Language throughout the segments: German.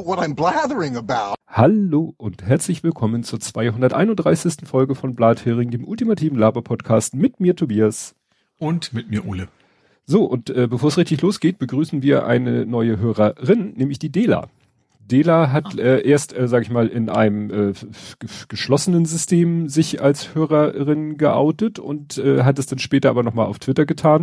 what I'm blathering about. Hallo und herzlich willkommen zur 231. Folge von Blathering, dem ultimativen Laber-Podcast mit mir Tobias. Und mit mir Ole. So, und bevor es richtig losgeht, begrüßen wir eine neue Hörerin, nämlich die Dela. Dela hat erst, sag ich mal, in einem geschlossenen System sich als Hörerin geoutet und hat es dann später aber nochmal auf Twitter getan.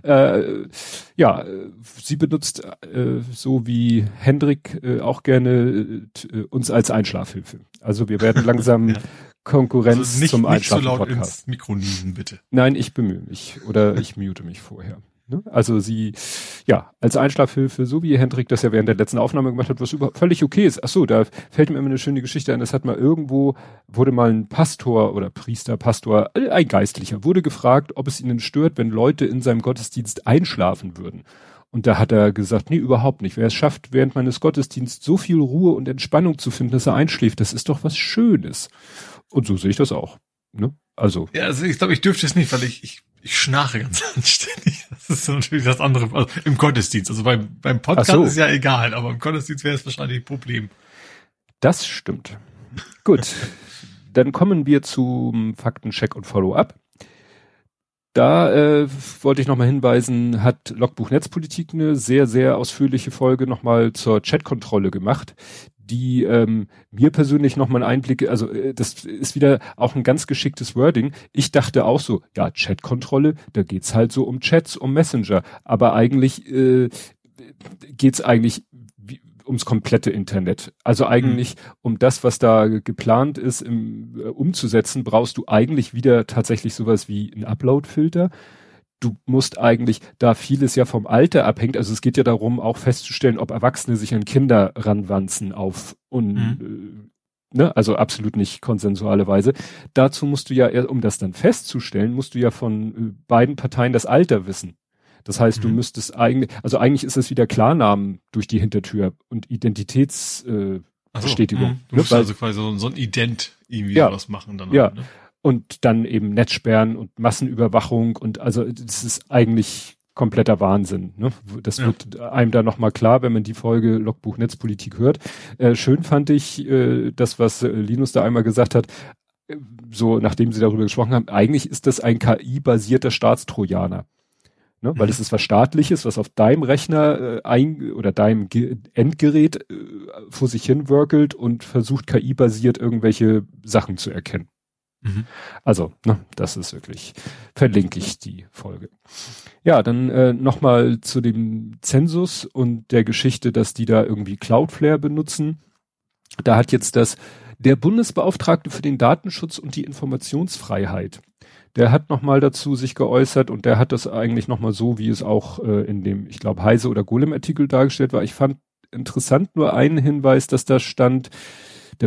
Sie benutzt so wie Hendrik auch gerne uns als Einschlafhilfe. Also wir werden langsam Konkurrenz also zum Einschlafen-Podcast. Nicht so laut ins Mikro niesen, bitte. Nein, ich bemühe mich oder ich mute mich vorher. Also sie, ja, als Einschlafhilfe, so wie Hendrik das ja während der letzten Aufnahme gemacht hat, was völlig okay ist. Ach so, da fällt mir immer eine schöne Geschichte ein. Das hat mal irgendwo, wurde mal ein Pastor oder Priester, Pastor, ein Geistlicher, wurde gefragt, ob es ihnen stört, wenn Leute in seinem Gottesdienst einschlafen würden. Und da hat er gesagt, nee, überhaupt nicht. Wer es schafft, während meines Gottesdienstes so viel Ruhe und Entspannung zu finden, dass er einschläft, das ist doch was Schönes. Und so sehe ich das auch. Ne? Also. Ja, also ich glaube, ich dürfte es nicht, weil ich schnarche ganz anständig. Das ist so natürlich das andere, also im Gottesdienst. Also beim Podcast ist ja egal, aber im Gottesdienst wäre es wahrscheinlich ein Problem. Das stimmt. Gut, dann kommen wir zum Faktencheck und Follow-up. Da wollte ich nochmal hinweisen, hat Logbuch Netzpolitik eine sehr, sehr ausführliche Folge nochmal zur Chatkontrolle gemacht, die mir persönlich nochmal einen Einblick, also das ist wieder auch ein ganz geschicktes Wording. Ich dachte auch so, ja, Chatkontrolle, da geht's halt so um Chats, um Messenger, aber eigentlich geht's eigentlich ums komplette Internet. Also eigentlich um das, was da geplant ist, umzusetzen, brauchst du eigentlich wieder tatsächlich sowas wie einen Upload-Filter. Du musst eigentlich, da vieles ja vom Alter abhängt, also es geht ja darum, auch festzustellen, ob Erwachsene sich an Kinder ranwanzen auf also absolut nicht konsensuale Weise. Dazu musst du ja, um das dann festzustellen, musst du ja von beiden Parteien das Alter wissen. Das heißt, du müsstest eigentlich ist es wieder Klarnamen durch die Hintertür und Identitätsbestätigung. Du musst also quasi so ein Ident irgendwie was machen dann. Ja. Auch, ne? Und dann eben Netzsperren und Massenüberwachung und also das ist eigentlich kompletter Wahnsinn. Ne? Das wird einem da nochmal klar, wenn man die Folge Logbuch Netzpolitik hört. Schön fand ich das, was Linus da einmal gesagt hat, so nachdem sie darüber gesprochen haben, eigentlich ist das ein KI-basierter Staatstrojaner. Ne? Weil es ist was Staatliches, was auf deinem Rechner oder deinem Endgerät vor sich hin workelt und versucht KI-basiert irgendwelche Sachen zu erkennen. Also, das ist wirklich, verlinke ich die Folge. Ja, dann nochmal zu dem Zensus und der Geschichte, dass die da irgendwie Cloudflare benutzen. Da hat jetzt der Bundesbeauftragte für den Datenschutz und die Informationsfreiheit, der hat nochmal dazu sich geäußert und der hat das eigentlich nochmal so, wie es auch in dem, ich glaube, Heise oder Golem-Artikel dargestellt war. Ich fand interessant nur einen Hinweis, dass da stand, der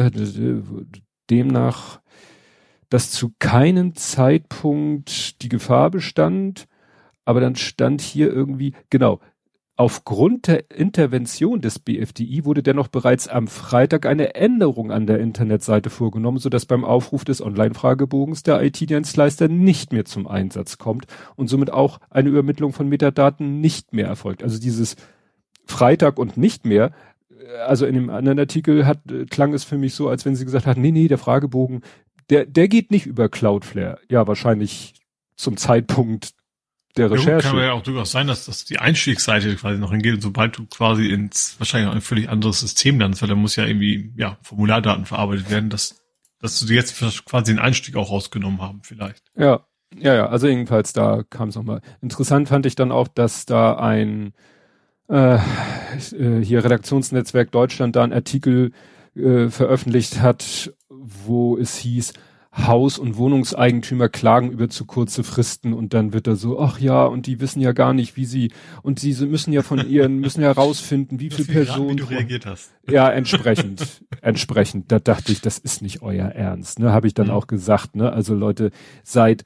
demnach, dass zu keinem Zeitpunkt die Gefahr bestand, aber dann stand hier irgendwie, genau, aufgrund der Intervention des BFDI wurde dennoch bereits am Freitag eine Änderung an der Internetseite vorgenommen, sodass beim Aufruf des Online-Fragebogens der IT-Dienstleister nicht mehr zum Einsatz kommt und somit auch eine Übermittlung von Metadaten nicht mehr erfolgt. Also dieses Freitag und nicht mehr, also in dem anderen Artikel klang es für mich so, als wenn sie gesagt hat, nee, der Fragebogen, der geht nicht über Cloudflare. Ja, wahrscheinlich zum Zeitpunkt der Recherche. Kann ja auch durchaus sein, dass die Einstiegsseite quasi noch hingeht und sobald du quasi wahrscheinlich auch ein völlig anderes System lernst, weil da muss ja irgendwie, Formulardaten verarbeitet werden, dass du jetzt quasi den Einstieg auch rausgenommen haben vielleicht. Ja, also jedenfalls da kam es nochmal. Interessant fand ich dann auch, dass da ein hier Redaktionsnetzwerk Deutschland da einen Artikel veröffentlicht hat, wo es hieß, Haus- und Wohnungseigentümer klagen über zu kurze Fristen und dann wird da so, ach ja, und die wissen ja gar nicht, sie müssen ja müssen ja rausfinden, wie viele Personen. Wie du reagiert hast. Ja, entsprechend. Da dachte ich, das ist nicht euer Ernst, ne, habe ich dann auch gesagt, ne, also Leute, seit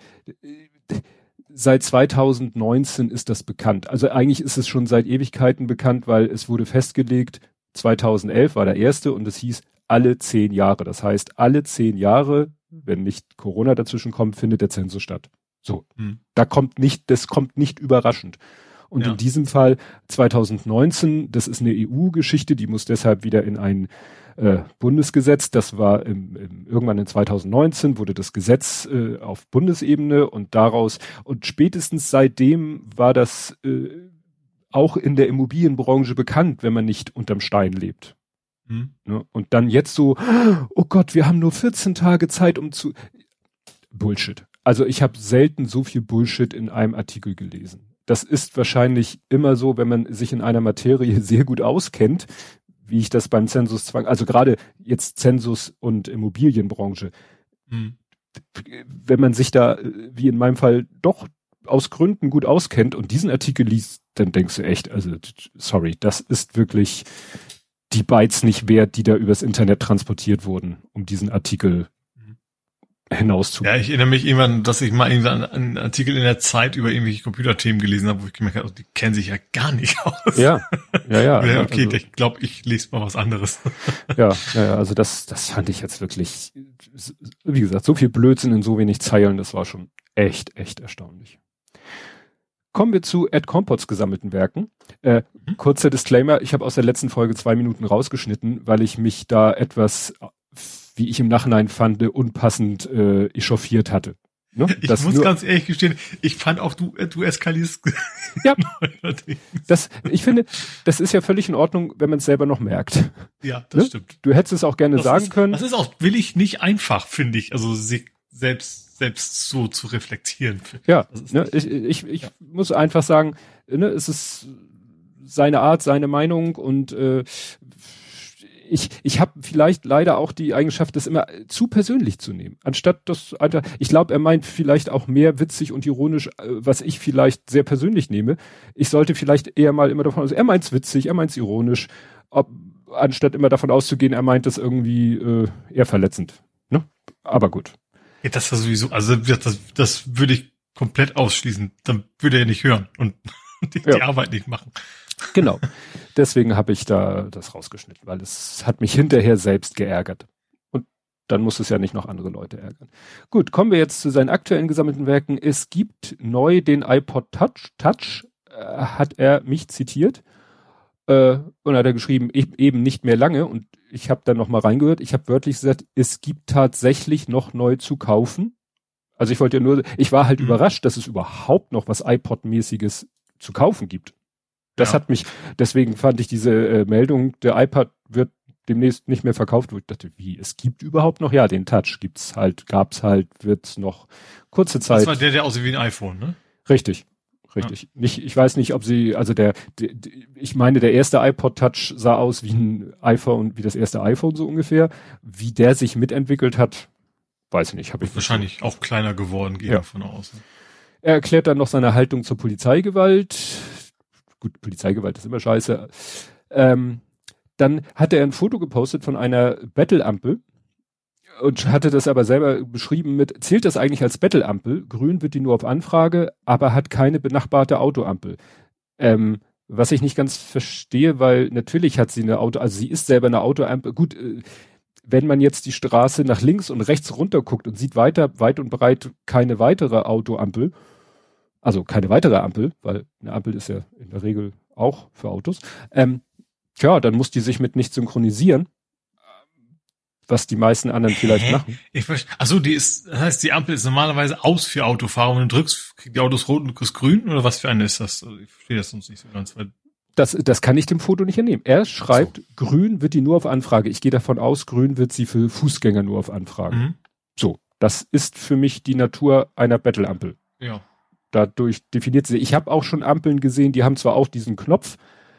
2019 ist das bekannt. Also eigentlich ist es schon seit Ewigkeiten bekannt, weil es wurde festgelegt, 2011 war der erste und es hieß alle 10 Jahre. Das heißt, alle 10 Jahre, wenn nicht Corona dazwischen kommt, findet der Zensus statt. So. Das kommt nicht überraschend. Und in diesem Fall 2019, das ist eine EU-Geschichte, die muss deshalb wieder in ein Bundesgesetz, das war irgendwann in 2019 wurde das Gesetz auf Bundesebene und spätestens seitdem war das auch in der Immobilienbranche bekannt, wenn man nicht unterm Stein lebt. Ne? Und dann jetzt so, oh Gott, wir haben nur 14 Tage Zeit, Bullshit. Also ich habe selten so viel Bullshit in einem Artikel gelesen. Das ist wahrscheinlich immer so, wenn man sich in einer Materie sehr gut auskennt, wie ich das beim Zensuszwang, also gerade jetzt Zensus und Immobilienbranche, wenn man sich da, wie in meinem Fall, doch aus Gründen gut auskennt und diesen Artikel liest, dann denkst du echt, also sorry, das ist wirklich die Bytes nicht wert, die da übers Internet transportiert wurden, um diesen Artikel hinauszu. Ja, ich erinnere mich irgendwann, dass ich mal einen Artikel in der Zeit über irgendwelche Computerthemen gelesen habe, wo ich gemerkt habe, die kennen sich ja gar nicht aus. Ja. Okay, also, ich glaube, ich lese mal was anderes. Ja, also das fand ich jetzt wirklich, wie gesagt, so viel Blödsinn in so wenig Zeilen, das war schon echt erstaunlich. Kommen wir zu Ed Compots gesammelten Werken. Kurzer Disclaimer, ich habe aus der letzten Folge 2 Minuten rausgeschnitten, weil ich mich da etwas, wie ich im Nachhinein fand, unpassend echauffiert hatte. Ne? Ich muss ganz ehrlich gestehen, ich fand auch, du eskalierst. Ja, ich finde, das ist ja völlig in Ordnung, wenn man es selber noch merkt. Ja, das stimmt. Du hättest es auch gerne sagen können. Das ist auch willig nicht einfach, finde ich, also sich selbst so zu reflektieren. Ja, ne, ich muss einfach sagen, ne, es ist seine Art, seine Meinung und ich habe vielleicht leider auch die Eigenschaft, das immer zu persönlich zu nehmen. Anstatt das einfach, ich glaube, er meint vielleicht auch mehr witzig und ironisch, was ich vielleicht sehr persönlich nehme. Ich sollte vielleicht eher mal immer davon aus, er meint's witzig, er meint's ironisch, anstatt immer davon auszugehen, er meint das irgendwie eher verletzend. Ne? Aber gut. Ja, das war sowieso, also das würde ich komplett ausschließen. Dann würde er nicht hören und die Arbeit nicht machen. Genau. Deswegen habe ich da das rausgeschnitten, weil es hat mich hinterher selbst geärgert. Und dann muss es ja nicht noch andere Leute ärgern. Gut, kommen wir jetzt zu seinen aktuellen gesammelten Werken. Es gibt neu den iPod Touch, hat er mich zitiert. Und hat er geschrieben, eben nicht mehr lange. Und ich habe dann nochmal reingehört. Ich habe wörtlich gesagt, es gibt tatsächlich noch neu zu kaufen. Also ich war halt überrascht, dass es überhaupt noch was iPod-mäßiges zu kaufen gibt. Das hat mich, deswegen fand ich diese Meldung, der iPad wird demnächst nicht mehr verkauft, wo ich dachte, wie, es gibt überhaupt noch? Ja, den Touch gab's halt, wird's noch kurze Zeit. Das war der aussieht wie ein iPhone, ne? Richtig. Ja. Ich weiß nicht, ob sie, also ich meine, der erste iPod Touch sah aus wie ein iPhone, wie das erste iPhone so ungefähr. Wie der sich mitentwickelt hat, weiß ich nicht. Wahrscheinlich auch kleiner geworden, gehe ich davon aus. Er erklärt dann noch seine Haltung zur Polizeigewalt. Gut, Polizeigewalt ist immer scheiße. Dann hat er ein Foto gepostet von einer Bettelampel und hatte das aber selber beschrieben mit, zählt das eigentlich als Bettelampel? Grün wird die nur auf Anfrage, aber hat keine benachbarte Autoampel. Was ich nicht ganz verstehe, weil natürlich hat sie also sie ist selber eine Autoampel. Gut, wenn man jetzt die Straße nach links und rechts runter guckt und sieht weit und breit keine weitere Autoampel, also keine weitere Ampel, weil eine Ampel ist ja in der Regel auch für Autos. Dann muss die sich mit nicht synchronisieren, was die meisten anderen vielleicht machen. Achso, das heißt, die Ampel ist normalerweise aus für Autofahrer. Wenn du drückst, kriegt die Autos rot und du kriegst grün, oder was für eine ist das? Also ich verstehe das sonst nicht so ganz. Das kann ich dem Foto nicht entnehmen. Er schreibt, grün wird die nur auf Anfrage. Ich gehe davon aus, grün wird sie für Fußgänger nur auf Anfrage. Mhm. So, das ist für mich die Natur einer Bettelampel. Ja. Dadurch definiert sie. Ich habe auch schon Ampeln gesehen, die haben zwar auch diesen Knopf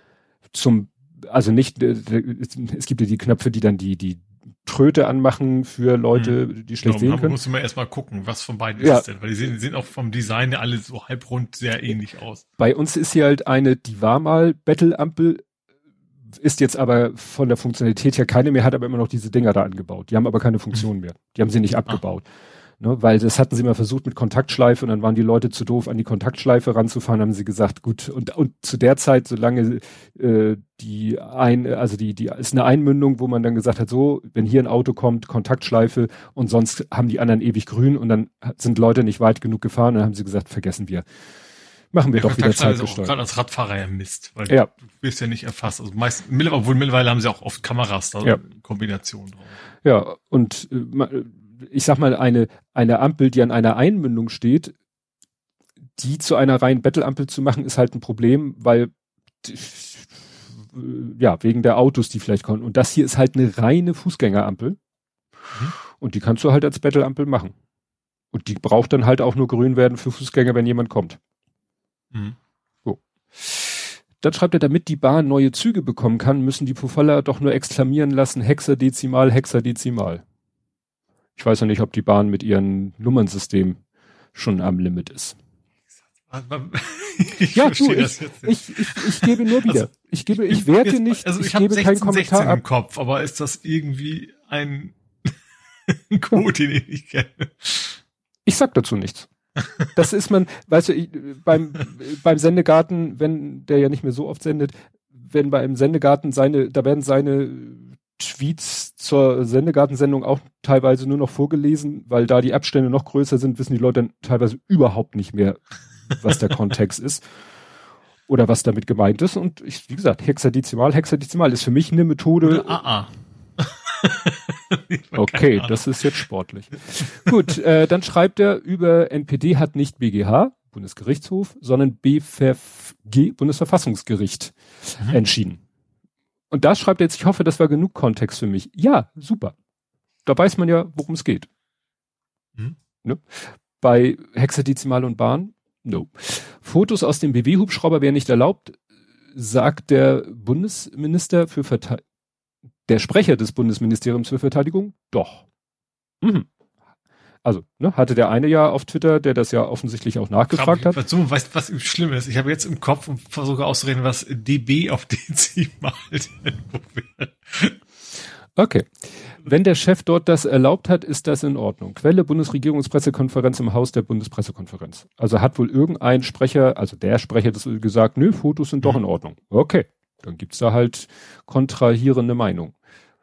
es gibt ja die Knöpfe, die dann die Tröte anmachen für Leute, die schlecht sehen können. Da muss man erstmal gucken, was von beiden ist es denn, weil die sehen auch vom Design ja alle so halbrund sehr ähnlich aus. Bei uns ist hier halt die war mal Bettelampel, ist jetzt aber von der Funktionalität her keine mehr, hat aber immer noch diese Dinger da angebaut. Die haben aber keine Funktion mehr. Die haben sie nicht abgebaut. Ne, weil das hatten sie mal versucht mit Kontaktschleife und dann waren die Leute zu doof, an die Kontaktschleife ranzufahren, haben sie gesagt, gut, und zu der Zeit, solange die ist eine Einmündung, wo man dann gesagt hat, so, wenn hier ein Auto kommt, Kontaktschleife und sonst haben die anderen ewig grün und dann sind Leute nicht weit genug gefahren, dann haben sie gesagt, vergessen wir. machen wir doch wieder zeitgesteuert. Gerade als Radfahrer ja Mist, weil ja. du wirst ja nicht erfasst. Also obwohl mittlerweile haben sie auch oft Kameras da in Kombination drauf. Ja, und ich sag mal, eine Ampel, die an einer Einmündung steht, die zu einer reinen Bettelampel zu machen, ist halt ein Problem, weil wegen der Autos, die vielleicht kommen. Und das hier ist halt eine reine Fußgängerampel. Und die kannst du halt als Bettelampel machen. Und die braucht dann halt auch nur grün werden für Fußgänger, wenn jemand kommt. So. Dann schreibt er, damit die Bahn neue Züge bekommen kann, müssen die Puffaller doch nur exklamieren lassen, Hexadezimal, Hexadezimal. Ich weiß ja nicht, ob die Bahn mit ihrem Nummernsystem schon am Limit ist. Ich gebe nur wieder. Ich werte nicht, also ich gebe keinen Kommentar ab. Im Kopf, aber ist das irgendwie ein Code, den ich nicht kenne? Ich sag dazu nichts. Das ist weißt du, beim Sendegarten, wenn der ja nicht mehr so oft sendet, wenn beim Sendegarten da werden seine Tweets zur Sendegartensendung auch teilweise nur noch vorgelesen, weil da die Abstände noch größer sind, wissen die Leute dann teilweise überhaupt nicht mehr, was der Kontext ist oder was damit gemeint ist. Und wie gesagt, Hexadezimal ist für mich eine Methode. Oder AA. Okay, das ist jetzt sportlich. Gut, dann schreibt er über NPD hat nicht BGH, Bundesgerichtshof, sondern BVG, Bundesverfassungsgericht, entschieden. Und da schreibt er jetzt, ich hoffe, das war genug Kontext für mich. Ja, super. Da weiß man ja, worum es geht. Ne? Bei Hexadezimal und Bahn, no. Fotos aus dem BW-Hubschrauber wären nicht erlaubt, sagt der Bundesminister für der Sprecher des Bundesministeriums für Verteidigung, doch. Also, hatte der eine ja auf Twitter, der das ja offensichtlich auch nachgefragt hat. Du weißt, was schlimm ist? Ich habe jetzt im Kopf und versuche auszureden, was dB auf Dezimal wäre. Okay. Wenn der Chef dort das erlaubt hat, ist das in Ordnung. Quelle Bundesregierungspressekonferenz im Haus der Bundespressekonferenz. Also hat wohl irgendein Sprecher, also der Sprecher das gesagt, nö, Fotos sind doch in Ordnung. Okay. Dann gibt's da halt kontrahierende Meinung.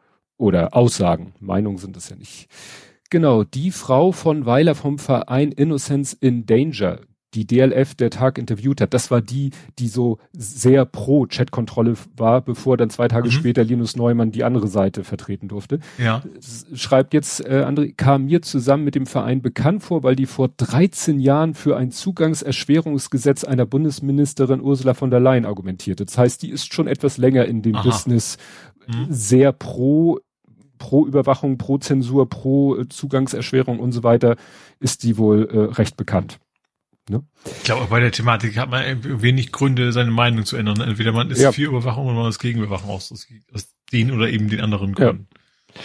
Oder Aussagen. Meinungen sind es ja nicht. Genau, die Frau von Weiler vom Verein Innocence in Danger, die DLF der Tag interviewt hat, das war die so sehr pro Chatkontrolle war, bevor dann 2 Tage später Linus Neumann die andere Seite vertreten durfte. Ja. Schreibt jetzt, André, kam mir zusammen mit dem Verein bekannt vor, weil die vor 13 Jahren für ein Zugangserschwerungsgesetz einer Bundesministerin Ursula von der Leyen argumentierte. Das heißt, die ist schon etwas länger in dem Business, sehr pro Überwachung, pro Zensur, pro Zugangserschwerung und so weiter, ist die wohl recht bekannt. Ne? Ich glaube, auch bei der Thematik hat man wenig Gründe, seine Meinung zu ändern. Entweder man ist für Überwachung oder man ist gegen Überwachung aus den oder eben den anderen Gründen. Ja.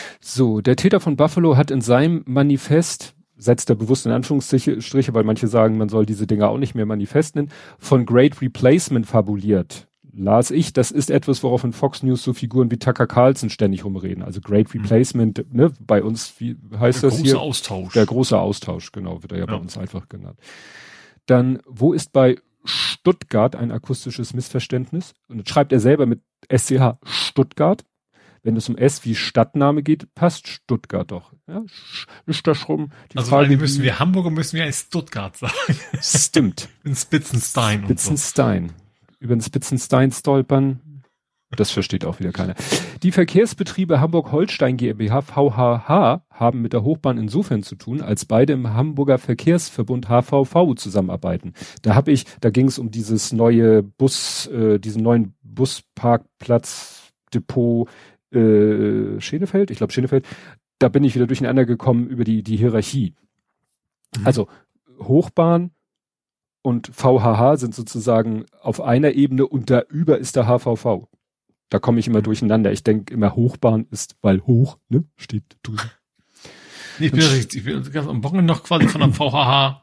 So, der Täter von Buffalo hat in seinem Manifest, setzt er bewusst in Anführungsstriche, weil manche sagen, man soll diese Dinger auch nicht mehr Manifest nennen, von Great Replacement fabuliert. Las ich, das ist etwas, worauf in Fox News so Figuren wie Tucker Carlson ständig rumreden. Also Great Replacement, ne, bei uns, wie heißt das hier? Der große Austausch. Der große Austausch, genau, wird er ja bei uns einfach genannt. Dann, wo ist bei Stuttgart ein akustisches Missverständnis? Und jetzt schreibt er selber mit SCH Stuttgart. Wenn es um S wie Stadtname geht, passt Stuttgart doch. Ja, ist das schon die also Frage, müssen wir Hamburger, müssen wir Stuttgart sagen. Stimmt. In Spitzenstein. Spitzenstein. Über den Spitzenstein stolpern, das versteht auch wieder keiner. Die Verkehrsbetriebe Hamburg-Holstein GmbH VHH haben mit der Hochbahn insofern zu tun, als beide im Hamburger Verkehrsverbund HVV zusammenarbeiten. Da ging es um dieses neue diesen neuen Busparkplatz Depot Schenefeld, ich glaube Schenefeld. Da bin ich wieder durcheinander gekommen über die Hierarchie. Also Hochbahn und VHH sind sozusagen auf einer Ebene und da über ist der HVV. Da komme ich immer durcheinander. Ich denke immer Hochbahn ist, weil hoch, ne, steht drüber. Nee, ich bin ganz am Wochenende noch quasi von einem VHH,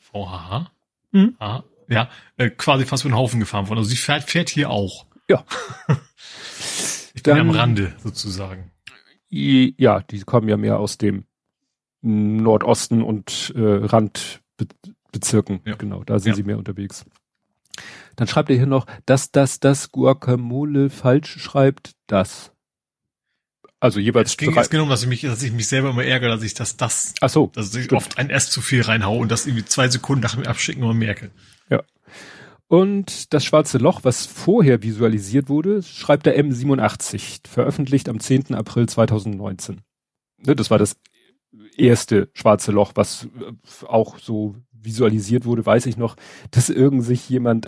quasi fast über den Haufen gefahren worden. Also sie fährt hier auch. Ja. Ich bin am Rande sozusagen. Ja, die kommen ja mehr aus dem Nordosten und Randbezirken. Ja. Genau, da sind sie mehr unterwegs. Dann schreibt er hier noch, dass das Guacamole falsch schreibt, das. Also jeweils. Es ging jetzt genommen, dass ich mich selber immer ärgere, dass ich Ach so, dass ich oft ein S zu viel reinhaue und das irgendwie 2 Sekunden nach dem Abschicken immer merke. Ja. Und das schwarze Loch, was vorher visualisiert wurde, schreibt der M87, veröffentlicht am 10. April 2019. Ne, das war das erste schwarze Loch, was auch so visualisiert wurde, weiß ich noch, dass sich jemand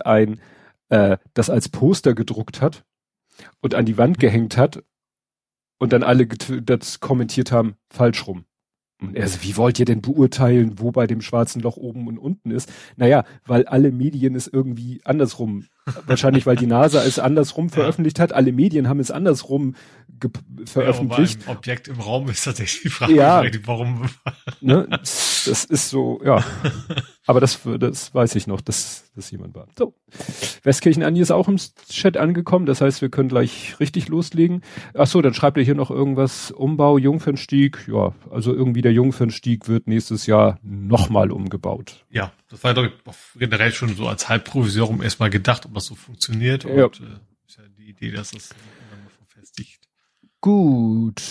das als Poster gedruckt hat und an die Wand gehängt hat und dann alle das kommentiert haben, falsch rum. Und er so, wie wollt ihr denn beurteilen, wo bei dem schwarzen Loch oben und unten ist? Naja, weil alle Medien es irgendwie andersrum, wahrscheinlich weil die NASA es andersrum veröffentlicht hat, alle Medien haben es andersrum veröffentlicht. Ja, aber ein Objekt im Raum ist tatsächlich die Frage, warum. Ne, das ist so, ja. Aber das weiß ich noch, dass jemand war. So. Westkirchen-Andi ist auch im Chat angekommen, das heißt, wir können gleich richtig loslegen. Ach so, dann schreibt er hier noch irgendwas, Umbau, Jungfernstieg. Ja, also irgendwie der Jungfernstieg wird nächstes Jahr nochmal umgebaut. Ja, das war, glaube ich, generell schon so als Halbprovisorium erstmal gedacht, ob das so funktioniert. Ja. Und ist ja die Idee, dass das verfestigt. Gut,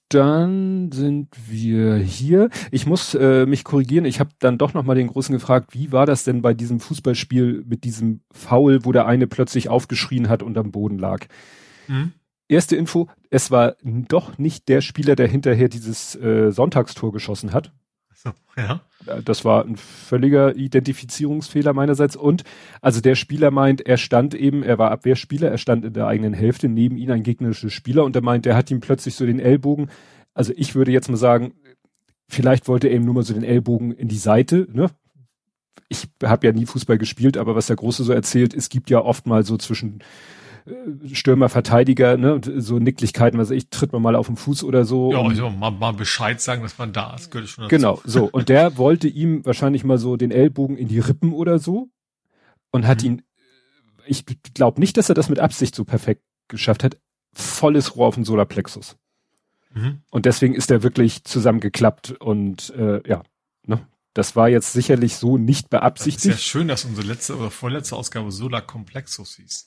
dann sind wir hier. Ich muss mich korrigieren. Ich habe dann doch noch mal den Großen gefragt, wie war das denn bei diesem Fußballspiel mit diesem Foul, wo der eine plötzlich aufgeschrien hat und am Boden lag? Mhm. Erste Info, es war doch nicht der Spieler, der hinterher dieses Sonntagstor geschossen hat. So, ja. Das war ein völliger Identifizierungsfehler meinerseits. Und also der Spieler meint, er war Abwehrspieler, er stand in der eigenen Hälfte, neben ihm ein gegnerischer Spieler und er meint, der hat ihm plötzlich so den Ellbogen, also ich würde jetzt mal sagen, vielleicht wollte er ihm nur mal so den Ellbogen in die Seite, ne? Ich habe ja nie Fußball gespielt, aber was der Große so erzählt, es gibt ja oft mal so zwischen Stürmer, Verteidiger, ne, so Nicklichkeiten, also ich tritt mal auf den Fuß oder so. Ja, also mal Bescheid sagen, dass man da ist, gehört schon dazu. Genau, so. Und der wollte ihm wahrscheinlich mal so den Ellbogen in die Rippen oder so und hat ihn, ich glaube nicht, dass er das mit Absicht so perfekt geschafft hat, volles Rohr auf den Solarplexus. Mhm. Und deswegen ist er wirklich zusammengeklappt und ja, ne, das war jetzt sicherlich so nicht beabsichtigt. Das ist ja schön, dass unsere letzte oder vorletzte Ausgabe Solarkomplexus hieß.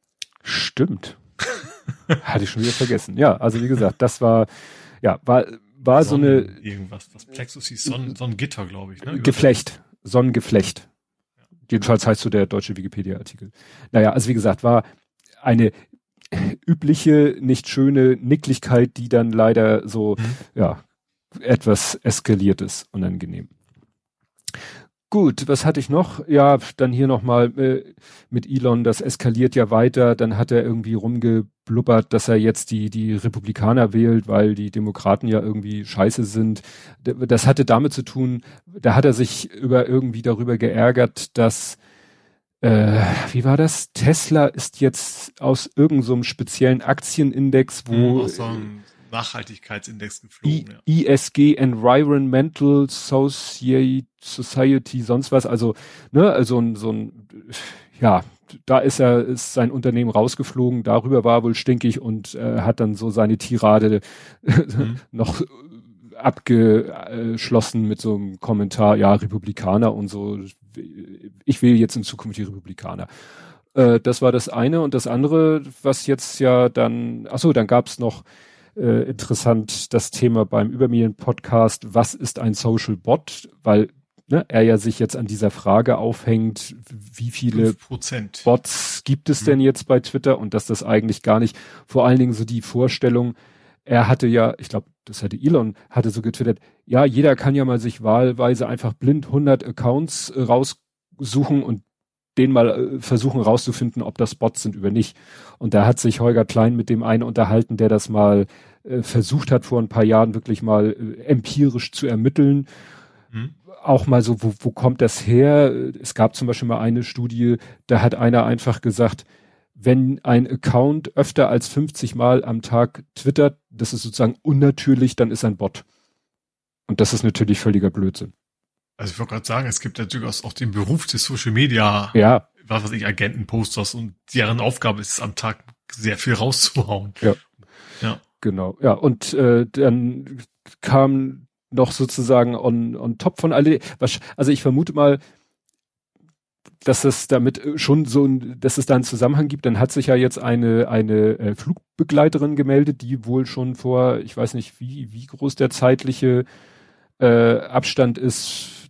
Stimmt. Hatte ich schon wieder vergessen. Ja, also wie gesagt, das war so eine irgendwas, was Plexus hieß, Sonnengitter, glaube ich, ne? Geflecht, Sonnengeflecht. Ja. Jedenfalls heißt so der deutsche Wikipedia-Artikel. Naja, also wie gesagt, war eine übliche, nicht schöne Nicklichkeit, die dann leider so, etwas eskaliert ist, unangenehm. Gut, was hatte ich noch? Ja, dann hier nochmal mit Elon, das eskaliert ja weiter. Dann hat er irgendwie rumgeblubbert, dass er jetzt die Republikaner wählt, weil die Demokraten ja irgendwie scheiße sind. Das hatte damit zu tun, da hat er sich darüber geärgert, dass, wie war das? Tesla ist jetzt aus irgendeinem so speziellen Aktienindex, wo Nachhaltigkeitsindex geflogen. ESG, Environmental Society, sonst was, also, ne, also da ist sein Unternehmen rausgeflogen, darüber war wohl stinkig und hat dann so seine Tirade noch abgeschlossen mit so einem Kommentar, ja, Republikaner und so, ich will jetzt in Zukunft die Republikaner. Das war das eine und das andere, was jetzt ja dann, dann gab's noch interessant das Thema beim Übermedien-Podcast, was ist ein Social Bot? Weil er ja sich jetzt an dieser Frage aufhängt, wie viele 5%. Bots gibt es denn jetzt bei Twitter und dass das eigentlich gar nicht, vor allen Dingen so die Vorstellung, er hatte ja, ich glaube, das hatte Elon, hatte so getwittert, ja, jeder kann ja mal sich wahlweise einfach blind 100 Accounts raussuchen und den mal versuchen rauszufinden, ob das Bots sind oder nicht. Und da hat sich Holger Klein mit dem einen unterhalten, der das mal versucht hat, vor ein paar Jahren wirklich mal empirisch zu ermitteln. Auch mal so, wo kommt das her? Es gab zum Beispiel mal eine Studie, da hat einer einfach gesagt, wenn ein Account öfter als 50 Mal am Tag twittert, das ist sozusagen unnatürlich, dann ist ein Bot. Und das ist natürlich völliger Blödsinn. Also ich wollte gerade sagen, es gibt ja durchaus auch den Beruf des Social Media, was weiß ich, Agentenposters und deren Aufgabe ist es am Tag sehr viel rauszuhauen. Ja. Genau. Ja, und dann kam noch sozusagen on top von alle, also ich vermute mal, dass es damit schon dass es da einen Zusammenhang gibt. Dann hat sich ja jetzt eine Flugbegleiterin gemeldet, die wohl schon vor, ich weiß nicht, wie groß der zeitliche Abstand ist,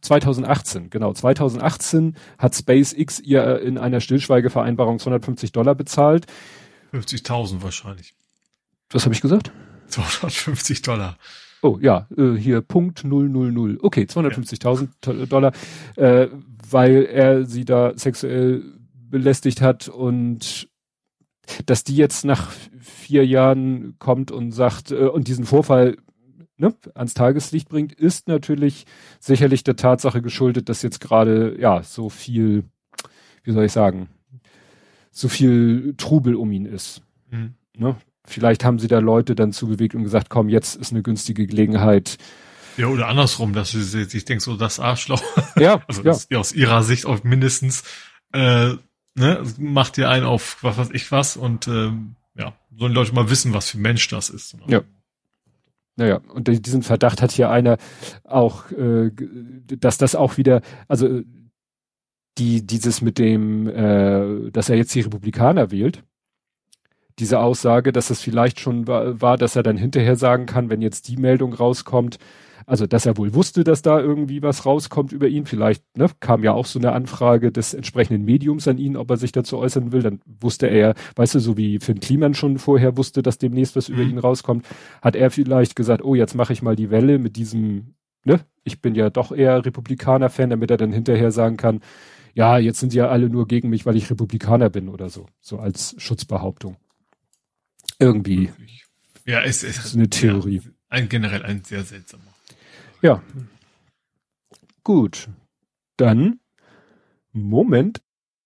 2018, genau. 2018 hat SpaceX ihr in einer Stillschweigevereinbarung $250 bezahlt. 50.000 wahrscheinlich. Was habe ich gesagt? $250. Oh ja, hier Punkt 000. Okay, $250.000, weil er sie da sexuell belästigt hat und dass die jetzt nach 4 Jahren kommt und sagt und diesen Vorfall ans Tageslicht bringt, ist natürlich sicherlich der Tatsache geschuldet, dass jetzt gerade ja so viel, wie soll ich sagen, so viel Trubel um ihn ist. Mhm. Ne? Vielleicht haben sie da Leute dann zubewegt und gesagt, komm, jetzt ist eine günstige Gelegenheit. Ja, oder andersrum, dass sie sich denkt, so das Arschloch. Ja, also ja. Aus ihrer Sicht auch mindestens, macht ihr einen auf was weiß ich was und sollen die Leute mal wissen, was für ein Mensch das ist. Ja. Naja, und diesen Verdacht hat hier einer auch, dass das auch wieder, also dieses mit dem, dass er jetzt die Republikaner wählt, diese Aussage, dass es vielleicht schon war, dass er dann hinterher sagen kann, wenn jetzt die Meldung rauskommt, also dass er wohl wusste, dass da irgendwie was rauskommt über ihn, vielleicht kam ja auch so eine Anfrage des entsprechenden Mediums an ihn, ob er sich dazu äußern will, dann wusste er, weißt du, so wie Finn Kliman schon vorher wusste, dass demnächst was über ihn rauskommt, hat er vielleicht gesagt, oh, jetzt mache ich mal die Welle mit diesem, ich bin ja doch eher Republikaner-Fan, damit er dann hinterher sagen kann, ja, jetzt sind ja alle nur gegen mich, weil ich Republikaner bin oder so als Schutzbehauptung. Irgendwie. Ja, es ist eine Theorie. Ja, generell ein sehr seltsamer. Ja. Gut. Dann, Moment.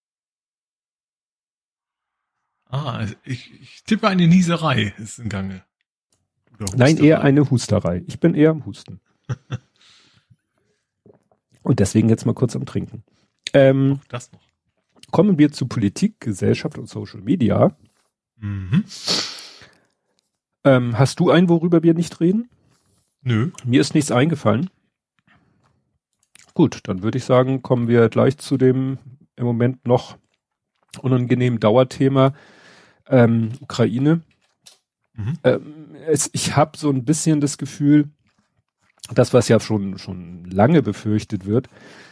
Ich tippe eine Nieserei ist in Gange. Nein, eher eine Husterei. Ich bin eher am Husten. Und deswegen jetzt mal kurz am Trinken. Das noch. Kommen wir zu Politik, Gesellschaft und Social Media. Mhm. Hast du einen, worüber wir nicht reden? Nö. Mir ist nichts eingefallen. Gut, dann würde ich sagen, kommen wir gleich zu dem im Moment noch unangenehmen Dauerthema Ukraine. Mhm. Ich habe so ein bisschen das Gefühl, das, was ja schon lange befürchtet wird,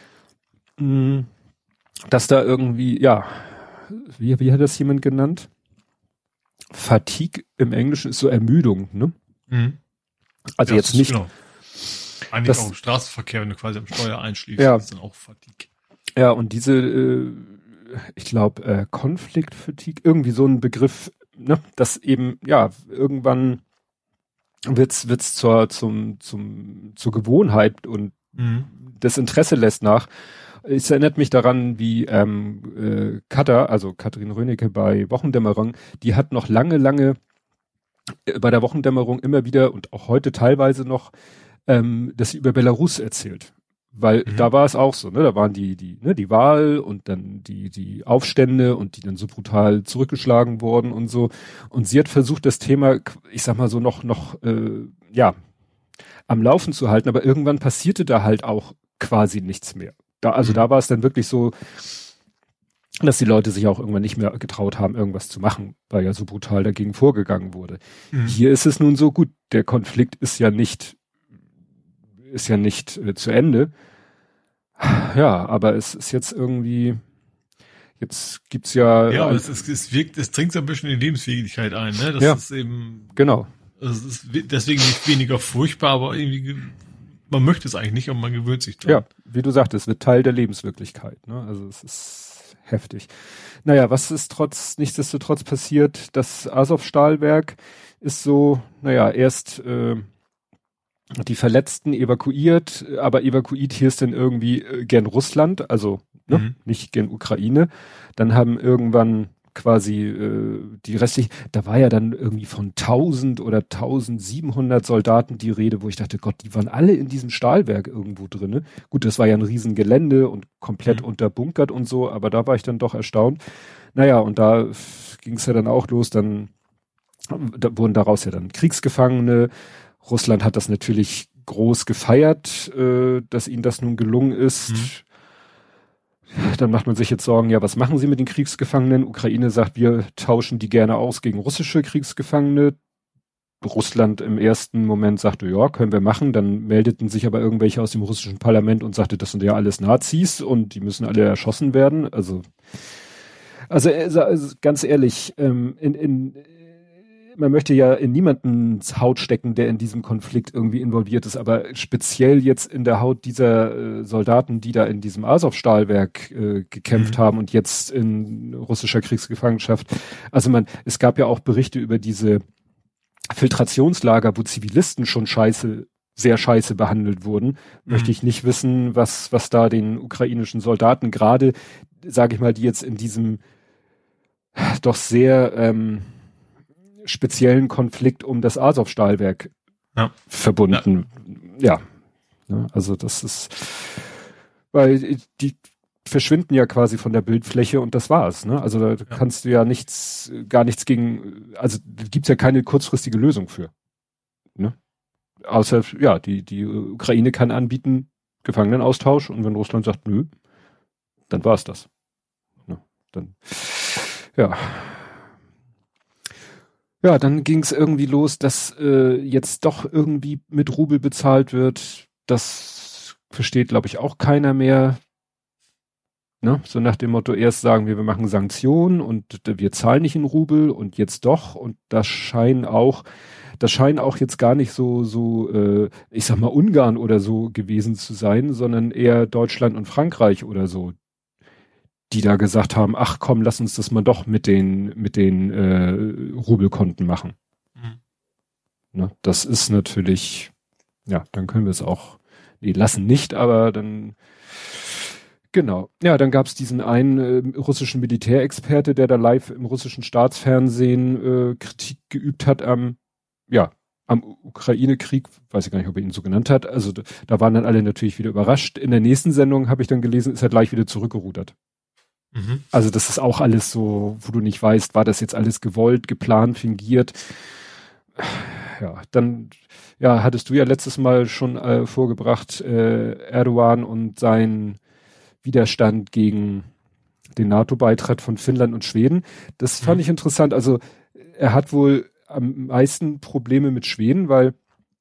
dass da irgendwie, ja, wie hat das jemand genannt? Fatigue im Englischen ist so Ermüdung, ne? Mhm. Also ja, jetzt nicht. Genau. Eigentlich auch im Straßenverkehr, wenn du quasi am Steuer einschläfst, ja. ist dann auch Fatigue. Ja, und diese, ich glaube, Konfliktfatigue, irgendwie so ein Begriff, ne, das eben, ja, irgendwann wird's zur Gewohnheit und das Interesse lässt nach. Es erinnert mich daran, wie Katrin Rönecke bei Wochendämmerung, die hat noch lange bei der Wochendämmerung immer wieder und auch heute teilweise noch, dass sie über Belarus erzählt. Weil da war es auch so, ne? Da waren die Wahl und dann die Aufstände und die dann so brutal zurückgeschlagen wurden und so. Und sie hat versucht, das Thema, ich sag mal so noch am Laufen zu halten, aber irgendwann passierte da halt auch quasi nichts mehr. Da war es dann wirklich so, dass die Leute sich auch irgendwann nicht mehr getraut haben, irgendwas zu machen, weil ja so brutal dagegen vorgegangen wurde. Hier ist es nun so, gut, der Konflikt ist ja nicht zu Ende. Ja, aber es ist jetzt irgendwie, jetzt gibt's ja. Ja, aber es dringt so ein bisschen in die Lebensfähigkeit ein, ne? Das ist eben. Genau. Es ist deswegen nicht weniger furchtbar, aber irgendwie, man möchte es eigentlich nicht, aber man gewöhnt sich dran. Ja, wie du sagtest, es wird Teil der Lebenswirklichkeit, ne? Also es ist heftig. Naja, was ist nichtsdestotrotz passiert? Das Azov-Stahlwerk ist so, erst die Verletzten evakuiert, aber evakuiert hier ist dann irgendwie gern Russland, also nicht gern Ukraine. Dann haben irgendwann quasi die restlichen, da war ja dann irgendwie von 1000 oder 1700 Soldaten die Rede, wo ich dachte, Gott, die waren alle in diesem Stahlwerk irgendwo drinne. Gut, das war ja ein Riesengelände und komplett unterbunkert und so, aber da war ich dann doch erstaunt. Naja, und da ging es ja dann auch los, da wurden daraus ja dann Kriegsgefangene. Russland hat das natürlich groß gefeiert, dass ihnen das nun gelungen ist. Dann macht man sich jetzt Sorgen, ja, was machen sie mit den Kriegsgefangenen? Ukraine sagt, wir tauschen die gerne aus gegen russische Kriegsgefangene. Russland im ersten Moment sagte, ja, können wir machen, dann meldeten sich aber irgendwelche aus dem russischen Parlament und sagte, das sind ja alles Nazis und die müssen alle erschossen werden. Also ganz ehrlich, man möchte ja in niemandens Haut stecken, der in diesem Konflikt irgendwie involviert ist, aber speziell jetzt in der Haut dieser Soldaten, die da in diesem Azov-Stahlwerk gekämpft haben und jetzt in russischer Kriegsgefangenschaft. Also es gab ja auch Berichte über diese Filtrationslager, wo Zivilisten schon sehr scheiße behandelt wurden. Möchte ich nicht wissen, was da den ukrainischen Soldaten gerade, sage ich mal, die jetzt in diesem doch sehr speziellen Konflikt um das Azov-Stahlwerk verbunden. Ja. Also das ist, weil die verschwinden ja quasi von der Bildfläche und das war's. Ne? Also da kannst du ja gar nichts gegen, also da gibt's ja keine kurzfristige Lösung für. Ne? Außer, ja, die Ukraine kann anbieten Gefangenenaustausch und wenn Russland sagt, nö, dann war's das. Ne? Dann, ja. Ja, dann ging's irgendwie los, dass jetzt doch irgendwie mit Rubel bezahlt wird. Das versteht, glaube ich, auch keiner mehr. Ne? So nach dem Motto, erst sagen wir machen Sanktionen und wir zahlen nicht in Rubel und jetzt doch. Und das scheinen auch jetzt gar nicht so, ich sag mal Ungarn oder so gewesen zu sein, sondern eher Deutschland und Frankreich oder so, die da gesagt haben, ach komm, lass uns das mal doch mit den Rubelkonten machen. Ne? Das ist natürlich, ja, dann können wir es auch, lassen nicht, aber dann genau. Ja, dann gab es diesen einen russischen Militärexperte, der da live im russischen Staatsfernsehen Kritik geübt hat am Ukraine-Krieg. Weiß ich gar nicht, ob er ihn so genannt hat. Also da waren dann alle natürlich wieder überrascht. In der nächsten Sendung habe ich dann gelesen, ist er gleich wieder zurückgerudert. Also das ist auch alles so, wo du nicht weißt, war das jetzt alles gewollt, geplant, fingiert. Ja, dann hattest du ja letztes Mal schon vorgebracht, Erdogan und sein Widerstand gegen den NATO-Beitritt von Finnland und Schweden. Das fand ich interessant. Also er hat wohl am meisten Probleme mit Schweden, weil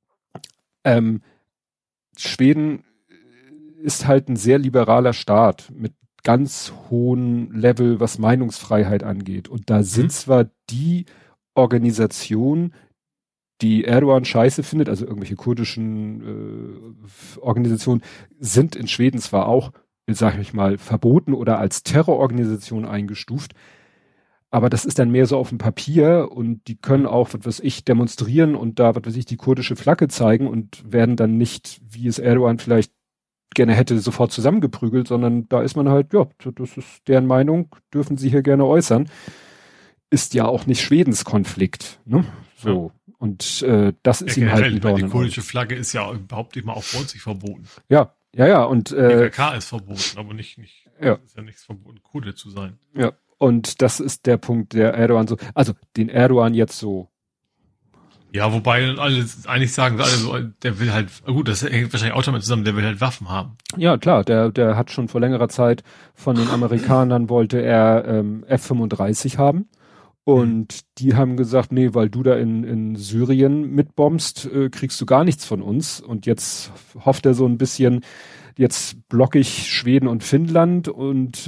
Schweden ist halt ein sehr liberaler Staat mit ganz hohem Level, was Meinungsfreiheit angeht. Und da sind zwar die Organisationen, die Erdogan scheiße findet, also irgendwelche kurdischen Organisationen, sind in Schweden zwar auch, sag ich mal, verboten oder als Terrororganisation eingestuft, aber das ist dann mehr so auf dem Papier und die können auch, was weiß ich, demonstrieren und da, was weiß ich, die kurdische Flagge zeigen und werden dann nicht, wie es Erdogan vielleicht gerne hätte, sofort zusammengeprügelt, sondern da ist man halt, ja, das ist deren Meinung, dürfen sie hier gerne äußern. Ist ja auch nicht Schwedens Konflikt, ne? So. Ja. Und das ist ihm halt ein die kurdische Flagge ist ja überhaupt immer auch bei uns nicht verboten. Ja, und die PKK ist verboten, aber nicht ja. Ist ja nichts verboten, Kurde zu sein. Ja, und das ist der Punkt, der Erdogan so, also den Erdogan jetzt so. Ja, wobei alle eigentlich sagen, alle so, der will halt, gut, das hängt wahrscheinlich auch damit zusammen, der will halt Waffen haben. Ja, klar, der hat schon vor längerer Zeit von den Amerikanern wollte er F-35 haben. Und die haben gesagt, nee, weil du da in Syrien mitbombst, kriegst du gar nichts von uns. Und jetzt hofft er so ein bisschen, jetzt block ich Schweden und Finnland und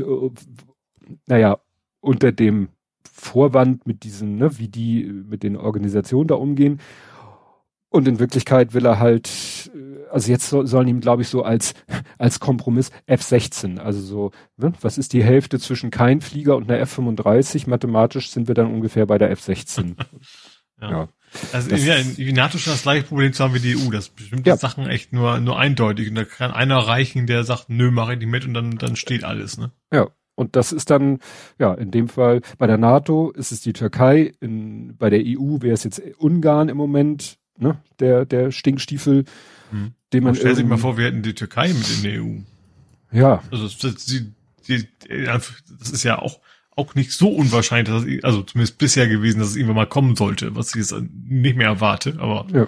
unter dem Vorwand mit diesen, ne, wie die mit den Organisationen da umgehen. Und in Wirklichkeit will er halt, also jetzt sollen ihm, glaube ich, so als Kompromiss F-16, also so, ne, was ist die Hälfte zwischen kein Flieger und einer F-35? Mathematisch sind wir dann ungefähr bei der F-16. Ja. Also die NATO schon das gleiche Problem zu haben wie die EU, dass bestimmte Sachen echt nur eindeutig und da kann einer reichen, der sagt, nö, mache ich nicht mit und dann steht alles, ne? Ja. Und das ist dann, in dem Fall, bei der NATO ist es die Türkei, bei der EU wäre es jetzt Ungarn im Moment, ne, der Stinkstiefel, den man stell sich mal vor, wir hätten die Türkei mit in der EU. Ja. Also das ist ja auch nicht so unwahrscheinlich, also zumindest bisher gewesen, dass es irgendwann mal kommen sollte, was ich jetzt nicht mehr erwarte, aber ja.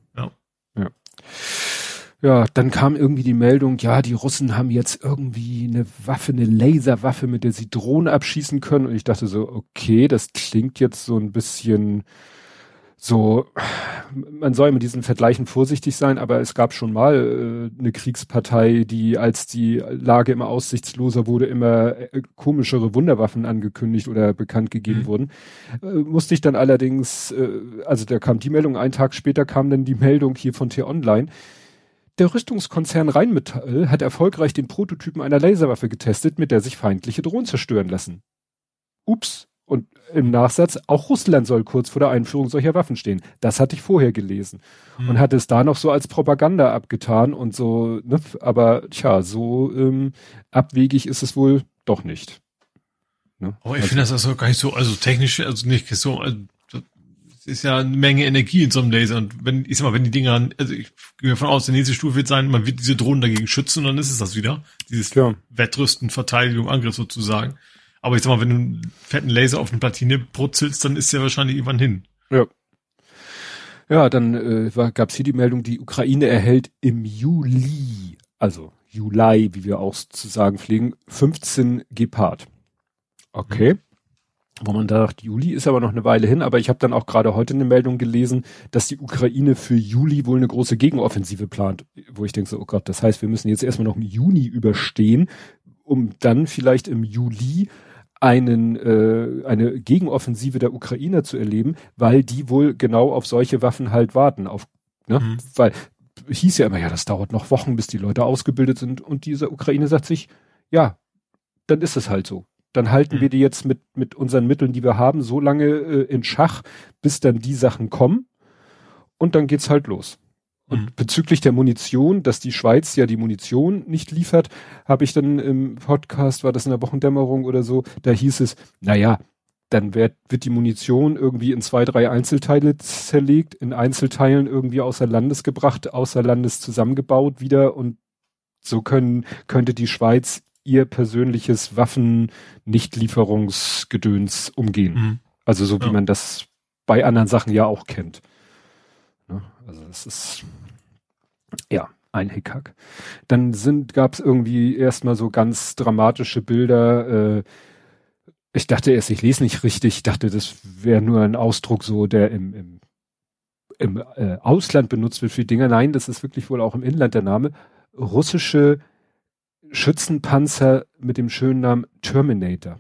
Ja, dann kam irgendwie die Meldung, ja, die Russen haben jetzt irgendwie eine Laserwaffe, mit der sie Drohnen abschießen können. Und ich dachte so, okay, das klingt jetzt so ein bisschen so, man soll mit diesen Vergleichen vorsichtig sein, aber es gab schon mal eine Kriegspartei, die, als die Lage immer aussichtsloser wurde, immer komischere Wunderwaffen angekündigt oder bekannt gegeben wurden. Musste ich dann allerdings, also da kam die Meldung, einen Tag später kam dann die Meldung hier von T-Online. Der Rüstungskonzern Rheinmetall hat erfolgreich den Prototypen einer Laserwaffe getestet, mit der sich feindliche Drohnen zerstören lassen. Ups. Und im Nachsatz, auch Russland soll kurz vor der Einführung solcher Waffen stehen. Das hatte ich vorher gelesen. Und hatte es da noch so als Propaganda abgetan und so, ne? Aber tja, so abwegig ist es wohl doch nicht. Ne? Aber ich finde das also gar nicht so, also technisch, also nicht so, also das ist ja eine Menge Energie in so einem Laser. Und wenn, ich sag mal, wenn die Dinger, also ich gehe davon aus, der nächste Stufe wird sein, man wird diese Drohnen dagegen schützen und dann ist es das wieder. Dieses Wettrüsten, Verteidigung, Angriff sozusagen. Aber ich sag mal, wenn du einen fetten Laser auf eine Platine brutzelst, dann ist der wahrscheinlich irgendwann hin. Ja. Ja, dann gab's hier die Meldung, die Ukraine erhält im Juli, also Juli, wie wir auch zu sagen pflegen, 15 Gepard. Okay. Wo man da dachte, Juli ist aber noch eine Weile hin, aber ich habe dann auch gerade heute eine Meldung gelesen, dass die Ukraine für Juli wohl eine große Gegenoffensive plant, wo ich denke so, oh Gott, das heißt, wir müssen jetzt erstmal noch im Juni überstehen, um dann vielleicht im Juli eine Gegenoffensive der Ukrainer zu erleben, weil die wohl genau auf solche Waffen halt warten. Weil hieß ja immer, ja, das dauert noch Wochen, bis die Leute ausgebildet sind. Und diese Ukraine sagt sich, ja, dann ist es halt so. Dann halten wir die jetzt mit unseren Mitteln, die wir haben, so lange in Schach, bis dann die Sachen kommen. Und dann geht's halt los. Und bezüglich der Munition, dass die Schweiz ja die Munition nicht liefert, habe ich dann im Podcast, war das in der Wochendämmerung oder so, da hieß es, naja, dann wird die Munition irgendwie in 2, 3 Einzelteile zerlegt, in Einzelteilen irgendwie außer Landes gebracht, außer Landes zusammengebaut wieder und so könnte die Schweiz ihr persönliches Waffen-Nichtlieferungsgedöns umgehen. Also so wie man das bei anderen Sachen ja auch kennt. Also das ist ja ein Hickhack. Dann gab es irgendwie erstmal so ganz dramatische Bilder. Ich dachte erst, ich lese nicht richtig. Ich dachte, das wäre nur ein Ausdruck so, der im Ausland benutzt wird für Dinger. Nein, das ist wirklich wohl auch im Inland der Name. Russische Schützenpanzer mit dem schönen Namen Terminator.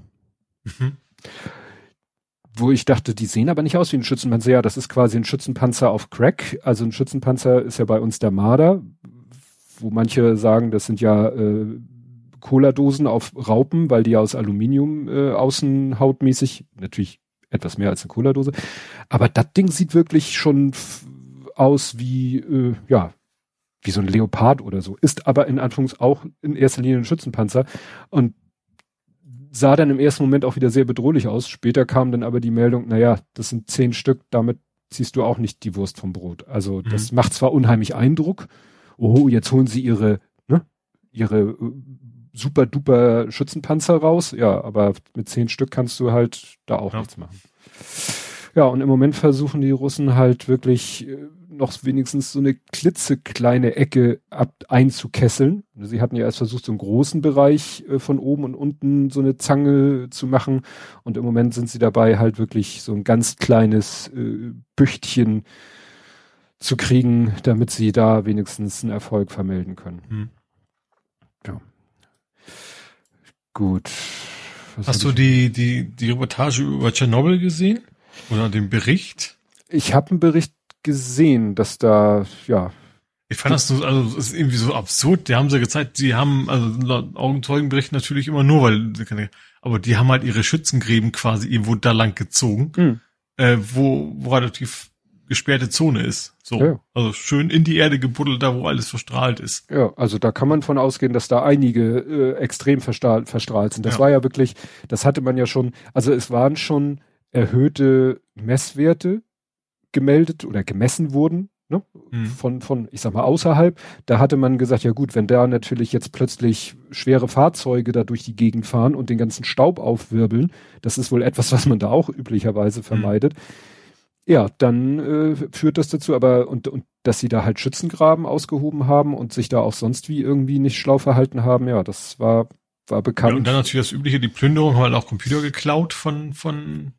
Wo ich dachte, die sehen aber nicht aus wie ein Schützenpanzer. Ja, das ist quasi ein Schützenpanzer auf Crack. Also ein Schützenpanzer ist ja bei uns der Marder, wo manche sagen, das sind ja Cola-Dosen auf Raupen, weil die ja aus Aluminium außenhautmäßig, natürlich etwas mehr als eine Cola-Dose. Aber das Ding sieht wirklich schon aus wie, wie so ein Leopard oder so. Ist aber in Anführungs auch in erster Linie ein Schützenpanzer. Und sah dann im ersten Moment auch wieder sehr bedrohlich aus. Später kam dann aber die Meldung, naja, das sind 10 Stück, damit ziehst du auch nicht die Wurst vom Brot. Also das macht zwar unheimlich Eindruck, oh, jetzt holen sie ihre super duper Schützenpanzer raus, ja, aber mit 10 Stück kannst du halt da auch nichts machen. Ja, und im Moment versuchen die Russen halt wirklich noch wenigstens so eine klitzekleine Ecke einzukesseln. Sie hatten ja erst versucht, so einen großen Bereich von oben und unten so eine Zange zu machen. Und im Moment sind sie dabei, halt wirklich so ein ganz kleines Büchtchen zu kriegen, damit sie da wenigstens einen Erfolg vermelden können. Ja. Gut. Hast du die Reportage über Tschernobyl gesehen? Oder den Bericht? Ich habe einen Bericht gesehen, dass da, ja. Ich fand das so, also das ist irgendwie so absurd. Die haben sie gezeigt, die haben, also laut Augenzeugenbericht natürlich immer nur, aber die haben halt ihre Schützengräben quasi irgendwo da lang gezogen, wo relativ gesperrte Zone ist. So. Ja. Also schön in die Erde gebuddelt, da wo alles verstrahlt ist. Ja, also da kann man von ausgehen, dass da einige extrem verstrahlt sind. Das war ja wirklich, das hatte man ja schon, also es waren schon erhöhte Messwerte gemeldet oder gemessen wurden, ne? Von, ich sag mal, außerhalb. Da hatte man gesagt, ja gut, wenn da natürlich jetzt plötzlich schwere Fahrzeuge da durch die Gegend fahren und den ganzen Staub aufwirbeln, das ist wohl etwas, was man da auch üblicherweise vermeidet. Ja, dann führt das dazu, aber und dass sie da halt Schützengraben ausgehoben haben und sich da auch sonst wie irgendwie nicht schlau verhalten haben, ja, das war bekannt. Ja, und dann natürlich das Übliche, die Plünderung, haben halt auch Computer geklaut von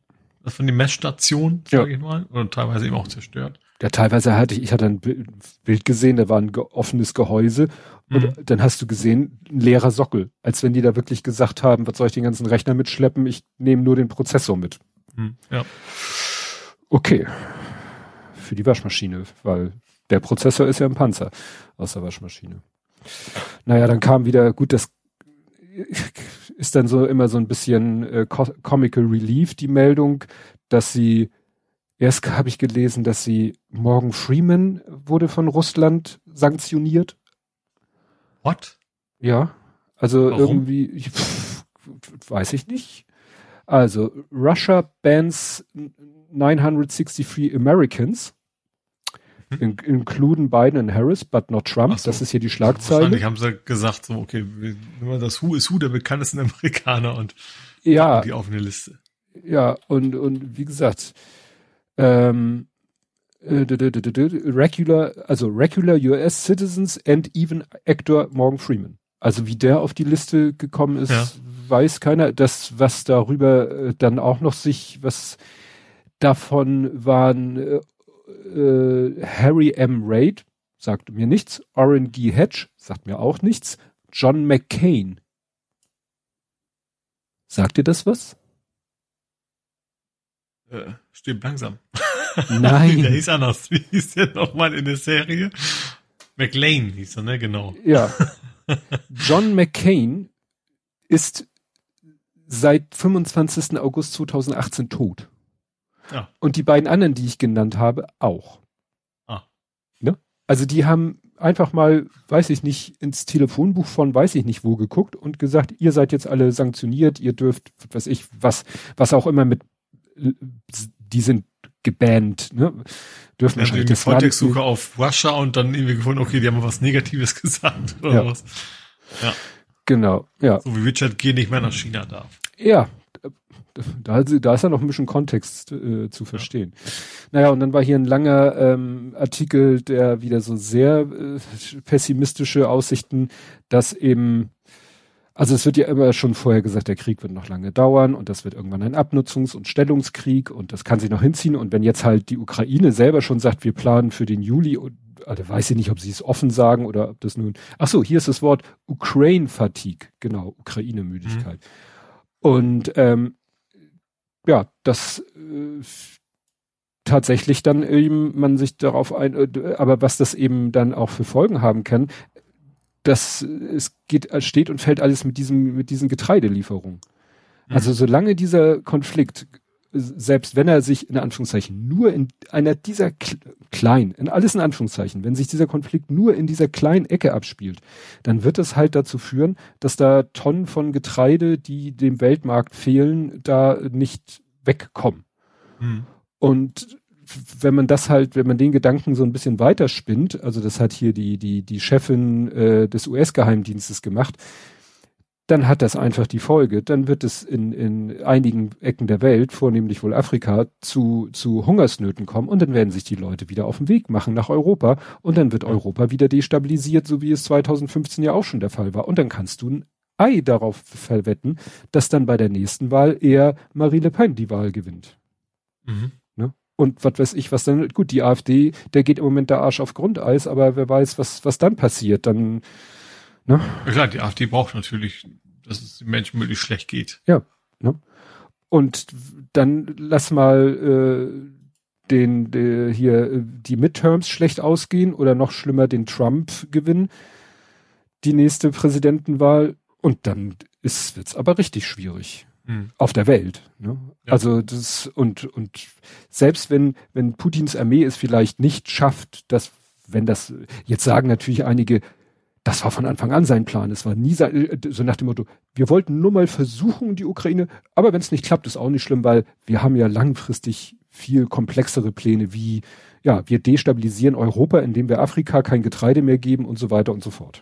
von den Messstationen, sage ich mal, oder teilweise eben auch zerstört. Ja, teilweise ich hatte ein Bild gesehen, da war ein offenes Gehäuse und dann hast du gesehen, ein leerer Sockel, als wenn die da wirklich gesagt haben, was soll ich den ganzen Rechner mitschleppen, ich nehme nur den Prozessor mit. Ja. Okay. Für die Waschmaschine, weil der Prozessor ist ja ein Panzer aus der Waschmaschine. Naja, dann kam wieder, gut, das ist dann so immer so ein bisschen Comical Relief, die Meldung, dass sie, erst habe ich gelesen, dass sie Morgan Freeman wurde von Russland sanktioniert. What? Ja, also Warum? irgendwie, weiß ich nicht. Also, Russia bans 963 Americans, including Biden and Harris, but not Trump. So. Das ist hier die Schlagzeile. Wahrscheinlich haben sie gesagt, so, okay, wenn man das Who is Who der bekanntesten Amerikaner und ja, die auf eine Liste. Ja, und wie gesagt, regular US Citizens and even Actor Morgan Freeman. Also wie der auf die Liste gekommen ist, weiß keiner. Das, was darüber dann auch noch was davon waren Harry M. Reid, sagt mir nichts. Orrin G. Hatch, sagt mir auch nichts. John McCain. Sagt dir das was? Stimmt langsam. Nein. Der hieß anders. Wie hieß der nochmal in der Serie? McLean hieß er, ne? Genau. Ja. John McCain ist seit 25. August 2018 tot. Ja. Und die beiden anderen, die ich genannt habe, auch. Ne? Also die haben einfach mal, weiß ich nicht, ins Telefonbuch von weiß ich nicht wo geguckt und gesagt, ihr seid jetzt alle sanktioniert, ihr dürft, was auch immer mit, die sind gebannt, ne? Dürfen wahrscheinlich eine Volltextsuche auf Russia und dann irgendwie gefunden, okay, die haben was Negatives gesagt oder was. Ja. Genau, ja. So wie Richard G. nicht mehr nach China darf. Ja, da ist ja noch ein bisschen Kontext zu verstehen. Ja. Naja, und dann war hier ein langer Artikel, der wieder so sehr pessimistische Aussichten, dass eben, also es wird ja immer schon vorher gesagt, der Krieg wird noch lange dauern und das wird irgendwann ein Abnutzungs- und Stellungskrieg und das kann sich noch hinziehen. Und wenn jetzt halt die Ukraine selber schon sagt, wir planen für den Juli, also weiß ich nicht, ob sie es offen sagen oder ob das nun, ach so, hier ist das Wort Ukraine-Fatigue, genau, Ukraine-Müdigkeit. Und ja, dass tatsächlich dann eben man sich darauf aber was das eben dann auch für Folgen haben kann, steht und fällt alles mit diesen Getreidelieferungen. Also solange dieser Konflikt, selbst wenn er sich in Anführungszeichen nur in einer dieser in alles in Anführungszeichen, wenn sich dieser Konflikt nur in dieser kleinen Ecke abspielt, dann wird es halt dazu führen, dass da Tonnen von Getreide, die dem Weltmarkt fehlen, da nicht wegkommen. Und wenn man den Gedanken so ein bisschen weiterspinnt, also das hat hier die Chefin des US-Geheimdienstes gemacht, dann hat das einfach die Folge. Dann wird es in einigen Ecken der Welt, vornehmlich wohl Afrika, zu Hungersnöten kommen und dann werden sich die Leute wieder auf den Weg machen nach Europa und dann wird Europa wieder destabilisiert, so wie es 2015 ja auch schon der Fall war. Und dann kannst du ein Ei darauf verwetten, dass dann bei der nächsten Wahl eher Marine Le Pen die Wahl gewinnt. Ne? Und was weiß ich, was dann, gut, die AfD, der geht im Moment der Arsch auf Grundeis, aber wer weiß, was dann passiert, dann, ne? Ja klar, die AfD braucht natürlich, dass es den Menschen wirklich schlecht geht. Ja, ne? Und dann lass mal die Midterms schlecht ausgehen oder noch schlimmer den Trump gewinnen, die nächste Präsidentenwahl und dann wird's aber richtig schwierig. Auf der Welt. Ne? Ja. Also das und selbst wenn Putins Armee es vielleicht nicht schafft, jetzt sagen natürlich einige, das war von Anfang an sein Plan. Es war nie so nach dem Motto, wir wollten nur mal versuchen, die Ukraine, aber wenn es nicht klappt, ist auch nicht schlimm, weil wir haben ja langfristig viel komplexere Pläne wie, ja, wir destabilisieren Europa, indem wir Afrika kein Getreide mehr geben und so weiter und so fort.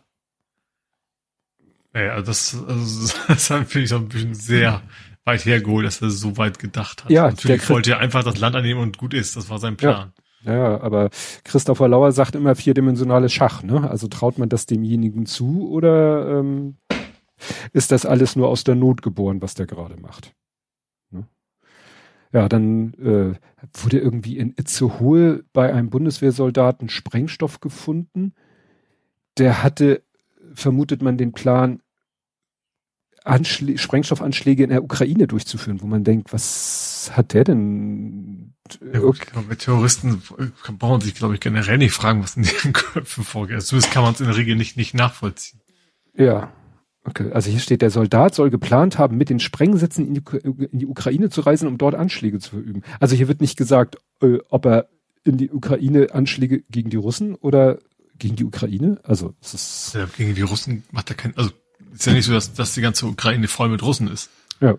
Ja, das finde ich so ein bisschen sehr weit hergeholt, dass er so weit gedacht hat. Ja, natürlich wollte er einfach das Land annehmen und gut ist. Das war sein Plan. Ja, aber Christopher Lauer sagt immer vierdimensionales Schach, ne? Also traut man das demjenigen zu oder ist das alles nur aus der Not geboren, was der gerade macht? Ne? Ja, dann wurde irgendwie in Itzehoe bei einem Bundeswehrsoldaten Sprengstoff gefunden. Der hatte, vermutet man, den Plan, Sprengstoffanschläge in der Ukraine durchzuführen, wo man denkt, was hat der denn? Ja, gut, bei Terroristen braucht man sich, glaube ich, generell nicht fragen, was in deren Köpfen vorgeht. Zumindest kann man es in der Regel nicht nachvollziehen. Ja. Okay, also hier steht, der Soldat soll geplant haben, mit den Sprengsätzen in die Ukraine zu reisen, um dort Anschläge zu verüben. Also hier wird nicht gesagt, ob er in die Ukraine Anschläge gegen die Russen oder gegen die Ukraine. Also es ist ja, gegen die Russen macht er keinen. Also ist ja nicht so, dass die ganze Ukraine voll mit Russen ist. Ja.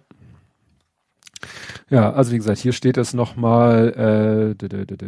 Ja, also wie gesagt, hier steht es nochmal.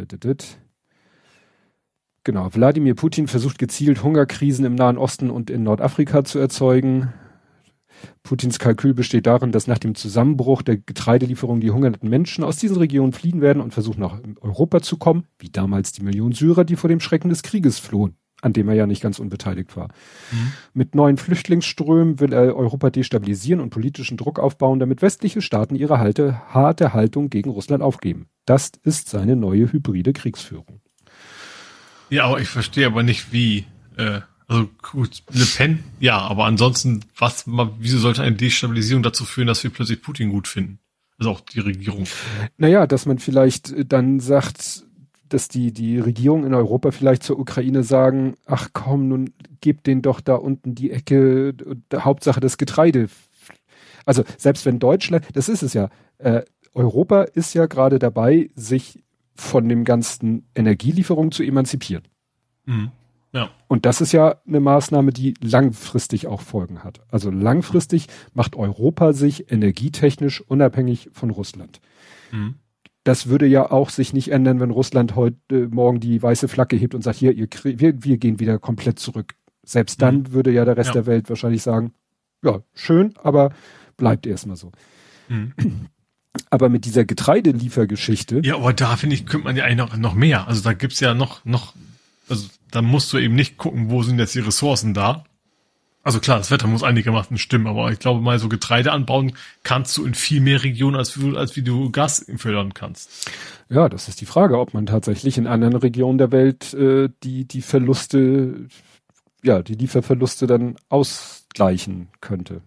Genau, Wladimir Putin versucht gezielt Hungerkrisen im Nahen Osten und in Nordafrika zu erzeugen. Putins Kalkül besteht darin, dass nach dem Zusammenbruch der Getreidelieferung die hungernden Menschen aus diesen Regionen fliehen werden und versuchen nach Europa zu kommen, wie damals die Millionen Syrer, die vor dem Schrecken des Krieges flohen, an dem er ja nicht ganz unbeteiligt war. Mhm. Mit neuen Flüchtlingsströmen will er Europa destabilisieren und politischen Druck aufbauen, damit westliche Staaten ihre harte Haltung gegen Russland aufgeben. Das ist seine neue hybride Kriegsführung. Ja, aber ich verstehe aber nicht, wie, also gut, Le Pen, ja, aber ansonsten, wieso sollte eine Destabilisierung dazu führen, dass wir plötzlich Putin gut finden? Also auch die Regierung. Naja, dass man vielleicht dann sagt, dass die Regierung in Europa vielleicht zur Ukraine sagen, ach komm, nun gebt denen doch da unten die Ecke, Hauptsache das Getreide. Also selbst wenn Deutschland, das ist es ja, Europa ist ja gerade dabei, sich von dem ganzen Energielieferungen zu emanzipieren. Mhm. Ja. Und das ist ja eine Maßnahme, die langfristig auch Folgen hat. Also langfristig macht Europa sich energietechnisch unabhängig von Russland. Mhm. Das würde ja auch sich nicht ändern, wenn Russland heute Morgen die weiße Flagge hebt und sagt, hier, wir gehen wieder komplett zurück. Selbst dann würde ja der Rest der Welt wahrscheinlich sagen, ja, schön, aber bleibt erstmal so. Mhm. Aber mit dieser Getreideliefergeschichte. Ja, aber da finde ich, könnte man ja eigentlich noch mehr. Also da gibt's ja noch, also da musst du eben nicht gucken, wo sind jetzt die Ressourcen da. Also klar, das Wetter muss einigermaßen stimmen, aber ich glaube mal, so Getreide anbauen kannst du in viel mehr Regionen, als wie du Gas fördern kannst. Ja, das ist die Frage, ob man tatsächlich in anderen Regionen der Welt die Verluste, ja, die Lieferverluste dann ausgleichen könnte.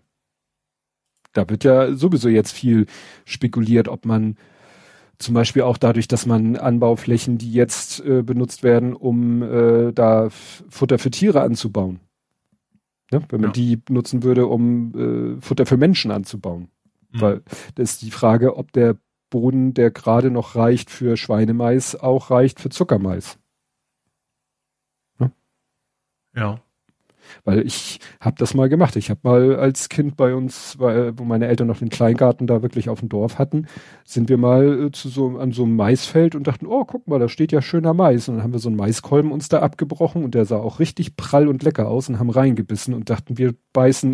Da wird ja sowieso jetzt viel spekuliert, ob man zum Beispiel auch dadurch, dass man Anbauflächen, die jetzt benutzt werden, um da Futter für Tiere anzubauen. Ne? Wenn man die nutzen würde, um Futter für Menschen anzubauen. Mhm. Weil das ist die Frage, ob der Boden, der gerade noch reicht für Schweinemais, auch reicht für Zuckermais. Ne? Ja. Weil ich habe das mal gemacht. Ich habe mal als Kind bei uns, wo meine Eltern noch den Kleingarten da wirklich auf dem Dorf hatten, sind wir mal an so einem Maisfeld und dachten, oh, guck mal, da steht ja schöner Mais. Und dann haben wir so einen Maiskolben uns da abgebrochen und der sah auch richtig prall und lecker aus und haben reingebissen und dachten, wir beißen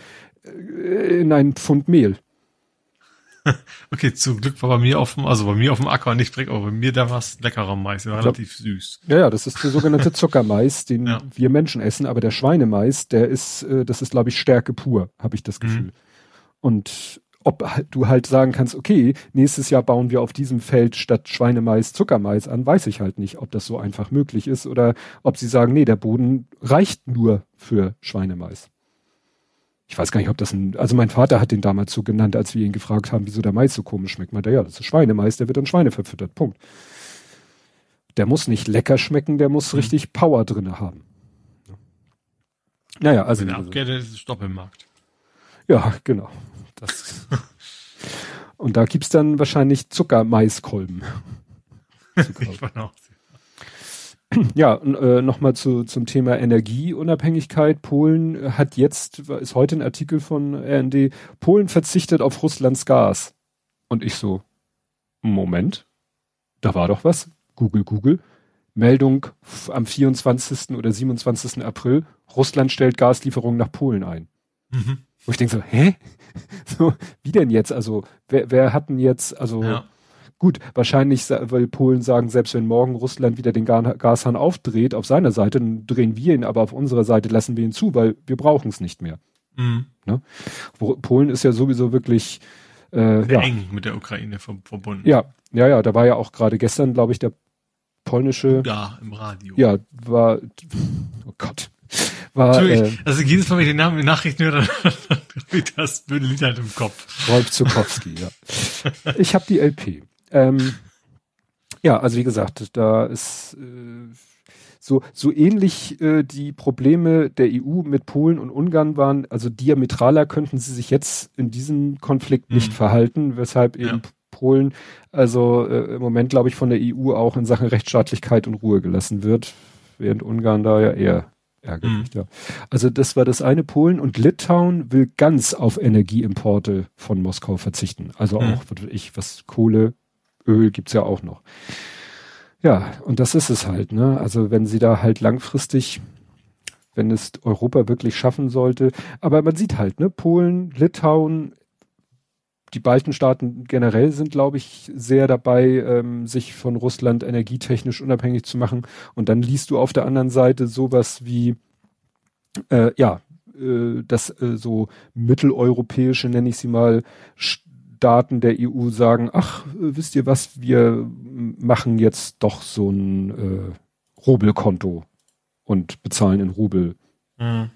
in einen Pfund Mehl. Okay, zum Glück war bei mir auf dem Acker nicht direkt, aber bei mir da war es leckerer Mais, der war relativ süß. Ja, das ist der sogenannte Zuckermais, den wir Menschen essen, aber der Schweinemais, das ist, glaube ich, Stärke pur, habe ich das Gefühl. Und ob du halt sagen kannst, okay, nächstes Jahr bauen wir auf diesem Feld statt Schweinemais Zuckermais an, weiß ich halt nicht, ob das so einfach möglich ist oder ob sie sagen, nee, der Boden reicht nur für Schweinemais. Ich weiß gar nicht, ob das also mein Vater hat den damals so genannt, als wir ihn gefragt haben, wieso der Mais so komisch schmeckt. Meinte, ja, das ist Schweinemais, der wird an Schweine verfüttert. Punkt. Der muss nicht lecker schmecken, der muss richtig Power drinne haben. Naja, also. Wenn er abgeht, ist es Stopp im Markt. Ja, genau. Und da gibt's dann wahrscheinlich Zuckermaiskolben. Ich war auch. Ja, nochmal zum Thema Energieunabhängigkeit. Polen hat ist heute ein Artikel von RND, Polen verzichtet auf Russlands Gas. Und ich so, Moment, da war doch was. Google. Meldung am 24. oder 27. April, Russland stellt Gaslieferungen nach Polen ein. Mhm. Wo ich denke so, hä? So, wie denn jetzt? Also, wer hat denn jetzt, also... Ja. Gut, wahrscheinlich, weil Polen sagen, selbst wenn morgen Russland wieder den Gashahn aufdreht auf seiner Seite, dann drehen wir ihn, aber auf unserer Seite lassen wir ihn zu, weil wir brauchen es nicht mehr. Mhm. Ne? Polen ist ja sowieso wirklich Sehr eng mit der Ukraine verbunden. Ja, da war ja auch gerade gestern, glaube ich, der polnische. Ja, im Radio. Ja, war, oh Gott. War, also jedes Mal, wenn ich den Namen in den Nachrichten höre, dann das Lied halt im Kopf. Rolf Zuckowski, ja. Ich habe die LP. Ja, also wie gesagt, da ist so ähnlich die Probleme der EU mit Polen und Ungarn waren, also diametraler könnten sie sich jetzt in diesem Konflikt nicht verhalten, weshalb eben Polen also im Moment, glaube ich, von der EU auch in Sachen Rechtsstaatlichkeit und Ruhe gelassen wird, während Ungarn da ja eher ärgerlich. Ja. Also das war das eine. Polen und Litauen will ganz auf Energieimporte von Moskau verzichten. Also auch, was Kohle, Öl gibt's ja auch noch. Ja, und das ist es halt, ne? Also wenn sie da halt langfristig, wenn es Europa wirklich schaffen sollte, aber man sieht halt, ne, Polen, Litauen, die Baltenstaaten generell sind, glaube ich, sehr dabei, sich von Russland energietechnisch unabhängig zu machen. Und dann liest du auf der anderen Seite sowas wie, dass so mitteleuropäische, nenne ich sie mal, Staaten der EU sagen, ach, wisst ihr was, wir machen jetzt doch so ein Rubelkonto und bezahlen in Rubel. Ne?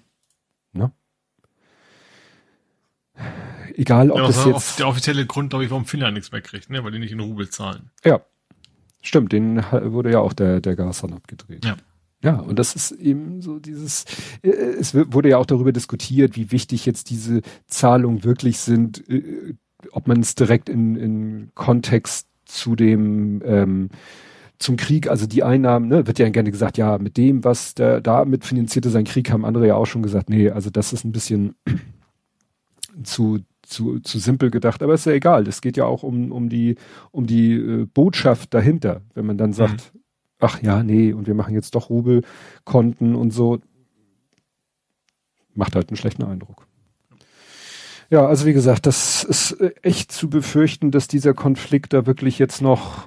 Egal, ob das jetzt... Der offizielle Grund, glaube ich, warum Finnland nichts mehr kriegt, ne? Weil die nicht in Rubel zahlen. Ja, stimmt, den wurde ja auch der Gashahn abgedreht. Ja. Ja, und das ist eben so dieses, es wurde ja auch darüber diskutiert, wie wichtig jetzt diese Zahlungen wirklich sind, ob man es direkt in Kontext zu dem zum Krieg, also die Einnahmen, ne, wird ja gerne gesagt, ja, mit dem, was der damit finanzierte sein Krieg, haben andere ja auch schon gesagt, nee, also das ist ein bisschen zu simpel gedacht, aber ist ja egal, es geht ja auch um die Botschaft dahinter, wenn man dann sagt, ach ja, nee, und wir machen jetzt doch Rubelkonten und so, macht halt einen schlechten Eindruck. Ja, also wie gesagt, das ist echt zu befürchten, dass dieser Konflikt da wirklich jetzt noch,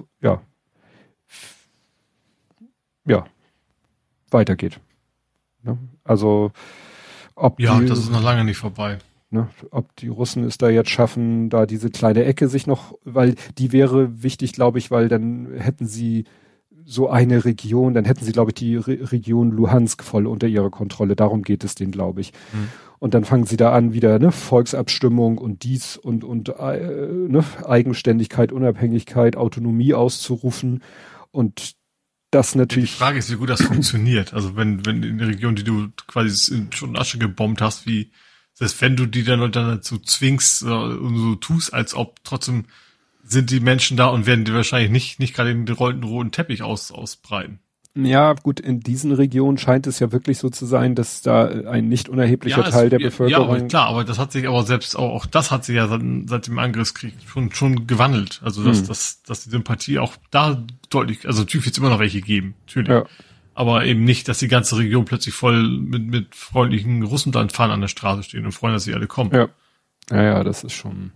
weitergeht. Ne? Also, das ist noch lange nicht vorbei. Ne, ob die Russen es da jetzt schaffen, da diese kleine Ecke sich noch, weil die wäre wichtig, glaube ich, weil dann hätten sie so eine Region, dann hätten sie, glaube ich, die Region Luhansk voll unter ihrer Kontrolle. Darum geht es denen, glaube ich. Und dann fangen sie da an, wieder ne, Volksabstimmung und dies und ne, Eigenständigkeit, Unabhängigkeit, Autonomie auszurufen. Und das natürlich. Die Frage ist, wie gut das funktioniert. Also wenn in der Region, die du quasi schon Asche gebombt hast, selbst wenn du die dann dazu zwingst und so tust, als ob trotzdem sind die Menschen da und werden die wahrscheinlich nicht gerade den roten Teppich ausbreiten. Ja, gut, in diesen Regionen scheint es ja wirklich so zu sein, dass da ein nicht unerheblicher Teil der Bevölkerung... Ja, aber klar, aber das hat sich aber selbst auch das hat sich ja seit dem Angriffskrieg schon gewandelt. Also dass die Sympathie auch da deutlich, also natürlich wird es immer noch welche geben, natürlich. Ja. Aber eben nicht, dass die ganze Region plötzlich voll mit freundlichen Russenlandfahren an der Straße stehen und freuen, dass sie alle kommen. Ja, das ist schon...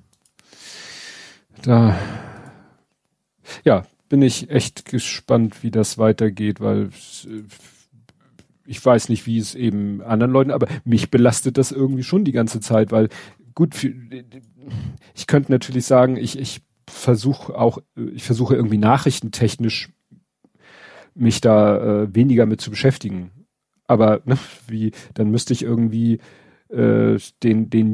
Da... Ja, bin ich echt gespannt, wie das weitergeht, weil ich weiß nicht, wie es eben anderen Leuten, aber mich belastet das irgendwie schon die ganze Zeit, weil gut, ich könnte natürlich sagen, ich versuche irgendwie nachrichtentechnisch mich da weniger mit zu beschäftigen. Aber ne, dann müsste ich irgendwie den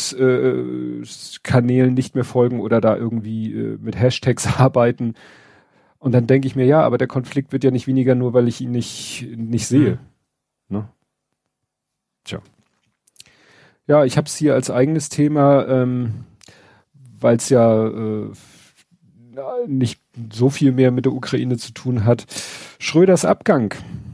News-Kanälen nicht mehr folgen oder da irgendwie mit Hashtags arbeiten. Und dann denke ich mir, ja, aber der Konflikt wird ja nicht weniger, nur weil ich ihn nicht sehe. Ne? Tja. Ja, ich habe es hier als eigenes Thema, weil es ja nicht so viel mehr mit der Ukraine zu tun hat. Schröders Abgang.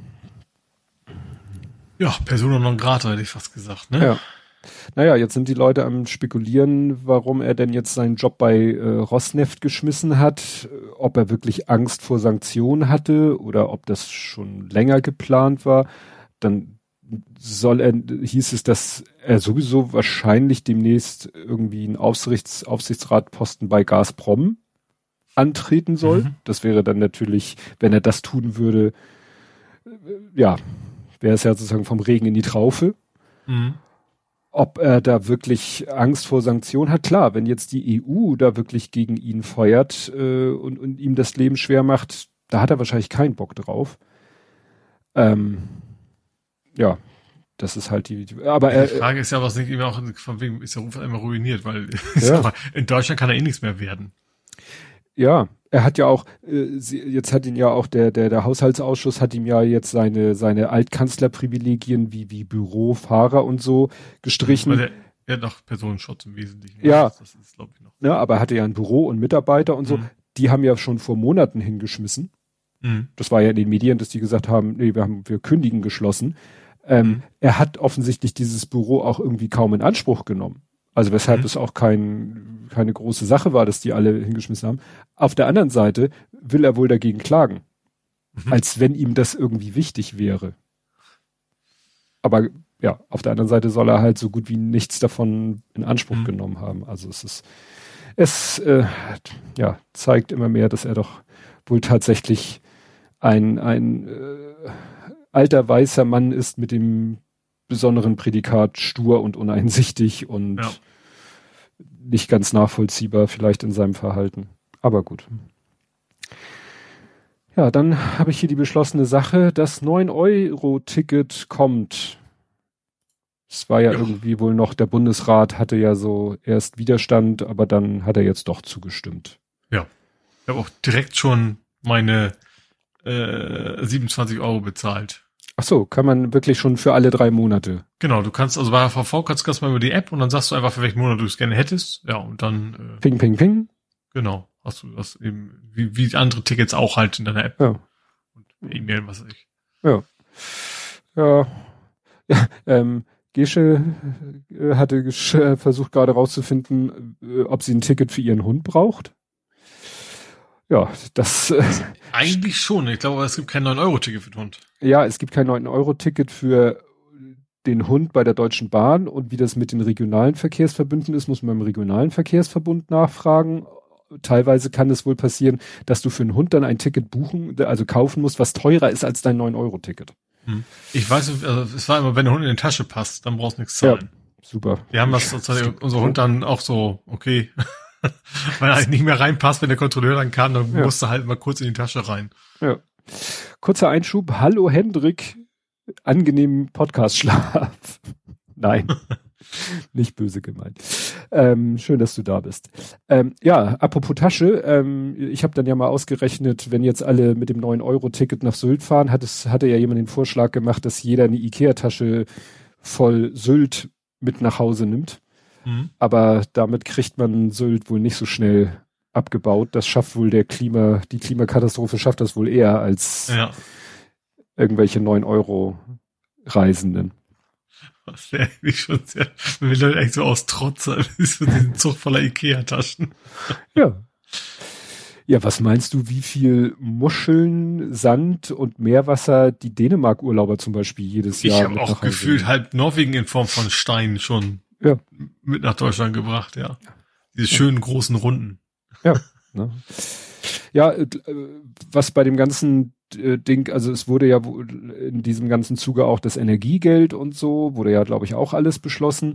Ja, Persona non grata, hätte ich fast gesagt, ne? Ja. Naja, jetzt sind die Leute am spekulieren, warum er denn jetzt seinen Job bei Rosneft geschmissen hat, ob er wirklich Angst vor Sanktionen hatte oder ob das schon länger geplant war. Dann hieß es, dass er sowieso wahrscheinlich demnächst irgendwie einen Aufsichtsratposten bei Gazprom antreten soll. Das wäre dann natürlich, wenn er das tun würde, wäre es ja sozusagen vom Regen in die Traufe. ob er da wirklich Angst vor Sanktionen hat. Klar, wenn jetzt die EU da wirklich gegen ihn feuert und ihm das Leben schwer macht, da hat er wahrscheinlich keinen Bock drauf. Ja, das ist halt aber die Frage ist ja, was nicht immer auch von wegen ist der Ruf einmal ruiniert, weil in Deutschland kann er eh nichts mehr werden. Ja, er hat ja auch, jetzt hat ihn ja auch der Haushaltsausschuss hat ihm ja jetzt seine Altkanzlerprivilegien wie Büro, Fahrer und so gestrichen. Weil er hat noch Personenschutz im Wesentlichen. Ja. Das ist, glaube ich, noch. Ja, aber er hatte ja ein Büro und Mitarbeiter und so. Die haben ja schon vor Monaten hingeschmissen. Das war ja in den Medien, dass die gesagt haben, nee, wir kündigen geschlossen. Er hat offensichtlich dieses Büro auch irgendwie kaum in Anspruch genommen. Also weshalb es auch keine große Sache war, dass die alle hingeschmissen haben. Auf der anderen Seite will er wohl dagegen klagen. Als wenn ihm das irgendwie wichtig wäre. Aber ja, auf der anderen Seite soll er halt so gut wie nichts davon in Anspruch genommen haben. Also es zeigt immer mehr, dass er doch wohl tatsächlich ein alter weißer Mann ist mit dem besonderen Prädikat stur und uneinsichtig und nicht ganz nachvollziehbar vielleicht in seinem Verhalten. Aber gut. Ja, dann habe ich hier die beschlossene Sache, das 9-Euro-Ticket kommt. Es war ja irgendwie wohl noch, der Bundesrat hatte ja so erst Widerstand, aber dann hat er jetzt doch zugestimmt. Ja. Ich habe auch direkt schon meine 27 Euro bezahlt. Ach so, kann man wirklich schon für alle 3 Monate? Genau, du kannst, also bei HVV kannst du mal über die App und dann sagst du einfach, für welchen Monat du es gerne hättest. Ja, und dann Ping, ping, ping. Genau, hast du das eben, wie andere Tickets auch halt in deiner App. Ja. Und E-Mail, was weiß ich. Ja. Gesche hatte versucht gerade rauszufinden, ob sie ein Ticket für ihren Hund braucht. Ja, das eigentlich schon. Ich glaube, es gibt kein 9-Euro-Ticket für den Hund. Ja, es gibt kein 9-Euro-Ticket für den Hund bei der Deutschen Bahn und wie das mit den regionalen Verkehrsverbünden ist, muss man beim regionalen Verkehrsverbund nachfragen. Teilweise kann es wohl passieren, dass du für einen Hund dann ein Ticket also kaufen musst, was teurer ist als dein 9-Euro-Ticket. Ich weiß, es war immer, wenn der Hund in die Tasche passt, dann brauchst du nichts zahlen. Ja, super. Wir haben das sozusagen, unser Hund dann auch so, okay, weil er halt nicht mehr reinpasst, wenn der Kontrolleur dann kam, dann musste halt mal kurz in die Tasche rein. Ja. Kurzer Einschub. Hallo Hendrik. Angenehmen Podcast-Schlaf. Nein. Nicht böse gemeint. Schön, dass du da bist. Apropos Tasche, ich habe dann ja mal ausgerechnet, wenn jetzt alle mit dem 9-Euro-Ticket nach Sylt fahren, hatte ja jemand den Vorschlag gemacht, dass jeder eine Ikea-Tasche voll Sylt mit nach Hause nimmt. Aber damit kriegt man Sylt wohl nicht so schnell abgebaut. Das schafft wohl die Klimakatastrophe schafft das wohl eher als irgendwelche 9-Euro-Reisenden. Das wäre eigentlich schon sehr, wenn wir Leute eigentlich so aus Trotz, so diesen Zug voller Ikea-Taschen. Ja. Ja, was meinst du, wie viel Muscheln, Sand und Meerwasser die Dänemark-Urlauber zum Beispiel jedes Jahr Ich habe auch gefühlt halb Norwegen in Form von Steinen schon mit nach Deutschland gebracht, ja. Diese schönen großen Runden. Ja. Ne? Ja, was bei dem ganzen Ding, also es wurde ja in diesem ganzen Zuge auch das Energiegeld und so, wurde ja, glaube ich, auch alles beschlossen.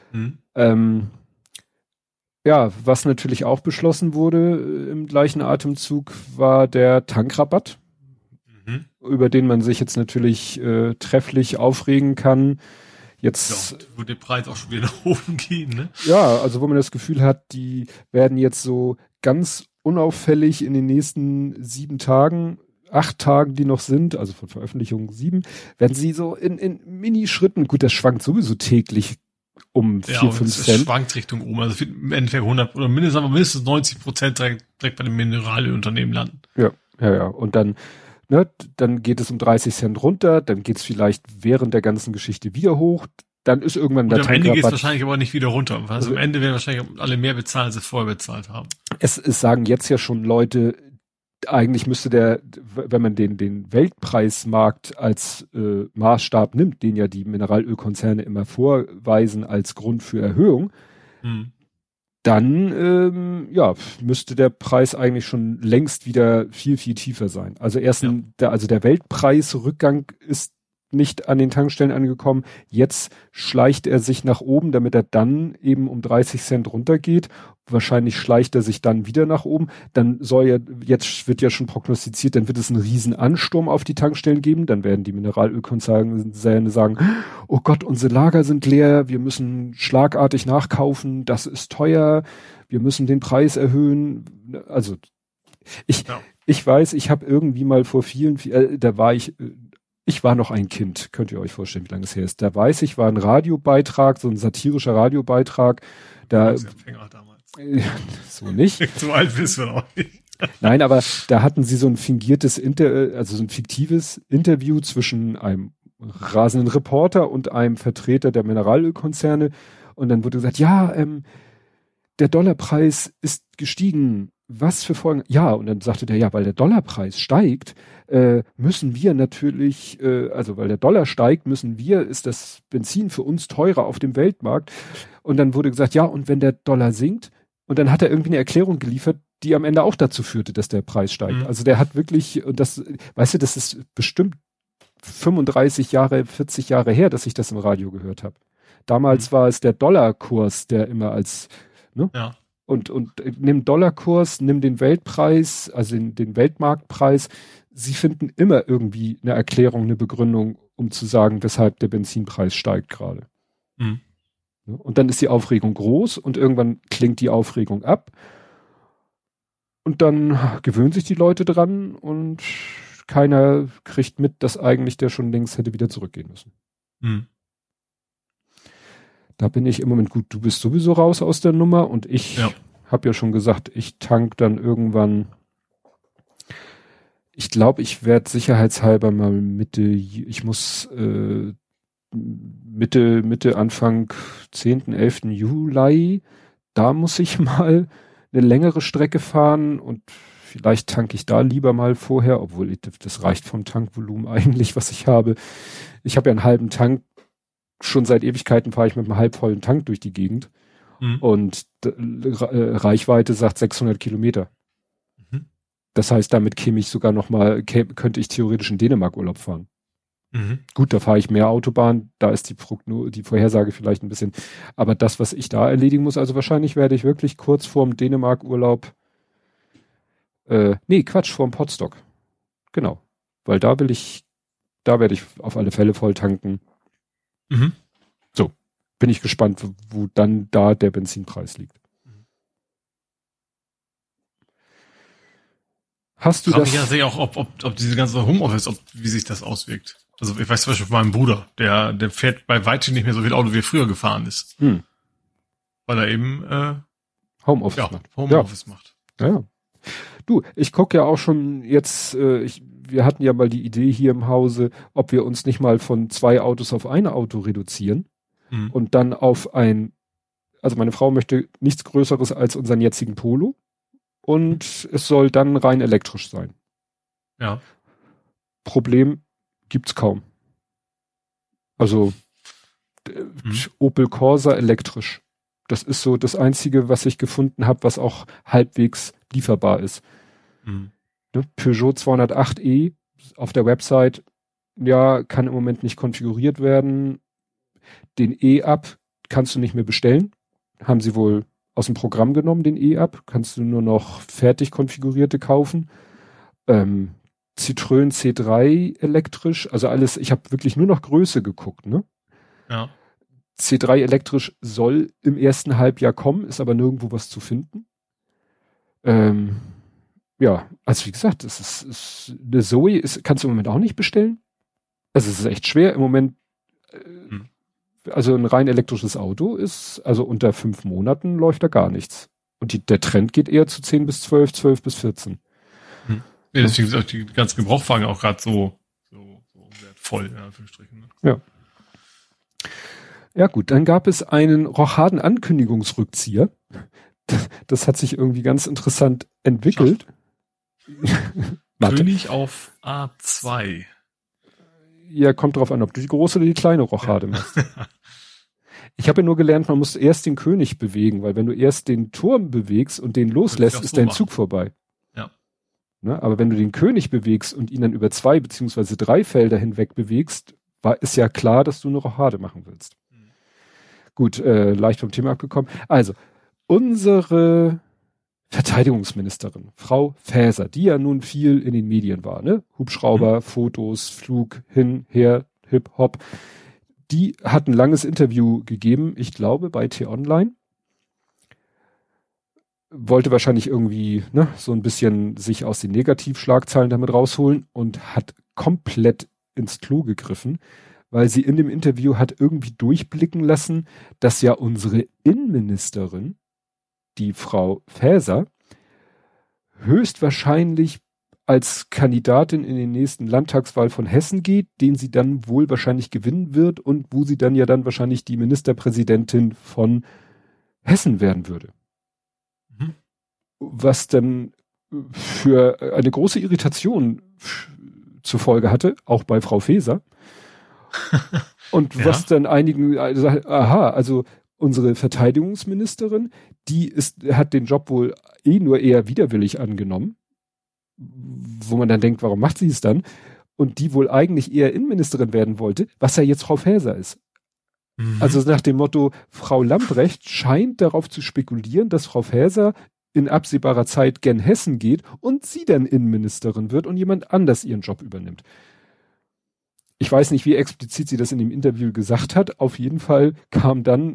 Was natürlich auch beschlossen wurde im gleichen Atemzug, war der Tankrabatt, über den man sich jetzt natürlich trefflich aufregen kann. Jetzt wo der Preis auch schon wieder nach oben geht, ne? Ja, also wo man das Gefühl hat, die werden jetzt so ganz unauffällig in den nächsten 7 Tagen, 8 Tagen, die noch sind, also von Veröffentlichung 7, werden sie so in Minischritten, gut, das schwankt sowieso täglich um 4, 5 Cent. Es schwankt Richtung oben, also im Endeffekt 100 oder mindestens 90% direkt bei den Mineralölunternehmen landen. Ja. Und dann geht es um 30 Cent runter, dann geht es vielleicht während der ganzen Geschichte wieder hoch, dann ist irgendwann der Tankrabatt. Am Ende geht es wahrscheinlich aber nicht wieder runter. Also am Ende werden wahrscheinlich alle mehr bezahlen, als sie vorher bezahlt haben. Es sagen jetzt ja schon Leute, eigentlich müsste wenn man den Weltpreismarkt als Maßstab nimmt, den ja die Mineralölkonzerne immer vorweisen als Grund für Erhöhung, dann müsste der Preis eigentlich schon längst wieder viel, viel tiefer sein. Also der Weltpreisrückgang ist nicht an den Tankstellen angekommen. Jetzt schleicht er sich nach oben, damit er dann eben um 30 Cent runtergeht. Wahrscheinlich schleicht er sich dann wieder nach oben. Dann jetzt wird ja schon prognostiziert, dann wird es einen riesen Ansturm auf die Tankstellen geben. Dann werden die Mineralölkonzerne sagen, oh Gott, unsere Lager sind leer, wir müssen schlagartig nachkaufen, das ist teuer, wir müssen den Preis erhöhen. Also ich weiß, ich habe irgendwie mal vor ich war noch ein Kind, könnt ihr euch vorstellen, wie lange es her ist. Da weiß ich, war ein Radiobeitrag, so ein satirischer Radiobeitrag. So nicht. So alt bist du noch nicht. Nein, aber da hatten sie so ein fingiertes so ein fiktives Interview zwischen einem rasenden Reporter und einem Vertreter der Mineralölkonzerne. Und dann wurde gesagt, ja, der Dollarpreis ist gestiegen. Was für Folgen? Ja, und dann sagte der, ja, weil der Dollarpreis steigt, müssen wir natürlich, weil der Dollar steigt, ist das Benzin für uns teurer auf dem Weltmarkt. Und dann wurde gesagt, ja, und wenn der Dollar sinkt, und dann hat er irgendwie eine Erklärung geliefert, die am Ende auch dazu führte, dass der Preis steigt. Mhm. Also der hat wirklich, und das, weißt du, das ist bestimmt 35 Jahre, 40 Jahre her, dass ich das im Radio gehört habe. Damals war es der Dollarkurs, der immer als, ne? Ja. Und nimm Dollarkurs, nimm den Weltpreis, also den Weltmarktpreis. Sie finden immer irgendwie eine Erklärung, eine Begründung, um zu sagen, weshalb der Benzinpreis steigt gerade. Mhm. Und dann ist die Aufregung groß und irgendwann klingt die Aufregung ab. Und dann gewöhnen sich die Leute dran und keiner kriegt mit, dass eigentlich der schon längst hätte wieder zurückgehen müssen. Mhm. Da bin ich im Moment gut. Du bist sowieso raus aus der Nummer und ich habe ja schon gesagt, ich tank dann irgendwann. Ich glaube, ich werde sicherheitshalber mal Mitte, Anfang 10., 11. Juli, da muss ich mal eine längere Strecke fahren und vielleicht tanke ich da lieber mal vorher, obwohl das reicht vom Tankvolumen eigentlich, was ich habe. Ich habe ja einen halben Tank. Schon seit Ewigkeiten fahre ich mit einem halbvollen Tank durch die Gegend und Reichweite sagt 600 Kilometer. Mhm. Das heißt, damit könnte ich theoretisch in Dänemark Urlaub fahren. Mhm. Gut, da fahre ich mehr Autobahn, da ist die Vorhersage vielleicht ein bisschen, aber das, was ich da erledigen muss, also wahrscheinlich werde ich wirklich kurz vorm Dänemark Urlaub, vorm Potsdok. Genau. Weil da werde ich auf alle Fälle voll tanken. Mhm. So, bin ich gespannt, wo dann da der Benzinpreis liegt. Hast du das? Ich sehe auch, ob diese ganze Homeoffice, wie sich das auswirkt. Also ich weiß zum Beispiel von meinem Bruder, der fährt bei weitem nicht mehr so viel Auto, wie er früher gefahren ist. Weil er eben Homeoffice macht. Ja. Du, ich gucke ja auch schon jetzt, wir hatten ja mal die Idee hier im Hause, ob wir uns nicht mal von 2 Autos auf ein Auto reduzieren und dann also meine Frau möchte nichts Größeres als unseren jetzigen Polo und es soll dann rein elektrisch sein. Ja. Problem gibt's kaum. Also Opel Corsa elektrisch. Das ist so das Einzige, was ich gefunden habe, was auch halbwegs lieferbar ist. Ne? Peugeot 208e auf der Website, ja, kann im Moment nicht konfiguriert werden. Den E-Up kannst du nicht mehr bestellen. Haben sie wohl aus dem Programm genommen, den E-Up. Kannst du nur noch fertig konfigurierte kaufen. Citroën C3 elektrisch, also alles, ich habe wirklich nur noch Größe geguckt, ne? Ja. C3 elektrisch soll im ersten Halbjahr kommen, ist aber nirgendwo was zu finden. Ja, also wie gesagt, eine Zoe kannst du im Moment auch nicht bestellen. Also es ist echt schwer im Moment. Also ein rein elektrisches Auto ist, also unter 5 Monaten läuft da gar nichts. Und der Trend geht eher zu 10 bis 12, 12 bis 14. Ja, deswegen sind auch die ganzen Gebrauchwagen auch gerade so wertvoll, in Anführungsstrichen. Ne? Ja. Ja gut, dann gab es einen Rochaden-Ankündigungsrückzieher. Das hat sich irgendwie ganz interessant entwickelt. König auf A2. Ja, kommt drauf an, ob du die große oder die kleine Rochade machst. Ich habe ja nur gelernt, man muss erst den König bewegen, weil wenn du erst den Turm bewegst und den loslässt, ist dein Zug vorbei. Ja. Ne? Aber wenn du den König bewegst und ihn dann über 2 beziehungsweise 3 Felder hinweg bewegst, ist ja klar, dass du eine Rochade machen willst. Gut, leicht vom Thema abgekommen. Also, unsere Verteidigungsministerin, Frau Faeser, die ja nun viel in den Medien war, ne? Hubschrauber, Fotos, Flug, hin, her, hip, hop. Die hat ein langes Interview gegeben, ich glaube, bei T-Online. Wollte wahrscheinlich irgendwie, ne, so ein bisschen sich aus den Negativschlagzeilen damit rausholen und hat komplett ins Klo gegriffen, weil sie in dem Interview hat irgendwie durchblicken lassen, dass ja unsere Innenministerin, die Frau Faeser, höchstwahrscheinlich als Kandidatin in den nächsten Landtagswahl von Hessen geht, den sie dann wohl wahrscheinlich gewinnen wird und wo sie dann ja dann wahrscheinlich die Ministerpräsidentin von Hessen werden würde. Mhm. Was dann für eine große Irritation zur Folge hatte, auch bei Frau Faeser. Und ja. Was dann einigen, also unsere Verteidigungsministerin, hat den Job wohl nur eher widerwillig angenommen, wo man dann denkt, warum macht sie es dann? Und die wohl eigentlich eher Innenministerin werden wollte, was ja jetzt Frau Faeser ist. Mhm. Also nach dem Motto, Frau Lambrecht scheint darauf zu spekulieren, dass Frau Faeser in absehbarer Zeit gen Hessen geht und sie dann Innenministerin wird und jemand anders ihren Job übernimmt. Ich weiß nicht, wie explizit sie das in dem Interview gesagt hat. Auf jeden Fall kam dann,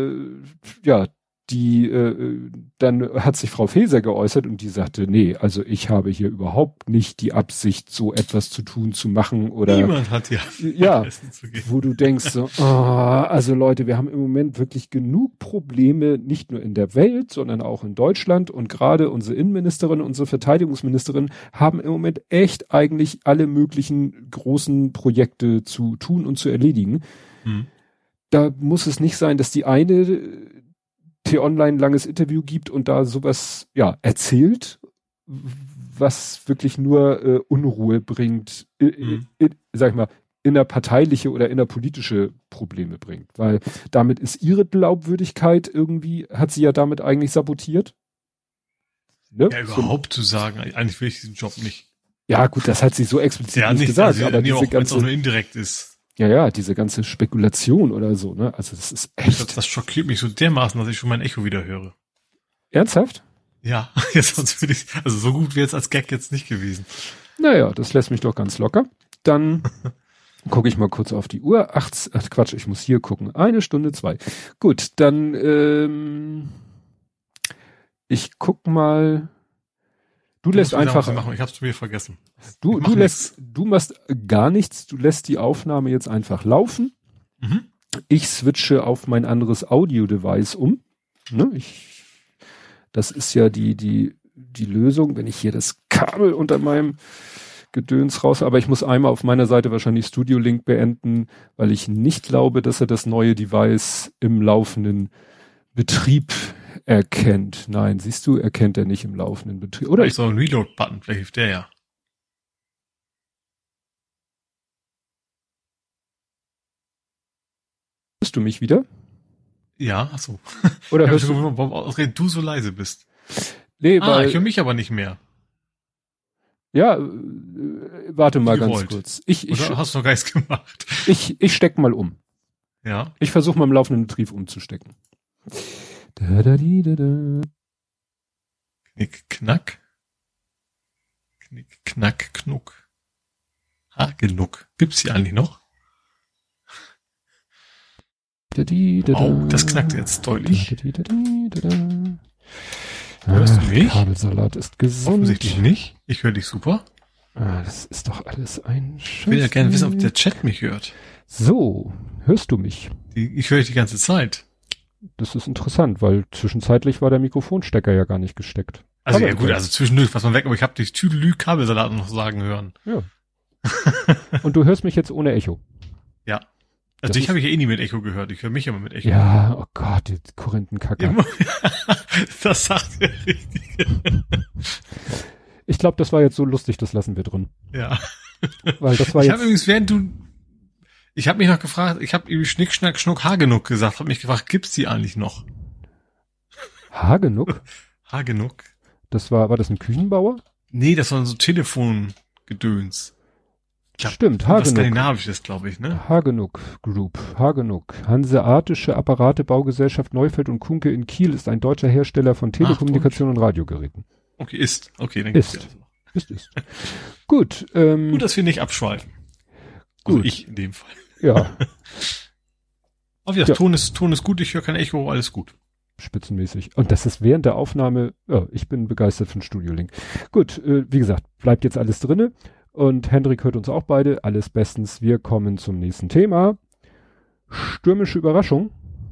dann hat sich Frau Faeser geäußert und die sagte, nee, also ich habe hier überhaupt nicht die Absicht, so etwas zu machen oder. Niemand hat ja, wo du denkst so, also Leute, wir haben im Moment wirklich genug Probleme, nicht nur in der Welt, sondern auch in Deutschland und gerade unsere Innenministerin, unsere Verteidigungsministerin haben im Moment echt eigentlich alle möglichen großen Projekte zu tun und zu erledigen. Da muss es nicht sein, dass die eine T-Online langes Interview gibt und da sowas, erzählt, was wirklich nur Unruhe bringt, sag ich mal, innerparteiliche oder innerpolitische Probleme bringt. Weil damit ist ihre Glaubwürdigkeit irgendwie, hat sie ja damit eigentlich sabotiert. Ne? Ja, überhaupt zu sagen, eigentlich will ich diesen Job nicht. Ja, gut, das hat sie so explizit nicht gesagt, also, aber diese ganze, auch nur indirekt ist. Ja, diese ganze Spekulation oder so, ne? Also das ist echt. Das schockiert mich so dermaßen, dass ich schon mein Echo wieder höre. Ernsthaft? Ja, jetzt sonst würde ich, also so gut wäre es als Gag jetzt nicht gewesen. Naja, das lässt mich doch ganz locker. Dann gucke ich mal kurz auf die Uhr. Quatsch, ich muss hier gucken. 1:02. Gut, dann ich guck mal. Du lässt einfach. Ich hab's zu mir vergessen. Du machst gar nichts. Du lässt die Aufnahme jetzt einfach laufen. Mhm. Ich switche auf mein anderes Audio-Device um. Ne? Das ist ja die Lösung, wenn ich hier das Kabel unter meinem Gedöns raus, aber ich muss einmal auf meiner Seite wahrscheinlich Studio Link beenden, weil ich nicht glaube, dass er das neue Device im laufenden Betrieb erkennt. Nein, siehst du, erkennt er nicht im laufenden Betrieb. Oder so ein Reload-Button, vielleicht hilft der ja. Hörst du mich wieder? Ja, ach so. Oder hörst du, warum du so leise bist? Nee, weil ich höre mich aber nicht mehr. Ja, warte mal ganz kurz. Oder hast du noch gar nichts gemacht? Ich steck mal um. Ja. Ich versuche mal im laufenden Betrieb umzustecken. Knick, knack. Knick, knack, knuck. Hagenuck. Gibt's die eigentlich noch? Oh, das knackt jetzt deutlich. Hörst du mich? Kabelsalat ist gesund. Offensichtlich nicht. Ich höre dich super. Das ist doch alles ein Scheiß. Ich will ja gerne wissen, ob der Chat mich hört. So, hörst du mich? Ich höre dich die ganze Zeit. Das ist interessant, weil zwischenzeitlich war der Mikrofonstecker ja gar nicht gesteckt. Also aber ja gut, also zwischendurch was man weg, aber ich habe dich Tüdelü Kabelsalat noch sagen hören. Ja. Und du hörst mich jetzt ohne Echo? Ja. Also dich habe ich ja eh nie mit Echo gehört. Ich höre mich immer mit Echo. Ja, oh Gott, die Korinthenkacker. Das sagt er richtig. Ich glaube, das war jetzt so lustig, das lassen wir drin. Ja. Weil das war ich habe übrigens, ich habe mich noch gefragt, ich habe irgendwie Schnick, Schnack, Schnuck, Hagenuck gesagt, habe mich gefragt, gibt's die eigentlich noch? Hagenuck? Stimmt, Hagenuk. Skandinavisches, glaube ich, ne? Hagenuk Group, Hagenuk. Hanseatische Apparatebaugesellschaft Neufeld und Kuhnke in Kiel ist ein deutscher Hersteller von Telekommunikation und Radiogeräten. Okay, ist. Okay, dann ist. Ist. Gut. Gut, dass wir nicht abschweifen. Also gut. Ich in dem Fall. Ja. Aber ja, Ton ist gut, ich höre kein Echo, alles gut. Spitzenmäßig. Und das ist während der Aufnahme, ich bin begeistert von Studio Link. Gut, wie gesagt, bleibt jetzt alles drinne. Und Hendrik hört uns auch beide. Alles bestens. Wir kommen zum nächsten Thema. Stürmische Überraschung.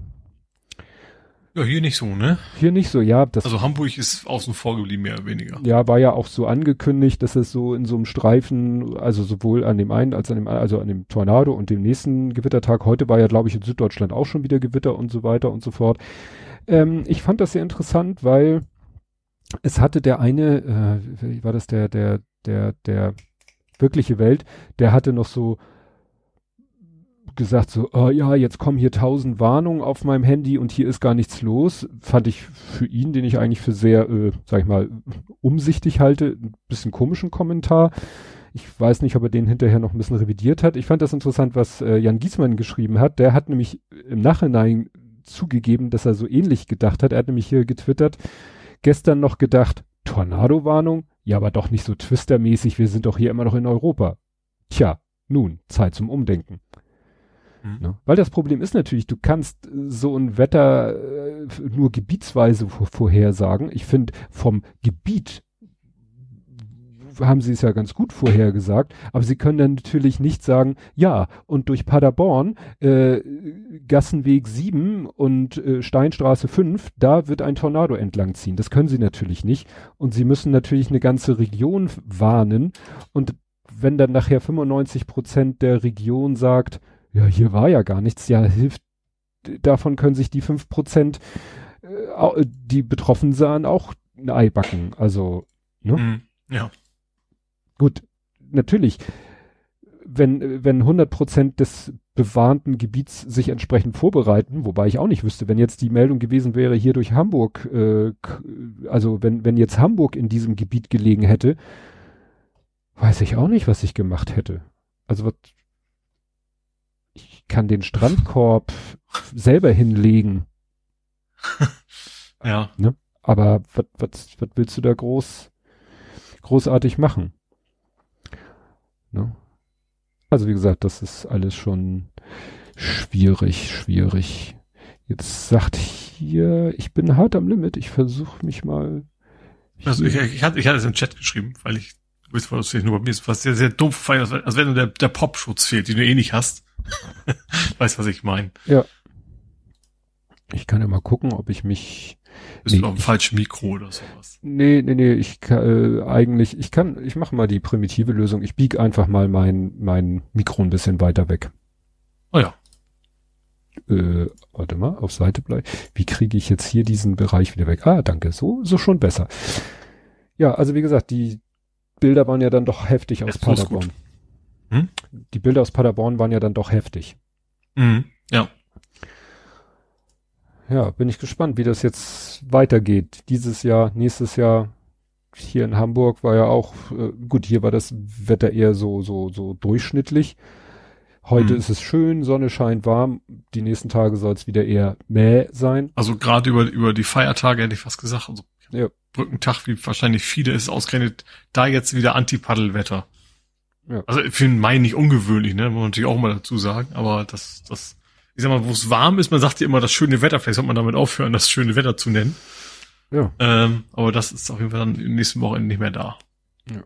Ja, hier nicht so, ne? Hier nicht so, ja. Also Hamburg ist außen vor geblieben, mehr oder weniger. Ja, war ja auch so angekündigt, dass es so in so einem Streifen, also sowohl an dem einen als an dem Tornado und dem nächsten Gewittertag. Heute war ja, glaube ich, in Süddeutschland auch schon wieder Gewitter und so weiter und so fort. Ich fand das sehr interessant, weil es hatte der eine, wie war das, der wirkliche Welt, der hatte noch so gesagt so, oh ja, jetzt kommen hier 1000 Warnungen auf meinem Handy und hier ist gar nichts los. Fand ich für ihn, den ich eigentlich für sehr, sag ich mal, umsichtig halte, ein bisschen komischen Kommentar. Ich weiß nicht, ob er den hinterher noch ein bisschen revidiert hat. Ich fand das interessant, was Jan Giesmann geschrieben hat. Der hat nämlich im Nachhinein zugegeben, dass er so ähnlich gedacht hat. Er hat nämlich hier getwittert, gestern noch gedacht, Tornado-Warnung? Ja, aber doch nicht so twistermäßig, wir sind doch hier immer noch in Europa. Tja, nun, Zeit zum Umdenken. Ne? Weil das Problem ist natürlich, du kannst so ein Wetter nur gebietsweise vorhersagen. Ich finde, vom Gebiet haben sie es ja ganz gut vorhergesagt, aber sie können dann natürlich nicht sagen, ja, und durch Paderborn, Gassenweg 7 und Steinstraße 5, da wird ein Tornado entlang ziehen. Das können sie natürlich nicht. Und sie müssen natürlich eine ganze Region warnen. Und wenn dann nachher 95% der Region sagt, ja, hier war ja gar nichts, ja, hilft, davon können sich die 5%, die betroffen sahen, auch ein Ei backen. Also, ne? Ja. Gut, natürlich, wenn 100% des bewarnten Gebiets sich entsprechend vorbereiten, wobei ich auch nicht wüsste, wenn jetzt die Meldung gewesen wäre, hier durch Hamburg, also wenn jetzt Hamburg in diesem Gebiet gelegen hätte, weiß ich auch nicht, was ich gemacht hätte. Also ich kann den Strandkorb selber hinlegen. Ja. Ne? Aber was willst du da großartig machen? Ne? Also wie gesagt, das ist alles schon schwierig. Jetzt sagt hier, ich bin hart am Limit, ich versuche mich mal. Also ich hatte es im Chat geschrieben, weil ich weiß, was nur bei mir ist, was sehr, sehr dumpf fand, als wenn du der Popschutz fehlt, den du eh nicht hast. Weißt, was ich meine? Ja. Ich kann ja mal gucken, ob ich mich. Bist du auf dem falschen Mikro oder sowas? Nee, ich kann, ich mache mal die primitive Lösung. Ich biege einfach mal mein Mikro ein bisschen weiter weg. Oh ja. Warte mal, auf Seite bleiben. Wie kriege ich jetzt hier diesen Bereich wieder weg? Ah, danke. So schon besser. Ja, also wie gesagt, die Bilder waren ja dann doch heftig aus Paderborn. Die Bilder aus Paderborn waren ja dann doch heftig. Ja. Ja, bin ich gespannt, wie das jetzt weitergeht. Dieses Jahr, nächstes Jahr. Hier in Hamburg war ja auch, gut, hier war das Wetter eher so durchschnittlich. Heute ist es schön, Sonne scheint warm. Die nächsten Tage soll es wieder eher mäh sein. Also gerade über die Feiertage hätte ich fast gesagt. Also ja. Brückentag, wie wahrscheinlich viele ist ausgerechnet, da jetzt wieder Anti-Paddelwetter. Ja. Also für den Mai nicht ungewöhnlich, ne? Muss man natürlich auch mal dazu sagen. Aber das, ich sag mal, wo es warm ist, man sagt ja immer das schöne Wetter, vielleicht sollte man damit aufhören, das schöne Wetter zu nennen. Ja. Aber das ist auf jeden Fall dann im nächsten Wochenende nicht mehr da. Ja.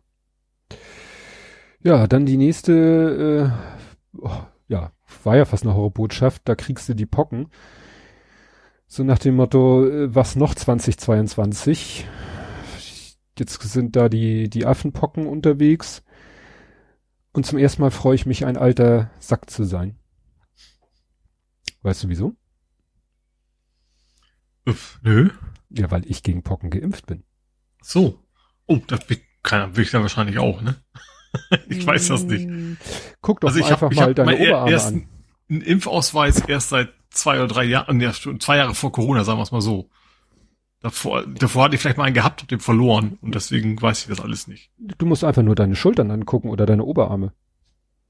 Ja, dann die nächste, war ja fast eine Horrorbotschaft, da kriegst du die Pocken. So nach dem Motto, was noch 2022? Jetzt sind da die Affenpocken unterwegs. Und zum ersten Mal freue ich mich, ein alter Sack zu sein. Weißt du wieso? Nö. Ja, weil ich gegen Pocken geimpft bin. So. Oh, das will ich dann wahrscheinlich auch, ne? Ich weiß das nicht. Guck doch einfach mal deine Oberarme an. Ein Impfausweis erst seit 2 oder 3 Jahren, ja, 2 Jahre vor Corona, sagen wir es mal so. Davor hatte ich vielleicht mal einen gehabt, hab den verloren und deswegen weiß ich das alles nicht. Du musst einfach nur deine Schultern angucken oder deine Oberarme.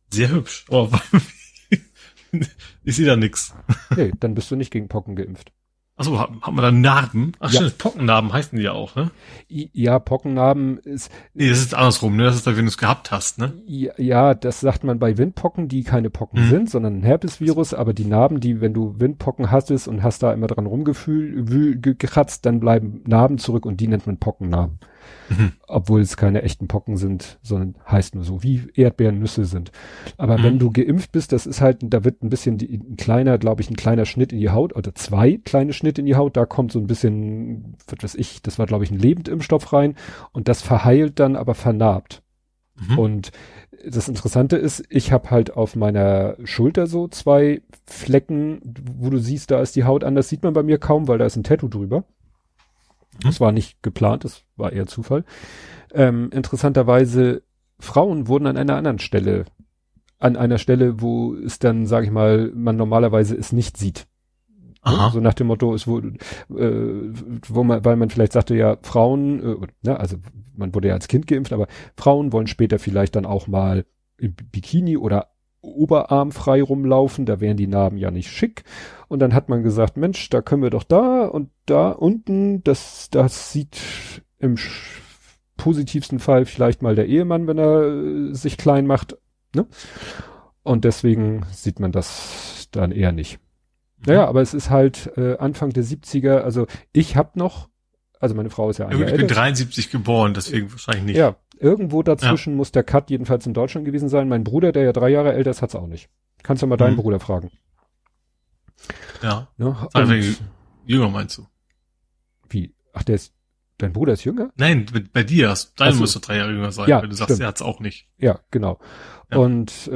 Sehr hübsch. Oh, ich sehe da nix. Nee, dann bist du nicht gegen Pocken geimpft. Achso, haben wir da Narben? Ach Ja. stimmt, Pockennarben heißen die ja auch, ne? Ja, Pockennarben ist, Nee, das ist andersrum, ne? Das ist da, wenn du es gehabt hast, ne? ja, das sagt man bei Windpocken, die keine Pocken sind, sondern ein Herpesvirus, aber die Narben, die, wenn du Windpocken hattest und hast da immer dran gekratzt, dann bleiben Narben zurück und die nennt man Pockennarben. Obwohl es keine echten Pocken sind, sondern heißt nur so, wie Erdbeernüsse sind. Aber wenn du geimpft bist, das ist halt, da wird ein bisschen ein kleiner Schnitt in die Haut, oder 2 kleine Schnitte in die Haut, da kommt so ein bisschen, was weiß ich, das war glaube ich ein Lebendimpfstoff rein und das verheilt dann, aber vernarbt. Und das Interessante ist, ich habe halt auf meiner Schulter so 2 Flecken, wo du siehst, da ist die Haut anders, sieht man bei mir kaum, weil da ist ein Tattoo drüber. Das war nicht geplant, das war eher Zufall. Interessanterweise, Frauen wurden an einer anderen Stelle, wo es dann, sage ich mal, man normalerweise es nicht sieht. Aha. So nach dem Motto, es wurde, weil man vielleicht sagte, ja, Frauen, also man wurde ja als Kind geimpft, aber Frauen wollen später vielleicht dann auch mal im Bikini oder oberarmfrei rumlaufen, da wären die Narben ja nicht schick. Und dann hat man gesagt, Mensch, da können wir doch da und da unten, das sieht im positivsten Fall vielleicht mal der Ehemann, wenn er sich klein macht, ne? Und deswegen sieht man das dann eher nicht. Naja, aber es ist halt Anfang der 70er, also ich habe noch, also meine Frau ist ja ein Jahr Ich bin älter. 73 geboren, deswegen wahrscheinlich nicht. Ja, irgendwo dazwischen muss der Cut jedenfalls in Deutschland gewesen sein. Mein Bruder, der ja 3 Jahre älter ist, hat's auch nicht. Kannst du mal deinen Bruder fragen. Ja. Ne? Also Und, jünger meinst du? wie? Ach, dein Bruder ist jünger? Nein, bei dir. Dein so. müsste 3 Jahre jünger sein, Ja, weil du sagst, stimmt. er hat's auch nicht. Ja, genau. Ja. Und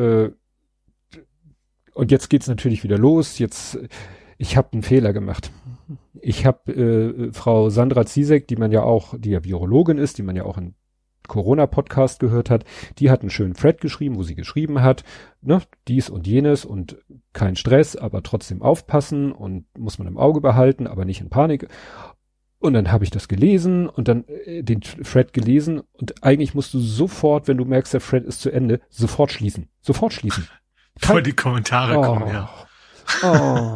jetzt geht's natürlich wieder los. Ich habe einen Fehler gemacht. Ich habe Frau Sandra Ziesek, die ja Virologin ist, die man ja auch in Corona-Podcast gehört hat, die hat einen schönen Thread geschrieben, wo sie geschrieben hat, ne, dies und jenes und kein Stress, aber trotzdem aufpassen und muss man im Auge behalten, aber nicht in Panik. Und dann habe ich das gelesen und dann den Thread gelesen und eigentlich musst du sofort, wenn du merkst, der Thread ist zu Ende, sofort schließen. Sofort schließen. Bevor die Kommentare kommen, ja. Oh.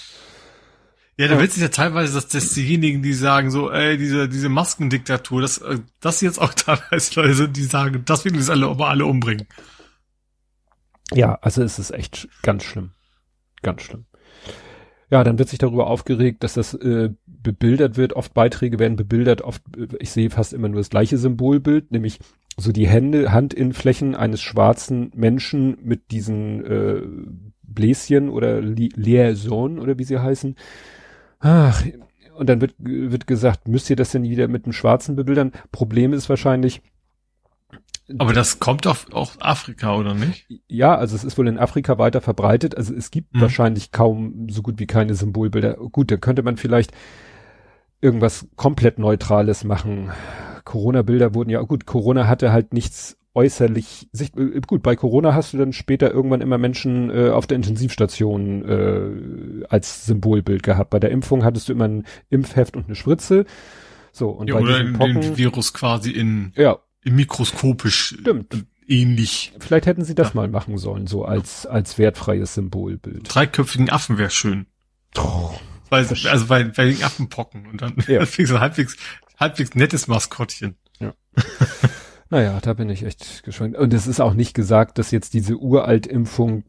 Ja, da wird sich ja teilweise, dass diejenigen, die sagen so, diese Maskendiktatur, dass jetzt auch teilweise Leute sind, die sagen, das will uns alle umbringen. Ja, also es ist echt ganz schlimm. Ganz schlimm. Ja, dann wird sich darüber aufgeregt, dass das bebildert wird. Oft Beiträge werden bebildert, ich sehe fast immer nur das gleiche Symbolbild, nämlich so die Handinnenflächen eines schwarzen Menschen mit diesen Bläschen oder Liaison oder wie sie heißen. Ach, und dann wird gesagt, müsst ihr das denn wieder mit einem Schwarzen bebildern? Problem ist wahrscheinlich. Aber das kommt auf auch Afrika, oder nicht? Ja, also es ist wohl in Afrika weiter verbreitet. Also es gibt wahrscheinlich kaum so gut wie keine Symbolbilder. Gut, da könnte man vielleicht irgendwas komplett Neutrales machen. Corona-Bilder wurden ja, gut, Corona hatte halt nichts äußerlich, gut, bei Corona hast du dann später irgendwann immer Menschen auf der Intensivstation als Symbolbild gehabt. Bei der Impfung hattest du immer ein Impfheft und eine Spritze. So, und ja, bei oder diesen Pocken, den Virus quasi im mikroskopisch stimmt. ähnlich. Vielleicht hätten sie das mal machen sollen, so als wertfreies Symbolbild. 3-köpfigen Affen wäre schön. Bei den Affenpocken und dann so ein halbwegs nettes Maskottchen. Ja. Naja, da bin ich echt geschwingt. Und es ist auch nicht gesagt, dass jetzt diese Uraltimpfung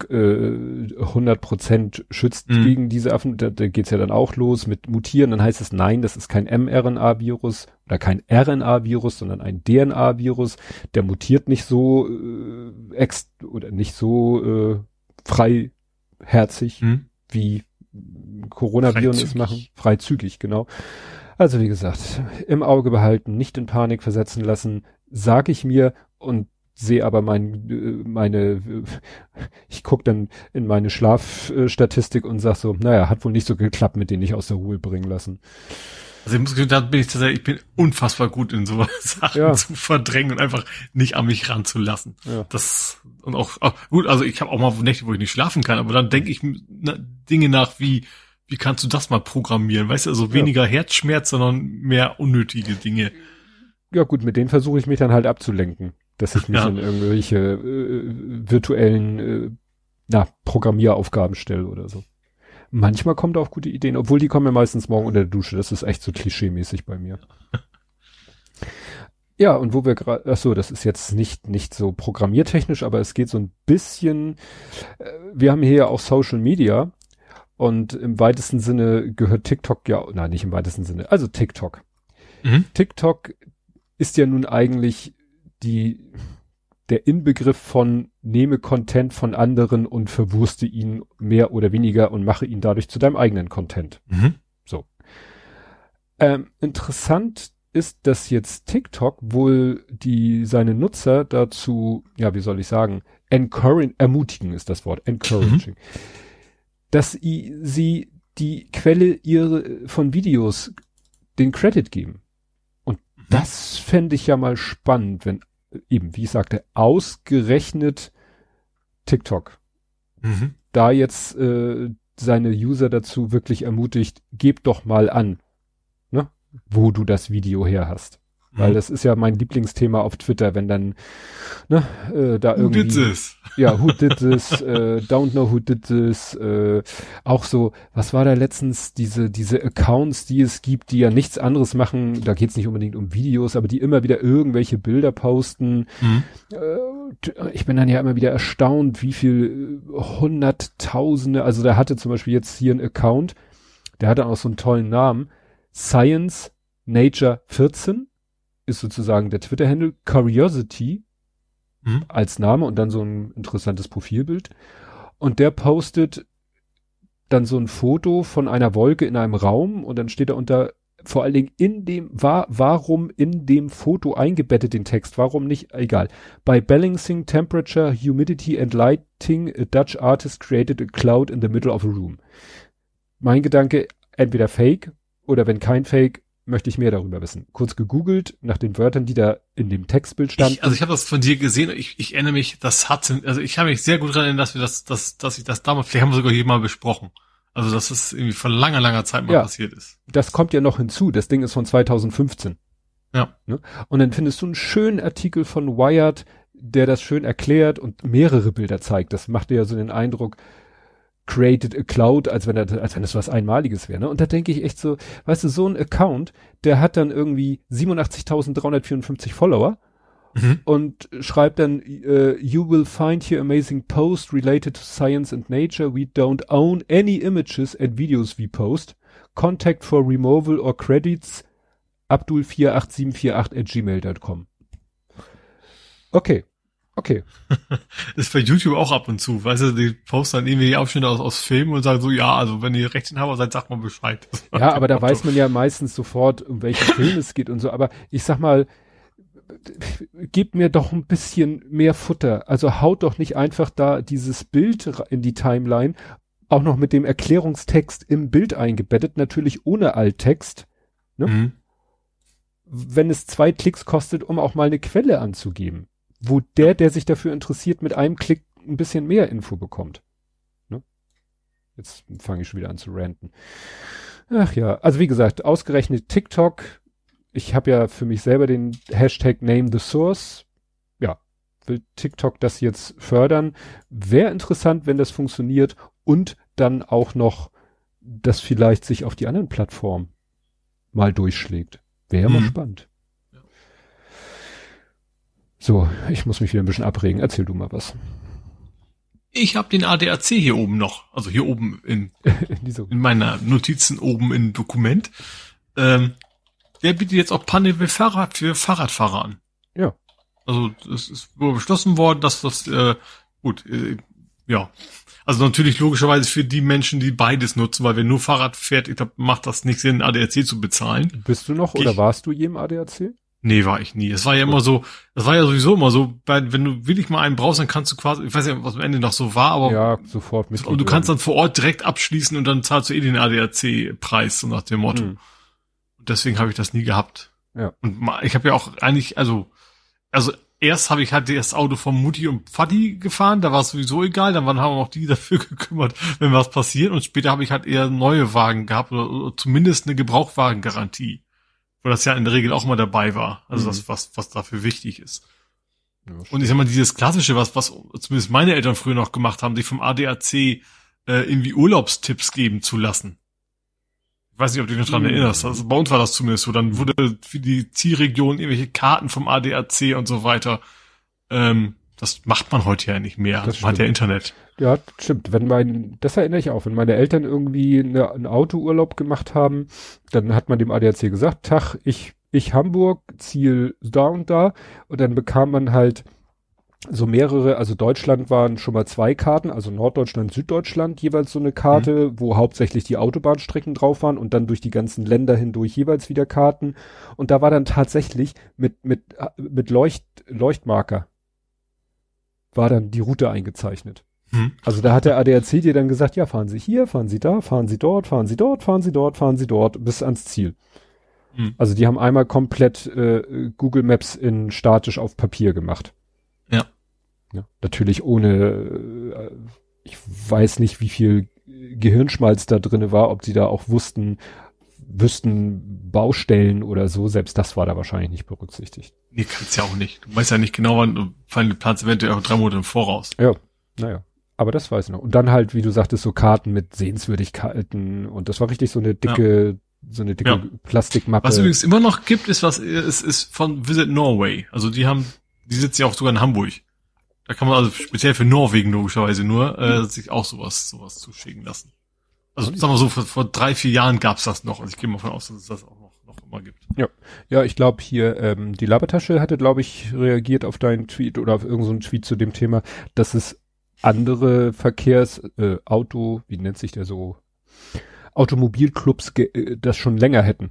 100% schützt gegen diese Affen. Da geht's ja dann auch los mit Mutieren. Dann heißt es, nein, das ist kein mRNA-Virus oder kein RNA-Virus, sondern ein DNA-Virus. Der mutiert nicht so nicht so freiherzig wie Coronaviren es machen. Freizügig, genau. Also wie gesagt, im Auge behalten, nicht in Panik versetzen lassen, sage ich mir und sehe aber ich gucke dann in meine Schlafstatistik und sag so, naja, hat wohl nicht so geklappt, mit denen ich aus der Ruhe bringen lassen. Also ich bin unfassbar gut in sowas Sachen zu verdrängen und einfach nicht an mich ranzulassen. Ja. Und auch gut, also ich habe auch mal Nächte, wo ich nicht schlafen kann, aber dann denke ich Dinge nach wie kannst du das mal programmieren? Weißt du, also weniger Herzschmerz, sondern mehr unnötige Dinge. Ja gut, mit denen versuche ich mich dann halt abzulenken. dass ich mich in irgendwelche virtuellen Programmieraufgaben stelle oder so. Manchmal kommen da auch gute Ideen, obwohl die kommen ja meistens morgen unter der Dusche. Das ist echt so klischee-mäßig bei mir. Ja, und wo wir gerade, das ist jetzt nicht so programmiertechnisch, aber es geht so ein bisschen, wir haben hier ja auch Social Media und im weitesten Sinne gehört TikTok nicht im weitesten Sinne, also TikTok. Mhm. TikTok ist ja nun eigentlich der Inbegriff von nehme Content von anderen und verwurste ihn mehr oder weniger und mache ihn dadurch zu deinem eigenen Content. Mhm. So. Interessant ist, dass jetzt TikTok wohl seine Nutzer dazu, ermutigen ist das Wort, encouraging, dass sie die Quelle von Videos den Credit geben. Und das fände ich ja mal spannend, wenn eben, wie ich sagte, ausgerechnet TikTok da jetzt seine User dazu wirklich ermutigt, gebt doch mal an, ne, wo du das Video her hast. Weil das ist ja mein Lieblingsthema auf Twitter, wenn dann da irgendwie... Who did this? Ja, who did this? Don't know who did this? Auch so, was war da letztens? Diese Accounts, die es gibt, die ja nichts anderes machen, da geht's nicht unbedingt um Videos, aber die immer wieder irgendwelche Bilder posten. Ich bin dann ja immer wieder erstaunt, wie viel Hunderttausende, also da hatte zum Beispiel jetzt hier ein Account, der hatte auch so einen tollen Namen, Science Nature 14 ist sozusagen der Twitter-Handle, Curiosity als Name und dann so ein interessantes Profilbild. Und der postet dann so ein Foto von einer Wolke in einem Raum und dann steht da unter, vor allen Dingen warum in dem Foto eingebettet den Text, warum nicht, egal. By balancing temperature, humidity and lighting, a Dutch artist created a cloud in the middle of a room. Mein Gedanke, entweder Fake oder wenn kein Fake, möchte ich mehr darüber wissen. Kurz gegoogelt nach den Wörtern, die da in dem Textbild standen. Ich habe das von dir gesehen. Ich erinnere mich, ich habe mich sehr gut daran erinnert, dass ich das damals, vielleicht haben wir sogar hier mal besprochen. Also, dass es irgendwie vor langer Zeit mal passiert ist. Das kommt ja noch hinzu. Das Ding ist von 2015. Ja. Ne? Und dann findest du einen schönen Artikel von Wired, der das schön erklärt und mehrere Bilder zeigt. Das macht dir ja so den Eindruck, created a cloud, als wenn das was Einmaliges wäre, ne? Und da denke ich echt so, weißt du, so ein Account, der hat dann irgendwie 87.354 Follower und schreibt dann, you will find here amazing posts related to science and nature. We don't own any images and videos we post. Contact for removal or credits abdul48748@gmail.com. Okay. Das ist bei YouTube auch ab und zu, weißt du, die posten dann irgendwie die Ausschnitte aus Filmen und sagen so, ja, also wenn ihr Rechteinhaber seid, sagt mal Bescheid. Ja, aber da weiß man ja meistens sofort, um welchen Film es geht und so, aber ich sag mal, gebt mir doch ein bisschen mehr Futter, also haut doch nicht einfach da dieses Bild in die Timeline, auch noch mit dem Erklärungstext im Bild eingebettet, natürlich ohne Alttext, ne? Wenn es 2 Klicks kostet, um auch mal eine Quelle anzugeben, wo der sich dafür interessiert, mit einem Klick ein bisschen mehr Info bekommt. Ne? Jetzt fange ich schon wieder an zu ranten. Ach ja, also wie gesagt, ausgerechnet TikTok. Ich habe ja für mich selber den Hashtag Name the Source. Ja, will TikTok das jetzt fördern. Wäre interessant, wenn das funktioniert und dann auch noch, das vielleicht sich auf die anderen Plattformen mal durchschlägt. Wäre mal spannend. So, ich muss mich wieder ein bisschen abregen. Erzähl du mal was. Ich habe den ADAC hier oben noch, also hier oben in meiner Notizen oben im Dokument. Der bietet jetzt auch Panel für Fahrradfahrer an. Ja. Also es ist wohl beschlossen worden, dass das also natürlich logischerweise für die Menschen, die beides nutzen, weil wer nur Fahrrad fährt, ich glaube, macht das nicht Sinn, ADAC zu bezahlen. Bist du noch oder warst du je im ADAC? Nee, war ich nie. Es war ja immer so, das war ja sowieso immer so, wenn du wirklich mal einen brauchst, dann kannst du quasi, ich weiß nicht, was am Ende noch so war, aber ja, sofort mit. Und du kannst dann vor Ort direkt abschließen und dann zahlst du den ADAC-Preis, so nach dem Motto. Und deswegen habe ich das nie gehabt. Ja. Und ich habe ja auch eigentlich, also erst habe ich halt das Auto von Mutti und Vati gefahren, da war es sowieso egal, dann haben auch die dafür gekümmert, wenn was passiert, und später habe ich halt eher neue Wagen gehabt oder zumindest eine Gebrauchtwagengarantie. Wo das ja in der Regel auch immer dabei war. Also das, was dafür wichtig ist. Und ich sag mal, dieses Klassische, was zumindest meine Eltern früher noch gemacht haben, sich vom ADAC irgendwie Urlaubstipps geben zu lassen. Ich weiß nicht, ob du dich noch dran erinnerst. Also bei uns war das zumindest so. Dann wurde für die Zielregion irgendwelche Karten vom ADAC und so weiter. Das macht man heute ja nicht mehr. Man hat ja Internet. Ja, stimmt. Das erinnere ich auch, wenn meine Eltern irgendwie einen Autourlaub gemacht haben, dann hat man dem ADAC gesagt, Tag, ich Hamburg, Ziel da und da. Und dann bekam man halt so mehrere, also Deutschland waren schon mal 2 Karten, also Norddeutschland, Süddeutschland jeweils so eine Karte, wo hauptsächlich die Autobahnstrecken drauf waren und dann durch die ganzen Länder hindurch jeweils wieder Karten. Und da war dann tatsächlich mit Leuchtmarker war dann die Route eingezeichnet. Also da hat der ADAC dir dann gesagt, ja, fahren Sie hier, fahren Sie da, fahren Sie dort, fahren Sie dort, fahren Sie dort, fahren Sie dort, bis ans Ziel. Also die haben einmal komplett Google Maps in statisch auf Papier gemacht. Ja, natürlich ohne, ich weiß nicht, wie viel Gehirnschmalz da drinne war, ob sie da auch wüssten Baustellen oder so, selbst das war da wahrscheinlich nicht berücksichtigt. Nee, kannst ja auch nicht. Du weißt ja nicht genau, wann fallen die Platz eventuell auch 3 Monate im Voraus. Ja, naja. Aber das weiß ich noch. Und dann halt, wie du sagtest, so Karten mit Sehenswürdigkeiten und das war richtig so eine dicke Plastikmappe. Was übrigens immer noch gibt, ist von Visit Norway. Also die sitzen ja auch sogar in Hamburg. Da kann man also speziell für Norwegen logischerweise nur sich auch sowas zuschicken lassen. Also sagen wir so, vor 3-4 Jahren gab's das noch. Also ich gehe mal davon aus, dass es das auch noch immer gibt. Ja, ich glaube hier, die Labertasche hatte, glaube ich, reagiert auf deinen Tweet oder auf irgendeinen Tweet zu dem Thema, dass es andere wie nennt sich der so, Automobilclubs das schon länger hätten.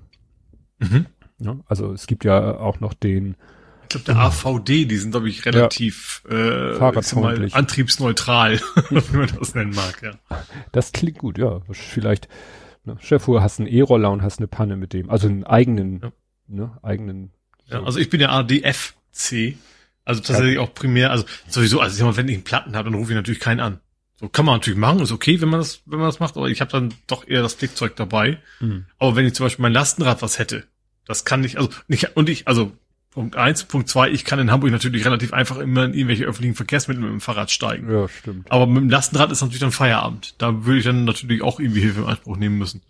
Ja, also es gibt ja auch noch den Ich glaube, der AVD, die sind, glaube ich, relativ fahrradfreundlich, antriebsneutral, wie man das nennen mag, ja. Das klingt gut, ja. Vielleicht, Chef, du hast einen E-Roller und hast eine Panne mit dem, also einen eigenen, eigenen. So. Ja, also ich bin ja ADFC, also tatsächlich auch primär, also sowieso, also ich sag mal, wenn ich einen Platten habe, dann rufe ich natürlich keinen an. So kann man natürlich machen, ist okay, wenn man das macht, aber ich habe dann doch eher das Flickzeug dabei. Aber wenn ich zum Beispiel mein Lastenrad was hätte, das kann ich, Punkt 1, Punkt 2, ich kann in Hamburg natürlich relativ einfach immer in irgendwelche öffentlichen Verkehrsmittel mit dem Fahrrad steigen. Ja, stimmt. Aber mit dem Lastenrad ist natürlich dann Feierabend. Da würde ich dann natürlich auch irgendwie Hilfe in Anspruch nehmen müssen.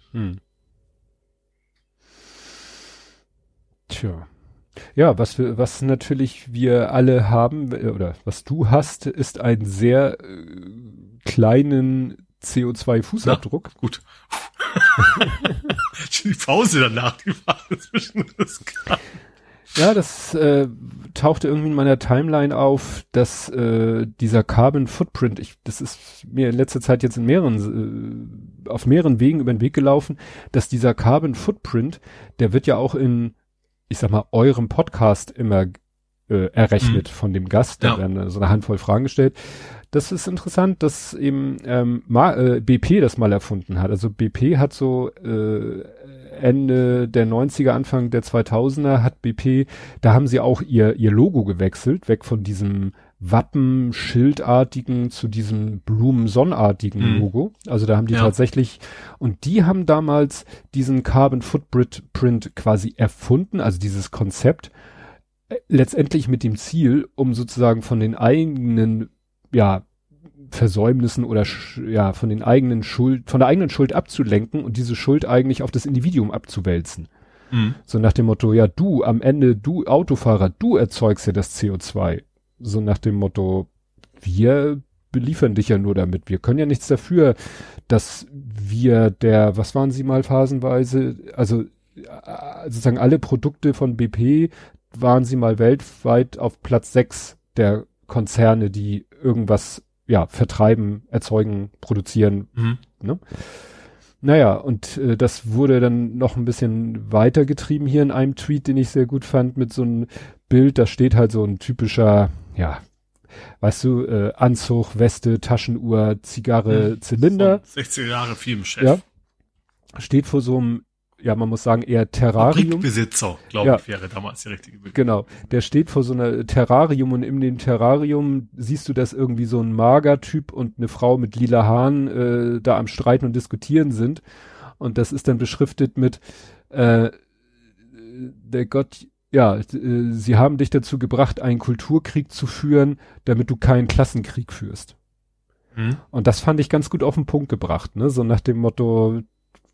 Tja. Ja, was natürlich wir alle haben, oder was du hast, ist einen sehr kleinen CO2-Fußabdruck. Na, gut. Die Pause danach, die war zwischen das Kram. Ja, das tauchte irgendwie in meiner Timeline auf, dass dieser Carbon Footprint, das ist mir in letzter Zeit jetzt auf mehreren Wegen über den Weg gelaufen, dass dieser Carbon Footprint, der wird ja auch in, ich sag mal, eurem Podcast immer errechnet von dem Gast, da werden so eine Handvoll Fragen gestellt. Das ist interessant, dass eben BP das mal erfunden hat. Also BP hat so Ende der 90er, Anfang der 2000er hat BP, da haben sie auch ihr Logo gewechselt, weg von diesem Wappen-Schildartigen zu diesem Blumensonnenartigen Logo. Also da haben die tatsächlich, und die haben damals diesen Carbon Footprint quasi erfunden, also dieses Konzept, letztendlich mit dem Ziel, um sozusagen von den eigenen, Versäumnissen oder von der eigenen Schuld abzulenken und diese Schuld eigentlich auf das Individuum abzuwälzen. So nach dem Motto, du Autofahrer, du erzeugst ja das CO2. So nach dem Motto, wir beliefern dich ja nur damit. Wir können ja nichts dafür, dass wir was waren sie mal phasenweise, also sozusagen alle Produkte von BP waren sie mal weltweit auf Platz 6 der Konzerne, die irgendwas vertreiben, erzeugen, produzieren. Ne? Naja, und das wurde dann noch ein bisschen weitergetrieben hier in einem Tweet, den ich sehr gut fand, mit so einem Bild, da steht halt so ein typischer, weißt du, Anzug, Weste, Taschenuhr, Zigarre, Zylinder. 16 Jahre Firmenchef. Ja. Steht vor so einem, man muss sagen, eher Terrarium. Fabrikbesitzer, glaube ich, wäre damals der richtige Begriff. Genau. Der steht vor so einer Terrarium und in dem Terrarium siehst du, dass irgendwie so ein Magertyp und eine Frau mit lila Haaren da am Streiten und Diskutieren sind. Und das ist dann beschriftet mit der Gott sie haben dich dazu gebracht, einen Kulturkrieg zu führen, damit du keinen Klassenkrieg führst. Und das fand ich ganz gut auf den Punkt gebracht, ne? So nach dem Motto,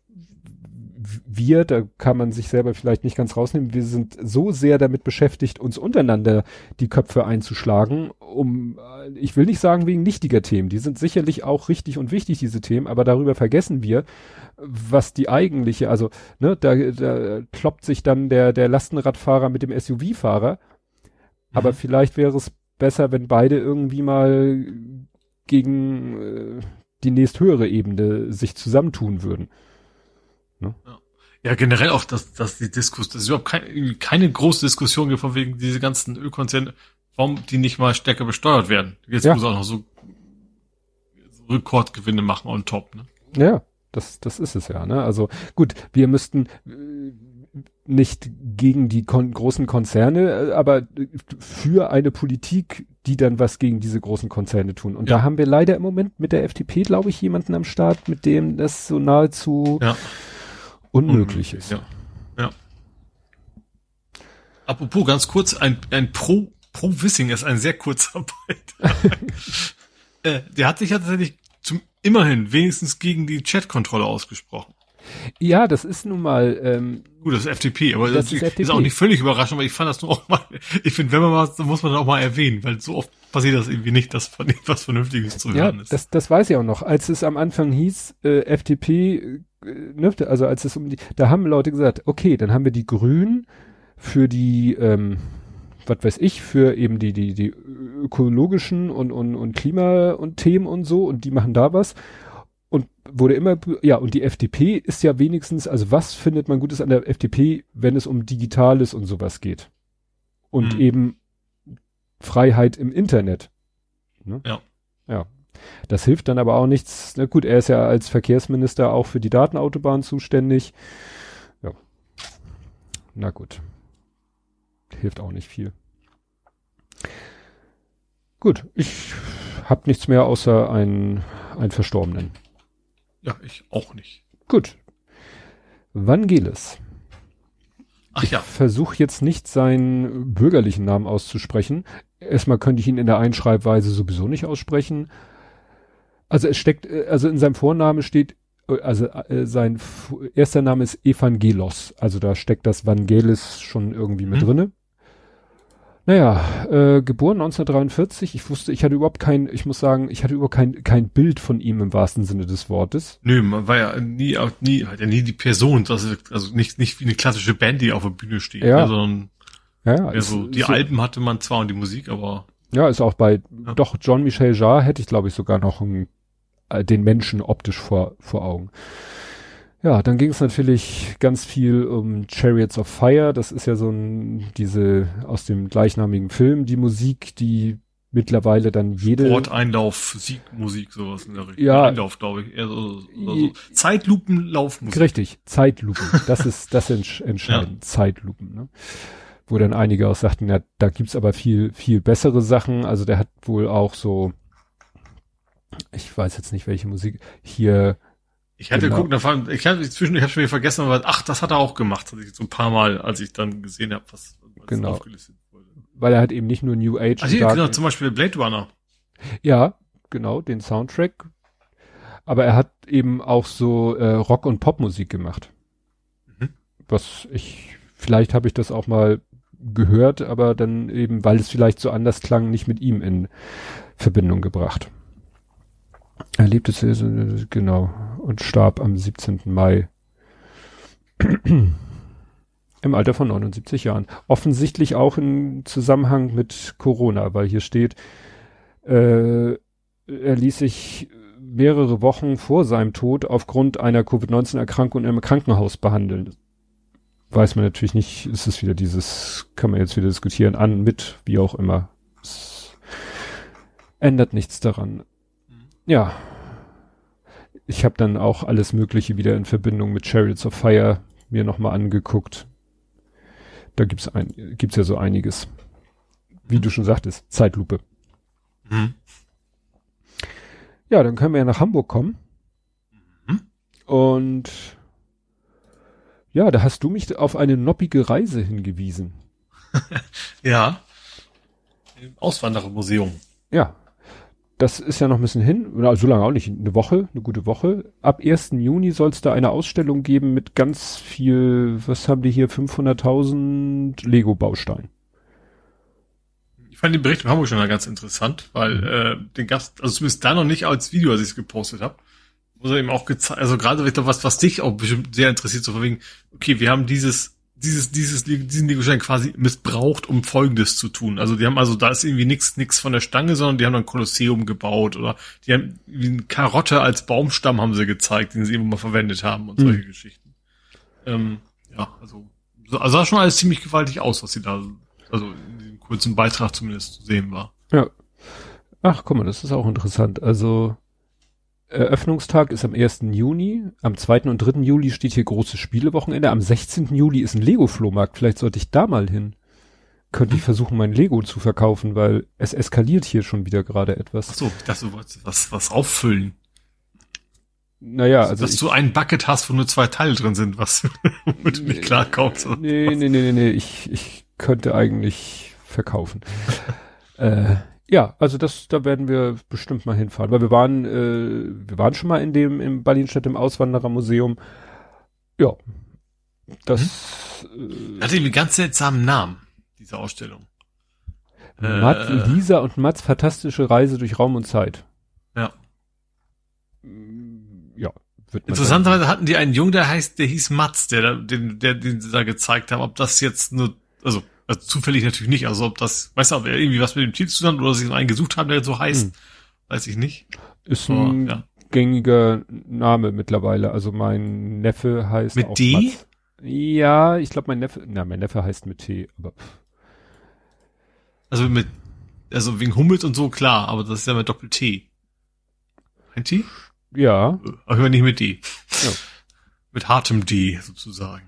da kann man sich selber vielleicht nicht ganz rausnehmen, wir sind so sehr damit beschäftigt, uns untereinander die Köpfe einzuschlagen, ich will nicht sagen wegen nichtiger Themen, die sind sicherlich auch richtig und wichtig, diese Themen, aber darüber vergessen wir, was die eigentliche, also, ne, da kloppt sich dann der Lastenradfahrer mit dem SUV-Fahrer, aber vielleicht wäre es besser, wenn beide irgendwie mal gegen die nächsthöhere Ebene sich zusammentun würden. Ne? Ja, generell auch, dass es überhaupt keine große Diskussion gibt von wegen diese ganzen Ölkonzerne, warum die nicht mal stärker besteuert werden. Jetzt muss auch noch so Rekordgewinne machen on top, ne? Ja, das ist es ja, ne? Also gut, wir müssten nicht gegen die großen Konzerne, aber für eine Politik, die dann was gegen diese großen Konzerne tun. Und da haben wir leider im Moment mit der FDP, glaube ich, jemanden am Start, mit dem das so nahezu unmöglich ist. Ja. Apropos, ganz kurz, ein Pro Wissing ist ein sehr kurzer Beitrag. Der hat sich ja tatsächlich immerhin wenigstens gegen die Chat-Kontrolle ausgesprochen. Ja, das ist nun mal gut, das ist FDP, aber das ist auch nicht völlig überraschend, aber ich fand das nur auch mal, ich finde, wenn man was, dann muss man das auch mal erwähnen, weil so oft passiert das irgendwie nicht, dass von etwas Vernünftiges zu hören ist. Ja, das weiß ich auch noch. Als es am Anfang hieß, FDP, ne, also als es da haben Leute gesagt, okay, dann haben wir die Grünen für die, was weiß ich, für eben die ökologischen und Klima und Themen und so, und die machen da was. Und wurde immer, und die FDP ist ja wenigstens, also was findet man Gutes an der FDP, wenn es um Digitales und sowas geht? Und eben Freiheit im Internet. Ne? Ja. Das hilft dann aber auch nichts. Na gut, er ist ja als Verkehrsminister auch für die Datenautobahn zuständig. Ja. Na gut. Hilft auch nicht viel. Gut, ich habe nichts mehr außer einen Verstorbenen. Ja, ich auch nicht. Gut. Vangelis. Ach ja. Ich versuche jetzt nicht seinen bürgerlichen Namen auszusprechen. Erstmal könnte ich ihn in der Einschreibweise sowieso nicht aussprechen. Also es steckt, also in seinem Vornamen steht, also sein erster Name ist Evangelos. Also da steckt das Vangelis schon irgendwie mit drinne. Naja, geboren 1943. Ich hatte überhaupt kein Bild von ihm im wahrsten Sinne des Wortes. Nö, man war ja hat ja nie die Person, also nicht wie eine klassische Band, die auf der Bühne steht, sondern die Alben hatte man zwar und die Musik, aber. Ja, ist auch doch Jean-Michel Jarre hätte ich, glaube ich, sogar noch den Menschen optisch vor Augen. Ja, dann ging es natürlich ganz viel um Chariots of Fire. Das ist ja so diese aus dem gleichnamigen Film, die Musik, die mittlerweile dann jede... Sporteinlauf, Siegmusik, sowas in der Richtung. Ja. Einlauf, glaube ich. Eher so Zeitlupenlaufmusik. Richtig, Zeitlupen. Das ist das entscheidend. Zeitlupen, ne? Wo dann einige auch sagten, ja, da gibt's aber viel, viel bessere Sachen. Also der hat wohl auch so, ich weiß jetzt nicht, welche Musik, hier... Ich hatte geguckt, ich habe schon wieder vergessen, aber das hat er auch gemacht, hatte ich so ein paar Mal, als ich dann gesehen habe, was aufgelistet wurde. Weil er hat eben nicht nur New Age. Also genau, zum Beispiel Blade Runner. Ja, genau, den Soundtrack. Aber er hat eben auch so Rock- und Popmusik gemacht. Vielleicht habe ich das auch mal gehört, aber dann eben, weil es vielleicht so anders klang, nicht mit ihm in Verbindung gebracht. Er lebte genau und starb am 17. Mai im Alter von 79 Jahren. Offensichtlich auch im Zusammenhang mit Corona, weil hier steht, er ließ sich mehrere Wochen vor seinem Tod aufgrund einer Covid-19-Erkrankung in einem Krankenhaus behandeln. Weiß man natürlich nicht, ist es wieder kann man jetzt wieder diskutieren, wie auch immer. Es ändert nichts daran. Ja, ich habe dann auch alles Mögliche wieder in Verbindung mit Chariots of Fire mir nochmal angeguckt. Da gibt's ja so einiges. Wie du schon sagtest, Zeitlupe. Ja, dann können wir ja nach Hamburg kommen. Und ja, da hast du mich auf eine noppige Reise hingewiesen. Ja. Im Auswanderermuseum. Ja. Das ist ja noch ein bisschen hin, oder so lange auch nicht, eine gute Woche. Ab 1. Juni soll es da eine Ausstellung geben mit ganz viel, was haben die hier, 500.000 Lego-Bausteinen. Ich fand den Bericht in Hamburg schon mal ganz interessant, weil den gab's, also zumindest da noch nicht als Video, als ich es gepostet habe, wo er eben auch gezeigt, also gerade ich glaube, was dich auch bestimmt sehr interessiert, so von wegen, okay, wir haben diesen Legostein quasi missbraucht, um Folgendes zu tun. Also die haben da ist irgendwie nix von der Stange, sondern die haben dann ein Kolosseum gebaut oder die haben wie eine Karotte als Baumstamm haben sie gezeigt, den sie eben mal verwendet haben und solche Geschichten. Ja, also sah schon alles ziemlich gewaltig aus, was sie da, also in diesem kurzen Beitrag zumindest zu sehen war. Ja. Ach, guck mal, das ist auch interessant. Also Eröffnungstag ist am 1. Juni, am 2. und 3. Juli steht hier großes Spielewochenende, am 16. Juli ist ein Lego-Flohmarkt, vielleicht sollte ich da mal hin. Könnte ich versuchen, mein Lego zu verkaufen, weil es eskaliert hier schon wieder gerade etwas. Ach so, ich dachte, du wolltest was auffüllen. Naja, also dass du ein Bucket hast, wo nur 2 Teile drin sind, was womit du nicht klarkommst. Nee, ich könnte eigentlich verkaufen. Ja, also da werden wir bestimmt mal hinfahren, weil wir waren schon mal im Berlinstedt im Auswanderermuseum. Ja, das hat irgendwie ganz seltsamen Namen, diese Ausstellung. Lisa und Mats fantastische Reise durch Raum und Zeit. Ja. Ja. Interessanterweise hatten die einen Jungen, der hieß Mats, den sie da gezeigt haben, ob das jetzt nur, also zufällig natürlich nicht, also ob das, weißt du, ob er irgendwie was mit dem Titel zu tun hat oder sich einen gesucht haben, der so heißt, weiß ich nicht. Ist ein gängiger Name mittlerweile, also mein Neffe heißt mit auch D? Mats. Ja, ich glaube mein Neffe heißt mit T, aber also wegen Hummels und so, klar, aber das ist ja mit Doppel-T. Ein T? Ja. Aber nicht mit D. Ja. Mit hartem D, sozusagen.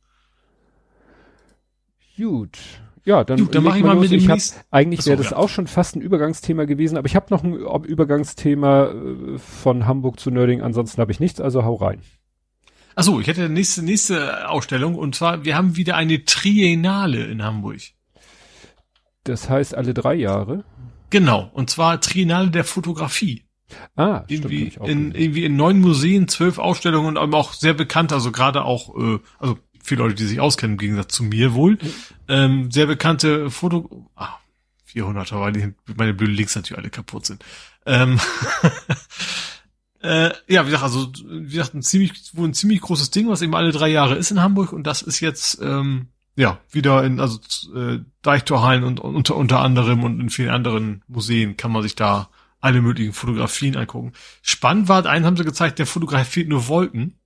Gut. Ja, dann mache ich mal mit dem nächsten. Eigentlich wäre das auch schon fast ein Übergangsthema gewesen, aber ich habe noch ein Übergangsthema von Hamburg zu Nörding, ansonsten habe ich nichts, also hau rein. Ach so, ich hätte nächste Ausstellung und zwar, wir haben wieder eine Triennale in Hamburg. Das heißt alle 3 Jahre? Genau, und zwar Triennale der Fotografie. Irgendwie in 9 Museen, 12 Ausstellungen und auch sehr bekannt, also gerade auch, also viele Leute, die sich auskennen, im Gegensatz zu mir wohl, sehr bekannte 400er, weil meine blöden Links natürlich alle kaputt sind. Ja, wie gesagt, ein ziemlich großes Ding, was eben alle 3 Jahre ist in Hamburg und das ist jetzt, wieder in, Deichtorhallen und unter anderem und in vielen anderen Museen kann man sich da alle möglichen Fotografien angucken. Spannend war, einen haben sie gezeigt, der fotografiert nur Wolken.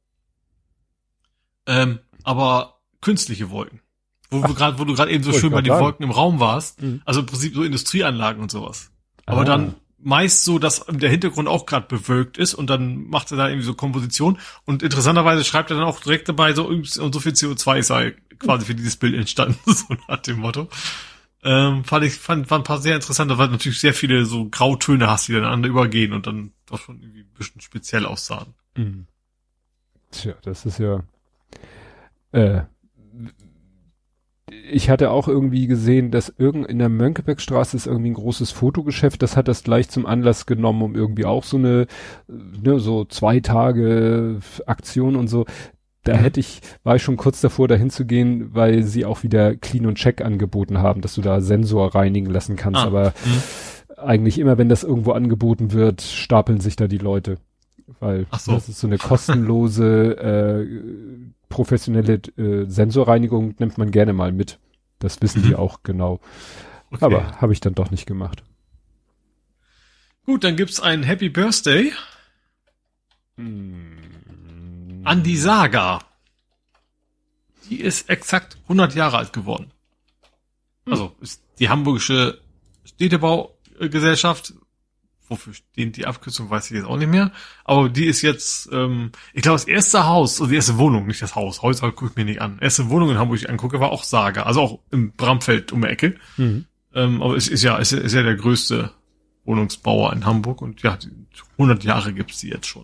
Aber künstliche Wolken. Wo du gerade eben so schön bei den Wolken im Raum warst. Mhm. Also im Prinzip so Industrieanlagen und sowas. Aber dann meist so, dass der Hintergrund auch gerade bewölkt ist und dann macht er da irgendwie so Komposition. Und interessanterweise schreibt er dann auch direkt dabei, so und so viel CO2 sei quasi für dieses Bild entstanden, so nach dem Motto. Fand ein paar sehr interessante, weil natürlich sehr viele so Grautöne hast, die dann aneinander übergehen und dann doch schon irgendwie ein bisschen speziell aussahen. Mhm. Tja, das ist ja ich hatte auch irgendwie gesehen, dass in der Mönckebergstraße ist irgendwie ein großes Fotogeschäft, das hat das gleich zum Anlass genommen, um irgendwie auch so so 2 Tage Aktion und so. Da war ich schon kurz davor, dahin zu gehen, weil sie auch wieder Clean und Check angeboten haben, dass du da Sensor reinigen lassen kannst. Aber eigentlich immer, wenn das irgendwo angeboten wird, stapeln sich da die Leute. Weil das ist so eine kostenlose, professionelle Sensorreinigung nimmt man gerne mal mit. Das wissen die auch genau. Okay. Aber habe ich dann doch nicht gemacht. Gut, dann gibt's ein Happy Birthday an die Saga. Die ist exakt 100 Jahre alt geworden. Also ist die Hamburgische Städtebaugesellschaft. Wofür steht die Abkürzung, weiß ich jetzt auch nicht mehr. Aber die ist jetzt, ich glaube, das erste Haus, also die erste Wohnung, nicht das Haus. Häuser gucke ich mir nicht an. Erste Wohnung in Hamburg, die ich angucke, war auch Saga. Also auch im Bramfeld um die Ecke. Mhm. Aber es ist ja der größte Wohnungsbauer in Hamburg. Und ja, 100 Jahre gibt's die jetzt schon.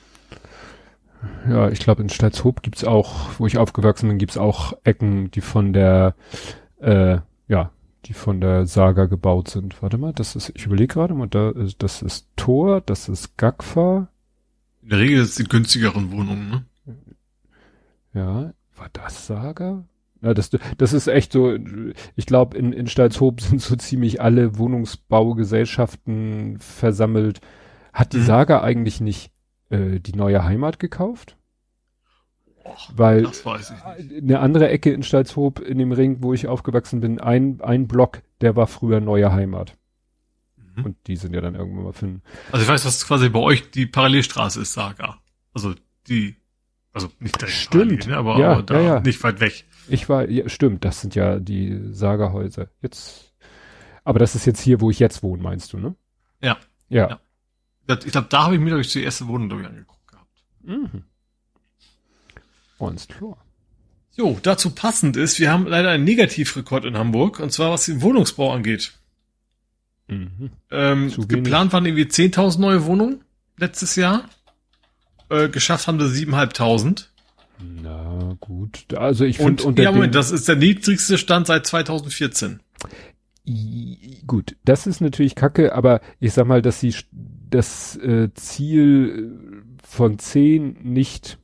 Ja, ich glaube, in Stalzhoop gibt's auch, wo ich aufgewachsen bin, gibt's auch Ecken, die von der ja, die von der Saga gebaut sind. Warte mal, ich überlege gerade mal, das ist Thor, das ist Gagfa. In der Regel ist die günstigeren Wohnungen, ne? Ja, war das Saga? Ja, das ist echt so, ich glaube, in Stalzhoop sind so ziemlich alle Wohnungsbaugesellschaften versammelt. Hat die Saga eigentlich nicht die neue Heimat gekauft? Och, Weil das weiß ich nicht. eine andere Ecke in Stalzhoop, in dem Ring, wo ich aufgewachsen bin, ein Block, der war früher neue Heimat. Mhm. Und die sind ja dann irgendwann mal finden. Also ich weiß, dass quasi bei euch die Parallelstraße ist, Saga. Also nicht direkt Stimmt. parallel, ne? aber, Ja, aber da ja. nicht weit weg. Ja, stimmt, das sind ja die Saga-Häuser. Aber das ist jetzt hier, wo ich jetzt wohne, meinst du, ne? Ja. Ja. Ich glaube, da habe ich mir die erste Wohnung angeguckt gehabt. Mhm. Alles klar. Jo, dazu passend ist, wir haben leider einen Negativrekord in Hamburg, und zwar was den Wohnungsbau angeht. Mhm. Geplant waren irgendwie 10.000 neue Wohnungen letztes Jahr. Geschafft haben sie 7.500. Na gut, also ich finde Moment, das ist der niedrigste Stand seit 2014. Gut, das ist natürlich Kacke, aber ich sag mal, dass sie das Ziel von 10 nicht,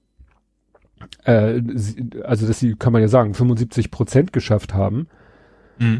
also dass sie, kann man ja sagen, 75% geschafft haben. Mhm.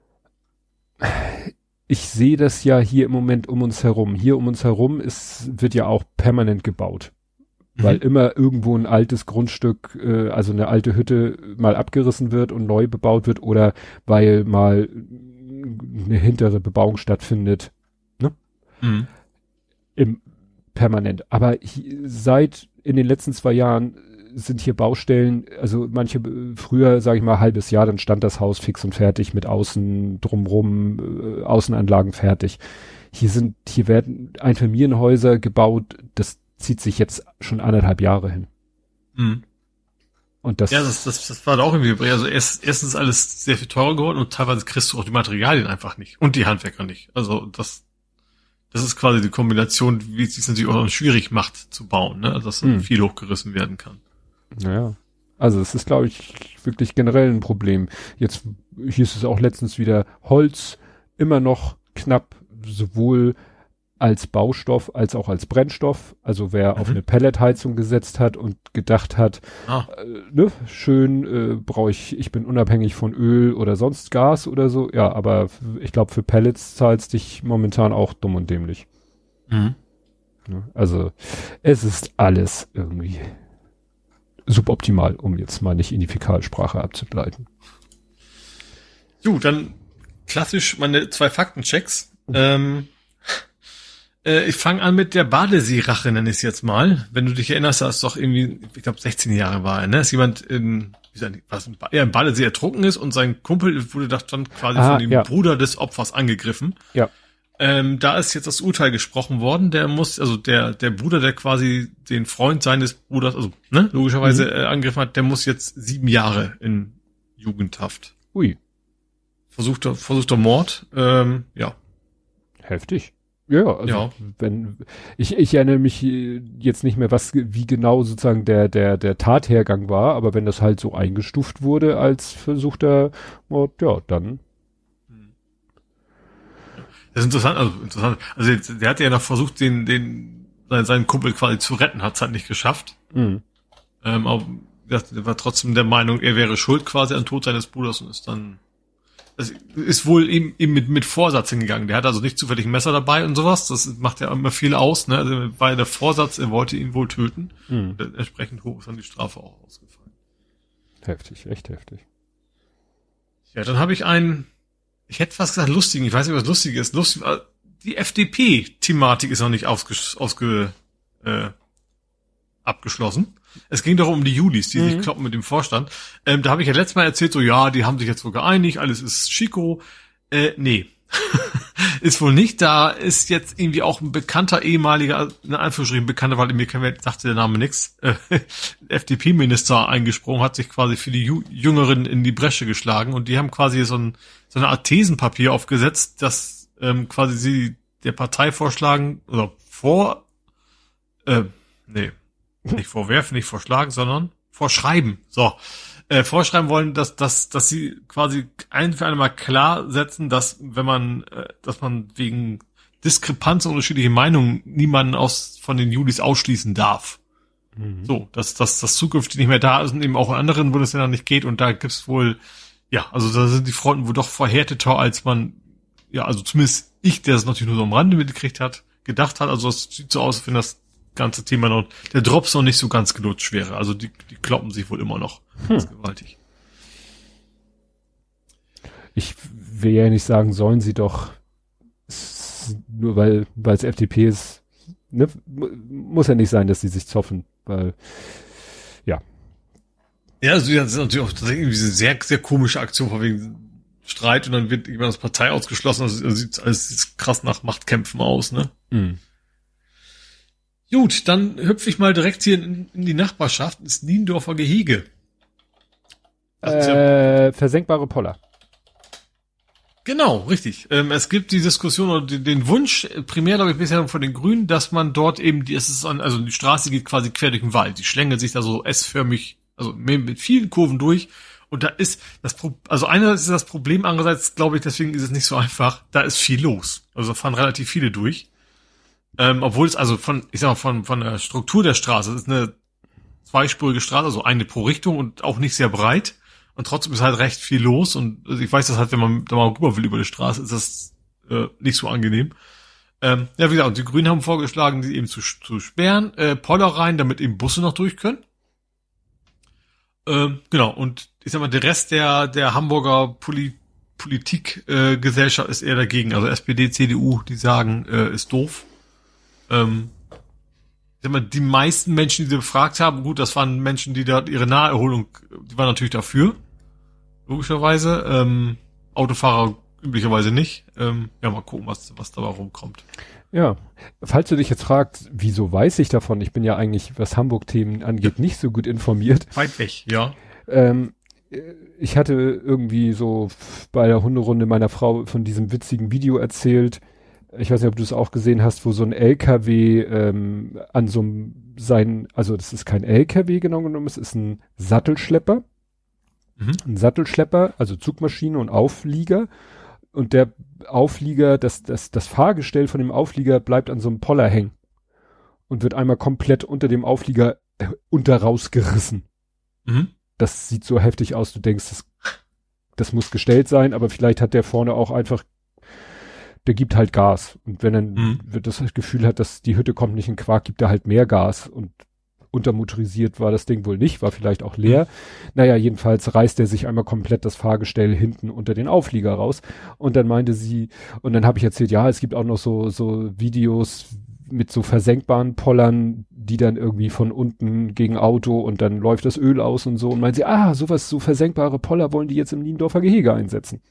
Ich sehe das ja hier im Moment um uns herum. Hier um uns herum wird ja auch permanent gebaut. Weil immer irgendwo ein altes Grundstück, also eine alte Hütte mal abgerissen wird und neu bebaut wird oder weil mal eine hintere Bebauung stattfindet. Ne? Mhm. Permanent. Aber seit in den letzten 2 Jahren sind hier Baustellen, also manche früher, sage ich mal, halbes Jahr, dann stand das Haus fix und fertig mit außen drumrum, Außenanlagen fertig. Hier werden Einfamilienhäuser gebaut, das zieht sich jetzt schon 1,5 Jahre hin. Mhm. Und das war da auch irgendwie, also erstens ist alles sehr viel teurer geworden und teilweise kriegst du auch die Materialien einfach nicht und die Handwerker nicht. Also das ist quasi die Kombination, wie es sich natürlich auch schwierig macht zu bauen, ne? Also dass viel hochgerissen werden kann. Naja. Also es ist, glaube ich, wirklich generell ein Problem. Jetzt hieß es auch letztens wieder, Holz immer noch knapp, sowohl als Baustoff als auch als Brennstoff. Also wer auf eine Pelletheizung gesetzt hat und gedacht hat, schön ich bin unabhängig von Öl oder sonst Gas oder so. Ja, aber ich glaube, für Pellets zahlst dich momentan auch dumm und dämlich. Mhm. Also es ist alles irgendwie suboptimal, um jetzt mal nicht in die Fäkalsprache abzubleiten. Jo, dann klassisch meine 2 Faktenchecks. Ich fange an mit der Badesee-Rache, nenne ich es jetzt mal. Wenn du dich erinnerst, dass es doch irgendwie, ich glaube 16 Jahre war, ne? Dass jemand im Badesee ertrunken ist und sein Kumpel wurde dann quasi von dem Bruder des Opfers angegriffen. Ja. Da ist jetzt das Urteil gesprochen worden. Der Bruder, der quasi den Freund seines Bruders, also logischerweise angegriffen hat, der muss jetzt 7 Jahre in Jugendhaft. Ui. Versuchter Mord. Ja. Heftig. Ja, also wenn ich erinnere mich jetzt nicht mehr, wie genau sozusagen der Tathergang war, aber wenn das halt so eingestuft wurde als versuchter Mord, ja, dann. Das ist interessant. Also der hatte ja noch versucht, seinen Kumpel quasi zu retten, hat es halt nicht geschafft. Mhm. Aber der war trotzdem der Meinung, er wäre schuld quasi an Tod seines Bruders und ist wohl ihm mit Vorsatz hingegangen. Der hat also nicht zufällig ein Messer dabei und sowas. Das macht ja immer viel aus, ne? Also war der Vorsatz, er wollte ihn wohl töten. Mhm. Und entsprechend hoch ist dann die Strafe auch ausgefallen. Heftig, echt heftig. Ja, dann habe ich ich hätte fast gesagt lustigen, ich weiß nicht, was lustig ist. Die FDP-Thematik ist noch nicht abgeschlossen. Es ging darum um die Julis, die sich kloppen mit dem Vorstand. Da habe ich ja letztes Mal erzählt, so ja, die haben sich jetzt wohl geeinigt, alles ist Chico. Nee. Ist wohl nicht. Da ist jetzt irgendwie auch ein bekannter ehemaliger, in Anführungsstrichen bekannter, weil mir sagte der Name nix, FDP-Minister eingesprungen, hat sich quasi für die Jüngeren in die Bresche geschlagen und die haben quasi so eine Art Thesenpapier aufgesetzt, das quasi sie der Partei vorschlagen oder nicht vorwerfen, nicht vorschlagen, sondern vorschreiben. So. vorschreiben wollen, dass sie quasi ein für einmal klar setzen, dass wenn man, dass man wegen Diskrepanz und unterschiedliche Meinungen niemanden von den Julis ausschließen darf. Mhm. So, dass das zukünftig nicht mehr da ist und eben auch in anderen Bundesländern nicht geht und da gibt's wohl, ja, also da sind die Fronten wohl doch verhärteter, als man, ja, also zumindest ich, der es natürlich nur so am Rande mitgekriegt hat, gedacht hat, also es sieht so aus, als wenn das ganze Thema noch, der Drops noch nicht so ganz gelutscht wäre, also die kloppen sich wohl immer noch ganz gewaltig. Ich will ja nicht sagen, sollen sie doch, nur weil es FDP ist, ne, muss ja nicht sein, dass sie sich zoffen, weil, ja. Ja, also das ist natürlich auch tatsächlich irgendwie eine sehr, sehr komische Aktion, von wegen Streit und dann wird jemand aus Partei ausgeschlossen, also sieht alles krass nach Machtkämpfen aus, ne? Mhm. Gut, dann hüpfe ich mal direkt hier in die Nachbarschaft, ins Niendorfer Gehege. Versenkbare Poller. Genau, richtig. Es gibt die Diskussion oder den Wunsch, primär glaube ich bisher von den Grünen, dass man dort eben, die Straße geht quasi quer durch den Wald. Die schlängelt sich da so S-förmig, also mit vielen Kurven durch. Und da ist einerseits ist das Problem, andererseits glaube ich, deswegen ist es nicht so einfach, da ist viel los. Also fahren relativ viele durch. Obwohl es also von der Struktur der Straße, es ist eine zweispurige Straße, also eine pro Richtung und auch nicht sehr breit. Und trotzdem ist halt recht viel los und ich weiß, dass halt, wenn man da mal rüber will über die Straße, ist das nicht so angenehm. Ja, wie gesagt, die Grünen haben vorgeschlagen, die eben zu sperren, Poller rein, damit eben Busse noch durch können. Genau, und ich sag mal, der Rest der Hamburger Politikgesellschaft ist eher dagegen. Also SPD, CDU, die sagen, ist doof. Ich sag mal, die meisten Menschen, die sie befragt haben, gut, das waren Menschen, die da ihre Naherholung, die waren natürlich dafür. Logischerweise. Autofahrer üblicherweise nicht. Ja, mal gucken, was dabei rumkommt. Ja, falls du dich jetzt fragst, wieso weiß ich davon? Ich bin ja eigentlich, was Hamburg-Themen angeht, nicht so gut informiert. Weit weg, ja. Ich hatte irgendwie so bei der Hunderunde meiner Frau von diesem witzigen Video erzählt. Ich weiß nicht, ob du es auch gesehen hast, wo so ein LKW an so einem also das ist kein LKW genau genommen, es ist ein Sattelschlepper. Mhm. Ein Sattelschlepper, also Zugmaschine und Auflieger. Und der Auflieger, das Fahrgestell von dem Auflieger bleibt an so einem Poller hängen und wird einmal komplett unter dem Auflieger rausgerissen. Mhm. Das sieht so heftig aus, du denkst, das muss gestellt sein, aber vielleicht hat der vorne auch einfach, der gibt halt Gas. Und wenn dann wird das Gefühl hat, dass die Hütte kommt nicht in Quark, gibt er halt mehr Gas. Und untermotorisiert war das Ding wohl nicht, war vielleicht auch leer. Naja, jedenfalls reißt er sich einmal komplett das Fahrgestell hinten unter den Auflieger raus. Und dann meinte sie, und dann habe ich erzählt, ja, es gibt auch noch so Videos mit so versenkbaren Pollern, die dann irgendwie von unten gegen Auto und dann läuft das Öl aus und so. Und meint sie, sowas, so versenkbare Poller wollen die jetzt im Niendorfer Gehege einsetzen.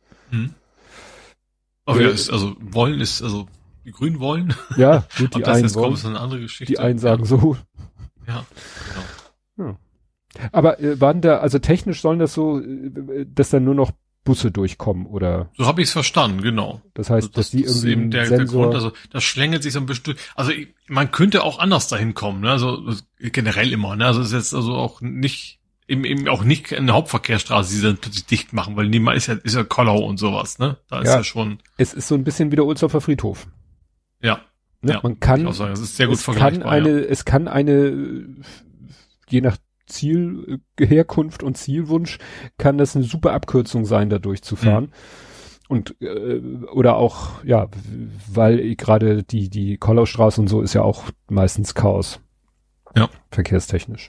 Aber ja, die Grünen wollen. Ja, gut, die einen wollen. Ist eine andere Geschichte. Die einen sagen so. Ja, genau. Ja. Aber waren da, also technisch sollen das so, dass dann nur noch Busse durchkommen, oder? So habe ich es verstanden, genau. Das heißt, also dass die irgendwie eben der Grund, also das schlängelt sich so ein bisschen, also man könnte auch anders dahin kommen, ne? Also generell immer, ne? Also es ist jetzt also auch nicht eben auch nicht eine Hauptverkehrsstraße, die dann plötzlich dicht machen, weil niemand ist ja Kollau und sowas, ne? Da ist ja schon. Es ist so ein bisschen wie der Ohlsdorfer Friedhof. Ja. Ne? Ja, man kann, ich auch sagen, das ist sehr gut vergleichbar. Es kann eine, je nach Ziel, Herkunft und Zielwunsch, kann das eine super Abkürzung sein, da durchzufahren. Und, oder auch, ja, weil gerade die Kollaustraße und so ist ja auch meistens Chaos. Ja. Verkehrstechnisch.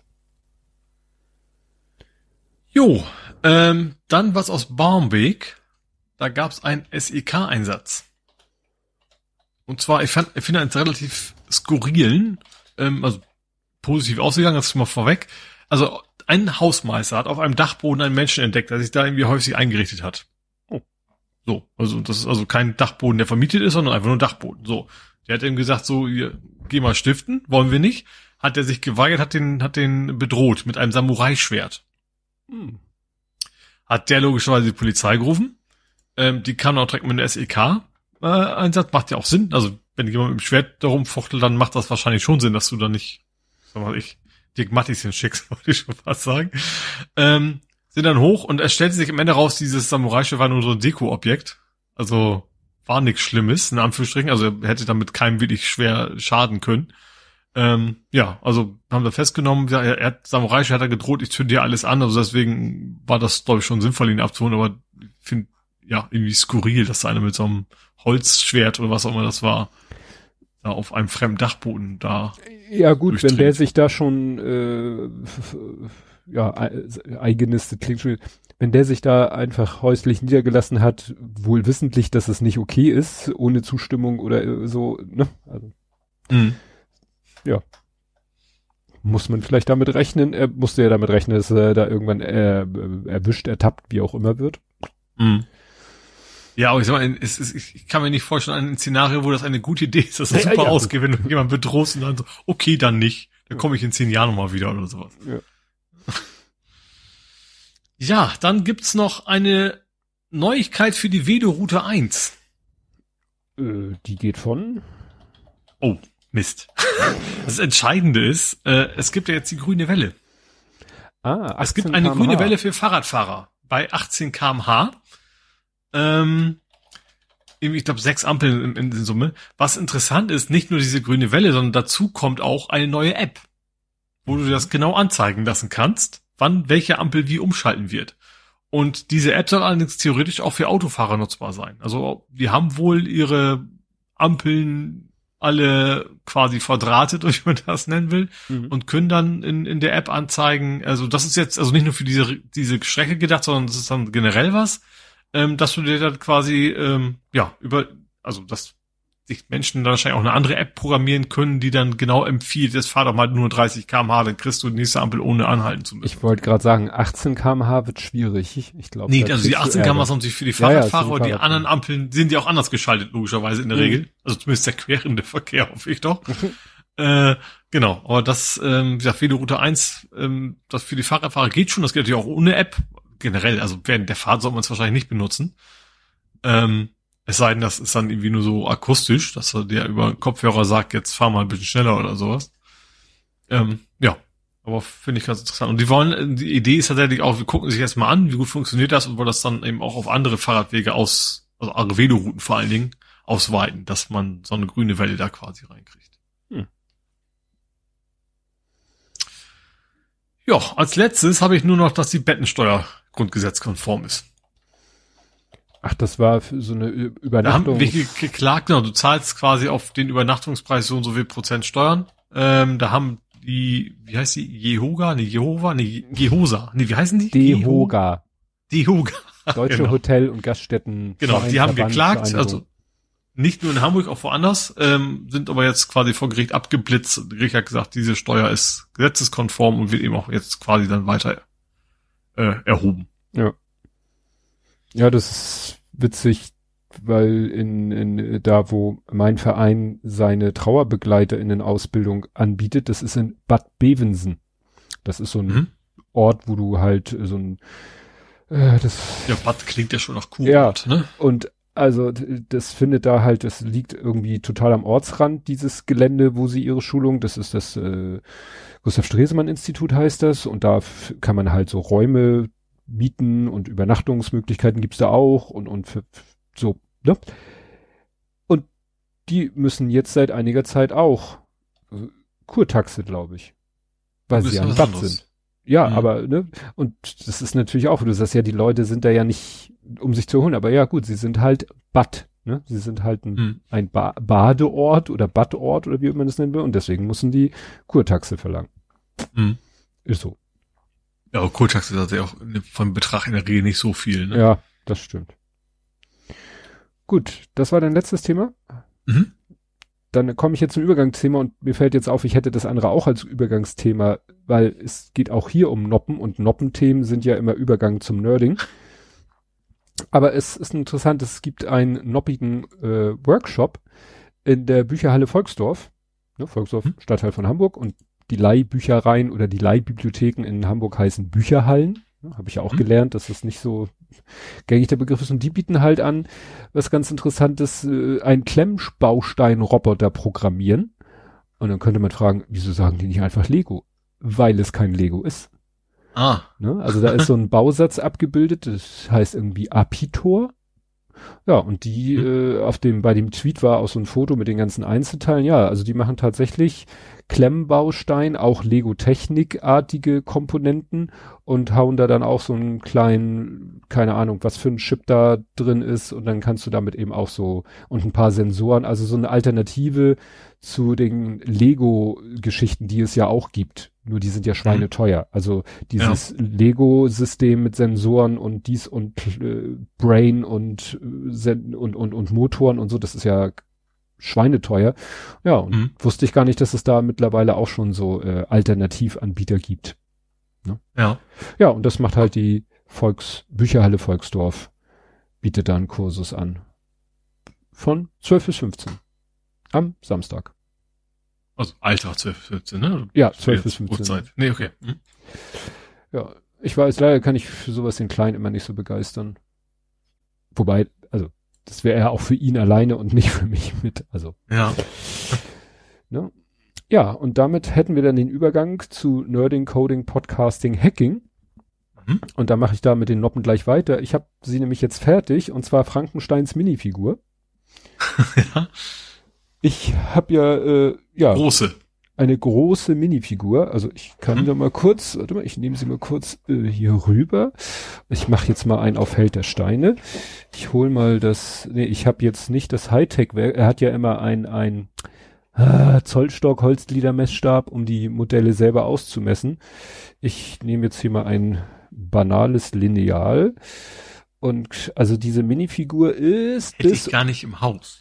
Jo, dann was aus Barmbek. Da gab's einen SEK-Einsatz. Und zwar, ich finde einen relativ skurrilen, also positiv ausgegangen, das ist schon mal vorweg. Also ein Hausmeister hat auf einem Dachboden einen Menschen entdeckt, der sich da irgendwie häufig eingerichtet hat. Oh. So, also das ist also kein Dachboden, der vermietet ist, sondern einfach nur ein Dachboden. So, der hat ihm gesagt, so, geh mal stiften, wollen wir nicht. Hat er sich geweigert, hat den bedroht mit einem Samurai-Schwert. Hat der logischerweise die Polizei gerufen. Die kam auch direkt mit einem SEK-Einsatz, macht ja auch Sinn. Also wenn jemand mit dem Schwert da rumfuchtelt, dann macht das wahrscheinlich schon Sinn, dass du da nicht, sag mal, Dirk Mattis schickst, wollte ich schon fast sagen. sind dann hoch und es stellte sich am Ende raus, dieses Samurai-Schwert war nur so ein Deko-Objekt. Also war nichts Schlimmes, in Anführungsstrichen. Also er hätte damit keinem wirklich schwer schaden können. Ja, also haben wir festgenommen, er hat Samurai-Schwert, hat er gedroht, ich zünde dir alles an. Also deswegen war das, glaube ich, schon sinnvoll, ihn abzuholen. Aber ich finde, ja, irgendwie skurril, dass einer mit so einem Holzschwert oder was auch immer das war, da auf einem fremden Dachboden da. Ja gut, wenn der sich da schon eingenistet klingt schon, wenn der sich da einfach häuslich niedergelassen hat, wohl wissentlich, dass es nicht okay ist, ohne Zustimmung oder so, ne? Also, ja. Muss man vielleicht damit rechnen, er musste ja damit rechnen, dass er da irgendwann erwischt, ertappt, wie auch immer wird. Ja, aber ich sag mal, ich kann mir nicht vorstellen, ein Szenario, wo das eine gute Idee ist, dass das super ausgeht, wenn du jemanden bedrohst und dann so, okay, dann nicht. Dann komme ich in 10 Jahren nochmal wieder oder sowas. Ja. Ja, dann gibt's noch eine Neuigkeit für die Vedo-Route 1. Die geht von? Oh, Mist. Das Entscheidende ist, es gibt ja jetzt die grüne Welle. Es gibt eine grüne Welle für Fahrradfahrer bei 18 km/h. Ich glaube 6 Ampeln in Summe. Was interessant ist, nicht nur diese grüne Welle, sondern dazu kommt auch eine neue App, wo du dir das genau anzeigen lassen kannst, wann welche Ampel wie umschalten wird. Und diese App soll allerdings theoretisch auch für Autofahrer nutzbar sein. Also die haben wohl ihre Ampeln alle quasi verdrahtet, wie man das nennen will, und können dann in der App anzeigen, also das ist jetzt also nicht nur für diese Strecke gedacht, sondern das ist dann generell was, dass du dir dann quasi, dass sich Menschen dann wahrscheinlich auch eine andere App programmieren können, die dann genau empfiehlt, jetzt fahr doch mal nur 30 km/h, dann kriegst du die nächste Ampel ohne anhalten zu müssen. Ich wollte gerade sagen, 18 km/h wird schwierig. Ich glaube. Nee, also die 18 km/h sind für die Fahrradfahrer, und die anderen Ampeln sind ja auch anders geschaltet, logischerweise in der Regel. Also zumindest der querende Verkehr, hoffe ich doch. Genau, aber das, Vedo-Route 1, das für die Fahrradfahrer geht schon, das geht natürlich auch ohne App. Generell, also während der Fahrt soll man es wahrscheinlich nicht benutzen. Es sei denn, das ist dann irgendwie nur so akustisch, dass er dir über Kopfhörer sagt, jetzt fahr mal ein bisschen schneller oder sowas. Aber finde ich ganz interessant. Und die Idee ist tatsächlich auch, wir gucken sich jetzt mal an, wie gut funktioniert das, und wollen das dann eben auch auf andere Fahrradwege also andere Velorouten vor allen Dingen, ausweiten, dass man so eine grüne Welle da quasi reinkriegt. Ja, als letztes habe ich nur noch, dass die Bettensteuer grundgesetzkonform ist. Ach, das war für so eine Übernachtung. Da haben wir geklagt, genau, du zahlst quasi auf den Übernachtungspreis so und so viel Prozent Steuern. Da haben die, wie heißt die? Gehosa? Wie heißen die? DEHOGA. Deutsche genau. Hotel- und Gaststätten. Genau, die haben geklagt, also nicht nur in Hamburg, auch woanders, sind aber jetzt quasi vor Gericht abgeblitzt. Das Gericht hat gesagt, diese Steuer ist gesetzeskonform und wird eben auch jetzt quasi dann weiter erhoben. Ja. Ja, das ist witzig, weil in da, wo mein Verein seine TrauerbegleiterInnen-Ausbildung anbietet, das ist in Bad Bevensen. Das ist so ein Ort, wo du halt so ein Bad klingt ja schon nach Kurort, ne? Und also das findet da halt, das liegt irgendwie total am Ortsrand, dieses Gelände, wo sie ihre Schulung, das ist das Gustav Stresemann Institut heißt das, und da kann man halt so Räume mieten und Übernachtungsmöglichkeiten gibt's da auch und für, so, ne? Und die müssen jetzt seit einiger Zeit auch Kurtaxe, glaube ich, weil sie am Bad sind. Ja, aber, ne, und das ist natürlich auch, du sagst ja, die Leute sind da ja nicht, um sich zu holen, aber ja gut, sie sind halt Bad, ne, sie sind halt ein Badeort oder Badort oder wie man das nennen will, und deswegen müssen die Kurtaxe verlangen. Ist so. Ja, aber Kurtaxe ist also auch vom Betrag in der Regel nicht so viel, ne? Ja, das stimmt. Gut, das war dein letztes Thema. Dann komme ich jetzt zum Übergangsthema, und mir fällt jetzt auf, ich hätte das andere auch als Übergangsthema, weil es geht auch hier um Noppen, und Noppenthemen sind ja immer Übergang zum Nerding. Aber es ist interessant, es gibt einen noppigen Workshop in der Bücherhalle Volksdorf, ne, Volksdorf, Stadtteil von Hamburg, und die Leihbüchereien oder die Leihbibliotheken in Hamburg heißen Bücherhallen. Ja, habe ich ja auch gelernt, dass das nicht so gängig der Begriff ist. Und die bieten halt an, was ganz Interessantes, einen Klemmbausteinroboter programmieren. Und dann könnte man fragen, wieso sagen die nicht einfach Lego? Weil es kein Lego ist. Ne? Also da ist so ein Bausatz abgebildet, das heißt irgendwie Apitor. Ja, und die bei dem Tweet war auch so ein Foto mit den ganzen Einzelteilen. Ja, also die machen tatsächlich Klemmbaustein, auch Lego-Technik-artige Komponenten und hauen da dann auch so einen kleinen, keine Ahnung, was für ein Chip da drin ist und dann kannst du damit eben auch so und ein paar Sensoren, also so eine Alternative zu den Lego-Geschichten, die es ja auch gibt. Nur die sind ja schweineteuer. Also dieses Lego-System mit Sensoren und dies und Brain und Motoren und so, das ist ja schweineteuer. Ja, und wusste ich gar nicht, dass es da mittlerweile auch schon so Alternativanbieter gibt. Ne? Ja. Ja, und das macht halt die Bücherhalle Volksdorf, bietet da einen Kursus an. Von 12 bis 15. Am Samstag. Also Alter 12 bis 15, ne? Ja, 12 bis 15. Uhrzeit. Nee, okay. Ja, ich weiß, leider kann ich für sowas den Kleinen immer nicht so begeistern. Wobei, also, das wäre ja auch für ihn alleine und nicht für mich mit, also. Ja. Ne? Ja, und damit hätten wir dann den Übergang zu Nerding, Coding, Podcasting, Hacking. Und da mache ich da mit den Noppen gleich weiter. Ich habe sie nämlich jetzt fertig, und zwar Frankensteins Minifigur. Ja. Ich habe Große. Eine große Minifigur. Also ich kann da mal kurz, warte mal, ich nehme sie mal kurz hier rüber. Ich mache jetzt mal einen auf Held der Steine. Ich hole mal ich habe jetzt nicht das Hightech-Werk. Er hat ja immer ein Zollstock, Holzgliedermessstab, um die Modelle selber auszumessen. Ich nehme jetzt hier mal ein banales Lineal. Und also diese Minifigur ist Hätte ich gar nicht im Haus.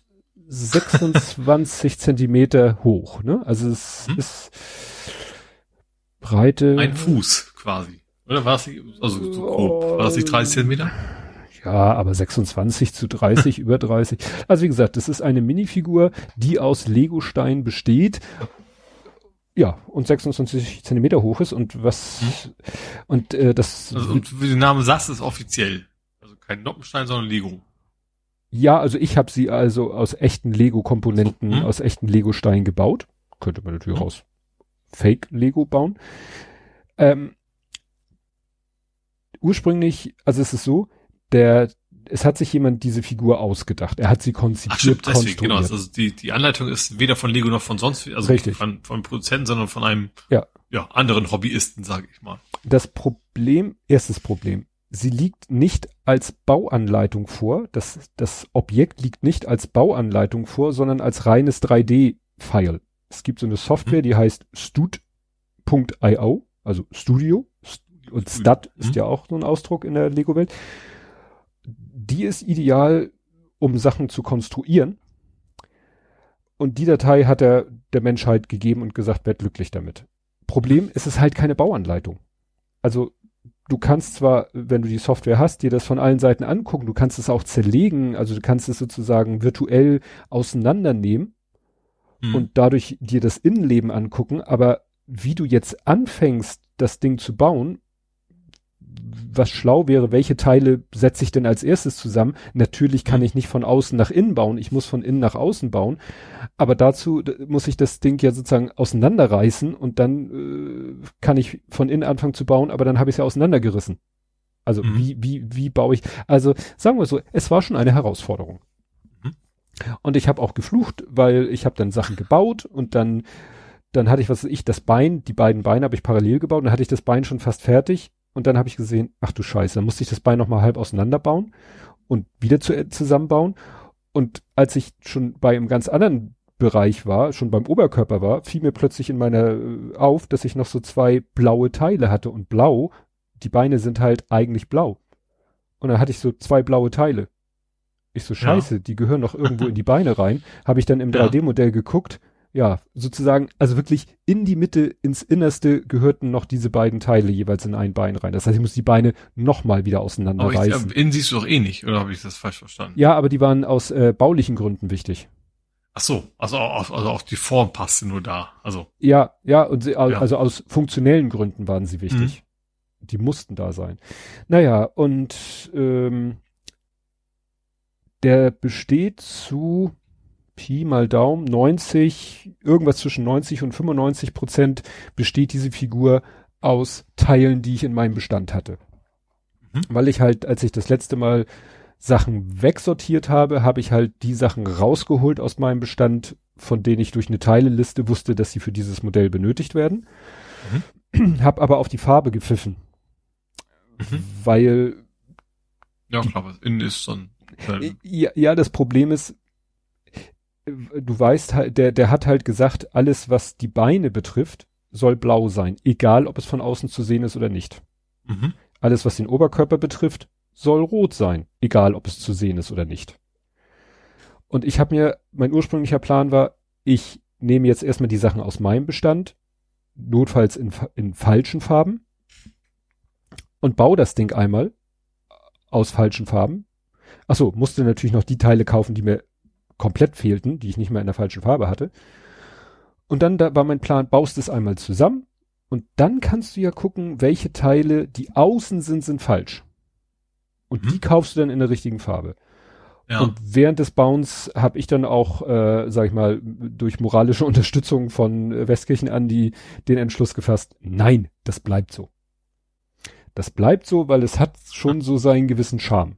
26 Zentimeter hoch, ne? Also es ist Breite. Ein Fuß quasi. Oder war es nicht, also so grob, war das nicht 30 Zentimeter? Ja, aber 26 zu 30, über 30. Also wie gesagt, das ist eine Minifigur, die aus Legostein besteht. Ja, und 26 Zentimeter hoch ist und das. Also, und wie der Name sagt, ist offiziell. Also kein Noppenstein, sondern Lego. Ja, also ich habe sie also aus echten Lego-Komponenten, aus echten Lego-Steinen gebaut. Könnte man natürlich aus Fake-Lego bauen. Ursprünglich, also es ist so, es hat sich jemand diese Figur ausgedacht. Er hat sie konzipiert, konstruiert. Genau, also die Anleitung ist weder von Lego noch von sonst, also richtig. Nicht von Produzenten, sondern von einem anderen Hobbyisten, sage ich mal. Erstes Problem, sie liegt nicht als Bauanleitung vor. Das Objekt liegt nicht als Bauanleitung vor, sondern als reines 3D-File. Es gibt so eine Software, die heißt stud.io, also Studio. Und Stud ist ja auch so ein Ausdruck in der Lego-Welt. Die ist ideal, um Sachen zu konstruieren. Und die Datei hat der Menschheit gegeben und gesagt, werd glücklich damit. Problem, es ist halt keine Bauanleitung. Also du kannst zwar, wenn du die Software hast, dir das von allen Seiten angucken, du kannst es auch zerlegen, also du kannst es sozusagen virtuell auseinandernehmen und dadurch dir das Innenleben angucken, aber wie du jetzt anfängst, das Ding zu bauen, was schlau wäre, welche Teile setze ich denn als erstes zusammen? Natürlich kann ich nicht von außen nach innen bauen, ich muss von innen nach außen bauen, aber dazu muss ich das Ding ja sozusagen auseinanderreißen und dann kann ich von innen anfangen zu bauen, aber dann habe ich es ja auseinandergerissen. Also wie baue ich? Also sagen wir so, es war schon eine Herausforderung. Und ich habe auch geflucht, weil ich habe dann Sachen gebaut und dann hatte ich das Bein, die beiden Beine habe ich parallel gebaut, dann hatte ich das Bein schon fast fertig. Und dann habe ich gesehen, ach du Scheiße, dann musste ich das Bein nochmal halb auseinanderbauen und wieder zusammenbauen. Und als ich schon bei einem ganz anderen Bereich war, schon beim Oberkörper war, fiel mir plötzlich auf, dass ich noch so 2 blaue Teile hatte. Und blau, die Beine sind halt eigentlich blau. Und dann hatte ich so 2 blaue Teile. Ich so, Scheiße, die gehören noch irgendwo in die Beine rein. Habe ich dann im 3D-Modell geguckt. Ja, sozusagen, also wirklich in die Mitte, ins Innerste gehörten noch diese beiden Teile jeweils in ein Bein rein. Das heißt, ich muss die Beine nochmal wieder auseinanderreißen. Aber innen siehst du doch eh nicht, oder habe ich das falsch verstanden? Ja, aber die waren aus baulichen Gründen wichtig. Ach so, also auch die Form passte nur da, also. Ja, also aus funktionellen Gründen waren sie wichtig. Die mussten da sein. Naja, und der besteht zu Pi mal Daumen, irgendwas zwischen 90 und 95% besteht diese Figur aus Teilen, die ich in meinem Bestand hatte. Weil ich halt, als ich das letzte Mal Sachen wegsortiert habe, habe ich halt die Sachen rausgeholt aus meinem Bestand, von denen ich durch eine Teileliste wusste, dass sie für dieses Modell benötigt werden. Hab aber auf die Farbe gepfiffen. Weil... Ja, klar, was innen ist dann... Ja, das Problem ist, du weißt halt, der hat halt gesagt, alles, was die Beine betrifft, soll blau sein. Egal, ob es von außen zu sehen ist oder nicht. Alles, was den Oberkörper betrifft, soll rot sein. Egal, ob es zu sehen ist oder nicht. Und ich habe mir, mein ursprünglicher Plan war, ich nehme jetzt erstmal die Sachen aus meinem Bestand, notfalls in falschen Farben, und baue das Ding einmal aus falschen Farben. Achso, musste natürlich noch die Teile kaufen, die mir komplett fehlten, die ich nicht mehr in der falschen Farbe hatte. Und dann da war mein Plan, baust es einmal zusammen und dann kannst du ja gucken, welche Teile, die außen sind falsch. Und die kaufst du dann in der richtigen Farbe. Ja. Und während des Bauens habe ich dann auch, sag ich mal, durch moralische Unterstützung von Westkirchen Andi den Entschluss gefasst, nein, das bleibt so. Das bleibt so, weil es hat schon so seinen gewissen Charme.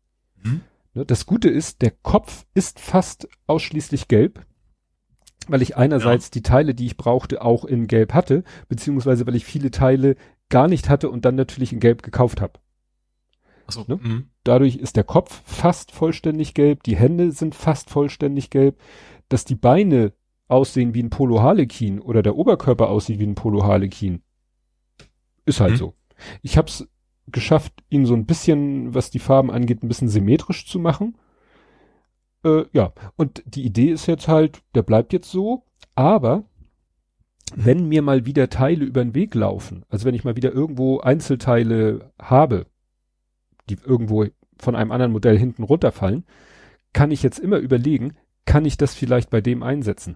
Das Gute ist, der Kopf ist fast ausschließlich gelb, weil ich einerseits die Teile, die ich brauchte, auch in Gelb hatte, beziehungsweise weil ich viele Teile gar nicht hatte und dann natürlich in Gelb gekauft habe. So. Dadurch ist der Kopf fast vollständig gelb, die Hände sind fast vollständig gelb, dass die Beine aussehen wie ein Polo Harlequin oder der Oberkörper aussieht wie ein Polo Harlequin, ist halt so. Ich habe es geschafft, ihn so ein bisschen, was die Farben angeht, ein bisschen symmetrisch zu machen. Ja, und die Idee ist jetzt halt, der bleibt jetzt so, aber wenn mir mal wieder Teile über den Weg laufen, also wenn ich mal wieder irgendwo Einzelteile habe, die irgendwo von einem anderen Modell hinten runterfallen, kann ich jetzt immer überlegen, kann ich das vielleicht bei dem einsetzen?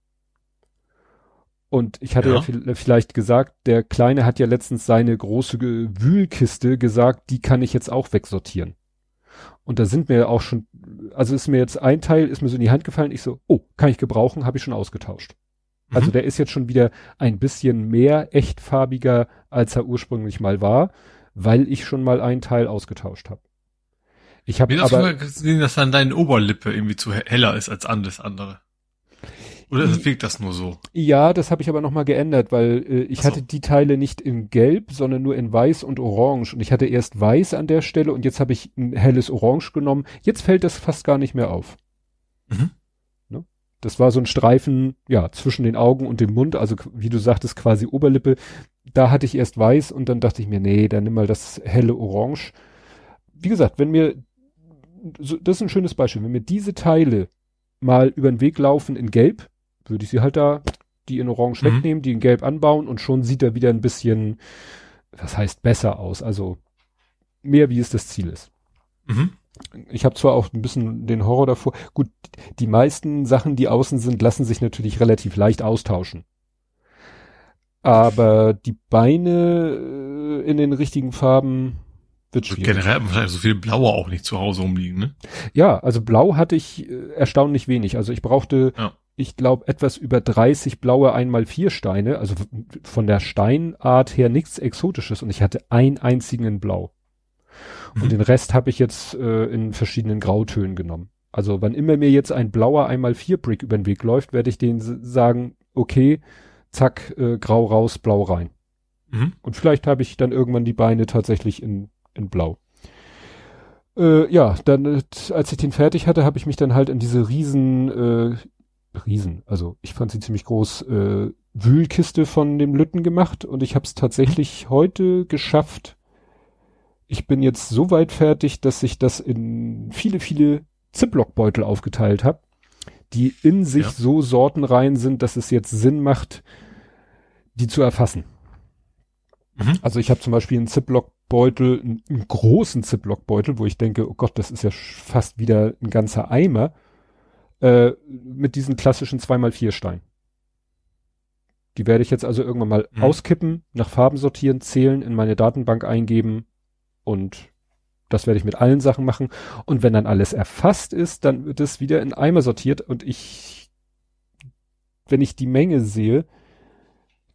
Und ich hatte ja vielleicht gesagt, der Kleine hat ja letztens seine große Wühlkiste gesagt, die kann ich jetzt auch wegsortieren. Und da sind mir auch schon, also ist mir jetzt ein Teil, ist mir so in die Hand gefallen, ich so, oh, kann ich gebrauchen, habe ich schon ausgetauscht. Also der ist jetzt schon wieder ein bisschen mehr echtfarbiger, als er ursprünglich mal war, weil ich schon mal einen Teil ausgetauscht habe. Ich habe aber gesehen, dass dann deine Oberlippe irgendwie zu heller ist als alles andere. Oder wirkt das nur so? Ja, das habe ich aber nochmal geändert, weil ich hatte die Teile nicht in Gelb, sondern nur in Weiß und Orange. Und ich hatte erst Weiß an der Stelle und jetzt habe ich ein helles Orange genommen. Jetzt fällt das fast gar nicht mehr auf. Ne? Das war so ein Streifen, ja, zwischen den Augen und dem Mund, also wie du sagtest, quasi Oberlippe. Da hatte ich erst Weiß und dann dachte ich mir, nee, dann nimm mal das helle Orange. Wie gesagt, wenn mir, das ist ein schönes Beispiel, wenn mir diese Teile mal über den Weg laufen in Gelb, würde ich sie halt da, die in Orange wegnehmen, die in Gelb anbauen und schon sieht er wieder ein bisschen, was heißt besser aus, also mehr wie es das Ziel ist. Ich habe zwar auch ein bisschen den Horror davor, gut, die meisten Sachen, die außen sind, lassen sich natürlich relativ leicht austauschen. Aber die Beine in den richtigen Farben wird schwierig. Generell wahrscheinlich so viele Blaue auch nicht zu Hause rumliegen, ne? Ja, also Blau hatte ich erstaunlich wenig. Also ich brauchte, ich glaube, etwas über 30 blaue 1x4 Steine, also von der Steinart her nichts Exotisches und ich hatte einen einzigen in Blau. Und den Rest habe ich jetzt in verschiedenen Grautönen genommen. Also wann immer mir jetzt ein blauer 1x4 Brick über den Weg läuft, werde ich denen sagen, okay, zack, grau raus, blau rein. Und vielleicht habe ich dann irgendwann die Beine tatsächlich in blau. Ja, dann, als ich den fertig hatte, habe ich mich dann halt in diese Riesen, also ich fand sie ziemlich groß, Wühlkiste von dem Lütten gemacht und ich habe es tatsächlich heute geschafft. Ich bin jetzt so weit fertig, dass ich das in viele, viele Ziploc-Beutel aufgeteilt habe, die in sich so sortenrein sind, dass es jetzt Sinn macht, die zu erfassen. Also ich habe zum Beispiel einen Ziploc-Beutel, einen großen Ziploc-Beutel, wo ich denke, oh Gott, das ist ja fast wieder ein ganzer Eimer, mit diesen klassischen 2x4 Steinen. Die werde ich jetzt also irgendwann mal auskippen, nach Farben sortieren, zählen, in meine Datenbank eingeben und das werde ich mit allen Sachen machen. Und wenn dann alles erfasst ist, dann wird es wieder in Eimer sortiert und wenn ich die Menge sehe,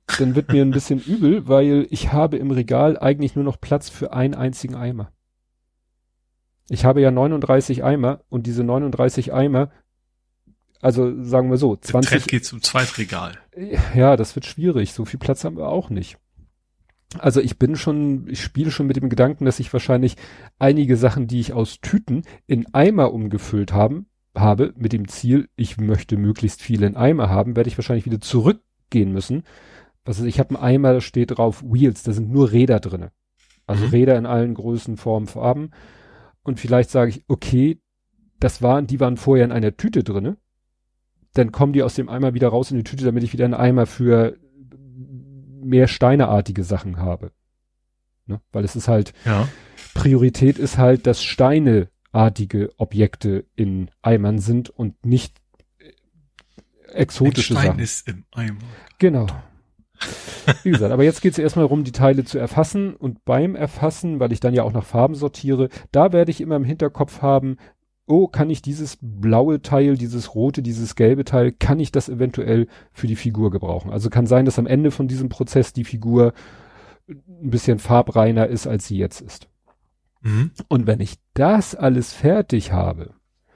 dann wird mir ein bisschen übel, weil ich habe im Regal eigentlich nur noch Platz für einen einzigen Eimer. Ich habe ja 39 Eimer und diese 39 Eimer, also sagen wir so, 20. Der Trend geht zum Zweitregal. Ja, das wird schwierig. So viel Platz haben wir auch nicht. Also ich spiele schon mit dem Gedanken, dass ich wahrscheinlich einige Sachen, die ich aus Tüten in Eimer umgefüllt habe, mit dem Ziel, ich möchte möglichst viele in Eimer haben, werde ich wahrscheinlich wieder zurückgehen müssen. Also ich habe einen Eimer, da steht drauf Wheels, da sind nur Räder drinne. Also Räder in allen Größen, Formen, Farben. Und vielleicht sage ich, okay, die waren vorher in einer Tüte drinne. Dann kommen die aus dem Eimer wieder raus in die Tüte, damit ich wieder einen Eimer für mehr steineartige Sachen habe. Ne? Weil es ist halt, Priorität ist halt, dass steineartige Objekte in Eimern sind und nicht exotische Ein Stein Sachen. ist im Eimer. Genau. Wie gesagt, aber jetzt geht es erstmal darum, die Teile zu erfassen und beim Erfassen, weil ich dann ja auch nach Farben sortiere, da werde ich immer im Hinterkopf haben, oh, kann ich dieses blaue Teil, dieses rote, dieses gelbe Teil, kann ich das eventuell für die Figur gebrauchen? Also kann sein, dass am Ende von diesem Prozess die Figur ein bisschen farbreiner ist, als sie jetzt ist. Mhm. Und wenn ich das alles fertig habe,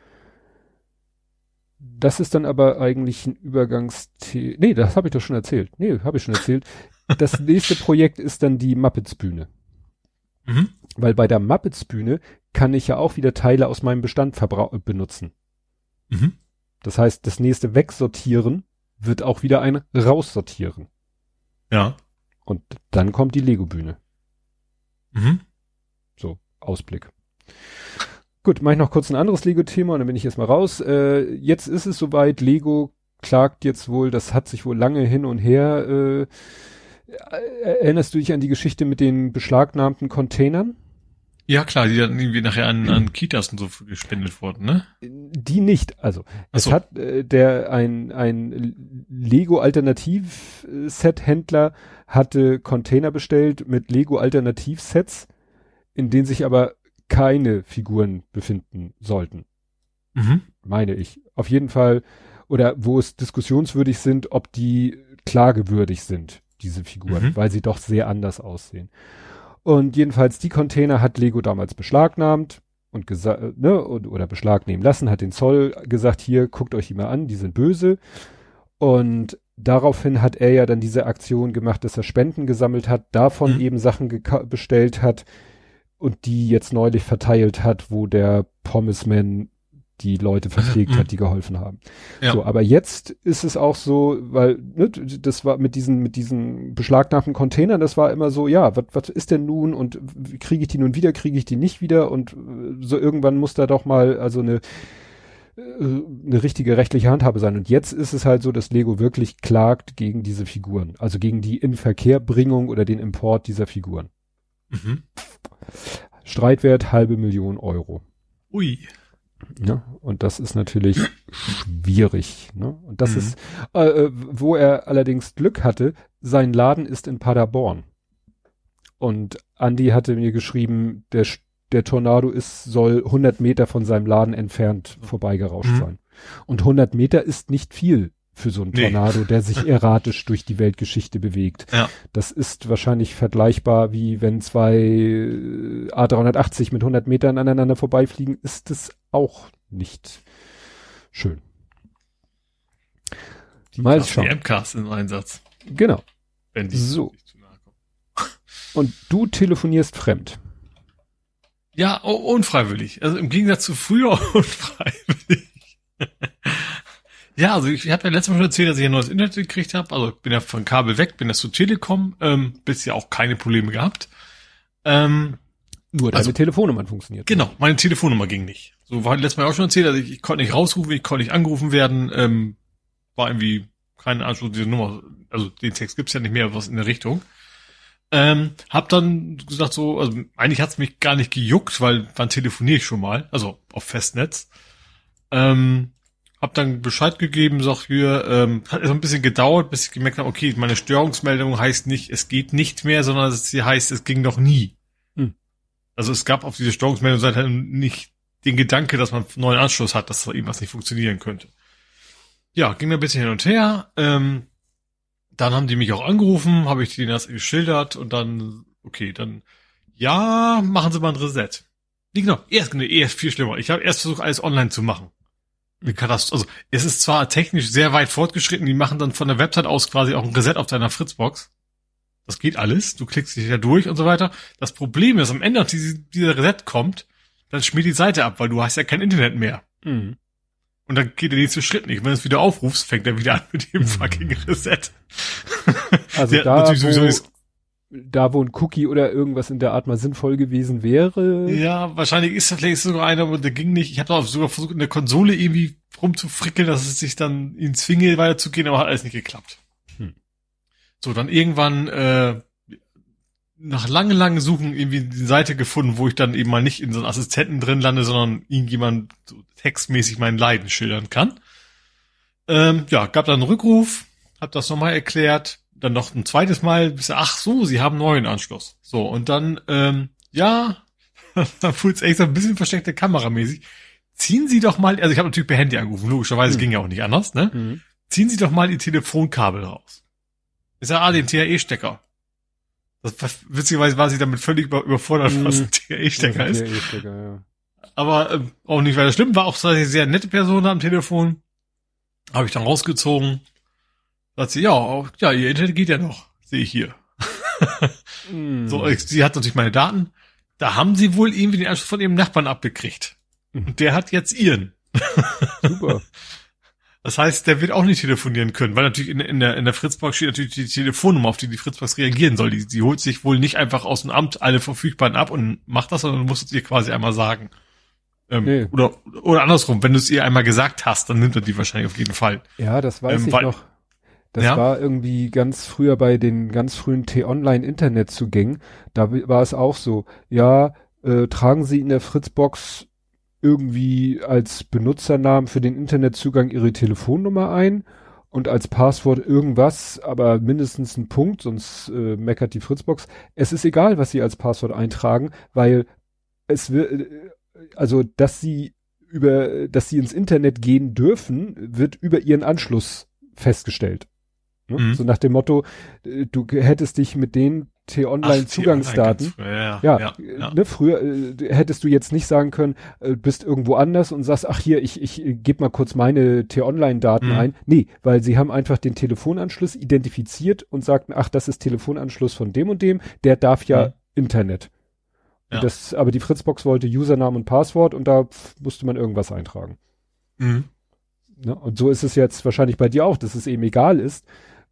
das ist dann aber eigentlich ein Nee, das habe ich doch schon erzählt. Nee, habe ich schon erzählt. Das nächste Projekt ist dann die Muppets-Bühne. Mhm. Weil bei der Muppets-Bühne kann ich ja auch wieder Teile aus meinem Bestand benutzen. Mhm. Das heißt, das nächste Wegsortieren wird auch wieder ein Raussortieren. Ja. Und dann kommt die Lego-Bühne. Mhm. So, Ausblick. Gut, mache ich noch kurz ein anderes Lego-Thema und dann bin ich erstmal raus. Jetzt ist es soweit, Lego klagt jetzt wohl, das hat sich wohl lange hin und her. Erinnerst du dich an die Geschichte mit den beschlagnahmten Containern? Ja, klar, die dann irgendwie nachher an Kitas und so gespendet wurden, ne? Die nicht. Also, es so. hat ein Lego-Alternativ-Set-Händler hatte Container bestellt mit Lego-Alternativ-Sets, in denen sich aber keine Figuren befinden sollten. Mhm. Meine ich. Auf jeden Fall, oder wo es diskussionswürdig sind, ob die klagewürdig sind, diese Figuren, weil sie doch sehr anders aussehen. Und jedenfalls die Container hat Lego damals beschlagnahmt und gesagt, ne, oder beschlagnehmen lassen, hat den Zoll gesagt, hier, guckt euch die mal an, die sind böse. Und daraufhin hat er ja dann diese Aktion gemacht, dass er Spenden gesammelt hat, davon eben Sachen bestellt hat und die jetzt neulich verteilt hat, wo der Pommesman die Leute verpflegt hat, die geholfen haben. Ja. So, aber jetzt ist es auch so, weil, ne, das war mit diesen beschlagnahmten Containern, das war immer so, ja, was ist denn nun und kriege ich die nun wieder, kriege ich die nicht wieder und so irgendwann muss da doch mal also eine richtige rechtliche Handhabe sein. Und jetzt ist es halt so, dass Lego wirklich klagt gegen diese Figuren, also gegen die Inverkehrbringung oder den Import dieser Figuren. Mhm. Streitwert 500.000 Euro. Ui. Ja, und das ist natürlich schwierig. Ne? Und das ist, wo er allerdings Glück hatte, sein Laden ist in Paderborn. Und Andi hatte mir geschrieben, der Tornado soll 100 Meter von seinem Laden entfernt vorbeigerauscht sein. Und 100 Meter ist nicht viel für so einen Tornado, der sich erratisch durch die Weltgeschichte bewegt. Ja. Das ist wahrscheinlich vergleichbar, wie wenn zwei A380 mit 100 Metern aneinander vorbeifliegen, ist es auch nicht schön. Mal schauen. Die MKs im Einsatz. Genau. Wenn die so. nicht zu nahe kommen. Und du telefonierst fremd. Ja, unfreiwillig. Also im Gegensatz zu früher unfreiwillig. Ja, also ich habe ja letztes Mal schon erzählt, dass ich ein neues Internet gekriegt habe. Also bin ja von Kabel weg, bin das zu Telekom, bisher auch keine Probleme gehabt. Nur deine Telefonnummer funktioniert. Genau, meine Telefonnummer ging nicht. So war letztes Mal auch schon erzählt, also ich konnte nicht rausrufen, ich konnte nicht angerufen werden, war irgendwie kein Anschluss diese Nummer, also den Text gibt's ja nicht mehr, was in der Richtung. Hab dann gesagt so, also eigentlich hat's mich gar nicht gejuckt, weil wann telefoniere ich schon mal, also auf Festnetz. Hab dann Bescheid gegeben, sag hier, hat so ein bisschen gedauert, bis ich gemerkt habe, okay, meine Störungsmeldung heißt nicht, es geht nicht mehr, sondern sie heißt, es ging noch nie. Also es gab auf diese Störungsmeldung halt nicht den Gedanke, dass man einen neuen Anschluss hat, dass da irgendwas nicht funktionieren könnte. Ja, ging ein bisschen hin und her. Dann dann haben die mich auch angerufen, habe ich denen das geschildert und dann, okay, dann, ja, machen Sie mal ein Reset. Nee, genau, erst viel schlimmer. Ich habe erst versucht, alles online zu machen. Also, es ist zwar technisch sehr weit fortgeschritten, die machen dann von der Website aus quasi auch ein Reset auf deiner Fritzbox. Das geht alles, du klickst dich da durch und so weiter. Das Problem ist, am Ende, als dieser Reset kommt, dann schmiert die Seite ab, weil du hast ja kein Internet mehr. Mhm. Und dann geht der nächste Schritt nicht. Wenn du es wieder aufrufst, fängt er wieder an mit dem fucking Reset. Also da, wo ein Cookie oder irgendwas in der Art mal sinnvoll gewesen wäre. Ja, wahrscheinlich ist da vielleicht sogar einer, aber der ging nicht. Ich habe sogar versucht, in der Konsole irgendwie rumzufrickeln, dass es sich dann ihn zwinge, weiterzugehen, aber hat alles nicht geklappt. So, dann irgendwann nach langen Suchen irgendwie die Seite gefunden, wo ich dann eben mal nicht in so einen Assistenten drin lande, sondern irgendjemand so textmäßig mein Leiden schildern kann. Gab dann einen Rückruf, hab das nochmal erklärt, dann noch ein zweites Mal, ach so, Sie haben einen neuen Anschluss. So, und dann, dann fühlt es echt so ein bisschen versteckte Kameramäßig. Ziehen Sie doch mal, also ich habe natürlich per Handy angerufen, logischerweise ging ja auch nicht anders, ne? Mhm. Ziehen Sie doch mal Ihr Telefonkabel raus. Ich sag, den TAE-Stecker. Witzigerweise war sie damit völlig überfordert, was ein TAE-Stecker ist. Ja. Aber auch nicht weiter schlimm, war auch eine sehr nette Person da am Telefon. Habe ich dann rausgezogen. Sagt sie, ja, ihr Internet geht ja noch, sehe ich hier. So, sie hat natürlich meine Daten. Da haben sie wohl irgendwie den Anschluss von ihrem Nachbarn abgekriegt. Und der hat jetzt ihren. Super. Das heißt, der wird auch nicht telefonieren können, weil natürlich in der Fritzbox steht natürlich die Telefonnummer, auf die Fritzbox reagieren soll. Die holt sich wohl nicht einfach aus dem Amt alle verfügbaren ab und macht das, sondern du musst es ihr quasi einmal sagen. Nee. Oder andersrum, wenn du es ihr einmal gesagt hast, dann nimmt er die wahrscheinlich auf jeden Fall. Ja, das weiß ich noch. Das war irgendwie ganz früher bei den ganz frühen T-Online-Internetzugängen. Da war es auch so, tragen Sie in der Fritzbox irgendwie als Benutzernamen für den Internetzugang Ihre Telefonnummer ein und als Passwort irgendwas, aber mindestens ein Punkt, sonst meckert die Fritzbox. Es ist egal, was Sie als Passwort eintragen, weil es wird, also dass Sie ins Internet gehen dürfen, wird über Ihren Anschluss festgestellt. Ne? Mhm. So nach dem Motto, du hättest dich mit den T-Online-Zugangsdaten. Ne, früher hättest du jetzt nicht sagen können, bist irgendwo anders und sagst, ach hier, ich gebe mal kurz meine T-Online-Daten ein. Nee, weil sie haben einfach den Telefonanschluss identifiziert und sagten, ach, das ist Telefonanschluss von dem und dem, der darf ja Internet. Ja. Aber die Fritzbox wollte Username und Passwort und da musste man irgendwas eintragen. Mhm. Ne? Und so ist es jetzt wahrscheinlich bei dir auch, dass es eben egal ist.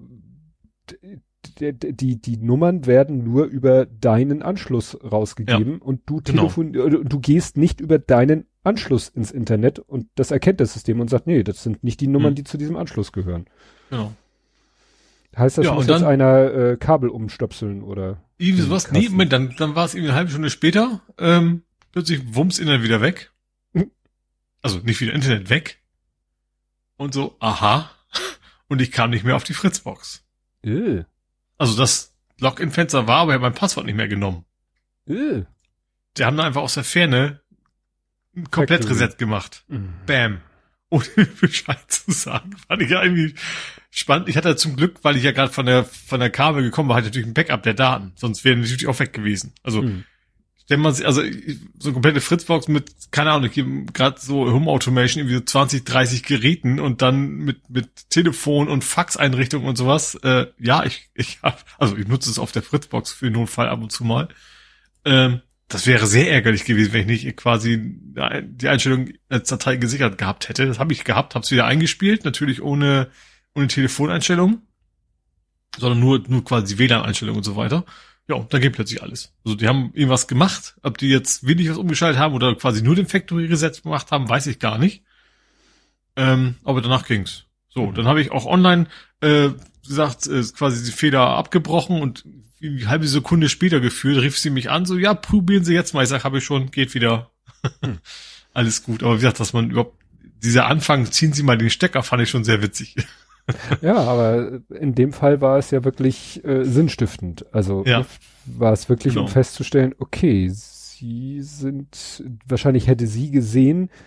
Die Nummern werden nur über deinen Anschluss rausgegeben und du du gehst nicht über deinen Anschluss ins Internet und das erkennt das System und sagt, nee, das sind nicht die Nummern, die zu diesem Anschluss gehören. Genau. Heißt das, muss jetzt einer Kabel umstöpseln oder? Irgendwie sowas? Nee, Moment, dann war es irgendwie eine halbe Stunde später, plötzlich wumms Internet wieder weg. Also nicht wieder Internet weg. Und so, aha. Und ich kam nicht mehr auf die Fritzbox. Also das Login-Fenster war, aber ich habe mein Passwort nicht mehr genommen. Die haben da einfach aus der Ferne ein Komplett-Reset gemacht. Bam. Ohne Bescheid zu sagen. Fand ich ja irgendwie spannend. Ich hatte zum Glück, weil ich ja gerade von der Kabel gekommen war, hatte natürlich ein Backup der Daten. Sonst wären die natürlich auch weg gewesen. Also wenn man sich, so eine komplette Fritzbox mit, keine Ahnung, gerade so Home Automation, irgendwie so 20, 30 Geräten und dann mit Telefon und Faxeinrichtungen und sowas. Ich nutze es auf der Fritzbox für den Notfall ab und zu mal. Das wäre sehr ärgerlich gewesen, wenn ich nicht quasi die Einstellung als Datei gesichert gehabt hätte. Das habe ich gehabt, habe es wieder eingespielt, natürlich ohne Telefoneinstellung, sondern nur quasi WLAN-Einstellung und so weiter. Ja, und dann geht plötzlich alles. Also die haben irgendwas gemacht, ob die jetzt wenig was umgeschaltet haben oder quasi nur den Factory Reset gemacht haben, weiß ich gar nicht. Aber danach ging's. So, dann habe ich auch online gesagt, quasi die Fehler abgebrochen und eine halbe Sekunde später gefühlt rief sie mich an, so, ja, probieren Sie jetzt mal. Ich sag, habe ich schon, geht wieder. Alles gut. Aber wie gesagt, dass man überhaupt, dieser Anfang, ziehen Sie mal den Stecker, fand ich schon sehr witzig. Ja, aber in dem Fall war es ja wirklich sinnstiftend. Also war es wirklich, um festzustellen, okay, wahrscheinlich hätte sie gesehen,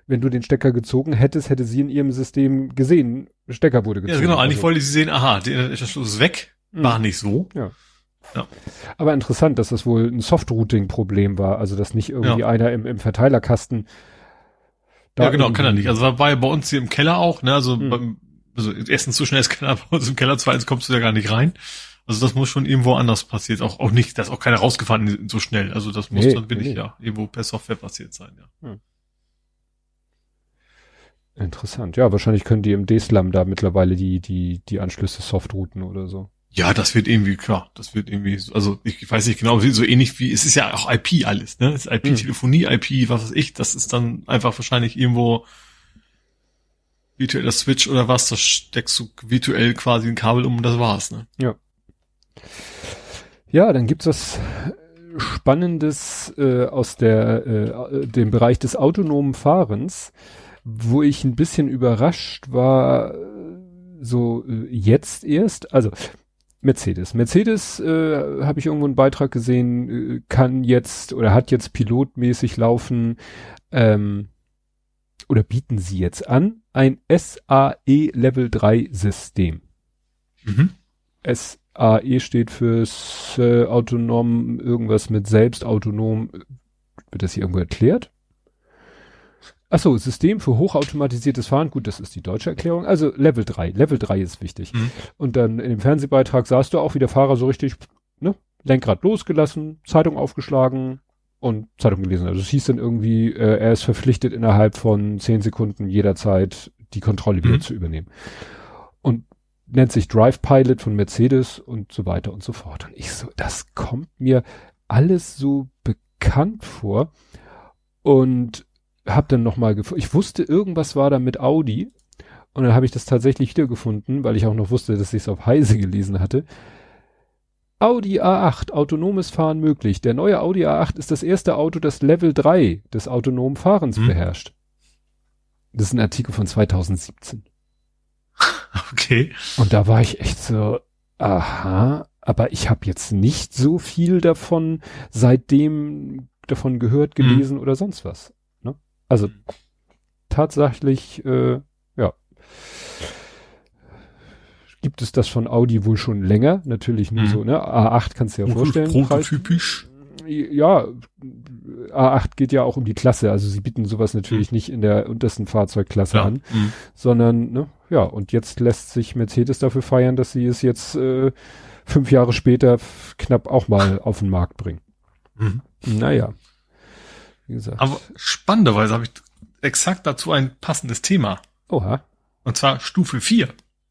wenn du den Stecker gezogen hättest, hätte sie in ihrem System gesehen, Stecker wurde gezogen. Ja, genau, eigentlich wollte sie sehen, aha, der Schluss ist weg, war nicht so. Ja. Aber interessant, dass das wohl ein Soft-Routing-Problem war, also dass nicht irgendwie einer im Verteilerkasten ja, genau, kann er nicht. Also war ja bei uns hier im Keller auch, ne, also erstens so schnell ist keiner bei uns im Keller, zweitens kommst du da gar nicht rein. Also das muss schon irgendwo anders passiert, auch nicht, da ist auch keiner rausgefahren so schnell. Also das muss dann wirklich irgendwo per Software passiert sein, ja. Interessant. Ja, wahrscheinlich können die im D-Slam da mittlerweile die Anschlüsse softrouten oder so. Ja, das wird irgendwie, klar, also ich weiß nicht genau, so ähnlich wie, es ist ja auch IP alles, ne? Es ist IP-Telefonie, IP, was weiß ich, das ist dann einfach wahrscheinlich irgendwo virtueller Switch oder was, da steckst du virtuell quasi ein Kabel um und das war's, ne? Ja. Ja, dann gibt's was Spannendes aus dem Bereich des autonomen Fahrens, wo ich ein bisschen überrascht war, jetzt erst, also Mercedes habe ich irgendwo einen Beitrag gesehen, kann jetzt oder hat jetzt pilotmäßig laufen, oder bieten sie jetzt an, ein SAE Level 3 System. SAE steht fürs autonom, irgendwas mit selbstautonom, wird das hier irgendwo erklärt? Achso, System für hochautomatisiertes Fahren. Gut, das ist die deutsche Erklärung. Also Level 3. Level 3 ist wichtig. Und dann in dem Fernsehbeitrag sahst du auch, wie der Fahrer so richtig, ne, Lenkrad losgelassen, Zeitung aufgeschlagen und Zeitung gelesen. Also es hieß dann irgendwie, er ist verpflichtet, innerhalb von 10 Sekunden jederzeit die Kontrolle wieder zu übernehmen. Und nennt sich Drive Pilot von Mercedes und so weiter und so fort. Und ich so, das kommt mir alles so bekannt vor. Und hab dann nochmal ich wusste, irgendwas war da mit Audi und dann habe ich das tatsächlich wiedergefunden, weil ich auch noch wusste, dass ich es auf Heise gelesen hatte. Audi A8, autonomes Fahren möglich. Der neue Audi A8 ist das erste Auto, das Level 3 des autonomen Fahrens beherrscht. Das ist ein Artikel von 2017. Okay. Und da war ich echt so, aha, aber ich habe jetzt nicht so viel davon gehört, gelesen oder sonst was. Also tatsächlich, gibt es das von Audi wohl schon länger, natürlich nur so, ne? A8 kannst du dir ja vorstellen. Prototypisch. Ja, A8 geht ja auch um die Klasse, also sie bieten sowas natürlich nicht in der untersten Fahrzeugklasse an, sondern, ne, ja, und jetzt lässt sich Mercedes dafür feiern, dass sie es jetzt 5 Jahre später knapp auch mal auf den Markt bringen. Naja. Wie gesagt. Aber spannenderweise habe ich exakt dazu ein passendes Thema. Oha. Und zwar Stufe 4.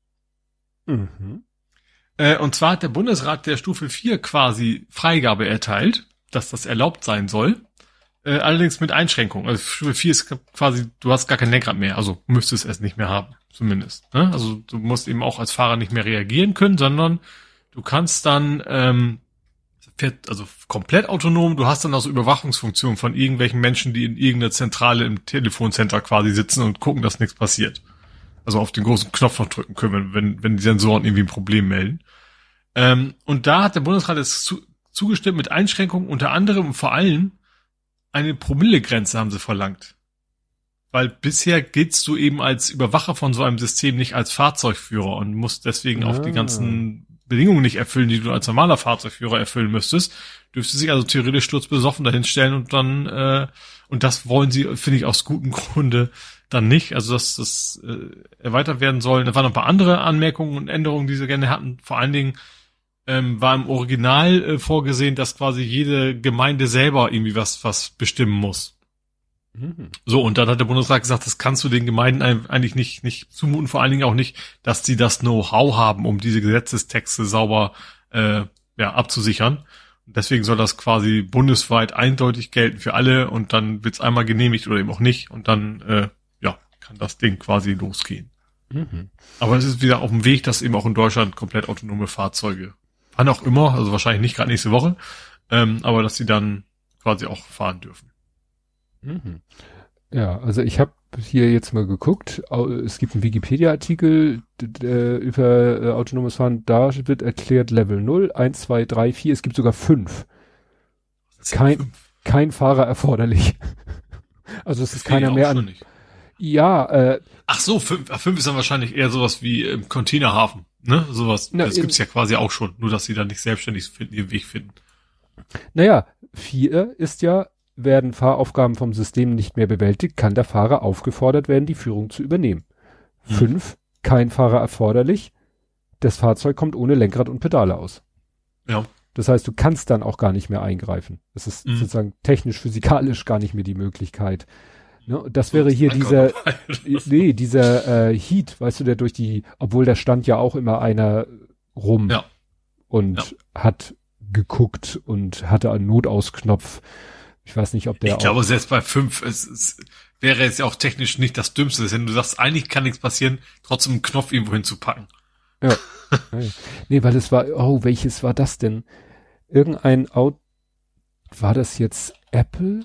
Und zwar hat der Bundesrat der Stufe 4 quasi Freigabe erteilt, dass das erlaubt sein soll. Allerdings mit Einschränkungen. Also Stufe 4 ist quasi, du hast gar kein Lenkrad mehr, also müsstest es nicht mehr haben, zumindest. Ne? Also du musst eben auch als Fahrer nicht mehr reagieren können, sondern du kannst dann fährt also komplett autonom, du hast dann auch so Überwachungsfunktionen von irgendwelchen Menschen, die in irgendeiner Zentrale im Telefoncenter quasi sitzen und gucken, dass nichts passiert. Also auf den großen Knopf noch drücken können, wenn die Sensoren irgendwie ein Problem melden. Und da hat der Bundesrat jetzt zugestimmt mit Einschränkungen, unter anderem und vor allem eine Promillegrenze haben sie verlangt. Weil bisher giltst du eben als Überwacher von so einem System nicht als Fahrzeugführer und musst deswegen auch die ganzen Bedingungen nicht erfüllen, die du als normaler Fahrzeugführer erfüllen müsstest, dürfte sich also theoretisch sturzbesoffen dahinstellen und dann, und das wollen sie, finde ich, aus gutem Grunde dann nicht, also dass das erweitert werden soll. Da waren noch ein paar andere Anmerkungen und Änderungen, die sie gerne hatten. Vor allen Dingen war im Original vorgesehen, dass quasi jede Gemeinde selber irgendwie was bestimmen muss. So, und dann hat der Bundesrat gesagt, das kannst du den Gemeinden eigentlich nicht zumuten, vor allen Dingen auch nicht, dass sie das Know-how haben, um diese Gesetzestexte sauber abzusichern. Und deswegen soll das quasi bundesweit eindeutig gelten für alle und dann wird's einmal genehmigt oder eben auch nicht und dann kann das Ding quasi losgehen. Aber es ist wieder auf dem Weg, dass eben auch in Deutschland komplett autonome Fahrzeuge, wann auch immer, also wahrscheinlich nicht gerade nächste Woche, aber dass sie dann quasi auch fahren dürfen. Ja, also ich habe hier jetzt mal geguckt, es gibt einen Wikipedia-Artikel über autonomes Fahren, da wird erklärt Level 0, 1, 2, 3, 4, es gibt sogar 5. Kein Fahrer erforderlich. Also es ist keiner mehr an. Ja, Ach so, 5 ist dann wahrscheinlich eher sowas wie im Containerhafen, ne? Sowas. Na, Das gibt's ja quasi auch schon, nur dass sie da nicht selbstständig ihren Weg finden. naja, 4 ist ja, werden Fahraufgaben vom System nicht mehr bewältigt, kann der Fahrer aufgefordert werden, die Führung zu übernehmen. 5, kein Fahrer erforderlich, das Fahrzeug kommt ohne Lenkrad und Pedale aus. Ja. Das heißt, du kannst dann auch gar nicht mehr eingreifen. Es ist sozusagen technisch, physikalisch gar nicht mehr die Möglichkeit. Ne? Und das wäre hier dieser Heat, weißt du, der durch die, obwohl da stand ja auch immer einer rum und hat geguckt und hatte einen Notausknopf. Ich weiß nicht, ob der Ich glaube, selbst bei 5, es wäre jetzt ja auch technisch nicht das Dümmste, wenn du sagst, eigentlich kann nichts passieren, trotzdem einen Knopf irgendwo hinzupacken. Ja. Nee, weil es war, welches war das denn? Irgendein Auto, war das jetzt Apple?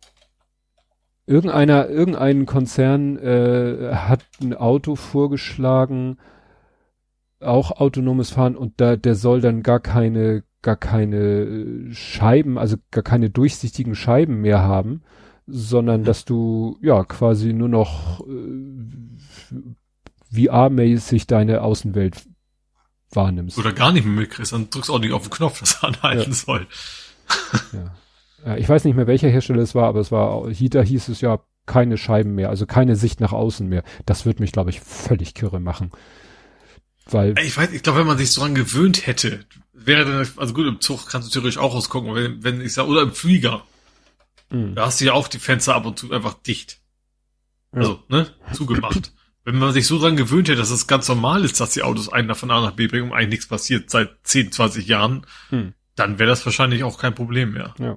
Irgendein Konzern hat ein Auto vorgeschlagen, auch autonomes Fahren, und der soll dann gar keine Scheiben, also gar keine durchsichtigen Scheiben mehr haben, sondern dass du ja quasi nur noch VR-mäßig deine Außenwelt wahrnimmst. Oder gar nicht mehr mitkriegst, dann drückst du auch nicht auf den Knopf, das er anhalten soll. Ja. Ich weiß nicht mehr, welcher Hersteller es war, aber es war, da hieß es ja keine Scheiben mehr, also keine Sicht nach außen mehr. Das wird mich, glaube ich, völlig kirre machen. Weil Ich glaube, wenn man sich so dran gewöhnt hätte, wäre dann, also gut, im Zug kannst du theoretisch auch rausgucken, wenn ich sage, oder im Flieger, da hast du ja auch die Fenster ab und zu einfach dicht. Also, zugemacht. Wenn man sich so dran gewöhnt hätte, dass es ganz normal ist, dass die Autos einen von A nach B bringen und eigentlich nichts passiert seit 10, 20 Jahren, dann wäre das wahrscheinlich auch kein Problem mehr. Ja.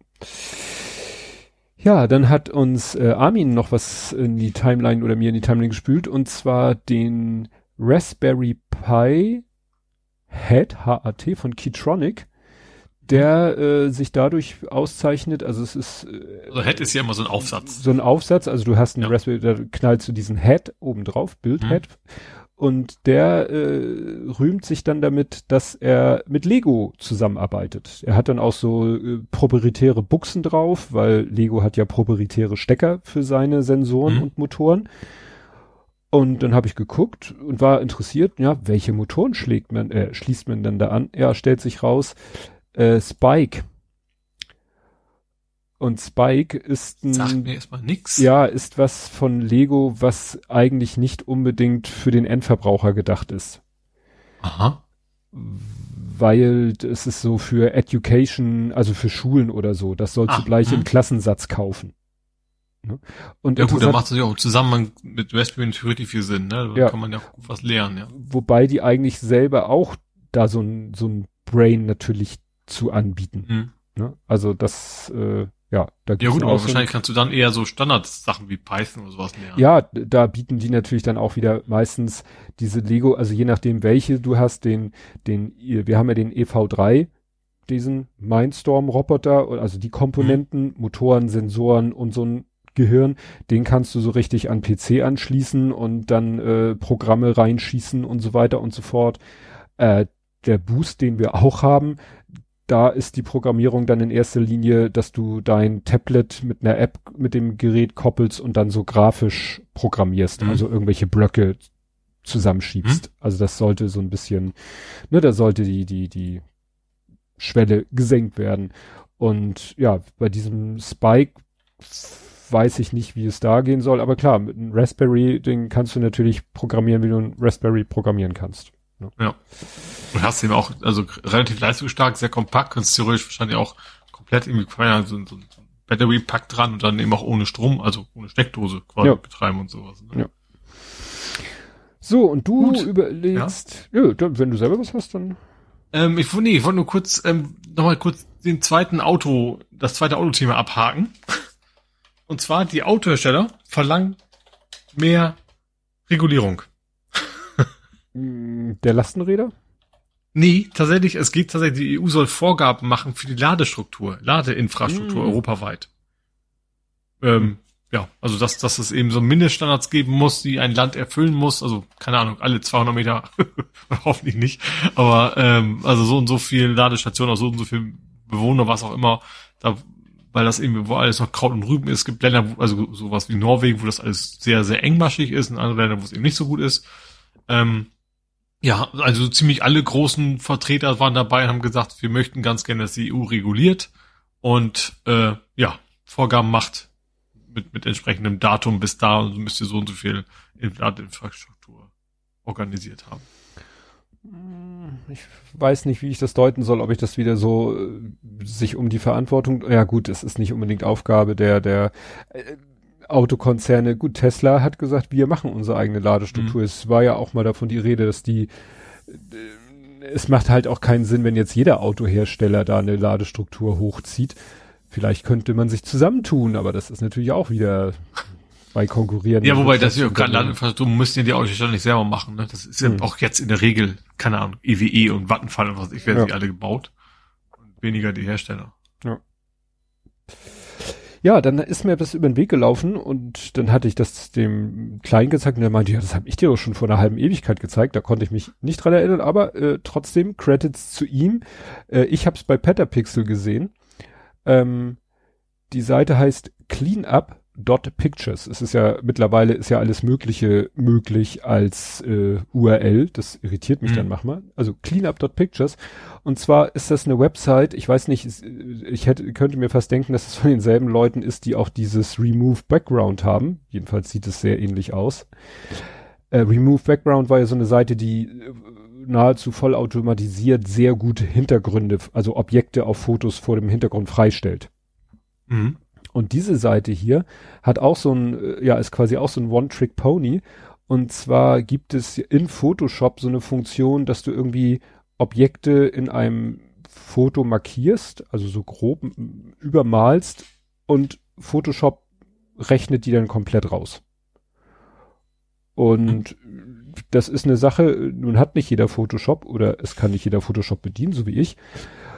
Ja, dann hat uns Armin noch was in die Timeline oder mir in die Timeline gespült, und zwar den Raspberry Pi HAT von Keytronic, der sich dadurch auszeichnet, also es ist also Head ist ja immer so ein Aufsatz. So ein Aufsatz, also du hast einen Raspberry, da knallst du diesen Head oben drauf, Build-Head, und der rühmt sich dann damit, dass er mit Lego zusammenarbeitet. Er hat dann auch so proprietäre Buchsen drauf, weil Lego hat ja proprietäre Stecker für seine Sensoren und Motoren. Und dann habe ich geguckt und war interessiert, ja, welche Motoren schließt man denn da an? Ja, stellt sich raus, Spike. Und Spike ist sagt mir erstmal nix. Ja, ist was von Lego, was eigentlich nicht unbedingt für den Endverbraucher gedacht ist. Aha. Weil es ist so für Education, also für Schulen oder so. Das sollst du gleich im Klassensatz kaufen. Ne? Und ja gut, da macht es ja auch zusammen mit Raspberry theoretisch viel Sinn, ne? Da kann man ja auch was lernen, ja. Wobei die eigentlich selber auch da so ein Brain natürlich zu anbieten. Ne? Also das, da gibt's ja gut, aber auch wahrscheinlich kannst du dann eher so Standardsachen wie Python oder sowas lernen. Ja, da bieten die natürlich dann auch wieder meistens diese Lego, also je nachdem welche du hast, wir haben ja den EV3, diesen Mindstorm-Roboter, also die Komponenten, Motoren, Sensoren und so ein Gehirn, den kannst du so richtig an PC anschließen und dann Programme reinschießen und so weiter und so fort. Der Boost, den wir auch haben, da ist die Programmierung dann in erster Linie, dass du dein Tablet mit einer App mit dem Gerät koppelst und dann so grafisch programmierst, also irgendwelche Blöcke zusammenschiebst. Also das sollte so ein bisschen, da sollte die Schwelle gesenkt werden. Und ja, bei diesem Spike weiß ich nicht, wie es da gehen soll, aber klar, mit einem Raspberry, den kannst du natürlich programmieren, wie du einen Raspberry programmieren kannst. Ja. Und hast eben auch, also relativ leistungsstark, sehr kompakt, kannst theoretisch wahrscheinlich auch komplett irgendwie so ein Battery-Pack dran und dann eben auch ohne Strom, also ohne Steckdose quasi betreiben und sowas. Ne? Ja. So, und du überlegst, wenn du selber was hast, dann. Ich wollte nur kurz, nochmal kurz das zweite Autothema abhaken. Und zwar, die Autohersteller verlangen mehr Regulierung. Der Lastenräder? Nee, tatsächlich, die EU soll Vorgaben machen für die Ladeinfrastruktur europaweit. Also dass es eben so Mindeststandards geben muss, die ein Land erfüllen muss, also keine Ahnung, alle 200 Meter, hoffentlich nicht, aber also so und so viel Ladestationen, also so und so viel Bewohner, was auch immer, da weil das irgendwie, wo alles noch Kraut und Rüben ist. Es gibt Länder, also sowas wie Norwegen, wo das alles sehr, sehr engmaschig ist, und andere Länder, wo es eben nicht so gut ist. Ja, also ziemlich alle großen Vertreter waren dabei und haben gesagt, wir möchten ganz gerne, dass die EU reguliert und Vorgaben macht mit entsprechendem Datum bis da, und müsst ihr so und so viel Infrastruktur organisiert haben. Ich weiß nicht, wie ich das deuten soll, ob ich das wieder so sich um die Verantwortung, ja gut, es ist nicht unbedingt Aufgabe der Autokonzerne. Gut, Tesla hat gesagt, wir machen unsere eigene Ladestruktur. Es war ja auch mal davon die Rede, dass es macht halt auch keinen Sinn, wenn jetzt jeder Autohersteller da eine Ladestruktur hochzieht. Vielleicht könnte man sich zusammentun, aber das ist natürlich auch wieder bei konkurrierenden. Ja, wobei das ja gerade Ladeinfrastruktur müssen ja die Autohersteller nicht selber machen, ne? Das ist ja auch jetzt in der Regel, keine Ahnung, EWE und Vattenfall und was ich werden sie alle gebaut und weniger die Hersteller. Ja. Ja, dann ist mir das über den Weg gelaufen und dann hatte ich das dem Kleinen gezeigt und der meinte, ja, das habe ich dir doch schon vor einer halben Ewigkeit gezeigt, da konnte ich mich nicht dran erinnern, aber trotzdem Credits zu ihm. Ich habe es bei Petapixel gesehen. Die Seite heißt cleanup.pictures. Es ist ja, mittlerweile ist ja alles Mögliche möglich als URL. Das irritiert mich dann manchmal. Also cleanup.pictures. Und zwar ist das eine Website, ich weiß nicht, könnte mir fast denken, dass es von denselben Leuten ist, die auch dieses Remove Background haben. Jedenfalls sieht es sehr ähnlich aus. Remove Background war ja so eine Seite, die nahezu vollautomatisiert sehr gute Hintergründe, also Objekte auf Fotos vor dem Hintergrund freistellt. Mhm. Und diese Seite hier hat auch ist quasi auch so ein One-Trick-Pony. Und zwar gibt es in Photoshop so eine Funktion, dass du irgendwie Objekte in einem Foto markierst, also so grob übermalst, und Photoshop rechnet die dann komplett raus. Und das ist eine Sache, nun hat nicht jeder Photoshop oder es kann nicht jeder Photoshop bedienen, so wie ich.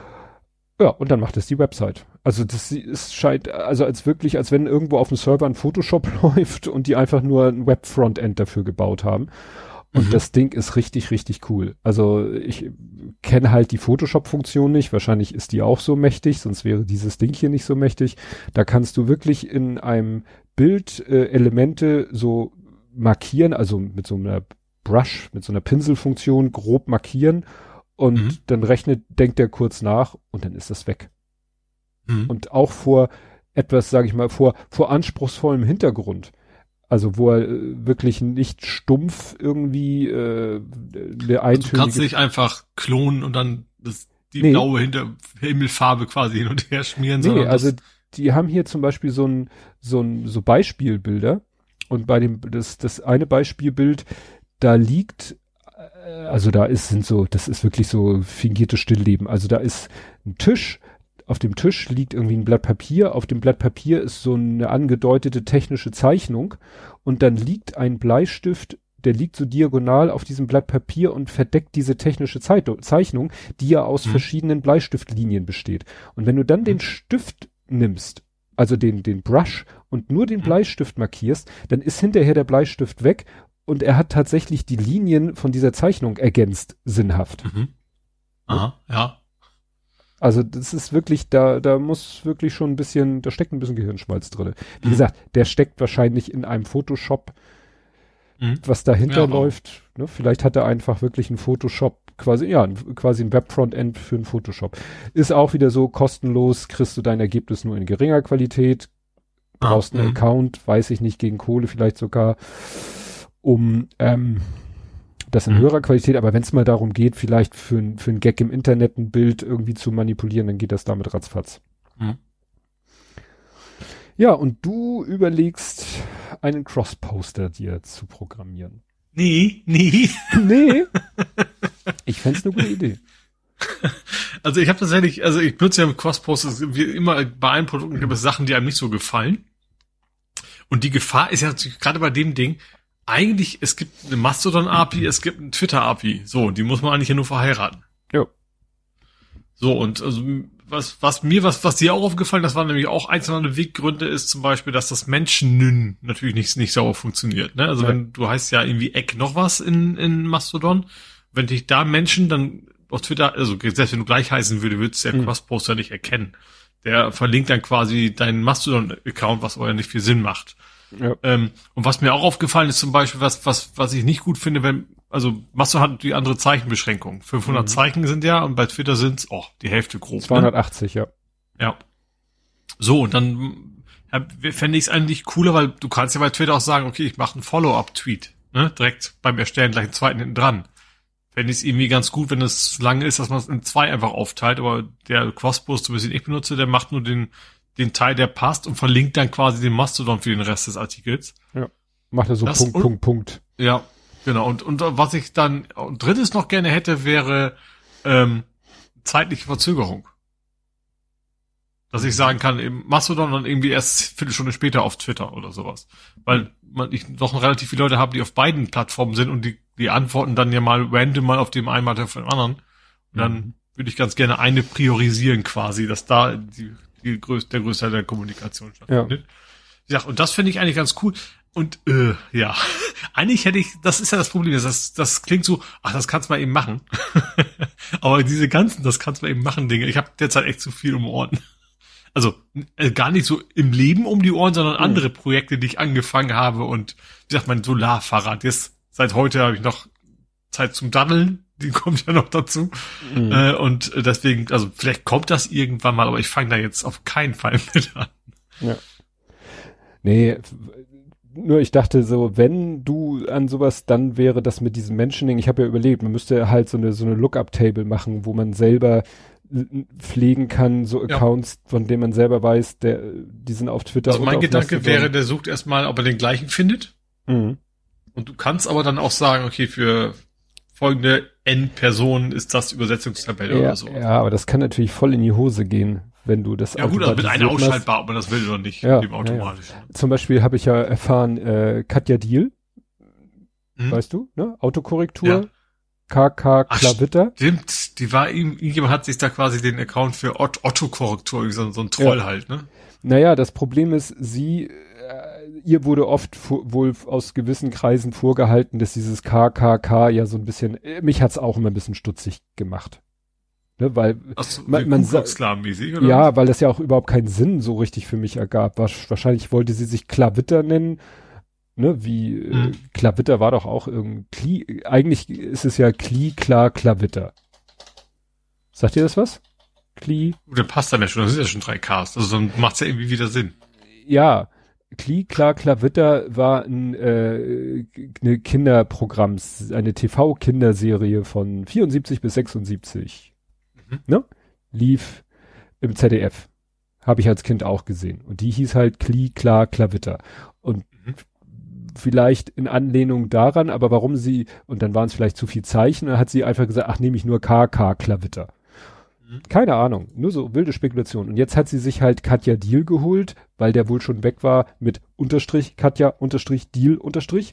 Ja, und dann macht es die Website. Also es scheint, also als wenn irgendwo auf dem Server ein Photoshop läuft und die einfach nur ein Web-Frontend dafür gebaut haben. Und das Ding ist richtig, richtig cool. Also ich kenne halt die Photoshop-Funktion nicht. Wahrscheinlich ist die auch so mächtig, sonst wäre dieses Ding hier nicht so mächtig. Da kannst du wirklich in einem Bild Elemente so markieren, also mit so einer Brush, mit so einer Pinselfunktion grob markieren. Und dann denkt er kurz nach und dann ist das weg. Und auch vor etwas, sage ich mal, vor anspruchsvollem Hintergrund. Also wo er wirklich nicht stumpf irgendwie eine eintönige... Also du kannst nicht einfach klonen und dann die blaue Himmelfarbe quasi hin und her schmieren. Nee, also die haben hier zum Beispiel so Beispielbilder und bei das eine Beispielbild, da liegt... Also das ist wirklich so fingiertes Stillleben. Also da ist ein Tisch, auf dem Tisch liegt irgendwie ein Blatt Papier, auf dem Blatt Papier ist so eine angedeutete technische Zeichnung und dann liegt ein Bleistift, der liegt so diagonal auf diesem Blatt Papier und verdeckt diese technische Zeichnung, die ja aus verschiedenen Bleistiftlinien besteht. Und wenn du dann den Stift nimmst, also den Brush und nur den Bleistift markierst, dann ist hinterher der Bleistift weg. Und er hat tatsächlich die Linien von dieser Zeichnung ergänzt, sinnhaft. Aha, ja. Also das ist wirklich, da muss wirklich schon ein bisschen, da steckt ein bisschen Gehirnschmalz drin. Wie gesagt, der steckt wahrscheinlich in einem Photoshop, was dahinter läuft. Ne? Vielleicht hat er einfach wirklich einen Photoshop, quasi ein Web-Frontend für einen Photoshop. Ist auch wieder so kostenlos, kriegst du dein Ergebnis nur in geringer Qualität, brauchst einen Account, weiß ich nicht, gegen Kohle vielleicht sogar, um das in höherer Qualität, aber wenn es mal darum geht, vielleicht für ein Gag im Internet ein Bild irgendwie zu manipulieren, dann geht das damit ratzfatz. Ja, und du überlegst, einen Cross-Poster dir zu programmieren. Nee. Nee? Ich fänd's eine gute Idee. Also ich habe tatsächlich, ich benutze ja Cross-Poster, wie immer bei allen Produkten gibt es Sachen, die einem nicht so gefallen. Und die Gefahr ist ja natürlich gerade bei dem Ding, eigentlich, es gibt eine Mastodon-API, es gibt eine Twitter-API. So, die muss man eigentlich ja nur verheiraten. Ja. So, und also was dir auch aufgefallen, das waren nämlich auch einzelne Weggründe, ist zum Beispiel, dass das Menschen natürlich nicht sauber funktioniert. Ne? Also wenn du heißt ja irgendwie Eck noch was in Mastodon, wenn dich da Menschen dann auf Twitter, also selbst wenn du gleich heißen würdest du ja Cross-Poster nicht erkennen. der verlinkt dann quasi deinen Mastodon-Account, was aber ja nicht viel Sinn macht. Ja. Und was mir auch aufgefallen ist zum Beispiel, was ich nicht gut finde, also Mastodon hat die andere Zeichenbeschränkung. 500 Zeichen sind ja, und bei Twitter sind's, die Hälfte grob. 280, ne? Ja. So, und dann fände ich es eigentlich cooler, weil du kannst ja bei Twitter auch sagen, okay, ich mache einen Follow-up-Tweet, ne? Direkt beim Erstellen gleich einen zweiten hinten dran. Fände ich es irgendwie ganz gut, wenn es lange ist, dass man es in 2 einfach aufteilt, aber der Crosspost, den ich benutze, der macht nur den Teil, der passt und verlinkt dann quasi den Mastodon für den Rest des Artikels. Ja. Macht er so Punkt. Ja, genau. Und was ich dann drittes noch gerne hätte, wäre zeitliche Verzögerung. Dass ich sagen kann, eben Mastodon und irgendwie erst eine Viertelstunde später auf Twitter oder sowas. Weil ich doch relativ viele Leute habe, die auf beiden Plattformen sind und die antworten dann ja mal random mal auf dem einen, mal auf dem anderen. Und dann würde ich ganz gerne eine priorisieren quasi, dass da der größte Teil der Kommunikation stattfindet. Ja, und das finde ich eigentlich ganz cool. Und eigentlich das ist ja das Problem, das klingt so, das kannst du mal eben machen. Aber diese ganzen, das kannst du mal eben machen Dinge, ich habe derzeit echt zu viel um die Ohren. Also gar nicht so im Leben um die Ohren, sondern andere Projekte, die ich angefangen habe. Und wie gesagt, mein Solarfahrrad, jetzt seit heute habe ich noch Zeit zum Daddeln, die kommt ja noch dazu. Und deswegen, also vielleicht kommt das irgendwann mal, aber ich fange da jetzt auf keinen Fall mit an. Ja. Nee, nur ich dachte so, wenn du an sowas, dann wäre das mit diesem Mentioning, ich habe ja überlegt, man müsste halt so eine Lookup-Table machen, wo man selber pflegen kann, so Accounts, von denen man selber weiß, die sind auf Twitter. Also mein Gedanke wäre, der sucht erstmal, ob er den gleichen findet. Und du kannst aber dann auch sagen, okay, für folgende N-Personen ist das Übersetzungstabelle oder so. Ja, aber das kann natürlich voll in die Hose gehen, wenn du das ja gut, also mit einer ausschaltbar, ob man das will oder nicht, dem automatisch. Ja. Zum Beispiel habe ich ja erfahren, Katja Diel, weißt du, ne? Autokorrektur. Ja. KK Klavitter. Stimmt, irgendjemand hat sich da quasi den Account für Otto-Korrektur, so ein Troll halt, ne? Naja, das Problem ist, ihr wurde oft wohl aus gewissen Kreisen vorgehalten, dass dieses KKK ja so ein bisschen, mich hat's auch immer ein bisschen stutzig gemacht. Ne, weil man sagt, oder? Ja, weil das ja auch überhaupt keinen Sinn so richtig für mich ergab. Wahrscheinlich wollte sie sich Klavitter nennen. Ne, wie Klavitter war doch auch irgendwie, eigentlich ist es ja Klavitter. Sagt ihr das was? Der passt dann ja schon, das sind ja schon 3 Ks, also dann macht's ja irgendwie wieder Sinn. Ja, Klavitter war eine Kinderprogramm, eine TV-Kinderserie von 74 bis 76. Ne? Lief im ZDF. Habe ich als Kind auch gesehen. Und die hieß halt Klavitter. Und vielleicht in Anlehnung daran, aber warum und dann waren es vielleicht zu viel Zeichen, dann hat sie einfach gesagt, nehme ich nur Klavitter. Keine Ahnung, nur so wilde Spekulation. Und jetzt hat sie sich halt Katja Diel geholt, weil der wohl schon weg war mit Unterstrich, Katja Unterstrich Diel Unterstrich.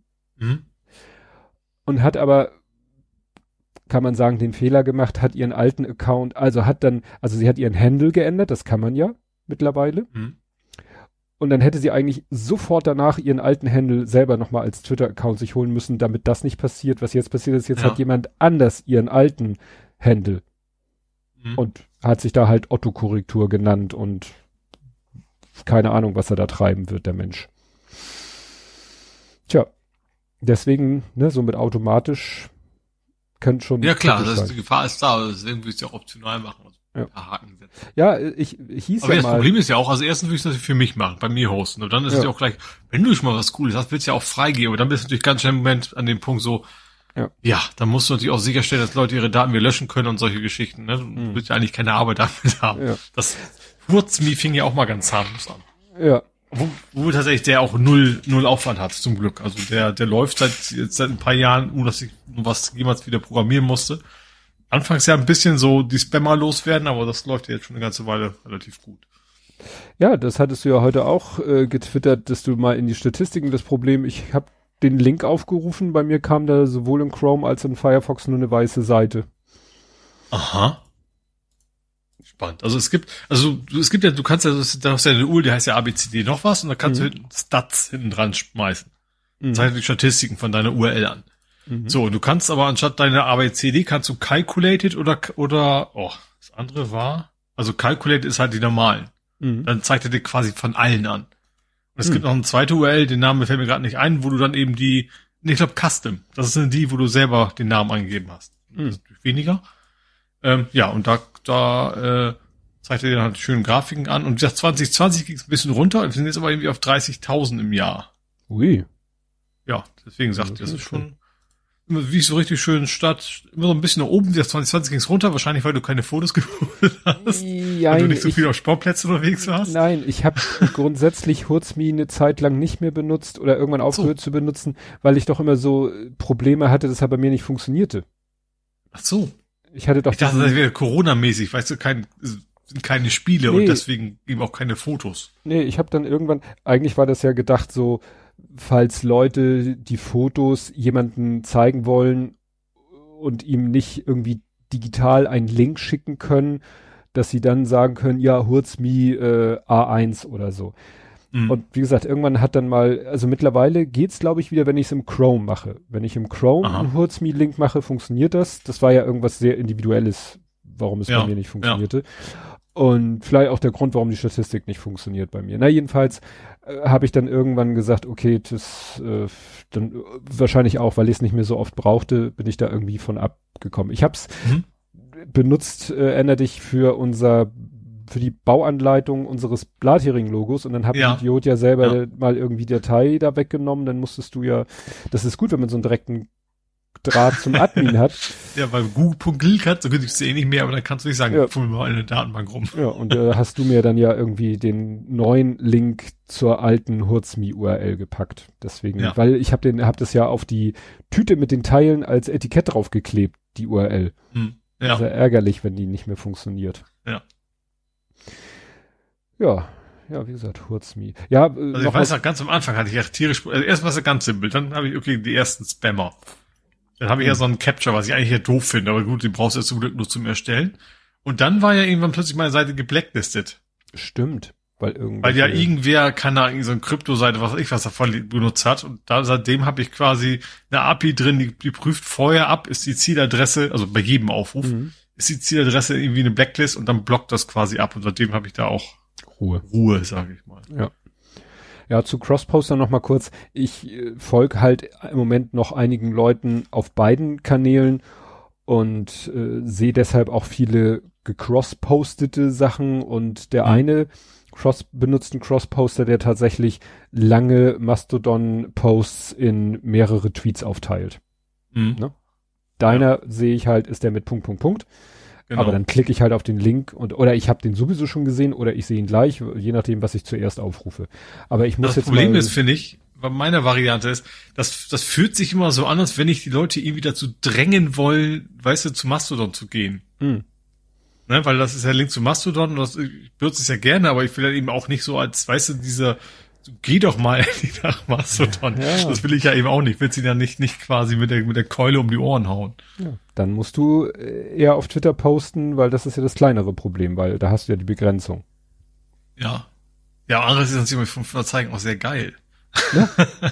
Und hat aber, kann man sagen, den Fehler gemacht, hat ihren alten Account, also sie hat ihren Handle geändert, das kann man ja mittlerweile. Und dann hätte sie eigentlich sofort danach ihren alten Handle selber nochmal als Twitter-Account sich holen müssen, damit das nicht passiert. Was jetzt passiert ist, jetzt hat jemand anders ihren alten Handle und hat sich da halt Otto-Korrektur genannt und keine Ahnung, was er da treiben wird, der Mensch. Tja, deswegen, ne, so mit automatisch könnte schon. Ja klar, die Gefahr ist da, deswegen will ich es ja auch optional machen. Haken setzen. Ja, ich hieß aber ja mal. Aber das Problem ist ja auch, also erstens will ich das für mich machen, bei mir hosten. Und dann ist es ja auch gleich, wenn du schon mal was Cooles hast, willst du ja auch freigeben. Aber dann bist du natürlich ganz schnell im Moment an dem Punkt so, dann musst du natürlich auch sicherstellen, dass Leute ihre Daten wieder löschen können und solche Geschichten. Ne? Du willst ja eigentlich keine Arbeit damit haben. Ja. Das WhatsMe fing ja auch mal ganz harmlos an. Ja. Wo tatsächlich der auch null Aufwand hat, zum Glück. Also der läuft seit ein paar Jahren, ohne dass ich was jemals wieder programmieren musste. Anfangs ja ein bisschen so die Spammer loswerden, aber das läuft ja jetzt schon eine ganze Weile relativ gut. Ja, das hattest du ja heute auch getwittert, dass du mal in die Statistiken das Problem, ich habe den Link aufgerufen, bei mir kam da sowohl im Chrome als in Firefox nur eine weiße Seite. Aha. Spannend. Also es gibt ja, du kannst ja, da hast ja eine URL, die heißt ja ABCD noch was und da kannst du Stats hinten dran schmeißen. Das heißt die Statistiken von deiner URL an. So, du kannst aber anstatt deiner ABCD kannst du calculated oder das andere war Also Calculate ist halt die normalen. Dann zeigt er dir quasi von allen an. Und es gibt noch eine zweite URL, den Namen fällt mir gerade nicht ein, wo du dann eben ich glaube Custom. Das sind die, wo du selber den Namen eingegeben hast. Das ist natürlich weniger. Ja, und da zeigt er dir dann halt schöne Grafiken an. Und wie gesagt, 2020 ging es ein bisschen runter. Wir sind jetzt aber irgendwie auf 30.000 im Jahr. Ui. Ja, deswegen sagt er, das ist schon wie so richtig schön statt, immer so ein bisschen nach oben. 2020 ging es runter, wahrscheinlich, weil du keine Fotos gepostet hast. Ja, weil du nicht so viel auf Sportplätzen unterwegs warst. Nein, ich habe grundsätzlich Hurzmi eine Zeit lang nicht mehr benutzt oder irgendwann aufgehört zu benutzen, weil ich doch immer so Probleme hatte, dass er bei mir nicht funktionierte. Ach so. Ich dachte, das wäre Corona-mäßig, weißt du, sind keine Spiele und deswegen eben auch keine Fotos. Nee, ich habe dann irgendwann, eigentlich war das ja gedacht so, falls Leute die Fotos jemanden zeigen wollen und ihm nicht irgendwie digital einen Link schicken können, dass sie dann sagen können, ja, Hurzmi A1 oder so. Und wie gesagt, irgendwann hat dann mal, also mittlerweile geht's, glaube ich, wieder, wenn ich es im Chrome mache. Wenn ich im Chrome einen Hurzmi-Link mache, funktioniert das. Das war ja irgendwas sehr Individuelles, warum es bei mir nicht funktionierte. Ja. Und vielleicht auch der Grund, warum die Statistik nicht funktioniert bei mir. Na, jedenfalls habe ich dann irgendwann gesagt, okay, das dann wahrscheinlich auch, weil ich es nicht mehr so oft brauchte, bin ich da irgendwie von abgekommen. Ich habe es benutzt, erinnere dich, für die Bauanleitung unseres Blathering-Logos und dann hat der Idiot ja selber mal irgendwie Datei da weggenommen, dann musstest du ja, das ist gut, wenn man so einen direkten Draht zum Admin hat. Ja, weil Google.gl kannst du kündigst du eh nicht mehr, aber dann kannst du nicht sagen, fuhr mir mal eine Datenbank rum. Ja, und hast du mir dann ja irgendwie den neuen zur alten Hurzmi-URL gepackt. Deswegen, weil ich hab das ja auf die Tüte mit den Teilen als Etikett draufgeklebt, die URL. Ja. Sehr ärgerlich, wenn die nicht mehr funktioniert. Ja. Ja, wie gesagt, Hurzmi. Ja, also ich weiß noch, ganz am Anfang hatte ich ja tierisch, also erst war es ja ganz simpel, dann habe ich, die ersten Spammer. Dann habe ich ja so einen Capture, was ich eigentlich ja doof finde, aber gut, den brauchst du ja zum Glück nur zum Erstellen. Und dann war ja irgendwann plötzlich meine Seite geblacklistet. Stimmt, weil ja irgendwer, keine Ahnung, so eine Kryptoseite, was davon benutzt hat. Und seitdem habe ich quasi eine API drin, die prüft vorher ab, ist die Zieladresse, also bei jedem Aufruf, ist die Zieladresse irgendwie eine Blacklist und dann blockt das quasi ab. Und seitdem habe ich da auch Ruhe, sage ich mal. Ja. Ja, zu Crossposter noch mal kurz. Ich folge halt im Moment noch einigen Leuten auf beiden Kanälen und sehe deshalb auch viele gecrosspostete Sachen und der eine benutzt einen Crossposter, der tatsächlich lange Mastodon-Posts in mehrere Tweets aufteilt. Ne? Deiner sehe ich halt, ist der mit Punkt. Genau. Aber dann klicke ich halt auf den Link oder ich habe den sowieso schon gesehen oder ich sehe ihn gleich, je nachdem, was ich zuerst aufrufe. Aber ich muss das Problem ist, finde ich, bei meiner Variante ist, das fühlt sich immer so an, als wenn ich die Leute irgendwie dazu drängen will, weißt du, zu Mastodon zu gehen. Ne, weil das ist ja Link zu Mastodon und ich benutze es ja gerne, aber ich will dann eben auch nicht so als, weißt du, geh doch mal nach Mastodon. Ja. Das will ich ja eben auch nicht. Will sie dann nicht quasi mit der Keule um die Ohren hauen. Ja. Dann musst du eher auf Twitter posten, weil das ist ja das kleinere Problem, weil da hast du ja die Begrenzung. Ja. Ja, anderes ist natürlich vom Verzeigen auch sehr geil. Ja.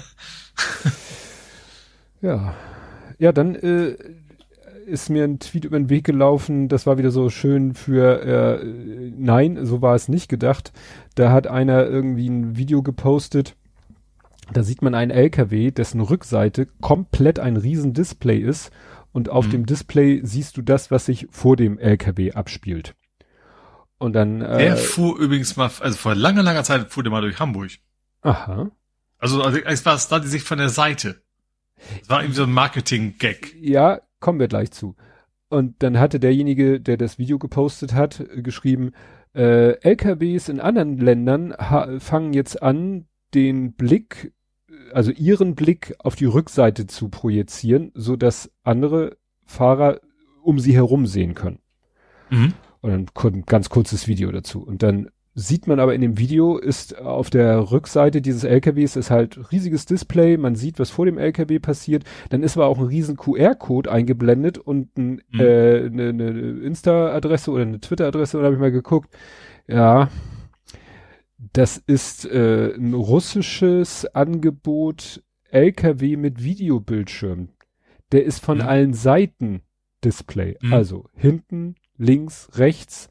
Ja, dann ist mir ein Tweet über den Weg gelaufen, das war wieder so schön für nein, so war es nicht gedacht. Da hat einer irgendwie ein Video gepostet, da sieht man einen LKW, dessen Rückseite komplett ein riesen Display ist und auf dem Display siehst du das, was sich vor dem LKW abspielt. Und dann der fuhr übrigens mal, also vor langer Zeit fuhr der mal durch Hamburg. Aha. Also es war da die Sicht von der Seite. Es war irgendwie so ein Marketing-Gag. Ja, kommen wir gleich zu. Und dann hatte derjenige, der das Video gepostet hat, geschrieben, LKWs in anderen Ländern fangen jetzt an, den Blick, also ihren Blick auf die Rückseite zu projizieren, so dass andere Fahrer um sie herum sehen können. Und dann ein ganz kurzes Video dazu. Und dann sieht man aber in dem Video ist auf der Rückseite dieses LKWs ist halt riesiges Display, man sieht, was vor dem LKW passiert, dann ist aber auch ein riesen QR-Code eingeblendet und eine Insta-Adresse oder eine Twitter-Adresse, und da habe ich mal geguckt, ja, das ist ein russisches Angebot LKW mit Videobildschirm. Der ist von allen Seiten Display, also hinten, links, rechts,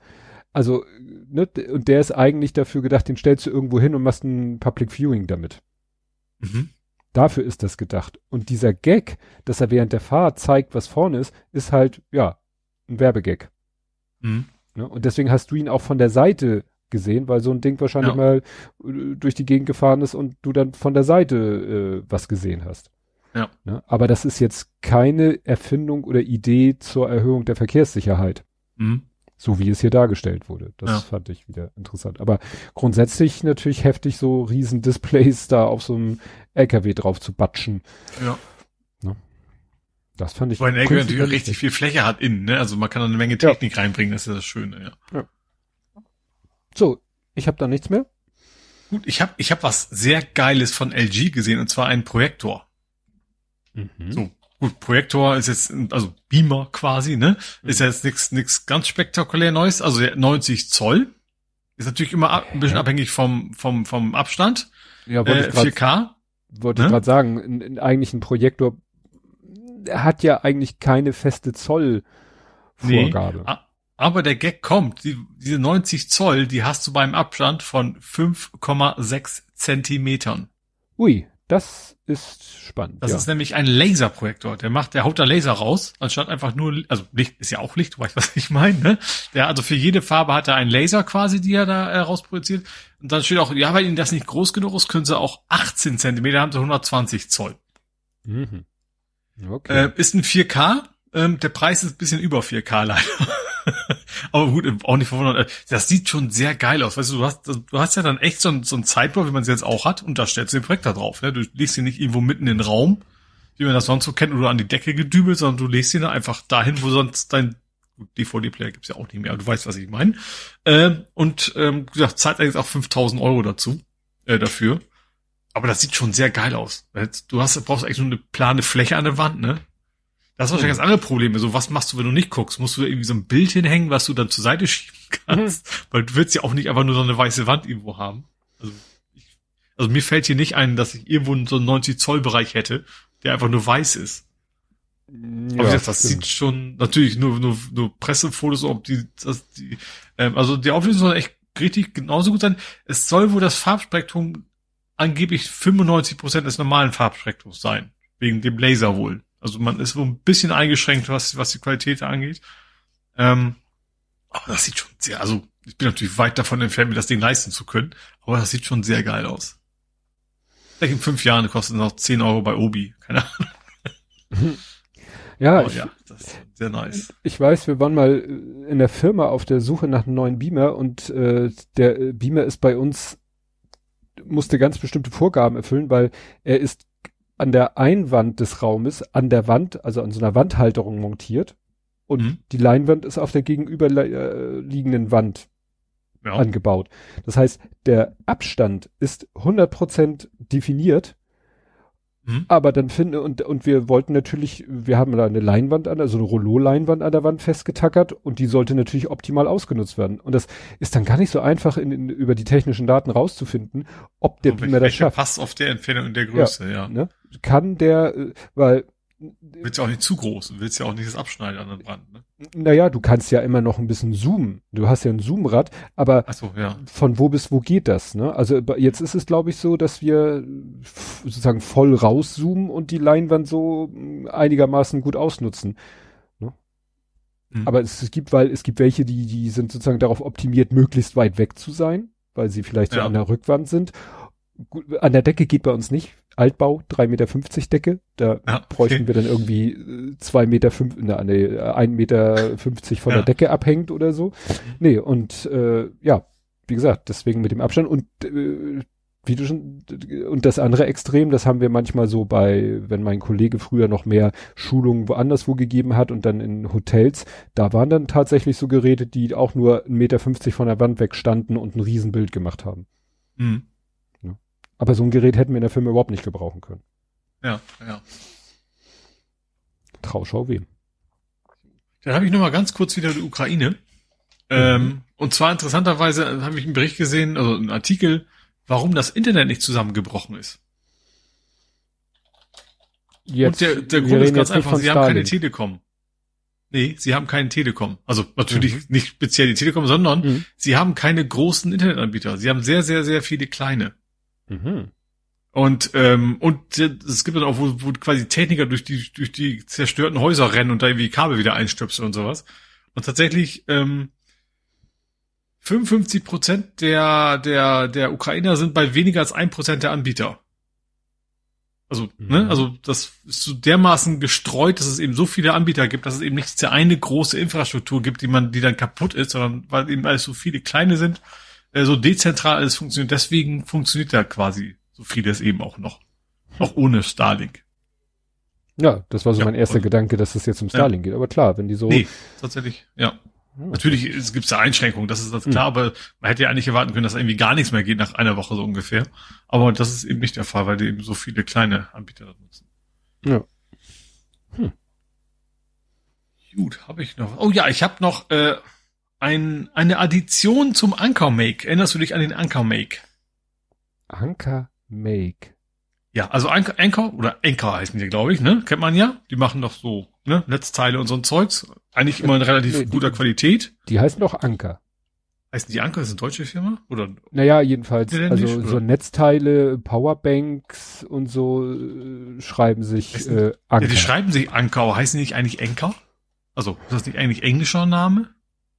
Also, ne, und der ist eigentlich dafür gedacht, den stellst du irgendwo hin und machst ein Public Viewing damit. Mhm. Dafür ist das gedacht. Und dieser Gag, dass er während der Fahrt zeigt, was vorne ist halt, ja, ein Werbegag. Mhm. Ne? Und deswegen hast du ihn auch von der Seite gesehen, weil so ein Ding wahrscheinlich mal durch die Gegend gefahren ist und du dann von der Seite was gesehen hast. Ja. Ne? Aber das ist jetzt keine Erfindung oder Idee zur Erhöhung der Verkehrssicherheit. Mhm. So wie es hier dargestellt wurde. Das fand ich wieder interessant. Aber grundsätzlich natürlich heftig, so riesen Displays da auf so einem LKW drauf zu batschen. Ja. Ne? Das fand ich. Weil ein LKW natürlich richtig viel Fläche hat innen, ne? Also man kann da eine Menge Technik reinbringen, das ist ja das Schöne, ja. So, ich habe da nichts mehr. Gut, ich hab was sehr Geiles von LG gesehen, und zwar einen Projektor. Mhm. So. Gut, Projektor ist jetzt, also Beamer quasi, ne? Ist ja jetzt nix ganz spektakulär Neues. Also der 90 Zoll. Ist natürlich immer ein bisschen abhängig vom Abstand. Ja, 4K. Wollte ich gerade sagen, eigentlich ein Projektor hat ja eigentlich keine feste Zollvorgabe. Nee, aber der Gag kommt. Diese 90 Zoll, die hast du beim Abstand von 5,6 Zentimetern. Ui, das ist spannend. Das ist nämlich ein Laserprojektor. Der haut da Laser raus, anstatt einfach nur, also Licht ist ja auch Licht, du weißt, was ich meine, ne? Also für jede Farbe hat er einen Laser quasi, die er da rausprojiziert. Und dann steht auch, ja, weil ihnen das nicht groß genug ist, können sie auch 18 Zentimeter, haben sie 120 Zoll. Mhm. Okay. Ist ein 4K, der Preis ist ein bisschen über 4K leider. Aber gut, auch nicht verwundert. Das sieht schon sehr geil aus. Weißt du, du hast ja dann echt so ein Sideboard, wie man es jetzt auch hat, und da stellst du den Projektor drauf. Ne? Du legst ihn nicht irgendwo mitten in den Raum, wie man das sonst so kennt, oder an die Decke gedübelt, sondern du legst ihn da einfach dahin, wo sonst dein DVD-Player gibt's ja auch nicht mehr, aber du weißt, was ich meine. Wie gesagt, zahlt eigentlich auch 5.000 Euro dazu, dafür. Aber das sieht schon sehr geil aus. Du brauchst eigentlich nur eine plane Fläche an der Wand, ne? Das ist wahrscheinlich das andere Problem. So, was machst du, wenn du nicht guckst? Musst du da irgendwie so ein Bild hinhängen, was du dann zur Seite schieben kannst? Weil du willst ja auch nicht einfach nur so eine weiße Wand irgendwo haben. Also mir fällt hier nicht ein, dass ich irgendwo so einen 90-Zoll-Bereich hätte, der einfach nur weiß ist. Ja, aber das sieht schon, natürlich nur Pressefotos, also die Auflösung soll echt richtig genauso gut sein. Es soll wohl das Farbspektrum angeblich 95% des normalen Farbspektrums sein. Wegen dem Laser wohl. Also man ist wohl ein bisschen eingeschränkt, was die Qualität angeht. Aber das sieht schon sehr, also ich bin natürlich weit davon entfernt, mir das Ding leisten zu können, aber das sieht schon sehr geil aus. Vielleicht in 5 Jahren kostet es noch 10 Euro bei Obi, keine Ahnung. Ja, das ist sehr nice. Ich weiß, wir waren mal in der Firma auf der Suche nach einem neuen Beamer und der Beamer ist bei uns, musste ganz bestimmte Vorgaben erfüllen, weil er ist an der Einwand des Raumes, an der Wand, also an so einer Wandhalterung montiert und die Leinwand ist auf der gegenüberliegenden Wand angebaut. Das heißt, der Abstand ist 100% definiert, aber dann und wir wollten natürlich, wir haben da eine Leinwand also eine Rollo-Leinwand an der Wand festgetackert und die sollte natürlich optimal ausgenutzt werden. Und das ist dann gar nicht so einfach über die technischen Daten rauszufinden, ob der Beamer das schafft. Passt auf der Entfernung und der Größe, ja. Ne? Kann der, weil willst ja auch nicht zu groß, willst ja auch nicht das abschneiden an der Wand, ne? Naja, du kannst ja immer noch ein bisschen zoomen. Du hast ja ein Zoomrad, aber von wo bis wo geht das, ne? Also jetzt ist es, glaube ich, so, dass wir sozusagen voll rauszoomen und die Leinwand so einigermaßen gut ausnutzen. Ne? Aber es gibt welche, die sind sozusagen darauf optimiert, möglichst weit weg zu sein, weil sie vielleicht so an der Rückwand sind. Gut, an der Decke geht bei uns nicht. Altbau, 3,50 Meter Decke. Da bräuchten wir dann irgendwie 1,50 Meter von der Decke abhängt oder so. Nee, und wie gesagt, deswegen mit dem Abstand und wie du schon, und das andere Extrem, das haben wir manchmal so wenn mein Kollege früher noch mehr Schulungen woanders gegeben hat und dann in Hotels, da waren dann tatsächlich so Geräte, die auch nur 1,50 Meter von der Wand weg standen und ein Riesenbild gemacht haben. Mhm. Aber so ein Gerät hätten wir in der Firma überhaupt nicht gebrauchen können. Ja. Trauschau wem. Dann habe ich noch mal ganz kurz wieder die Ukraine. Und zwar interessanterweise habe ich einen Bericht gesehen, also einen Artikel, warum das Internet nicht zusammengebrochen ist. Jetzt, und der Grund ist ganz einfach, sie haben keine Telekom. Nee, sie haben keinen Telekom. Also natürlich nicht speziell die Telekom, sondern sie haben keine großen Internetanbieter. Sie haben sehr, sehr, sehr viele kleine. Mhm. Und es gibt dann auch, wo quasi Techniker durch die zerstörten Häuser rennen und da irgendwie Kabel wieder einstöpseln und sowas. Und tatsächlich 55% der Ukrainer sind bei weniger als 1% der Anbieter. Also, also das ist so dermaßen gestreut, dass es eben so viele Anbieter gibt, dass es eben nicht diese eine große Infrastruktur gibt, die dann kaputt ist, sondern weil eben alles so viele kleine sind, so dezentral alles funktioniert. Deswegen funktioniert da quasi so vieles eben auch noch. Auch ohne Starlink. Ja, das war so mein erster Gedanke, dass es jetzt um Starlink geht. Aber klar, wenn die so... Nee, tatsächlich, ja. Natürlich gibt es da Einschränkungen, das ist das klar, aber man hätte ja eigentlich erwarten können, dass irgendwie gar nichts mehr geht nach einer Woche so ungefähr. Aber das ist eben nicht der Fall, weil die eben so viele kleine Anbieter da nutzen. Ja. Gut, habe ich noch. Oh ja, ich habe noch eine Addition zum Anchor Make. Erinnerst du dich an den Anchor Make? Anchor Make. Ja, also Anchor oder Anchor heißen die, glaube ich, ne? Kennt man ja. Die machen doch so, ne? Netzteile und so ein Zeugs. Eigentlich immer in relativ guter Qualität. Die heißen doch Anker. Heißen die Anchor? Ist eine deutsche Firma? Oder? Naja, jedenfalls, also oder? So Netzteile, Powerbanks und so schreiben sich Anker. Ja, die schreiben sich Anchor. Heißen die nicht eigentlich Anchor? Also, ist das nicht eigentlich englischer Name?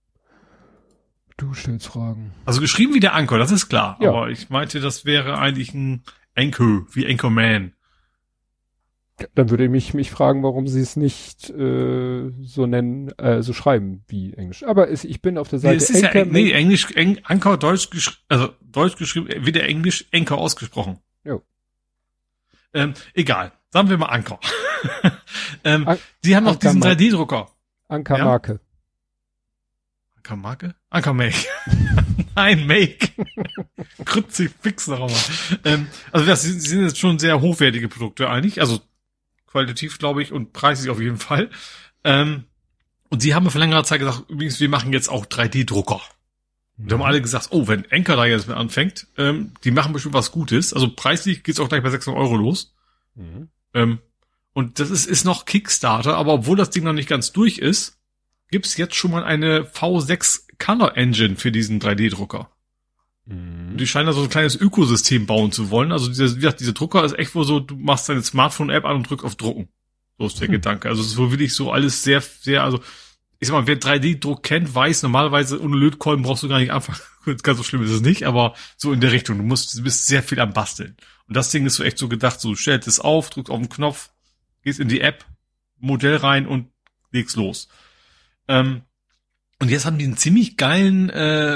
Du stellst Fragen. Also geschrieben wie der Anchor, das ist klar. Ja. Aber ich meinte, das wäre eigentlich ein Anchor, wie Anchorman. Dann würde ich mich fragen, warum sie es nicht so nennen, so schreiben wie Englisch. Aber ich bin auf der Seite. Nee, es ist Englisch, Anchor, Deutsch geschrieben, wieder Englisch, Anchor ausgesprochen. Jo. Egal. Sagen wir mal Anchor. Sie haben noch diesen 3D-Drucker. Anchor-Marke. Ja? Anchor-Marke? Anchor-Make. Nein, Make. Kruzifix noch einmal. Also das sind jetzt schon sehr hochwertige Produkte eigentlich. Also qualitativ, glaube ich, und preislich auf jeden Fall. Und sie haben mir vor längerer Zeit gesagt, übrigens, wir machen jetzt auch 3D-Drucker. Und da haben alle gesagt, oh, wenn Anchor da jetzt mit anfängt, die machen bestimmt was Gutes. Also preislich geht's auch gleich bei 600 € los. Und das ist noch Kickstarter, aber obwohl das Ding noch nicht ganz durch ist, gibt's jetzt schon mal eine V6 Color Engine für diesen 3D-Drucker. Und die scheinen da so ein kleines Ökosystem bauen zu wollen. Also diese Drucker ist echt wohl so, du machst deine Smartphone-App an und drückst auf Drucken. So ist der Gedanke. Also es ist wohl wirklich so alles sehr, sehr, also ich sag mal, wer 3D-Druck kennt, weiß, normalerweise ohne Lötkolben brauchst du gar nicht anfangen. Ganz so schlimm ist es nicht, aber so in der Richtung. Du bist sehr viel am Basteln. Und das Ding ist so echt so gedacht, so stellst es auf, drückst auf den Knopf, gehst in die App, Modell rein und legst los. Und jetzt haben die einen ziemlich geilen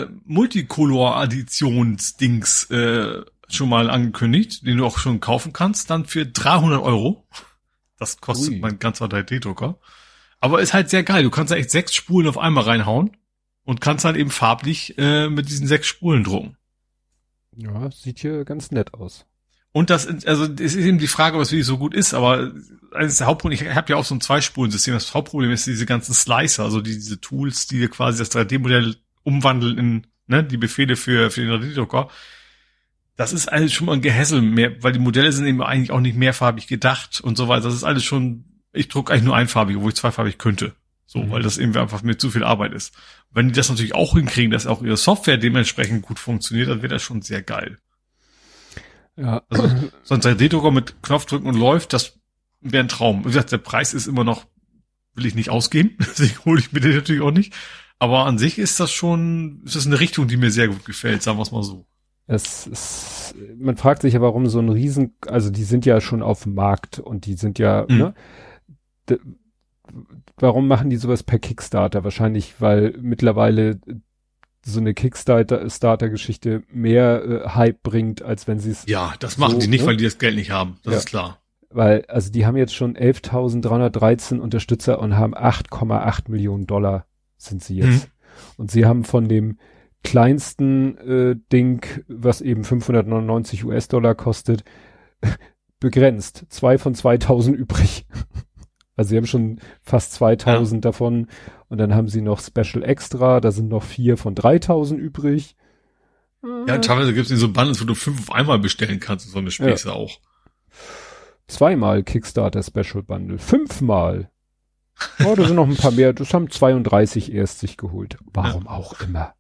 Multicolor-Additionsdings schon mal angekündigt, den du auch schon kaufen kannst, dann für 300 €. Das kostet mein ganzer 3D-Drucker. Aber ist halt sehr geil. Du kannst da echt 6 Spulen auf einmal reinhauen und kannst halt eben farblich mit diesen 6 Spulen drucken. Ja, sieht hier ganz nett aus. Und es ist eben die Frage, was wirklich so gut ist, aber eines der Hauptprobleme, ich habe ja auch so ein 2-Spulen-System, das Hauptproblem ist diese ganzen Slicer, also diese Tools, die dir quasi das 3D-Modell umwandeln in die Befehle für den 3D-Drucker. Das ist alles schon mal ein Gehässel mehr, weil die Modelle sind eben eigentlich auch nicht mehrfarbig gedacht und so weiter. Das ist alles schon, ich drucke eigentlich nur einfarbig, obwohl ich zweifarbig könnte. So, weil das eben einfach mir zu viel Arbeit ist. Wenn die das natürlich auch hinkriegen, dass auch ihre Software dementsprechend gut funktioniert, dann wird das schon sehr geil. Ja. Also so ein 3D-Drucker mit Knopfdrücken und läuft, das wäre ein Traum. Wie gesagt, der Preis ist immer noch, will ich nicht ausgeben, deswegen hole ich mir den natürlich auch nicht. Aber an sich ist das eine Richtung, die mir sehr gut gefällt, sagen wir es mal so. Man fragt sich ja, warum so ein also die sind ja schon auf dem Markt und die sind ja, warum machen die sowas per Kickstarter? Wahrscheinlich, weil mittlerweile so eine Kickstarter-Geschichte mehr Hype bringt, als wenn sie es... Ja, das machen die nicht, weil die das Geld nicht haben. Das ist klar. Weil, also die haben jetzt schon 11.313 Unterstützer und haben 8,8 Millionen $, sind sie jetzt. Und sie haben von dem kleinsten Ding, was eben 599 US-Dollar kostet, begrenzt. 2 von 2.000 übrig. Also sie haben schon fast 2.000 davon. Und dann haben sie noch Special Extra, da sind noch 4 von 3.000 übrig. Ja, teilweise gibt es so Bundles, wo du 5 auf einmal bestellen kannst, so eine Späße auch. 2-mal Kickstarter Special Bundle. 5-mal. Oh, da sind noch ein paar mehr. Das haben 32 erst sich geholt. Warum auch immer.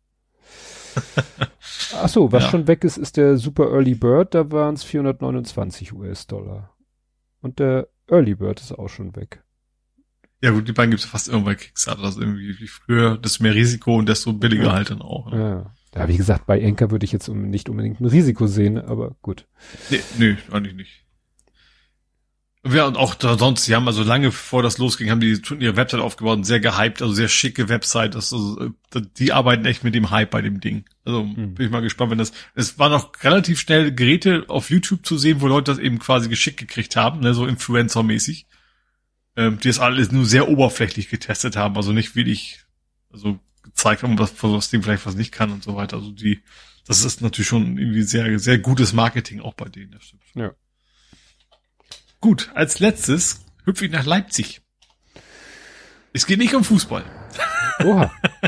Ach so, was schon weg ist, ist der Super Early Bird. Da waren es 429 US-Dollar. Und der Early Bird ist auch schon weg. Ja gut, die beiden gibt's fast immer bei Kickstarter. Also irgendwie wie früher, desto mehr Risiko und desto billiger halt dann auch. Ne? Ja, wie gesagt, bei Enker würde ich jetzt nicht unbedingt ein Risiko sehen, aber gut. Nee, eigentlich nicht. Ja, und auch da sonst, die haben also lange bevor das losging, haben die schon ihre Website aufgebaut und sehr gehypt, also sehr schicke Website. Die arbeiten echt mit dem Hype bei dem Ding. Also bin ich mal gespannt, wenn es war noch relativ schnell Geräte auf YouTube zu sehen, wo Leute das eben quasi geschickt gekriegt haben, ne, so Influencer-mäßig, die das alles nur sehr oberflächlich getestet haben, also nicht wirklich, also gezeigt haben, was das Ding vielleicht was nicht kann und so weiter. Also das ist natürlich schon irgendwie sehr, sehr gutes Marketing auch bei denen, das stimmt. Ja. Gut, als letztes hüpfe ich nach Leipzig. Es geht nicht um Fußball. Oha.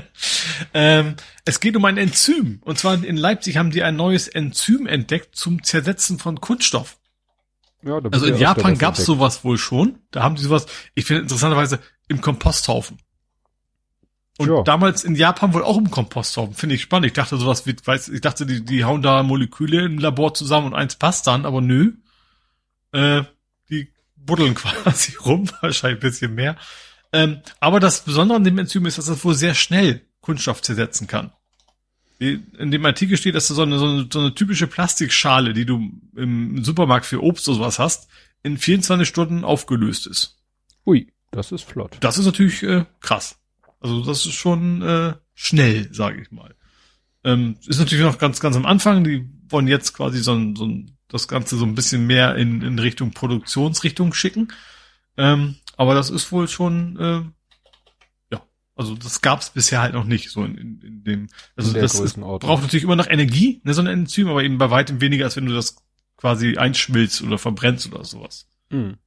Es geht um ein Enzym. Und zwar in Leipzig haben die ein neues Enzym entdeckt zum Zersetzen von Kunststoff. Ja, also in Japan gab's sowas wohl schon. Da haben die sowas, ich finde interessanterweise, im Komposthaufen. Und damals in Japan wohl auch im Komposthaufen. Finde ich spannend. Ich dachte sowas wie, ich dachte, die hauen da Moleküle im Labor zusammen und eins passt dann, aber nö. Die buddeln quasi rum, wahrscheinlich ein bisschen mehr. Aber das Besondere an dem Enzym ist, dass es wohl sehr schnell Kunststoff zersetzen kann. In dem Artikel steht, dass du so eine typische Plastikschale, die du im Supermarkt für Obst oder sowas hast, in 24 Stunden aufgelöst ist. Ui, das ist flott. Das ist natürlich krass. Also das ist schon schnell, sage ich mal. Ist natürlich noch ganz, ganz am Anfang. Die wollen jetzt quasi das Ganze so ein bisschen mehr in Richtung Produktionsrichtung schicken. Aber das ist wohl schon, also das gab's bisher halt noch nicht so in dem, also das braucht natürlich immer noch Energie, ne, so ein Enzym, aber eben bei weitem weniger, als wenn du das quasi einschmilzt oder verbrennst oder sowas. Und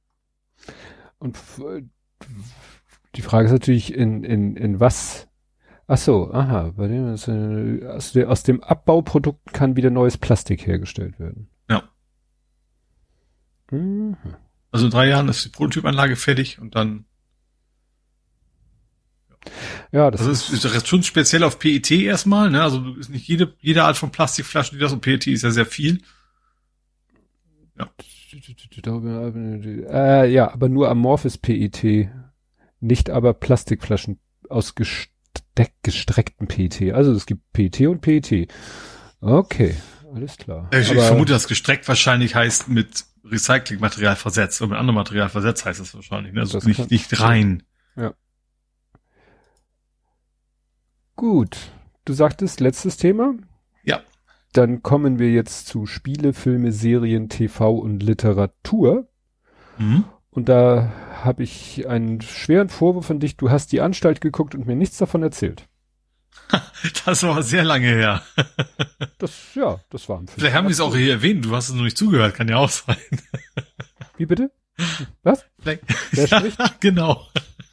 die Frage ist natürlich, in was? Ach so, aha, bei dem ist, aus dem Abbauprodukt kann wieder neues Plastik hergestellt werden. Ja. Mhm. Also in 3 Jahren ist die Prototypanlage fertig und dann. Ja, das ist schon speziell auf PET erstmal, ne? Also ist nicht jede Art von Plastikflaschen, die das, und PET ist ja sehr viel. Ja. Ja, aber nur amorphes PET, nicht aber Plastikflaschen aus gestreckten PET. Also es gibt PET und PET. Okay, alles klar. Ich vermute, dass gestreckt wahrscheinlich heißt mit Recyclingmaterial versetzt. Und mit anderem Material versetzt heißt das wahrscheinlich. Ne? Also das nicht rein. Ja. Gut. Du sagtest, letztes Thema? Ja. Dann kommen wir jetzt zu Spiele, Filme, Serien, TV und Literatur. Mhm. Und da habe ich einen schweren Vorwurf an dich. Du hast die Anstalt geguckt und mir nichts davon erzählt. Das war sehr lange her. Das war ein Film. Vielleicht haben die es auch hier erwähnt. Du hast es noch nicht zugehört. Kann ja auch sein. Wie bitte? Was? Wer spricht? Ja, genau.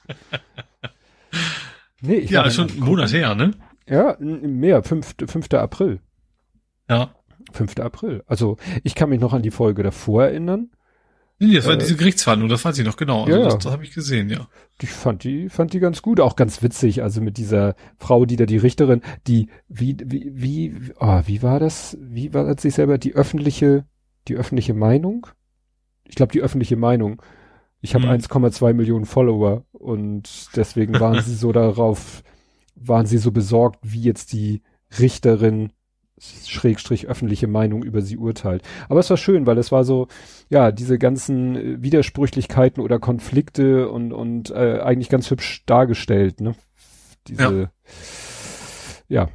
Nee, ja, schon einen Monat her, ne? Ja, mehr. 5. April. Ja. 5. April. Also, ich kann mich noch an die Folge davor erinnern. Nee, das war diese Gerichtsverhandlung, das weiß ich noch genau. Also das habe ich gesehen, ja. Ich fand die ganz gut, auch ganz witzig. Also mit dieser Frau, die da die Richterin, die, wie war das? Wie war das sich selber? Die öffentliche Meinung? Ich glaube, die öffentliche Meinung. Ich habe 1,2 Millionen Follower und deswegen waren sie so besorgt, wie jetzt die Richterin / öffentliche Meinung über sie urteilt. Aber es war schön, weil es war so, ja, diese ganzen Widersprüchlichkeiten oder Konflikte und eigentlich ganz hübsch dargestellt, ne? Ja.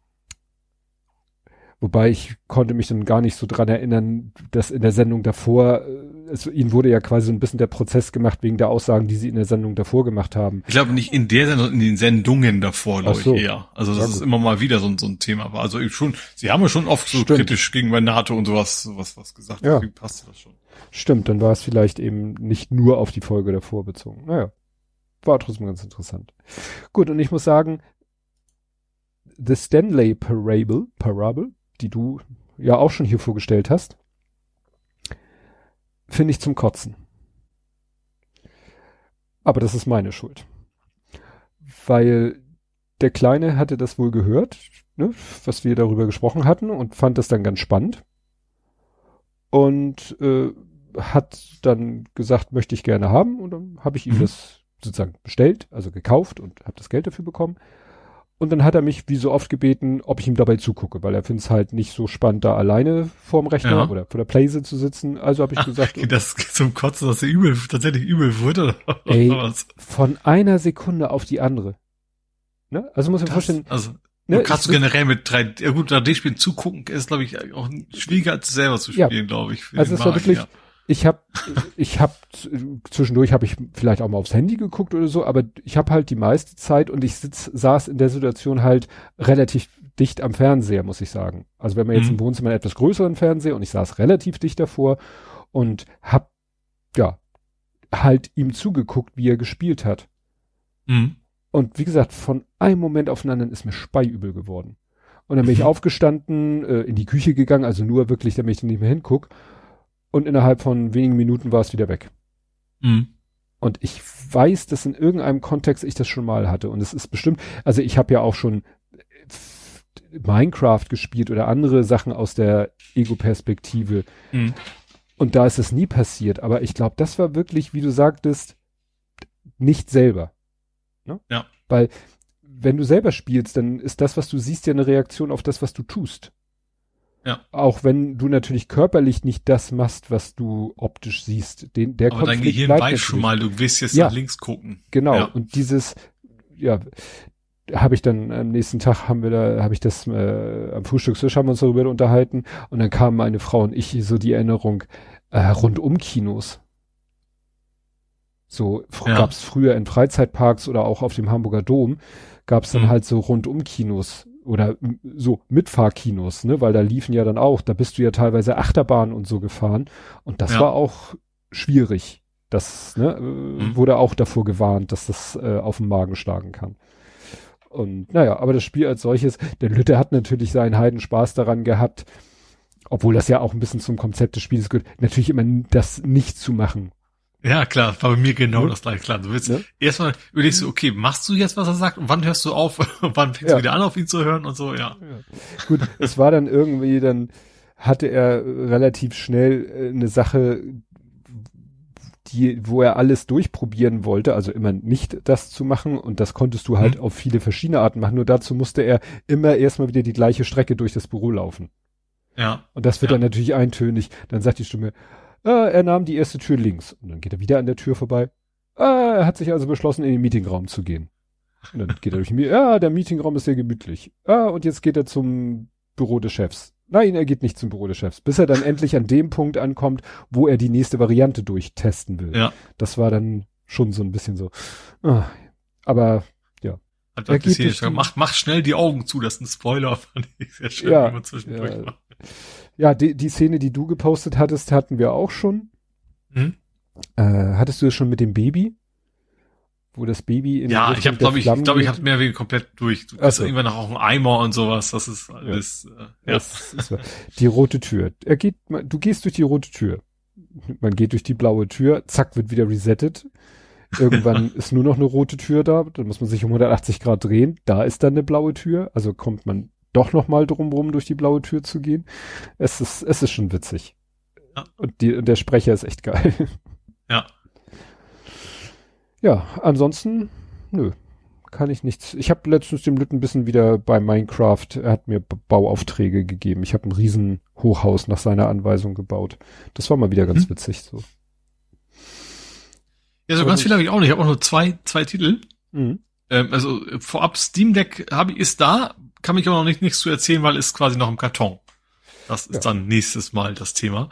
Wobei ich konnte mich dann gar nicht so dran erinnern, dass in der Sendung davor, ihnen wurde ja quasi so ein bisschen der Prozess gemacht wegen der Aussagen, die sie in der Sendung davor gemacht haben. Ich glaube nicht in der Sendung, in den Sendungen davor, glaube ich eher. Also dass es immer mal wieder so ein Thema war. Also schon, sie haben ja schon oft so kritisch gegenüber NATO und sowas gesagt. Ja. Deswegen passte das schon. Stimmt, dann war es vielleicht eben nicht nur auf die Folge davor bezogen. Naja, war trotzdem ganz interessant. Gut, und ich muss sagen, The Stanley Parable, die du ja auch schon hier vorgestellt hast, finde ich zum Kotzen. Aber das ist meine Schuld. Weil der Kleine hatte das wohl gehört, ne, was wir darüber gesprochen hatten und fand das dann ganz spannend. Und hat dann gesagt, möchte ich gerne haben. Und dann habe ich ihm das sozusagen bestellt, also gekauft und habe das Geld dafür bekommen. Und dann hat er mich wie so oft gebeten, ob ich ihm dabei zugucke, weil er findet es halt nicht so spannend, da alleine vorm Rechner oder vor der Playse zu sitzen. Also habe ich gesagt... Das zum Kotzen, dass er tatsächlich übel wurde? Ey, was? Von einer Sekunde auf die andere. Ne? Also muss man vorstellen... Also, ne, kannst du generell mit 3D-Spielen zugucken, ist, glaube ich, auch schwieriger als selber zu spielen, glaube ich. Also es war wirklich... Ja. Ich hab zwischendurch habe ich vielleicht auch mal aufs Handy geguckt oder so, aber ich habe halt die meiste Zeit und ich saß in der Situation halt relativ dicht am Fernseher, muss ich sagen. Also wenn man jetzt im Wohnzimmer einen etwas größeren Fernseher und ich saß relativ dicht davor und hab halt ihm zugeguckt, wie er gespielt hat. Und wie gesagt, von einem Moment auf den anderen ist mir speiübel geworden. Und dann bin ich aufgestanden, in die Küche gegangen, also nur wirklich, damit ich nicht mehr hinguck. Und innerhalb von wenigen Minuten war es wieder weg. Und ich weiß, dass in irgendeinem Kontext ich das schon mal hatte. Und es ist bestimmt, also ich habe ja auch schon Minecraft gespielt oder andere Sachen aus der Ego-Perspektive. Und da ist es nie passiert. Aber ich glaube, das war wirklich, wie du sagtest, nicht selber. Ne? Ja. Weil wenn du selber spielst, dann ist das, was du siehst, ja eine Reaktion auf das, was du tust. Ja. Auch wenn du natürlich körperlich nicht das machst, was du optisch siehst. Der aber dein Gehirn weiß schon mal, du willst jetzt nach links gucken. Genau. Ja. Und dieses, habe ich dann am nächsten Tag am Frühstückstisch haben wir uns darüber unterhalten und dann kam meine Frau und ich so die Erinnerung, Rundum-Kinos. So gab's früher in Freizeitparks oder auch auf dem Hamburger Dom, gab's dann halt so Rundum-Kinos. Oder so Mitfahrkinos, ne, weil da liefen ja dann auch, da bist du ja teilweise Achterbahn und so gefahren und das war auch schwierig. Das, wurde auch davor gewarnt, dass das auf den Magen schlagen kann. Und naja, aber das Spiel als solches, der Lütte hat natürlich seinen Heidenspaß daran gehabt, obwohl das ja auch ein bisschen zum Konzept des Spiels gehört, natürlich immer das nicht zu machen. Ja, klar, war bei mir genau das gleiche. Klar, du willst erstmal überlegst du, okay, machst du jetzt, was er sagt und wann hörst du auf und wann fängst du wieder an, auf ihn zu hören und so, ja. Gut, es war dann irgendwie, dann hatte er relativ schnell eine Sache, wo er alles durchprobieren wollte, also immer nicht das zu machen und das konntest du halt auf viele verschiedene Arten machen, nur dazu musste er immer erstmal wieder die gleiche Strecke durch das Büro laufen. Ja. Und das wird dann natürlich eintönig, dann sagt die Stimme, er nahm die erste Tür links. Und dann geht er wieder an der Tür vorbei. Er hat sich also beschlossen, in den Meetingraum zu gehen. Und dann geht er durch der Meetingraum ist sehr gemütlich. Und jetzt geht er zum Büro des Chefs. Nein, er geht nicht zum Büro des Chefs. Bis er dann endlich an dem Punkt ankommt, wo er die nächste Variante durchtesten will. Ja. Das war dann schon so ein bisschen so. Aber, ja. Mach schnell die Augen zu, das ist ein Spoiler, fand ich sehr schön, wie man zwischendurch macht. Ja, die Szene, die du gepostet hattest, hatten wir auch schon. Hattest du das schon mit dem Baby? Wo das Baby in ich glaube, ich habe mehr wie komplett durch. Du kriegst irgendwann noch auch einen Eimer und sowas. Das ist alles, Das ist die rote Tür. Du gehst durch die rote Tür. Man geht durch die blaue Tür. Zack, wird wieder resettet. Irgendwann ist nur noch eine rote Tür da. Dann muss man sich um 180 Grad drehen. Da ist dann eine blaue Tür. Also kommt man doch noch mal drumrum durch die blaue Tür zu gehen. Es ist schon witzig. Ja. Und der Sprecher ist echt geil. Ja. Ja, ansonsten, kann ich nichts. Ich habe letztens dem Lütten ein bisschen wieder bei Minecraft, er hat mir Bauaufträge gegeben. Ich habe ein riesen Hochhaus nach seiner Anweisung gebaut. Das war mal wieder ganz witzig so. Ja, so ganz viel habe ich auch nicht. Ich habe auch nur zwei Titel. Also vorab, Steam Deck ist da, kann mich aber noch nichts zu erzählen, weil ist quasi noch im Karton. Das ist dann nächstes Mal das Thema.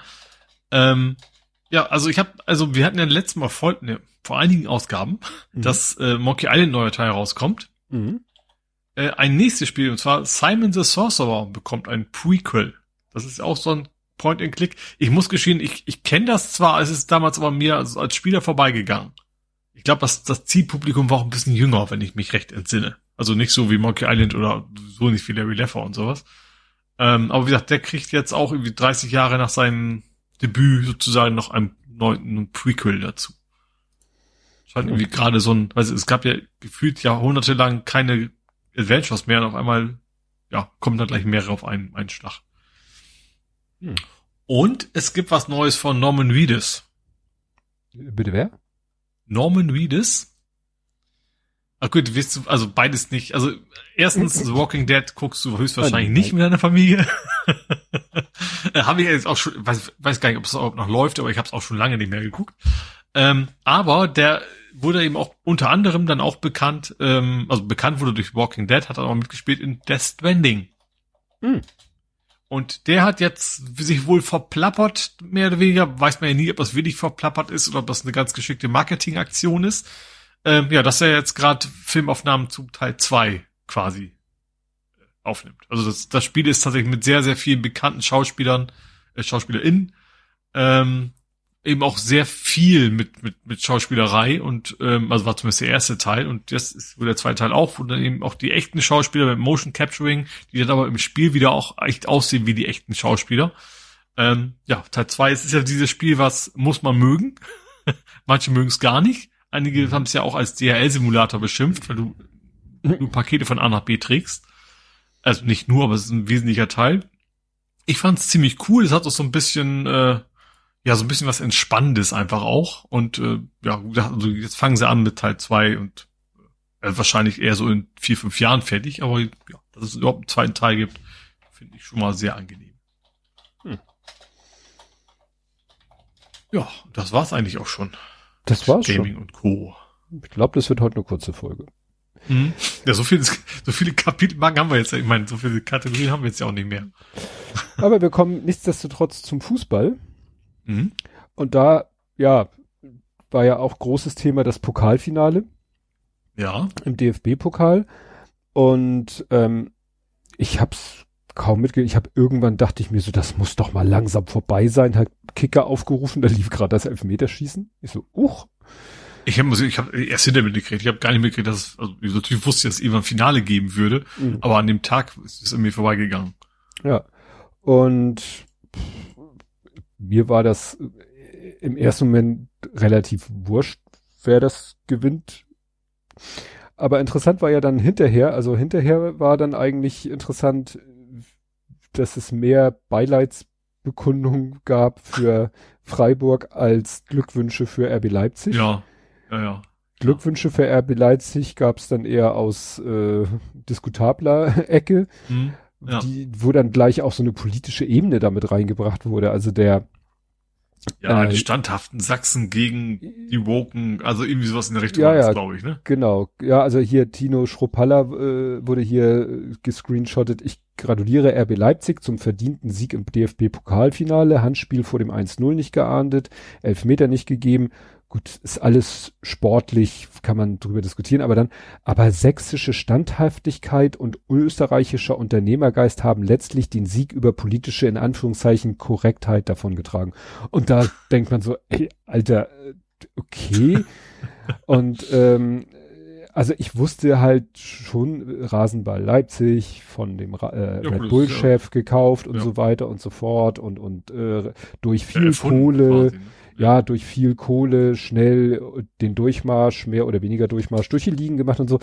Also wir hatten ja letztes Mal vor einigen Ausgaben, dass Monkey Island neuer Teil rauskommt. Ein nächstes Spiel, und zwar Simon the Sorcerer, bekommt ein Prequel. Das ist auch so ein Point-and-Click. Ich muss gestehen, ich kenne das zwar, es ist damals aber mir als Spieler vorbeigegangen. Ich glaube, das Zielpublikum war auch ein bisschen jünger, wenn ich mich recht entsinne. Also nicht so wie Monkey Island oder so nicht wie Larry Leffer und sowas. Aber wie gesagt, der kriegt jetzt auch irgendwie 30 Jahre nach seinem Debüt sozusagen noch einen neuen Prequel dazu. Scheint irgendwie gerade so ein, also es gab ja gefühlt jahrhundertelang keine Adventures mehr und auf einmal, ja, kommen da gleich mehrere auf einen Schlag. Und es gibt was Neues von Norman Reedus. Bitte wer? Norman Reedus? Ach gut, wirst du, also beides nicht. Also erstens, The Walking Dead guckst du höchstwahrscheinlich nicht mit deiner Familie. Habe ich jetzt auch schon, weiß gar nicht, ob es auch noch läuft, aber ich habe es auch schon lange nicht mehr geguckt. Aber der wurde eben auch unter anderem dann auch bekannt, also bekannt wurde durch Walking Dead, hat er auch mitgespielt in Death Stranding. Und der hat jetzt sich wohl verplappert, mehr oder weniger. Weiß man ja nie, ob das wirklich verplappert ist oder ob das eine ganz geschickte Marketingaktion ist. Dass er jetzt gerade Filmaufnahmen zu Teil 2 quasi aufnimmt. Also das Spiel ist tatsächlich mit sehr, sehr vielen bekannten SchauspielerInnen, eben auch sehr viel mit Schauspielerei und also war zumindest der erste Teil und das ist wohl der zweite Teil auch, wo dann eben auch die echten Schauspieler mit Motion Capturing, die dann aber im Spiel wieder auch echt aussehen wie die echten Schauspieler. Teil 2 ist ja dieses Spiel, was muss man mögen. Manche mögen es gar nicht. Einige haben es ja auch als DHL-Simulator beschimpft, weil du nur Pakete von A nach B trägst. Also nicht nur, aber es ist ein wesentlicher Teil. Ich fand es ziemlich cool. Es hat auch so ein bisschen, so ein bisschen was Entspannendes einfach auch. Und also jetzt fangen sie an mit Teil 2 und wahrscheinlich eher so in 4-5 Jahren fertig. Aber ja, dass es überhaupt einen zweiten Teil gibt, finde ich schon mal sehr angenehm. Ja, das war's eigentlich auch schon. Das war's Gaming schon. Und Co. Ich glaube, das wird heute eine kurze Folge. Ja, so viele Kapitelmarken haben wir jetzt. Ich meine, so viele Kategorien haben wir jetzt ja auch nicht mehr. Aber wir kommen nichtsdestotrotz zum Fußball. Mhm. Und da, war ja auch großes Thema das Pokalfinale. Ja. Im DFB-Pokal. Und ich hab's kaum mitgekriegt. Irgendwann dachte ich mir so, das muss doch mal langsam vorbei sein. Hat Kicker aufgerufen, da lief gerade das Elfmeterschießen. Ich so, Ich habe erst hinter mitgekriegt. Ich habe gar nicht mitgekriegt, dass ich natürlich wusste, dass es irgendwann ein Finale geben würde. Aber an dem Tag ist es irgendwie vorbeigegangen. Ja. Und mir war das im ersten Moment relativ wurscht, wer das gewinnt. Aber interessant war ja dann hinterher war dann eigentlich interessant, dass es mehr Beileidsbekundungen gab für Freiburg als Glückwünsche für RB Leipzig. Ja. Glückwünsche für RB Leipzig gab es dann eher aus diskutabler Ecke, wo dann gleich auch so eine politische Ebene damit reingebracht wurde. Also die standhaften Sachsen gegen die Woken, also irgendwie sowas in der Richtung, glaube ich, ne? Genau. Ja, also hier Tino Schruppalla wurde hier gescreenshottet. Ich gratuliere RB Leipzig zum verdienten Sieg im DFB-Pokalfinale. Handspiel vor dem 1-0 nicht geahndet, Elfmeter nicht gegeben. Gut, ist alles sportlich, kann man drüber diskutieren, aber sächsische Standhaftigkeit und österreichischer Unternehmergeist haben letztlich den Sieg über politische, in Anführungszeichen, Korrektheit davongetragen. Und da denkt man so, ey, Alter, okay. Und also ich wusste halt schon, Rasenball Leipzig von dem Red Bull-Chef gekauft und so weiter und so fort und durch viel Kohle, quasi, ne? Ja, durch viel Kohle, schnell den Durchmarsch, mehr oder weniger Durchmarsch durch die Ligen gemacht und so.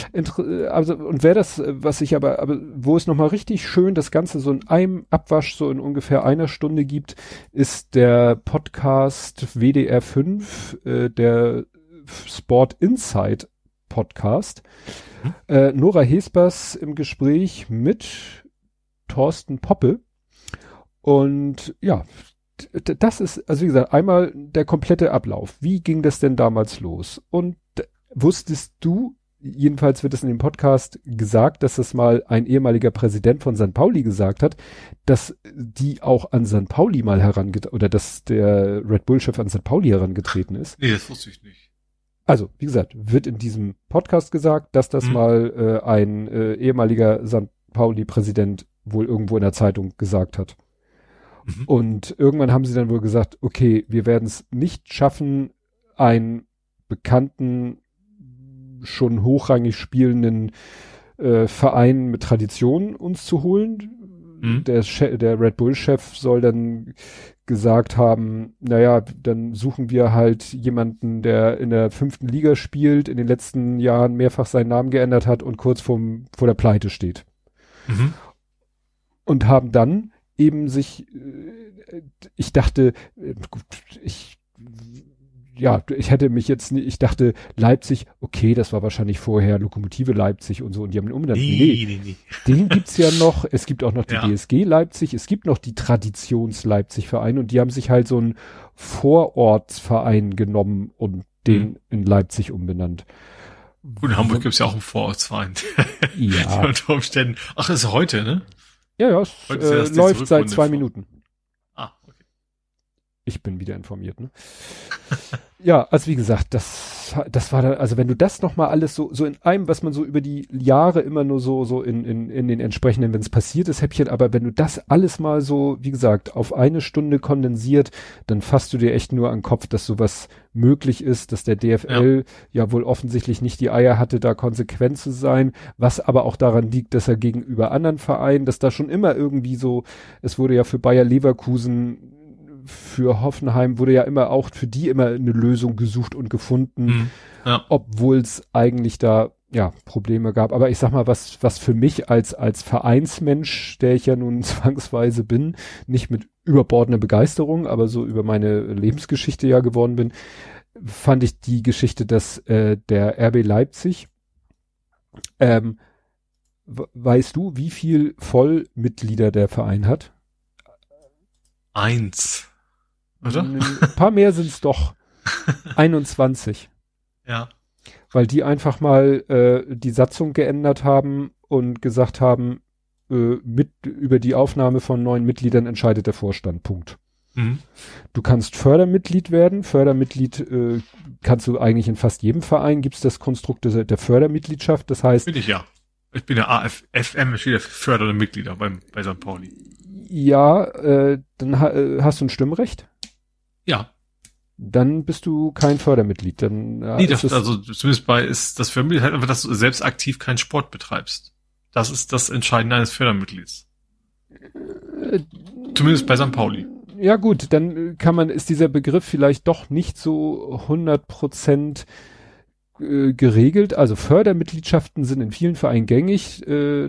Und wer das, aber wo es nochmal richtig schön das Ganze so in einem Abwasch so in ungefähr einer Stunde gibt, ist der Podcast WDR 5, der Sport Insight Podcast. Nora Hespers im Gespräch mit Thorsten Poppe. Und ja, das ist, also wie gesagt, einmal der komplette Ablauf. Wie ging das denn damals los? Und wusstest du, jedenfalls wird es in dem Podcast gesagt, dass das mal ein ehemaliger Präsident von St. Pauli gesagt hat, dass die auch an St. Pauli mal oder dass der Red Bull-Chef an St. Pauli herangetreten ist? Nee, das wusste ich nicht. Also, wie gesagt, wird in diesem Podcast gesagt, dass das mal ein ehemaliger St. Pauli-Präsident wohl irgendwo in der Zeitung gesagt hat. Und irgendwann haben sie dann wohl gesagt, okay, wir werden es nicht schaffen, einen bekannten, schon hochrangig spielenden Verein mit Tradition uns zu holen. der Red Bull-Chef soll dann gesagt haben, naja, dann suchen wir halt jemanden, der in der 5. Liga spielt, in den letzten Jahren mehrfach seinen Namen geändert hat und kurz vor der Pleite steht. Mhm. Und haben dann eben ich dachte, ich hätte mich jetzt nicht, ich dachte, Leipzig, okay, das war wahrscheinlich vorher Lokomotive Leipzig und so, und die haben ihn umbenannt. Nee. Den gibt's ja noch, es gibt auch noch die DSG Leipzig, es gibt noch die Traditions-Leipzig-Vereine, und die haben sich halt so einen Vorortsverein genommen und den in Leipzig umbenannt. Gut, in Hamburg gibt's ja auch einen Vorortsverein. Ja. Unter Umständen. Ach, das ist heute, ne? Ja, es läuft seit 2 Minuten. Ah, okay. Ich bin wieder informiert, ne? Ja, also wie gesagt, das war dann, also wenn du das nochmal alles so in einem, was man so über die Jahre immer nur so in den entsprechenden, wenn es passiert ist, Häppchen, aber wenn du das alles mal so, wie gesagt, auf eine Stunde kondensiert, dann fasst du dir echt nur an den Kopf, dass sowas möglich ist, dass der DFL ja wohl offensichtlich nicht die Eier hatte, da konsequent zu sein, was aber auch daran liegt, dass er gegenüber anderen Vereinen, dass da schon immer irgendwie so, es wurde ja für Bayer Leverkusen, für Hoffenheim wurde ja immer auch für die immer eine Lösung gesucht und gefunden, obwohl es eigentlich da Probleme gab. Aber ich sag mal, was für mich als Vereinsmensch, der ich ja nun zwangsweise bin, nicht mit überbordender Begeisterung, aber so über meine Lebensgeschichte ja geworden bin, fand ich die Geschichte, dass der RB Leipzig, weißt du, wie viel Vollmitglieder der Verein hat? 1. Oder? Ein paar mehr sind's doch. 21. Ja. Weil die einfach mal die Satzung geändert haben und gesagt haben, über die Aufnahme von neuen Mitgliedern entscheidet der Vorstand. Punkt. Mhm. Du kannst Fördermitglied werden. Fördermitglied kannst du eigentlich in fast jedem Verein. Gibt's das Konstrukt der Fördermitgliedschaft. Das heißt. Bin ich ja. Ich bin ja AFM, steht ja für fördernde Mitglieder bei St. Pauli. Ja, dann hast du ein Stimmrecht. Ja. Dann bist du kein Fördermitglied. Dann nee, also zumindest ist das Fördermitglied halt einfach, dass du selbst aktiv keinen Sport betreibst. Das ist das Entscheidende eines Fördermitglieds. Zumindest bei St. Pauli. Ja gut, dann ist dieser Begriff vielleicht doch nicht so 100% geregelt. Also Fördermitgliedschaften sind in vielen Vereinen gängig.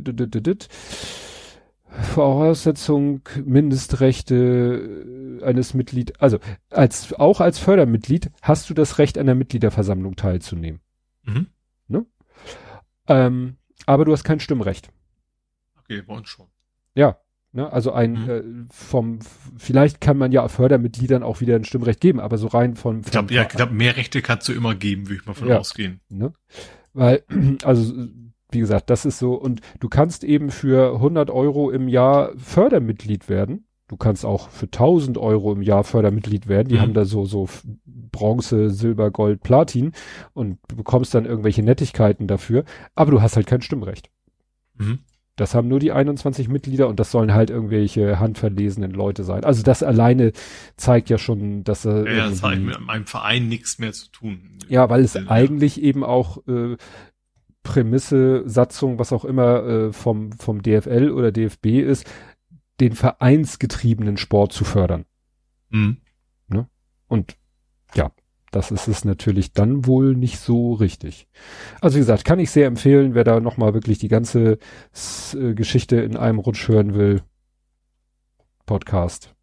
Voraussetzung, Mindestrechte eines Mitglieds, also auch als Fördermitglied hast du das Recht, an der Mitgliederversammlung teilzunehmen. Mhm. Ne? Aber du hast kein Stimmrecht. Okay, bei uns schon. Ja, ne? Also vielleicht kann man ja Fördermitgliedern auch wieder ein Stimmrecht geben, aber so rein ich glaube, mehr Rechte kannst du immer geben, würde ich mal von ausgehen. Ne? Weil, also wie gesagt, das ist so, und du kannst eben für 100 Euro im Jahr Fördermitglied werden. Du kannst auch für 1000 Euro im Jahr Fördermitglied werden. Die haben da so Bronze, Silber, Gold, Platin und du bekommst dann irgendwelche Nettigkeiten dafür. Aber du hast halt kein Stimmrecht. Mhm. Das haben nur die 21 Mitglieder und das sollen halt irgendwelche handverlesenen Leute sein. Also das alleine zeigt ja schon, dass das hat mit meinem Verein nichts mehr zu tun. Ja, weil es eigentlich eben auch Prämisse, Satzung, was auch immer vom DFL oder DFB ist, den vereinsgetriebenen Sport zu fördern. Mhm. Ne? Und ja, das ist es natürlich dann wohl nicht so richtig. Also wie gesagt, kann ich sehr empfehlen, wer da nochmal wirklich die ganze Geschichte in einem Rutsch hören will. Podcast.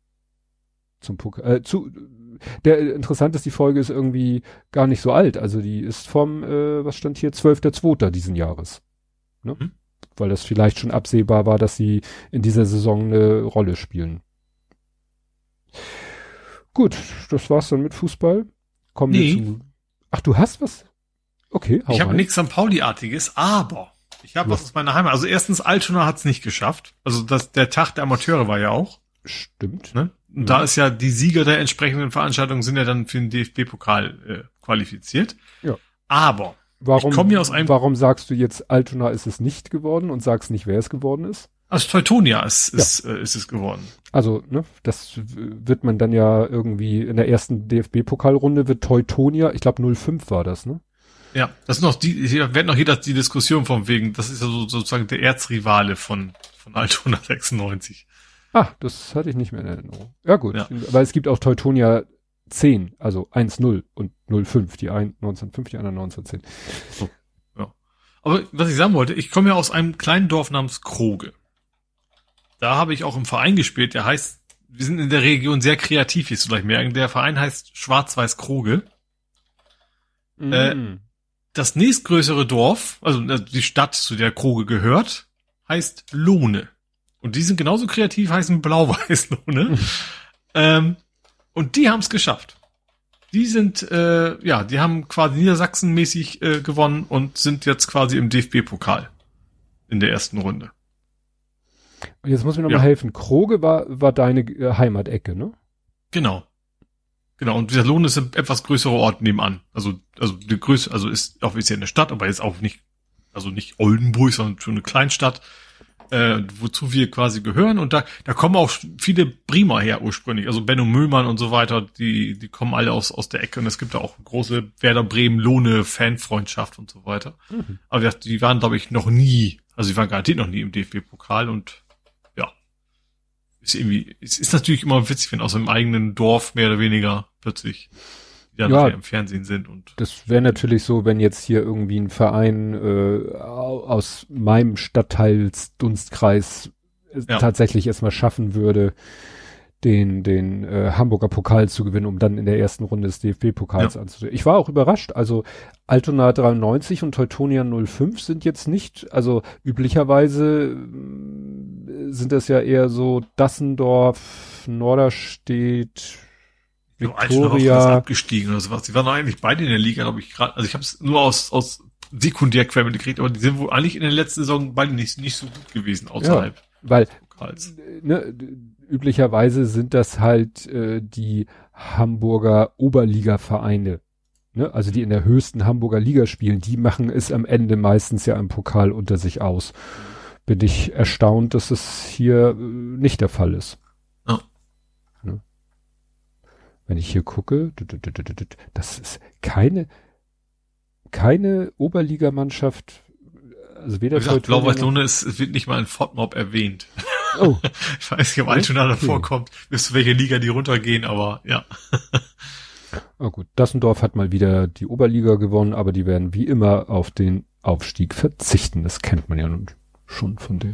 Der interessant ist, die Folge ist irgendwie gar nicht so alt. Also die ist vom, was stand hier, 12.2. diesen Jahres. Ne? Mhm. Weil das vielleicht schon absehbar war, dass sie in dieser Saison eine Rolle spielen. Gut, das war's dann mit Fußball. Kommen wir zu. Ach, du hast was? Okay, ich habe nichts St. Pauli-artiges, aber ich habe was aus meiner Heimat. Also erstens, Altona hat's nicht geschafft. Also der Tag der Amateure war ja auch. Stimmt. Ne? Und da ist ja die Sieger der entsprechenden Veranstaltungen sind ja dann für den DFB-Pokal qualifiziert. Ja. Aber warum sagst du jetzt, Altona ist es nicht geworden und sagst nicht, wer es geworden ist? Also Teutonia ist es geworden. Also, ne, das wird man dann ja irgendwie in der ersten DFB-Pokalrunde wird Teutonia, ich glaube 05 war das, ne? Ja, das ist noch hier werden noch jeder die Diskussion von wegen, das ist ja sozusagen der Erzrivale von von Altona 96. Ach, das hatte ich nicht mehr in Erinnerung. Ja gut, Ja. aber es gibt auch Teutonia 10, also 1-0 und 0-5, die einen 1905, die anderen 1910. So, ja. Aber was ich sagen wollte, ich komme ja aus einem kleinen Dorf namens Kroge. Da habe ich auch im Verein gespielt, der heißt, wir sind in der Region sehr kreativ, wie du vielleicht merken, der Verein heißt Schwarz-Weiß Kroge. Das nächstgrößere Dorf, also die Stadt, zu der Kroge gehört, heißt Lohne. Und die sind genauso kreativ, heißen Blau-Weiß Lohne. Und die haben es geschafft. Die sind, die haben quasi Niedersachsen-mäßig gewonnen und sind jetzt quasi im DFB-Pokal in der ersten Runde. Und jetzt muss mir noch mal helfen. Kroge war deine Heimatecke, ne? Genau. Genau, und dieser Lohn ist ein etwas größerer Ort nebenan. Also die Größe, also ist offiziell eine Stadt, aber jetzt auch nicht Oldenburg, sondern schon eine Kleinstadt, wozu wir quasi gehören. Und da kommen auch viele Bremer her ursprünglich. Also Benno Müllmann und so weiter, die kommen alle aus der Ecke. Und es gibt da auch große Werder Bremen-Lohne-Fanfreundschaft und so weiter. Mhm. Aber die waren, glaube ich, noch nie, also die waren garantiert noch nie im DFB-Pokal und es ist natürlich immer witzig, wenn aus einem eigenen Dorf mehr oder weniger plötzlich wieder nachher im Fernsehen sind. Und das wäre natürlich so, wenn jetzt hier irgendwie ein Verein aus meinem Stadtteilsdunstkreis tatsächlich erstmal schaffen würde, den Hamburger Pokal zu gewinnen, um dann in der ersten Runde des DFB-Pokals anzutreten. Ich war auch überrascht, also Altona 93 und Teutonia 05 sind jetzt nicht, also üblicherweise sind das ja eher so Dassendorf, Norderstedt, Victoria. Ist abgestiegen oder sowas. Die waren doch eigentlich beide in der Liga, glaube ich, gerade. Also ich habe es nur aus Sekundärquellen gekriegt, aber die sind wohl eigentlich in der letzten Saison beide nicht so gut gewesen außerhalb. Ja, weil üblicherweise sind das halt die Hamburger Oberliga-Vereine, ne? Also die in der höchsten Hamburger Liga spielen, die machen es am Ende meistens ja im Pokal unter sich aus. Bin ich erstaunt, dass es hier nicht der Fall ist. Ja. Ne? Wenn ich hier gucke, das ist keine Oberligamannschaft, also weder Blau-Weiß-Lohne wird nicht mal in FODMOB erwähnt. Oh. Ich weiß nicht, ob Altona davor kommt, bis zu welcher Liga die runtergehen, aber ja. Oh gut, Dassendorf hat mal wieder die Oberliga gewonnen, aber die werden wie immer auf den Aufstieg verzichten. Das kennt man ja nun schon von denen.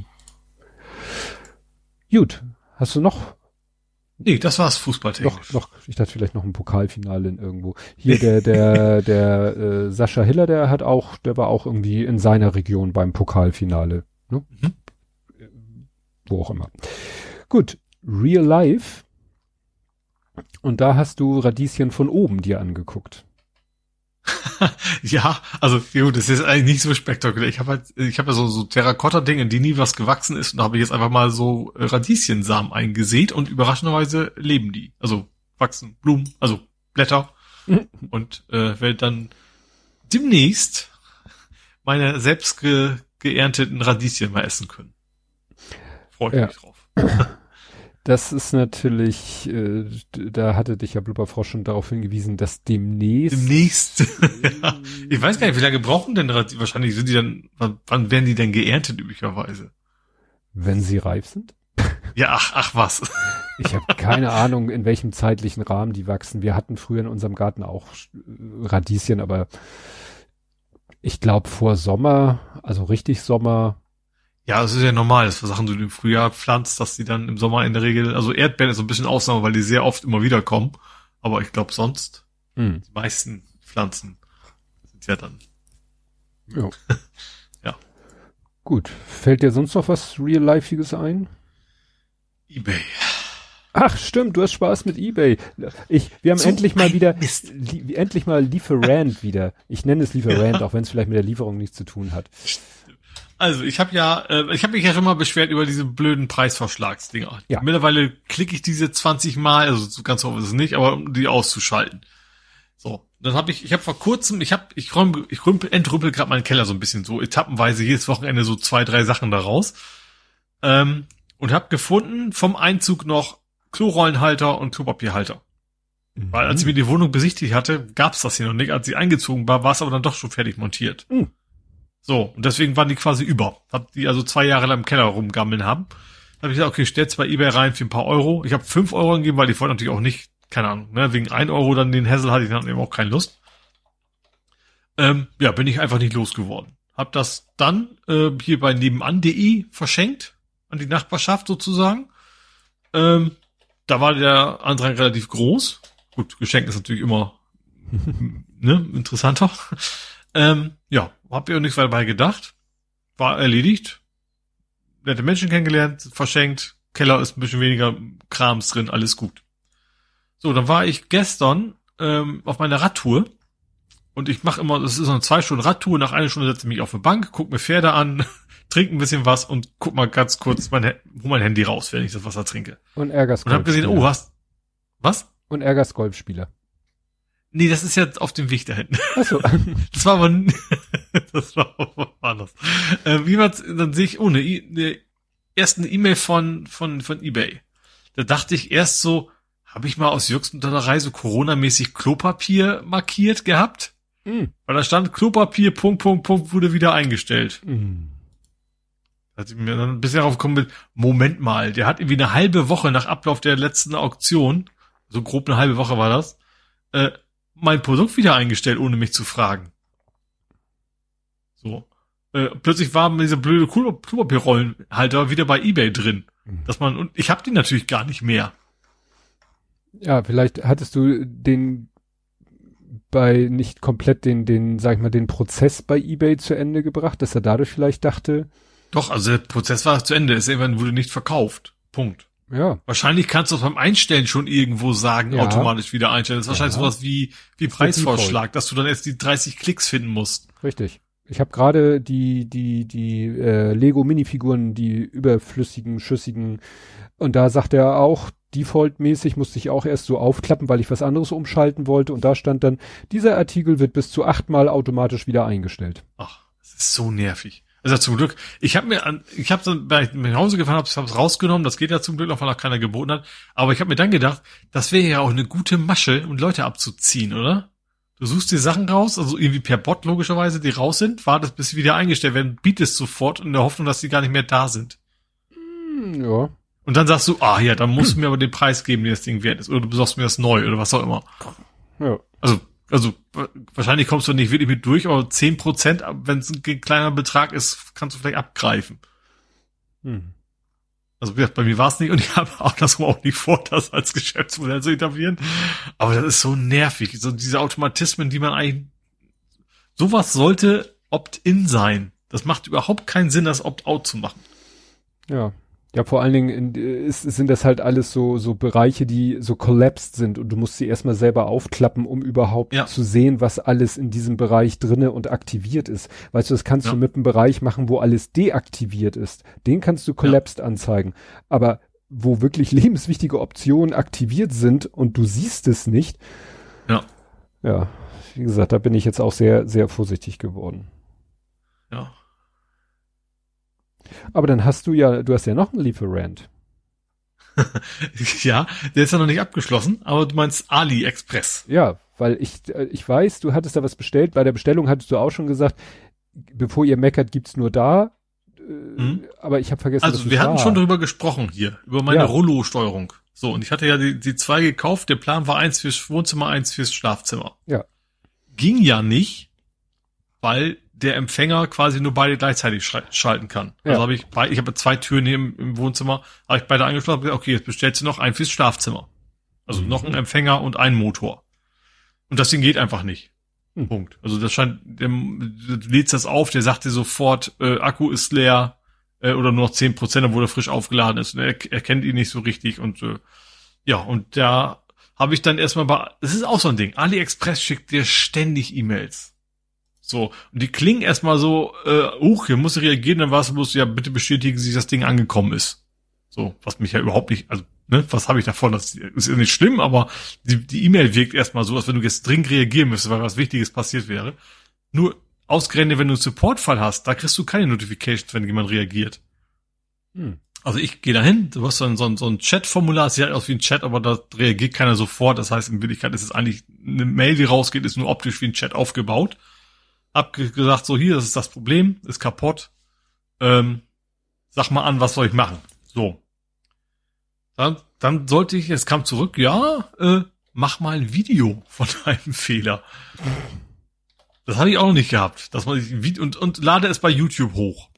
Gut, hast du noch? Nee, das war's fußballtechnisch. Noch, ich dachte vielleicht noch ein Pokalfinale in irgendwo. Hier der Sascha Hiller, der war auch irgendwie in seiner Region beim Pokalfinale. Ne? Mhm. Wo auch immer. Gut, Real Life. Und da hast du Radieschen von oben dir angeguckt. Ja, also gut, das ist eigentlich nicht so spektakulär. Ich habe ja so Terrakotta-Dinge, in die nie was gewachsen ist, und da habe ich jetzt einfach mal so Radieschensamen eingesät und überraschenderweise leben die. Also wachsen Blumen, also Blätter und werde dann demnächst meine selbst geernteten Radieschen mal essen können. Freue mich drauf. Das ist natürlich, da hatte dich ja Blubberfrosch schon darauf hingewiesen, dass demnächst. Ja. Ich weiß gar nicht, wie lange brauchen denn wahrscheinlich sind die dann, wann werden die denn geerntet üblicherweise? Wenn sie reif sind? Ja, ach was. Ich habe keine Ahnung, in welchem zeitlichen Rahmen die wachsen. Wir hatten früher in unserem Garten auch Radieschen, aber ich glaube vor Sommer, also richtig Sommer. Ja, das ist ja normal, dass für Sachen, die du im Frühjahr pflanzt, dass die dann im Sommer in der Regel, also Erdbeeren ist so ein bisschen Ausnahme, weil die sehr oft immer wieder kommen. Aber ich glaube sonst, die meisten Pflanzen sind ja dann. Ja. Ja. Gut. Fällt dir sonst noch was Real-Lifeiges ein? eBay. Ach, stimmt, du hast Spaß mit eBay. Wir haben so endlich mal wieder, endlich mal Lieferant wieder. Ich nenne es Lieferant, auch wenn es vielleicht mit der Lieferung nichts zu tun hat. Also, ich habe mich ja schon mal beschwert über diese blöden Preisvorschlagsdinger. Ja. Mittlerweile klicke ich diese 20 Mal, also so ganz oft ist es nicht, aber um die auszuschalten. So, dann habe ich habe vor kurzem, ich entrümpel gerade meinen Keller so ein bisschen, so etappenweise jedes Wochenende so 2, 3 Sachen da raus. Und habe gefunden vom Einzug noch Klorollenhalter und Klopapierhalter. Mhm. Weil als ich mir die Wohnung besichtigt hatte, gab's das hier noch nicht. Als sie eingezogen war, war es aber dann doch schon fertig montiert. Mhm. So, und deswegen waren die quasi über. Hab die also 2 Jahre lang im Keller rumgammeln haben. Da habe ich gesagt, okay, stell's bei eBay rein für ein paar Euro. Ich habe 5 Euro gegeben, weil ich wollte natürlich auch nicht, keine Ahnung, ne, wegen 1 Euro dann den Hassel hatte ich dann eben auch keine Lust. Ja, bin ich einfach nicht losgeworden. Hab das dann hier bei nebenan.de verschenkt, an die Nachbarschaft sozusagen. Da war der Andrang relativ groß. Gut, Geschenk ist natürlich immer ne, interessanter. Ja, hab ich auch nichts weiter dabei gedacht. War erledigt. Nette Menschen kennengelernt, verschenkt. Keller ist ein bisschen weniger Krams drin, alles gut. So, dann war ich gestern auf meiner Radtour. Und ich mache immer, das ist so eine 2 Stunden Radtour. Nach 1 Stunde setze ich mich auf eine Bank, guck mir Pferde an, trinke ein bisschen was und guck mal ganz kurz hol mein Handy raus, wenn ich das Wasser trinke. Und ärgerst Und hab gesehen, oh, was? Und ärgerst Golfspieler. Nee, das ist ja auf dem Weg dahin. Ach so. Das war aber, das war anders. Dann sehe ich, erst eine E-Mail von eBay. Da dachte ich erst so, habe ich mal aus Jux unter der Reise Corona-mäßig Klopapier markiert gehabt? Weil da stand Klopapier, ... wurde wieder eingestellt. Da hat sie mir dann ein bisschen darauf gekommen mit, Moment mal, der hat irgendwie eine halbe Woche nach Ablauf der letzten Auktion, so grob eine halbe Woche war das, mein Produkt wieder eingestellt, ohne mich zu fragen. So. Plötzlich waren diese blöde Klopapierrollenhalter wieder bei eBay drin. Und ich habe die natürlich gar nicht mehr. Ja, vielleicht hattest du nicht komplett sag ich mal, den Prozess bei eBay zu Ende gebracht, dass er dadurch vielleicht dachte. Doch, also der Prozess war zu Ende. Es wurde nicht verkauft. Punkt. Ja. Wahrscheinlich kannst du es beim Einstellen schon irgendwo sagen, ja, automatisch wieder einstellen. Das ist wahrscheinlich sowas wie Preisvorschlag, dass du dann erst die 30 Klicks finden musst. Richtig. Ich habe gerade die Lego Minifiguren, die überflüssigen, schüssigen, und da sagt er auch, defaultmäßig musste ich auch erst so aufklappen, weil ich was anderes umschalten wollte, und da stand dann, dieser Artikel wird bis zu 8-mal automatisch wieder eingestellt. Ach, das ist so nervig. Also zum Glück, ich habe dann, bei ich nach Hause gefahren habe, hab's rausgenommen, das geht ja zum Glück noch, weil noch keiner geboten hat, aber ich habe mir dann gedacht, das wäre ja auch eine gute Masche, um Leute abzuziehen, oder? Du suchst die Sachen raus, also irgendwie per Bot logischerweise, die raus sind, wartest, bis sie wieder eingestellt werden, bietest sofort in der Hoffnung, dass die gar nicht mehr da sind. Ja. Und dann sagst du, ja, dann musst du mir aber den Preis geben, den das Ding wert ist, oder du besorgst mir das neu, oder was auch immer. Ja. Also wahrscheinlich kommst du nicht wirklich mit durch, aber 10%, wenn es ein kleiner Betrag ist, kannst du vielleicht abgreifen. Also wie gesagt, bei mir war es nicht, und ich habe auch nicht vor, das als Geschäftsmodell zu etablieren. Aber das ist so nervig. So diese Automatismen, die man eigentlich, sowas sollte Opt-in sein. Das macht überhaupt keinen Sinn, das Opt-out zu machen. Ja. Ja, vor allen Dingen sind das halt alles so Bereiche, die so collapsed sind, und du musst sie erstmal selber aufklappen, um überhaupt zu sehen, was alles in diesem Bereich drinne und aktiviert ist. Weißt du, das kannst du mit einem Bereich machen, wo alles deaktiviert ist. Den kannst du collapsed anzeigen. Aber wo wirklich lebenswichtige Optionen aktiviert sind und du siehst es nicht. Ja, wie gesagt, da bin ich jetzt auch sehr, sehr vorsichtig geworden. Ja. Aber dann du hast ja noch einen Lieferant. Ja, der ist ja noch nicht abgeschlossen, aber du meinst AliExpress. Ja, weil ich weiß, du hattest da was bestellt. Bei der Bestellung hattest du auch schon gesagt, bevor ihr meckert, gibt's nur da. Aber ich habe vergessen, also wir hatten schon darüber gesprochen hier, über meine Rollo-Steuerung. So, und ich hatte ja die 2 gekauft. Der Plan war 1 fürs Wohnzimmer, 1 fürs Schlafzimmer. Ja. Ging ja nicht, weil der Empfänger quasi nur beide gleichzeitig schalten kann. Also habe ich habe 2 Türen hier im Wohnzimmer, habe ich beide angeschlossen und gesagt, okay, jetzt bestellst du noch einen fürs Schlafzimmer. Also noch einen Empfänger und einen Motor. Und das Ding geht einfach nicht. Punkt. Also das scheint, du lädst das auf, der sagt dir sofort, Akku ist leer, oder nur noch 10%, obwohl er frisch aufgeladen ist. Und er kennt ihn nicht so richtig, und und da habe ich dann erstmal das ist auch so ein Ding. AliExpress schickt dir ständig E-Mails. So, und die klingen erstmal so, hier muss ich reagieren, dann war es bloß, ja, bitte bestätigen Sie, dass das Ding angekommen ist. So, was mich ja überhaupt nicht, also, ne, was habe ich davon? Das ist ja nicht schlimm, aber die E-Mail wirkt erstmal so, als wenn du jetzt dringend reagieren müsstest, weil was Wichtiges passiert wäre. Nur ausgerechnet, wenn du einen Support-Fall hast, da kriegst du keine Notifications, wenn jemand reagiert. Also ich gehe dahin, du hast so ein Chat-Formular, sieht halt aus wie ein Chat, aber da reagiert keiner sofort. Das heißt, in Wirklichkeit ist es eigentlich, eine Mail, die rausgeht, ist nur optisch wie ein Chat aufgebaut. hab gesagt, so hier, das ist das Problem, ist kaputt. Sag mal an, was soll ich machen? So. Dann sollte ich, es kam zurück, mach mal ein Video von einem Fehler. Das hatte ich auch noch nicht gehabt. Dass man und lade es bei YouTube hoch.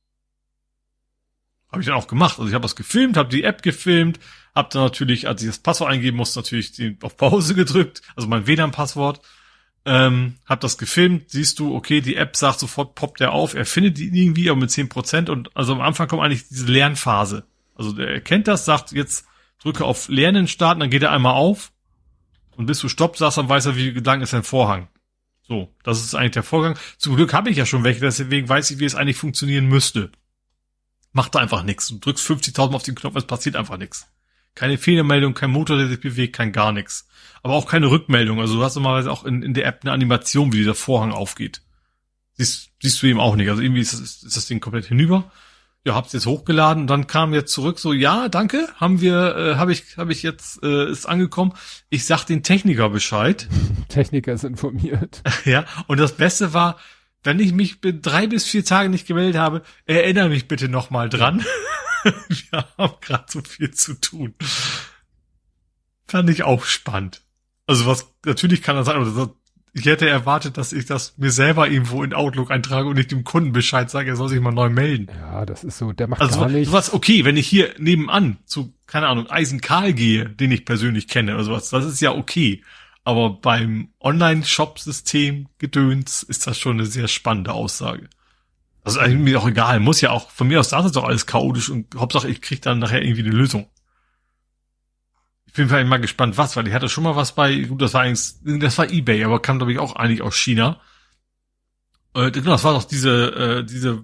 Habe ich dann auch gemacht. Also ich habe das gefilmt, habe die App gefilmt, habe dann natürlich, als ich das Passwort eingeben musste, natürlich auf Pause gedrückt, also mein WLAN-Passwort. Hab das gefilmt, siehst du, okay, die App sagt sofort, poppt der auf, er findet die irgendwie, aber mit 10%, und also am Anfang kommt eigentlich diese Lernphase. Also der erkennt das, sagt, jetzt drücke auf Lernen starten, dann geht er einmal auf, und bis du Stopp sagst, dann weiß er, wie lang ist dein Vorhang. So, das ist eigentlich der Vorgang. Zum Glück habe ich ja schon welche, deswegen weiß ich, wie es eigentlich funktionieren müsste. Macht da einfach nichts. Du drückst 50.000 auf den Knopf, es passiert einfach nichts. Keine Fehlermeldung, kein Motor, der sich bewegt, kein gar nichts. Aber auch keine Rückmeldung. Also du hast normalerweise auch in der App eine Animation, wie dieser Vorhang aufgeht. Siehst du eben auch nicht. Also irgendwie ist das Ding komplett hinüber. Ja, hab's jetzt hochgeladen und dann kam jetzt zurück so, ja, danke, habe ich jetzt, ist angekommen. Ich sag den Techniker Bescheid. Techniker ist informiert. Ja, und das Beste war, wenn ich mich 3 bis 4 Tage nicht gemeldet habe, erinnere mich bitte nochmal dran. Wir haben gerade so viel zu tun. Fand ich auch spannend. Also natürlich kann das sein, aber ich hätte erwartet, dass ich das mir selber irgendwo in Outlook eintrage und nicht dem Kunden Bescheid sage, er soll sich mal neu melden. Ja, das ist so, der macht also gar nichts. Sowas, okay, wenn ich hier nebenan zu, keine Ahnung, Eisenkahl gehe, den ich persönlich kenne oder sowas, das ist ja okay. Aber beim Online-Shop-System Gedöns ist das schon eine sehr spannende Aussage. Also eigentlich mir auch egal, muss ja auch, von mir aus das ist doch alles chaotisch und Hauptsache ich krieg dann nachher irgendwie eine Lösung. Ich bin vielleicht mal gespannt, weil ich hatte schon mal was bei, gut, das war eBay, aber kam glaube ich auch eigentlich aus China. Genau, das war doch diese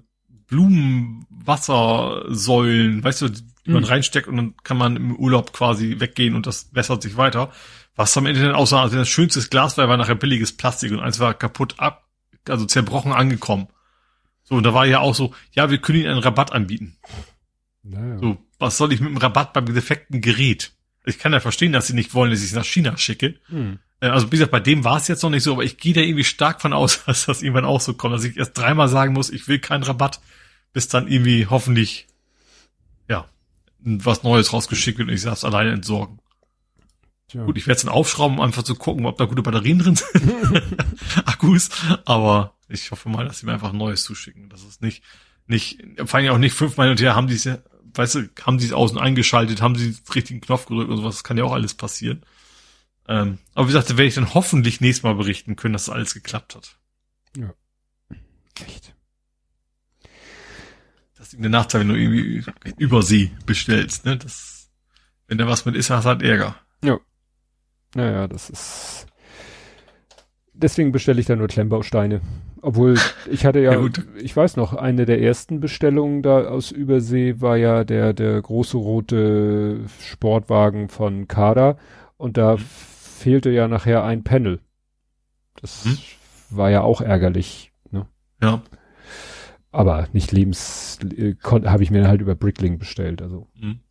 Blumenwassersäulen, weißt du, die man reinsteckt und dann kann man im Urlaub quasi weggehen und das bessert sich weiter. Was am Ende dann aussah, als wenn das schönstes Glas war nachher billiges Plastik und eins war kaputt also zerbrochen angekommen. So, und da war ja auch so, ja, wir können Ihnen einen Rabatt anbieten. Naja. So, was soll ich mit dem Rabatt beim defekten Gerät? Ich kann ja verstehen, dass sie nicht wollen, dass ich es nach China schicke. Also wie gesagt, bei dem war es jetzt noch nicht so, aber ich gehe da irgendwie stark von aus, dass das irgendwann auch so kommt, dass ich erst 3-mal sagen muss, ich will keinen Rabatt, bis dann irgendwie hoffentlich, ja, was Neues rausgeschickt wird und ich darf es alleine entsorgen. Tja. Gut, ich werde es dann aufschrauben, um einfach zu gucken, ob da gute Batterien drin sind. Akkus, aber ich hoffe mal, dass sie mir einfach Neues zuschicken. Das ist nicht, vor allem auch nicht 5-mal hin und her, haben die es ja, weißt du, haben sie es außen eingeschaltet, haben sie den richtigen Knopf gedrückt und sowas, das kann ja auch alles passieren. Aber wie gesagt, da werde ich dann hoffentlich nächstes Mal berichten können, dass alles geklappt hat. Ja. Echt. Das ist der Nachteil, wenn du irgendwie Übersee bestellst, ne? Wenn da was mit ist, hast du halt Ärger. Ja. Naja, das ist, deswegen bestelle ich da nur Klemmbausteine. Obwohl, ich hatte ja ich weiß noch, eine der ersten Bestellungen da aus Übersee war ja der große rote Sportwagen von Kada und da fehlte ja nachher ein Panel. Das war ja auch ärgerlich, ne? Ja. Aber nicht habe ich mir halt über Bricklink bestellt, also.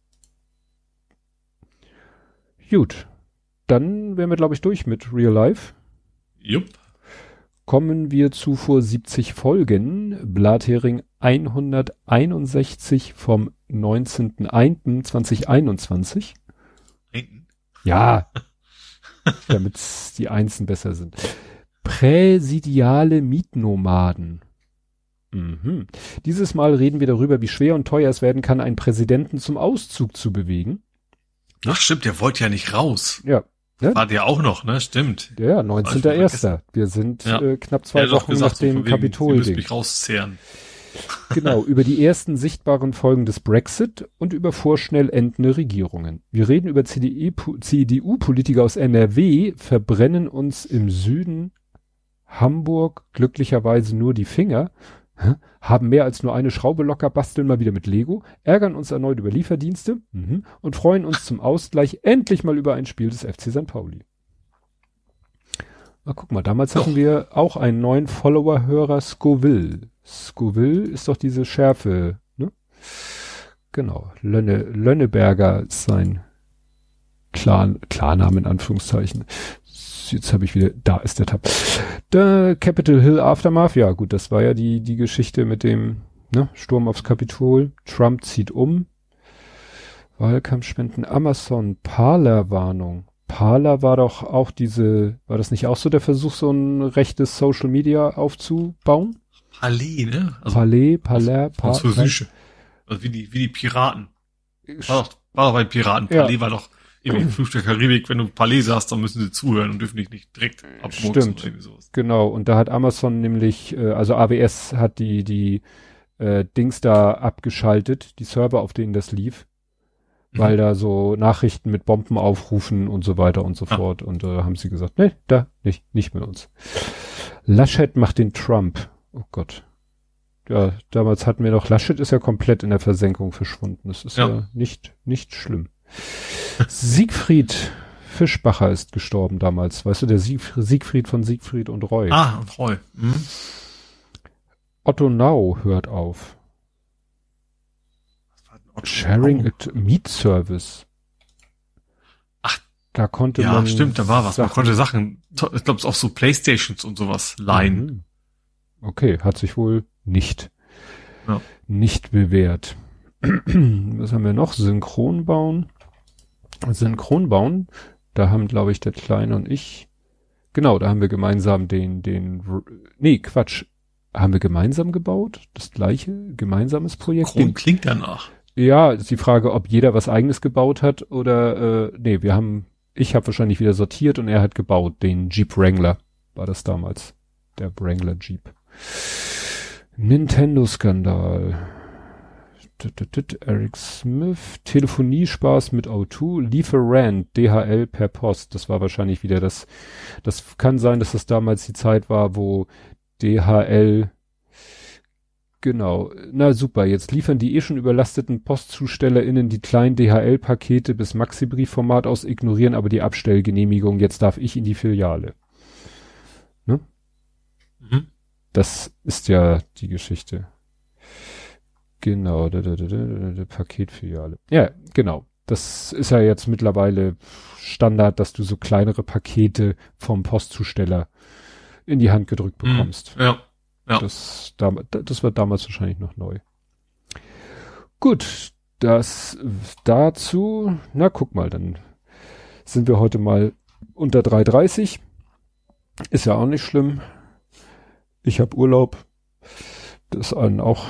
Gut. Dann wären wir, glaube ich, durch mit Real Life. Jupp. Kommen wir zu vor 70 Folgen. Blathering 161 vom 19.01.2021. Ja, damit die Einsen besser sind. Präsidiale Mietnomaden. Dieses Mal reden wir darüber, wie schwer und teuer es werden kann, einen Präsidenten zum Auszug zu bewegen. Ach stimmt, der wollte ja nicht raus. Ja. Ne? War der auch noch, ne? Stimmt. Ja, 19.01. Wir sind knapp 2 Wochen nach dem Kapitol-Ding. Sie müssen mich rauszehren. Genau, über die ersten sichtbaren Folgen des Brexit und über vorschnell endende Regierungen. Wir reden über CDU-Politiker aus NRW, verbrennen uns im Süden Hamburg glücklicherweise nur die Finger, haben mehr als nur eine Schraube locker, basteln mal wieder mit Lego, ärgern uns erneut über Lieferdienste und freuen uns zum Ausgleich endlich mal über ein Spiel des FC St. Pauli. Na, guck mal, damals hatten wir auch einen neuen Follower-Hörer, Scoville. Scoville ist doch diese Schärfe, ne? Genau, Lönneberger ist sein Klarname in Anführungszeichen. jetzt habe ich wieder, da ist der Tab. Da Capitol Hill Aftermath, ja gut, das war ja die Geschichte mit dem Sturm aufs Kapitol. Trump zieht um. Wahlkampfspenden, Amazon, Parler-Warnung. Parler war doch auch war das nicht auch so der Versuch, so ein rechtes Social Media aufzubauen? Palais, ne? Also Parler. Französische. Also wie die Piraten. War doch bei Piraten. Palais war doch irgendwie Fluch der Karibik. Wenn du Palais sagst, dann müssen sie zuhören und dürfen dich nicht direkt abmurksen. Stimmt. Oder irgendwie sowas. Genau. Und da hat Amazon nämlich, also AWS hat die Dings da abgeschaltet, die Server, auf denen das lief. Weil da so Nachrichten mit Bomben aufrufen und so weiter und so fort. Und haben sie gesagt, nee, da nicht mit uns. Laschet macht den Trump. Oh Gott. Ja, damals hatten wir noch, Laschet ist ja komplett in der Versenkung verschwunden. Das ist ja nicht schlimm. Siegfried Fischbacher ist gestorben damals. Weißt du, der Siegfried von Siegfried und Roy. Und Roy. Mhm. Otto Now hört auf. Sharing a Meat Service. Ach, da konnte man. Ja, stimmt, da war was. Man konnte Sachen, ich glaube, auch so Playstations und sowas leihen. Okay, hat sich wohl nicht bewährt. Was haben wir noch? Synchronbauen. Da haben, glaube ich, der Kleine und ich, genau, da haben wir gemeinsam haben wir gemeinsam gebaut? Das gleiche, gemeinsames Projekt? Klingt danach. Ja, ist die Frage, ob jeder was Eigenes gebaut hat oder, ich habe wahrscheinlich wieder sortiert und er hat gebaut, den Jeep Wrangler war das damals, der Wrangler Jeep. Nintendo-Skandal. Eric Smith, Telefoniespaß mit O2, Lieferant, DHL per Post, das war wahrscheinlich wieder das kann sein, dass das damals die Zeit war, wo DHL genau, na super, jetzt liefern die schon überlasteten PostzustellerInnen die kleinen DHL-Pakete bis Maxi-Briefformat aus, ignorieren aber die Abstellgenehmigung, jetzt darf ich in die Filiale. Ne? Mhm. Das ist ja die Geschichte. Genau, der Paketfiliale. Ja, genau. Das ist ja jetzt mittlerweile Standard, dass du so kleinere Pakete vom Postzusteller in die Hand gedrückt bekommst. Ja. Das war damals wahrscheinlich noch neu. Gut, das dazu. Na, guck mal, dann sind wir heute mal unter 3,30. Ist ja auch nicht schlimm. Ich habe Urlaub. Das ist auch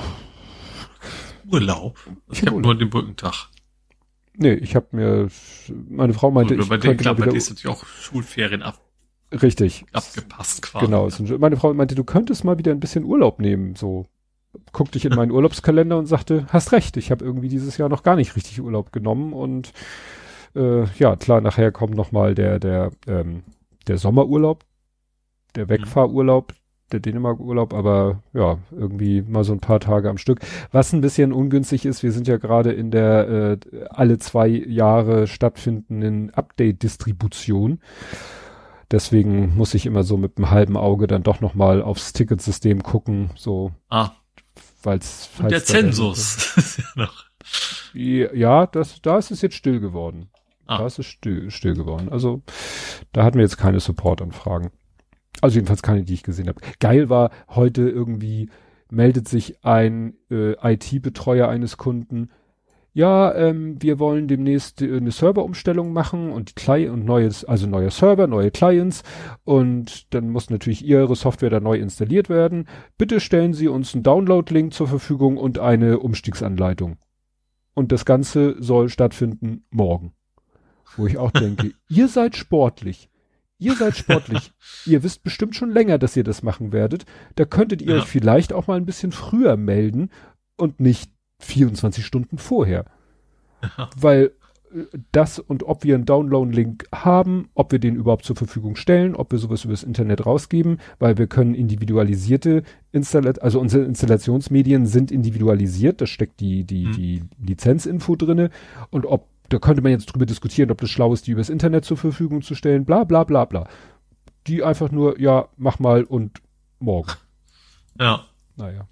Urlaub? Ich habe nur den Brückentag. Nee, meine Frau meinte, bei dir ist natürlich auch Schulferien Richtig. Abgepasst quasi. Genau. Meine Frau meinte, du könntest mal wieder ein bisschen Urlaub nehmen. So, guckte ich in meinen Urlaubskalender und sagte, hast recht, ich habe irgendwie dieses Jahr noch gar nicht richtig Urlaub genommen. Und klar, nachher kommt noch mal der Sommerurlaub, der Wegfahrurlaub, der Dänemark-Urlaub, aber ja, irgendwie mal so ein paar Tage am Stück. Was ein bisschen ungünstig ist, wir sind ja gerade in der alle 2 Jahre stattfindenden Update-Distribution. Deswegen muss ich immer so mit einem halben Auge dann doch noch mal aufs Ticketsystem gucken, so. Falls der Zensus. Ja, da ist es jetzt still geworden. Da ist es still geworden. Also, da hatten wir jetzt keine Support-Anfragen. Also jedenfalls keine, die ich gesehen habe. Geil war, heute irgendwie meldet sich ein IT-Betreuer eines Kunden. Ja, wir wollen demnächst eine Serverumstellung machen und neuer Server, neue Clients und dann muss natürlich Ihre Software da neu installiert werden. Bitte stellen Sie uns einen Download-Link zur Verfügung und eine Umstiegsanleitung. Und das Ganze soll stattfinden morgen. Wo ich auch denke, ihr seid sportlich. Ihr wisst bestimmt schon länger, dass ihr das machen werdet. Da könntet ihr euch vielleicht auch mal ein bisschen früher melden und nicht 24 Stunden vorher. Weil das und ob wir einen Download-Link haben, ob wir den überhaupt zur Verfügung stellen, ob wir sowas übers Internet rausgeben, weil wir können individualisierte also unsere Installationsmedien sind individualisiert, da steckt die Lizenzinfo drinne und da könnte man jetzt drüber diskutieren, ob das schlau ist, die übers Internet zur Verfügung zu stellen, bla bla bla bla. Die einfach nur, ja, mach mal und morgen. Ja. Naja.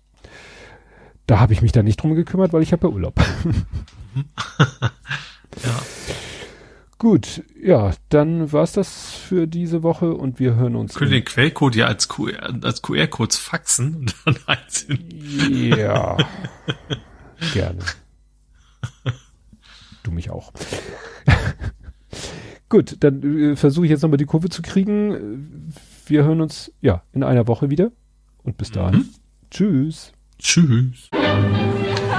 Da habe ich mich da nicht drum gekümmert, weil ich habe ja Urlaub. Ja. Gut, ja, dann war's das für diese Woche und wir hören uns. Könnt ihr den Quellcode ja als QR-Codes faxen und dann einzeln. Ja, gerne. Du mich auch. Gut, dann versuche ich jetzt nochmal die Kurve zu kriegen. Wir hören uns ja in einer Woche wieder und bis dahin. Tschüss. Tschüss.